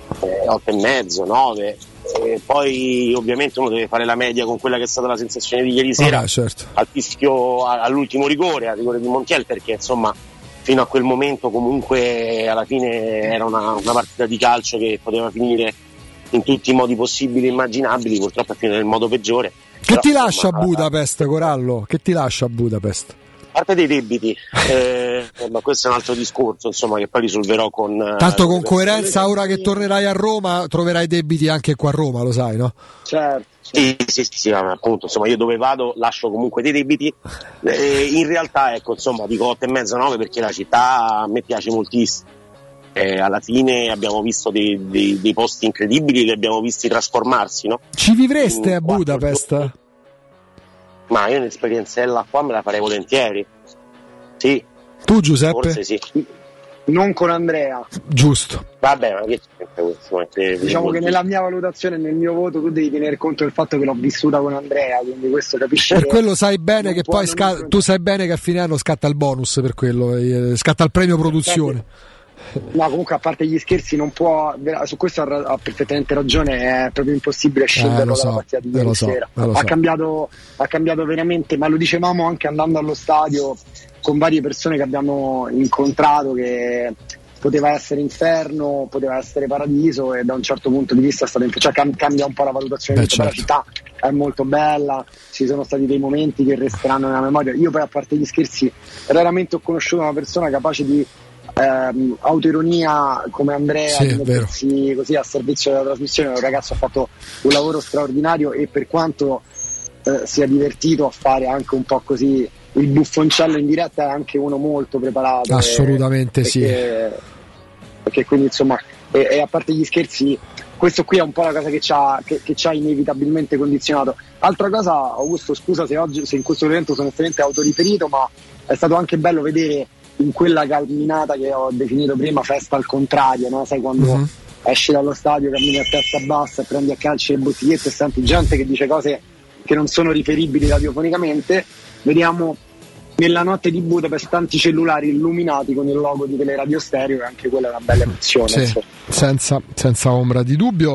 8,5, 9. Poi ovviamente uno deve fare la media con quella che è stata la sensazione di ieri sera, certo. Al fischio, all'ultimo rigore, al rigore di Montiel, perché insomma fino a quel momento comunque alla fine era una partita di calcio che poteva finire in tutti i modi possibili e immaginabili. Purtroppo è finito nel modo peggiore. Che ti lascia a Budapest, Corallo? Che ti lascia a Budapest? A parte dei debiti, ma questo è un altro discorso, insomma, che poi risolverò con... Tanto con coerenza, ora che tornerai a Roma troverai debiti anche qua a Roma, lo sai, no? Certo. Sì, appunto, insomma, io dove vado lascio comunque dei debiti. In realtà, ecco, insomma, dico 8,5, 9 perché la città a me piace moltissimo. Alla fine abbiamo visto dei posti incredibili, li abbiamo visti trasformarsi, no? Ci vivreste a Budapest? Ma io un'esperienzella qua me la farei volentieri. Sì. Tu, Giuseppe? Forse sì. Non con Andrea. Giusto. Vabbè, ma che c'è questo? Diciamo che nella mia valutazione, nel mio voto, tu devi tener conto del fatto che l'ho vissuta con Andrea, quindi questo capisci. Per quello sai bene che poi tu sai bene che a fine anno scatta il bonus, per quello scatta il premio produzione. No, comunque, a parte gli scherzi, non può, su questo ha perfettamente ragione, è proprio impossibile scenderlo dalla partita di ieri sera. Ha cambiato veramente, ma lo dicevamo anche andando allo stadio con varie persone che abbiamo incontrato, che poteva essere inferno, poteva essere paradiso, e da un certo punto di vista è stato cambia un po' la valutazione. Certo. La città è molto bella, ci sono stati dei momenti che resteranno nella memoria. Io poi, a parte gli scherzi, raramente ho conosciuto una persona capace di autoironia come Andrea, di mettersi così a servizio della trasmissione. Un ragazzo ha fatto un lavoro straordinario, e per quanto sia divertito a fare anche un po' così il buffoncello in diretta, è anche uno molto preparato. Assolutamente perché quindi insomma, e a parte gli scherzi, questo qui è un po' la cosa che ci ha inevitabilmente condizionato. Altra cosa, Augusto, scusa se in questo momento sono estremamente autoriferito, ma è stato anche bello vedere in quella camminata che ho definito prima festa al contrario, no? Sai, quando esci dallo stadio, cammini a testa bassa e prendi a calci le bottigliette e senti gente che dice cose che non sono riferibili radiofonicamente. Vediamo nella notte di Budapest tanti cellulari illuminati con il logo di Teleradio Stereo, e anche quella è una bella emozione. Sì, senza ombra di dubbio.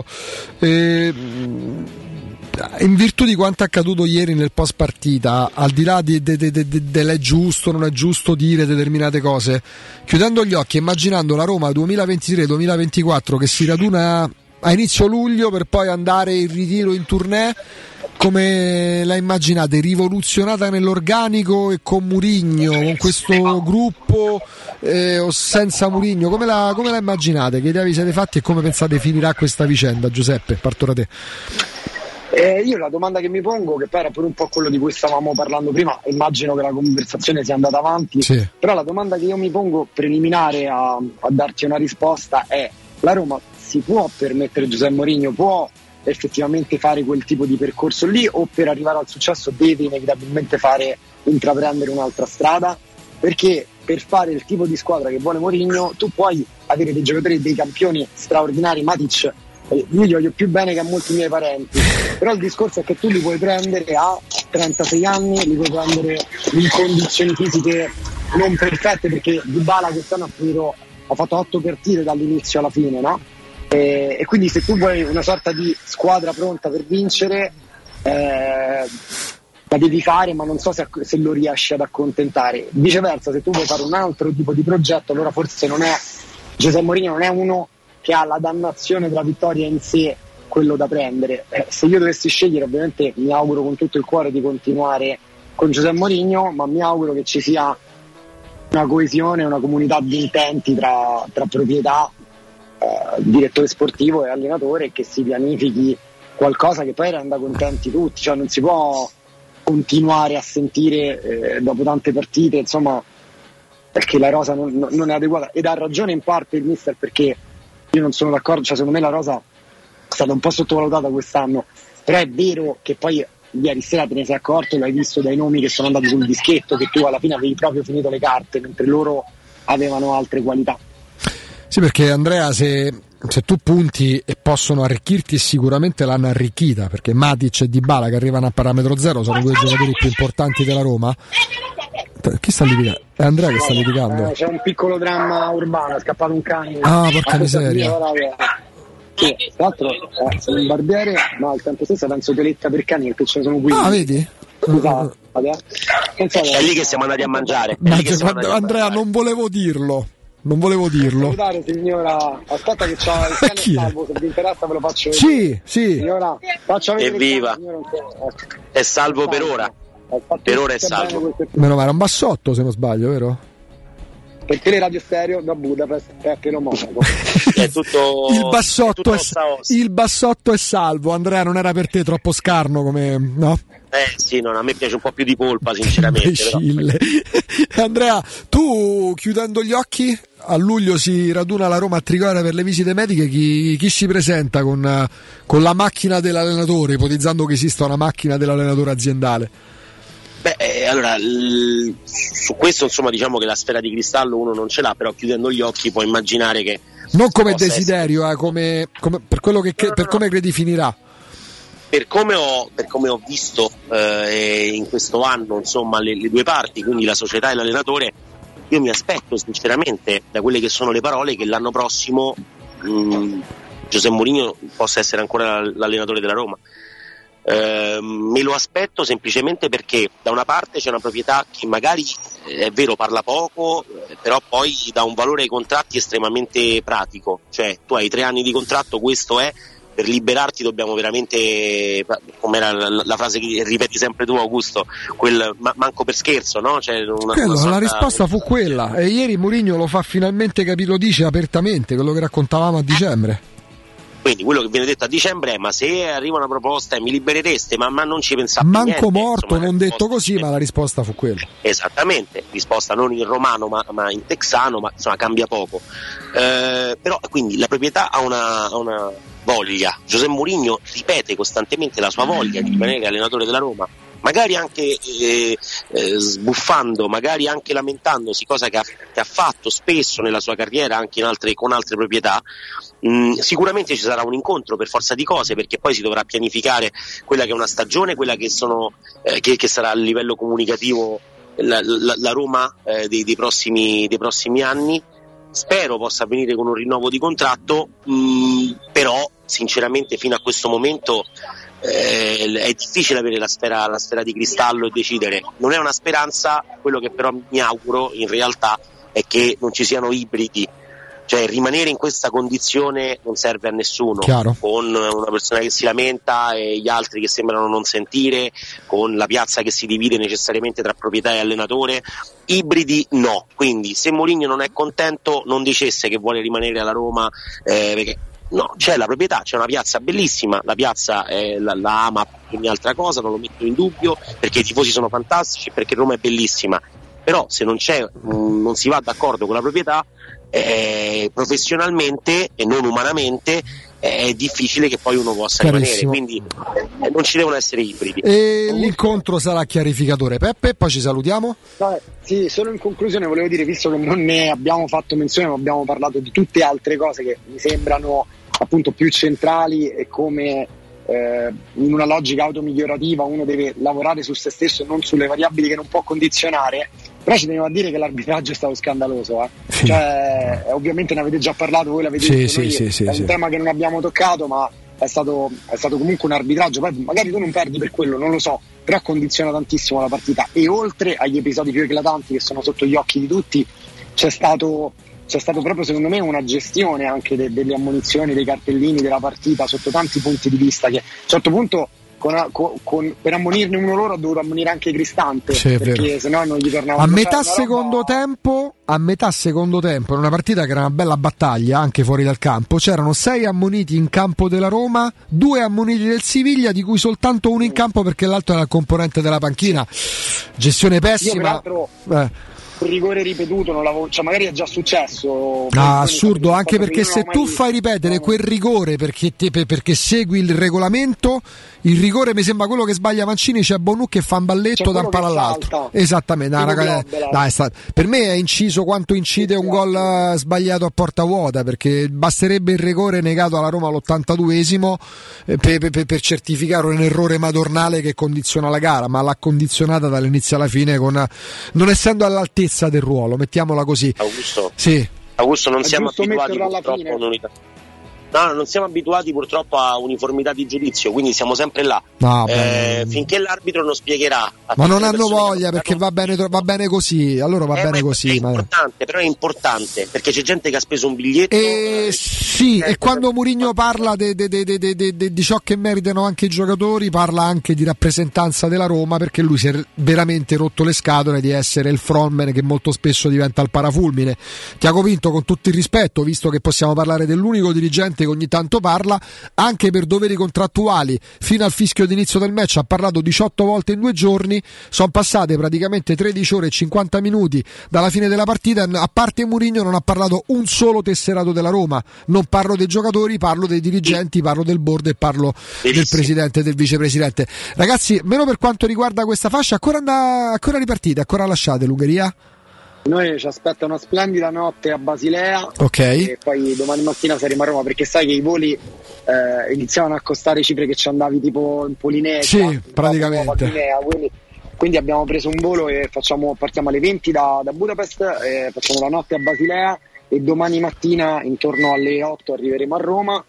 In virtù di quanto è accaduto ieri nel post partita, al di là dell'è giusto o non è giusto dire determinate cose, chiudendo gli occhi e immaginando la Roma 2023-2024 che si raduna a inizio luglio per poi andare in ritiro in tournée, come la immaginate? Rivoluzionata nell'organico e con Mourinho, con questo gruppo, o senza Mourinho? Come la immaginate? Che idea vi siete fatti e come pensate finirà questa vicenda? Giuseppe, parto da te. Io la domanda che mi pongo, che poi era pure un po' quello di cui stavamo parlando prima, immagino che la conversazione sia andata avanti, sì. Però la domanda che io mi pongo preliminare a darti una risposta è: la Roma si può permettere, Giuseppe Mourinho può effettivamente fare quel tipo di percorso lì, o per arrivare al successo deve inevitabilmente intraprendere un'altra strada? Perché per fare il tipo di squadra che vuole Mourinho tu puoi avere dei giocatori, dei campioni straordinari. Matic io gli voglio più bene che a molti miei parenti, però il discorso è che tu li puoi prendere a 36 anni, li puoi prendere in condizioni fisiche non perfette, perché Dybala quest'anno ha fatto 8 partite dall'inizio alla fine, no? E quindi se tu vuoi una sorta di squadra pronta per vincere, la devi fare, ma non so se lo riesci ad accontentare. Viceversa, se tu vuoi fare un altro tipo di progetto, allora forse Giuseppe Mourinho non è uno che ha la dannazione della vittoria in sé, quello da prendere. Se io dovessi scegliere, ovviamente mi auguro con tutto il cuore di continuare con Giuseppe Mourinho, ma mi auguro che ci sia una coesione, una comunità di intenti tra proprietà, direttore sportivo e allenatore, che si pianifichi qualcosa che poi renda contenti tutti. Cioè non si può continuare a sentire dopo tante partite, insomma, perché la rosa non è adeguata, ed ha ragione in parte il mister, perché io non sono d'accordo, cioè secondo me la rosa è stata un po' sottovalutata quest'anno, però è vero che poi ieri sera te ne sei accorto, l'hai visto dai nomi che sono andati sul dischetto, che tu alla fine avevi proprio finito le carte, mentre loro avevano altre qualità. Sì, perché Andrea, se tu punti e possono arricchirti, sicuramente l'hanno arricchita, perché Matic e Dybala, che arrivano a parametro zero, sono due giocatori più importanti della Roma. Chi sta litigando? È Andrea che sta litigando. C'è un piccolo dramma urbano, è scappato un cane. Ah, porca miseria. Sì, tra l'altro sono un barbiere, ma al tempo stesso penso teletta per cani, perché ce ne sono 15. Ah, vedi? Scusate. È lì che siamo andati a mangiare. Andrea, non volevo dirlo. Salutare, signora. Aspetta che c'ho il cane salvo, se vi interessa ve lo faccio vedere. Sì. Signora, faccio vedere. Evviva. È salvo per ora. Per ora è salvo. Meno male, è un bassotto se non sbaglio, vero? Per Teleradio Stereo da Budapest, Peppino Monaco. È tutto il bassotto è salvo. Andrea, non era per te troppo scarno come, no? Sì, a me piace un po' più di polpa, sinceramente. Però. Andrea, tu chiudendo gli occhi, a luglio si raduna la Roma a Trigoria per le visite mediche. Chi si presenta con la macchina dell'allenatore, ipotizzando che esista una macchina dell'allenatore aziendale? Allora, su questo insomma diciamo che la sfera di cristallo uno non ce l'ha, però chiudendo gli occhi può immaginare che non come desiderio, come per quello che per come credi finirà. Per come ho visto in questo anno, insomma, le due parti, quindi la società e l'allenatore, io mi aspetto sinceramente, da quelle che sono le parole, che l'anno prossimo Giuseppe Mourinho possa essere ancora l'allenatore della Roma. Me lo aspetto semplicemente perché da una parte c'è una proprietà che magari è vero parla poco, però poi dà un valore ai contratti estremamente pratico, cioè tu hai 3 anni di contratto, questo è, per liberarti dobbiamo veramente, com'era la frase che ripeti sempre tu Augusto, quel manco per scherzo, no? Cioè la risposta fu quella, e ieri Mourinho lo fa finalmente capire, lo dice apertamente, quello che raccontavamo a dicembre. Quindi quello che viene detto a dicembre è: ma se arriva una proposta mi liberereste, ma non ci pensate manco niente, morto, insomma, non detto così, ma la risposta fu quella. Esattamente, risposta non in romano ma in texano, ma insomma cambia poco. Però quindi la proprietà ha una voglia. Giuseppe Mourinho ripete costantemente la sua voglia di rimanere allenatore della Roma, magari anche sbuffando, magari anche lamentandosi, cosa che ha fatto spesso nella sua carriera anche con altre proprietà. Sicuramente ci sarà un incontro per forza di cose, perché poi si dovrà pianificare quella che è una stagione, quella che sarà a livello comunicativo la Roma dei prossimi anni. Spero possa avvenire con un rinnovo di contratto, però sinceramente fino a questo momento è difficile avere la sfera di cristallo e decidere. Non è una speranza, quello che però mi auguro in realtà è che non ci siano ibridi, cioè rimanere in questa condizione non serve a nessuno. Chiaro. Con una persona che si lamenta e gli altri che sembrano non sentire, con la piazza che si divide necessariamente tra proprietà e allenatore. Ibridi no, quindi se Mourinho non è contento non dicesse che vuole rimanere alla Roma, perché no, c'è la proprietà, c'è una piazza bellissima, la piazza la ama più ogni altra cosa, non lo metto in dubbio, perché i tifosi sono fantastici, perché Roma è bellissima, però se non si va d'accordo con la proprietà, professionalmente e non umanamente è difficile che poi uno possa rimanere, quindi non ci devono essere ibridi. E l'incontro sarà chiarificatore. Peppe, poi ci salutiamo. Sì, solo in conclusione volevo dire, visto che non ne abbiamo fatto menzione, ma abbiamo parlato di tutte altre cose che mi sembrano appunto più centrali, e come in una logica automigliorativa uno deve lavorare su se stesso e non sulle variabili che non può condizionare. Però ci tenevo a dire che l'arbitraggio è stato scandaloso, Sì. Cioè, ovviamente ne avete già parlato, voi l'avete detto, è un tema che non abbiamo toccato, ma è stato comunque un arbitraggio. Poi magari tu non perdi per quello, non lo so, però condiziona tantissimo la partita, e oltre agli episodi più eclatanti che sono sotto gli occhi di tutti, c'è stato proprio secondo me una gestione anche delle ammonizioni, dei cartellini della partita sotto tanti punti di vista, che a un certo punto per ammonirne uno loro ha dovuto ammonire anche Cristante, perché sennò non gli tornava. A metà secondo tempo, in una partita che era una bella battaglia anche fuori dal campo, c'erano 6 ammoniti in campo della Roma, 2 ammoniti del Siviglia, di cui soltanto uno in campo perché l'altro era il componente della panchina. Gestione pessima. Un rigore ripetuto non l'avevo, cioè magari è già successo. Assurdo, anche perché se tu fai ripetere quel rigore perché segui il regolamento, il rigore mi sembra quello che sbaglia Mancini, c'è Bonu che fa un balletto da un palo all'altro. Esattamente, per me è inciso quanto incide un gol sbagliato a porta vuota, perché basterebbe il rigore negato alla Roma all'82esimo per certificare un errore madornale che condiziona la gara, ma l'ha condizionata dall'inizio alla fine, non essendo all'altezza del ruolo, mettiamola così. Augusto, non siamo abituati purtroppo a un'unità. No, non siamo abituati purtroppo a uniformità di giudizio, quindi siamo sempre là. Finché l'arbitro non spiegherà. Ma non hanno voglia, perché va bene così. Allora va bene così. Però è importante, perché c'è gente che ha speso un biglietto. E quando Mourinho parla di ciò che meritano anche i giocatori, parla anche di rappresentanza della Roma, perché lui si è veramente rotto le scatole di essere il frontman che molto spesso diventa il parafulmine. Tiago Pinto, con tutto il rispetto, visto che possiamo parlare dell'unico dirigente che ogni tanto parla, anche per doveri contrattuali, fino al fischio d'inizio del match ha parlato 18 volte in 2 giorni, sono passate praticamente 13 ore e 50 minuti dalla fine della partita, a parte Mourinho non ha parlato un solo tesserato della Roma. Non parlo dei giocatori, parlo dei dirigenti, parlo del board e parlo del presidente e del vicepresidente. Ragazzi, meno per quanto riguarda questa fascia, ancora ripartite, ancora lasciate l'Ungheria? Noi ci aspetta una splendida notte a Basilea, e poi domani mattina saremo a Roma, perché sai che i voli iniziavano a costare cifre che ci andavi tipo in Polinesia, praticamente. Quindi abbiamo preso un volo e partiamo alle 20 da Budapest, facciamo la notte a Basilea e domani mattina intorno alle 8 arriveremo a Roma.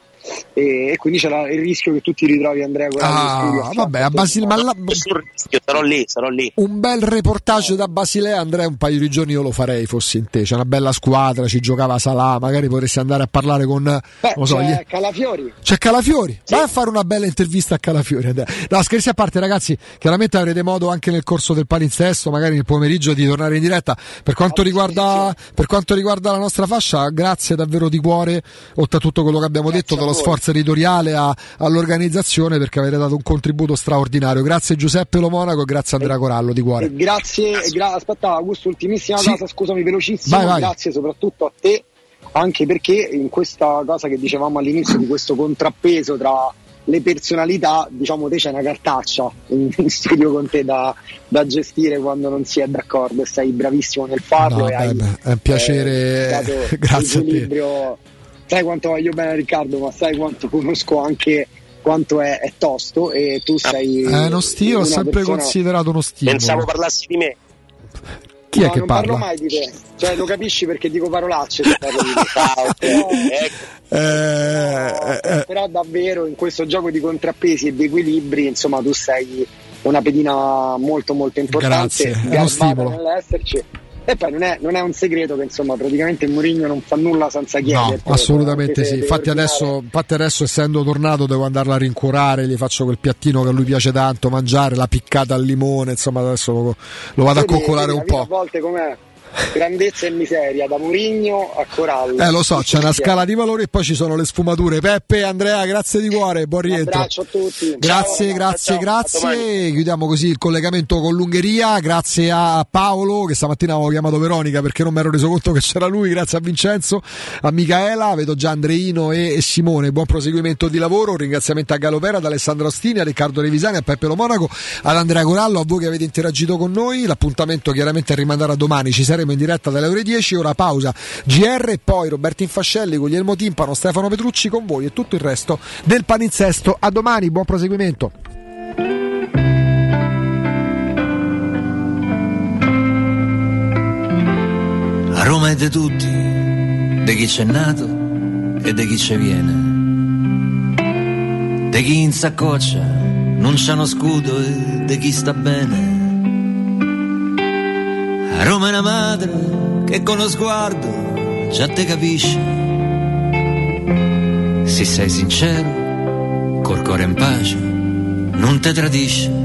E quindi c'è il rischio che tu ti ritrovi, Andrea, vabbè, a Basilea, sarò lì. Un bel reportage da Basilea, Andrea, un paio di giorni io lo farei fossi in te. C'è una bella squadra, ci giocava Salah, magari potresti andare a parlare con Calafiori. C'è Calafiori, vai a fare una bella intervista a Calafiori, Andrea. No, scherzi a parte, ragazzi, chiaramente avrete modo anche nel corso del palinsesto, magari nel pomeriggio, di tornare in diretta. Per quanto riguarda la nostra fascia, grazie davvero di cuore, oltre a tutto quello che abbiamo detto, dallo sforzo editoriale all'organizzazione, perché avete dato un contributo straordinario. Grazie Giuseppe Lo Monaco e grazie Andrea Corallo di cuore. Aspetta Augusto, ultimissima cosa, scusami, velocissimo. Vai. Grazie soprattutto a te, anche perché in questa cosa che dicevamo all'inizio di questo contrappeso tra le personalità, diciamo, te c'è una cartaccia in studio con te da gestire quando non si è d'accordo, e sei bravissimo nel farlo. È un piacere, grazie a te. Sai quanto voglio bene a Riccardo, ma sai quanto conosco anche quanto è tosto, e tu sei uno stile, ho sempre considerato uno stile. Pensavo parlassi di me. Chi è che non parlo mai di te, cioè lo capisci perché dico parolacce se parlo di te. Però davvero in questo gioco di contrappesi e di equilibri, insomma, tu sei una pedina molto molto importante. Grazie, è uno stimolo. Nell'esserci. E poi non è un segreto che insomma praticamente Mourinho non fa nulla senza chiedere. No, assolutamente sì. Infatti adesso essendo tornato devo andarla a rincuorare, gli faccio quel piattino che a lui piace tanto mangiare, la piccata al limone, insomma adesso lo vado a coccolare un po'. A volte com'è? Grandezza e miseria, da Mourinho a Corallo. Lo so, c'è una scala di valori e poi ci sono le sfumature. Peppe, Andrea, grazie di cuore, buon rientro. Un abbraccio a tutti. Grazie, grazie. Chiudiamo così il collegamento con l'Ungheria. Grazie a Paolo, che stamattina avevo chiamato Veronica perché non mi ero reso conto che c'era lui. Grazie a Vincenzo, a Micaela, vedo già Andreino e Simone. Buon proseguimento di lavoro. Un ringraziamento a Galopera, ad Alessandro Ostini, a Riccardo Revisani, a Peppe Lo Monaco, ad Andrea Corallo, a voi che avete interagito con noi. L'appuntamento chiaramente è rimandare a domani. Ci saremo in diretta dalle ore 10, ora pausa GR e poi Roberto Infascelli, Guglielmo Timpano, Stefano Petrucci con voi e tutto il resto del palinsesto. A domani, buon proseguimento. A Roma è di tutti, di chi c'è nato e di chi ci viene, di chi in saccoccia non c'ha uno scudo e di chi sta bene. A Roma è una madre che con lo sguardo già te capisce. Se sei sincero, col cuore in pace, non te tradisce.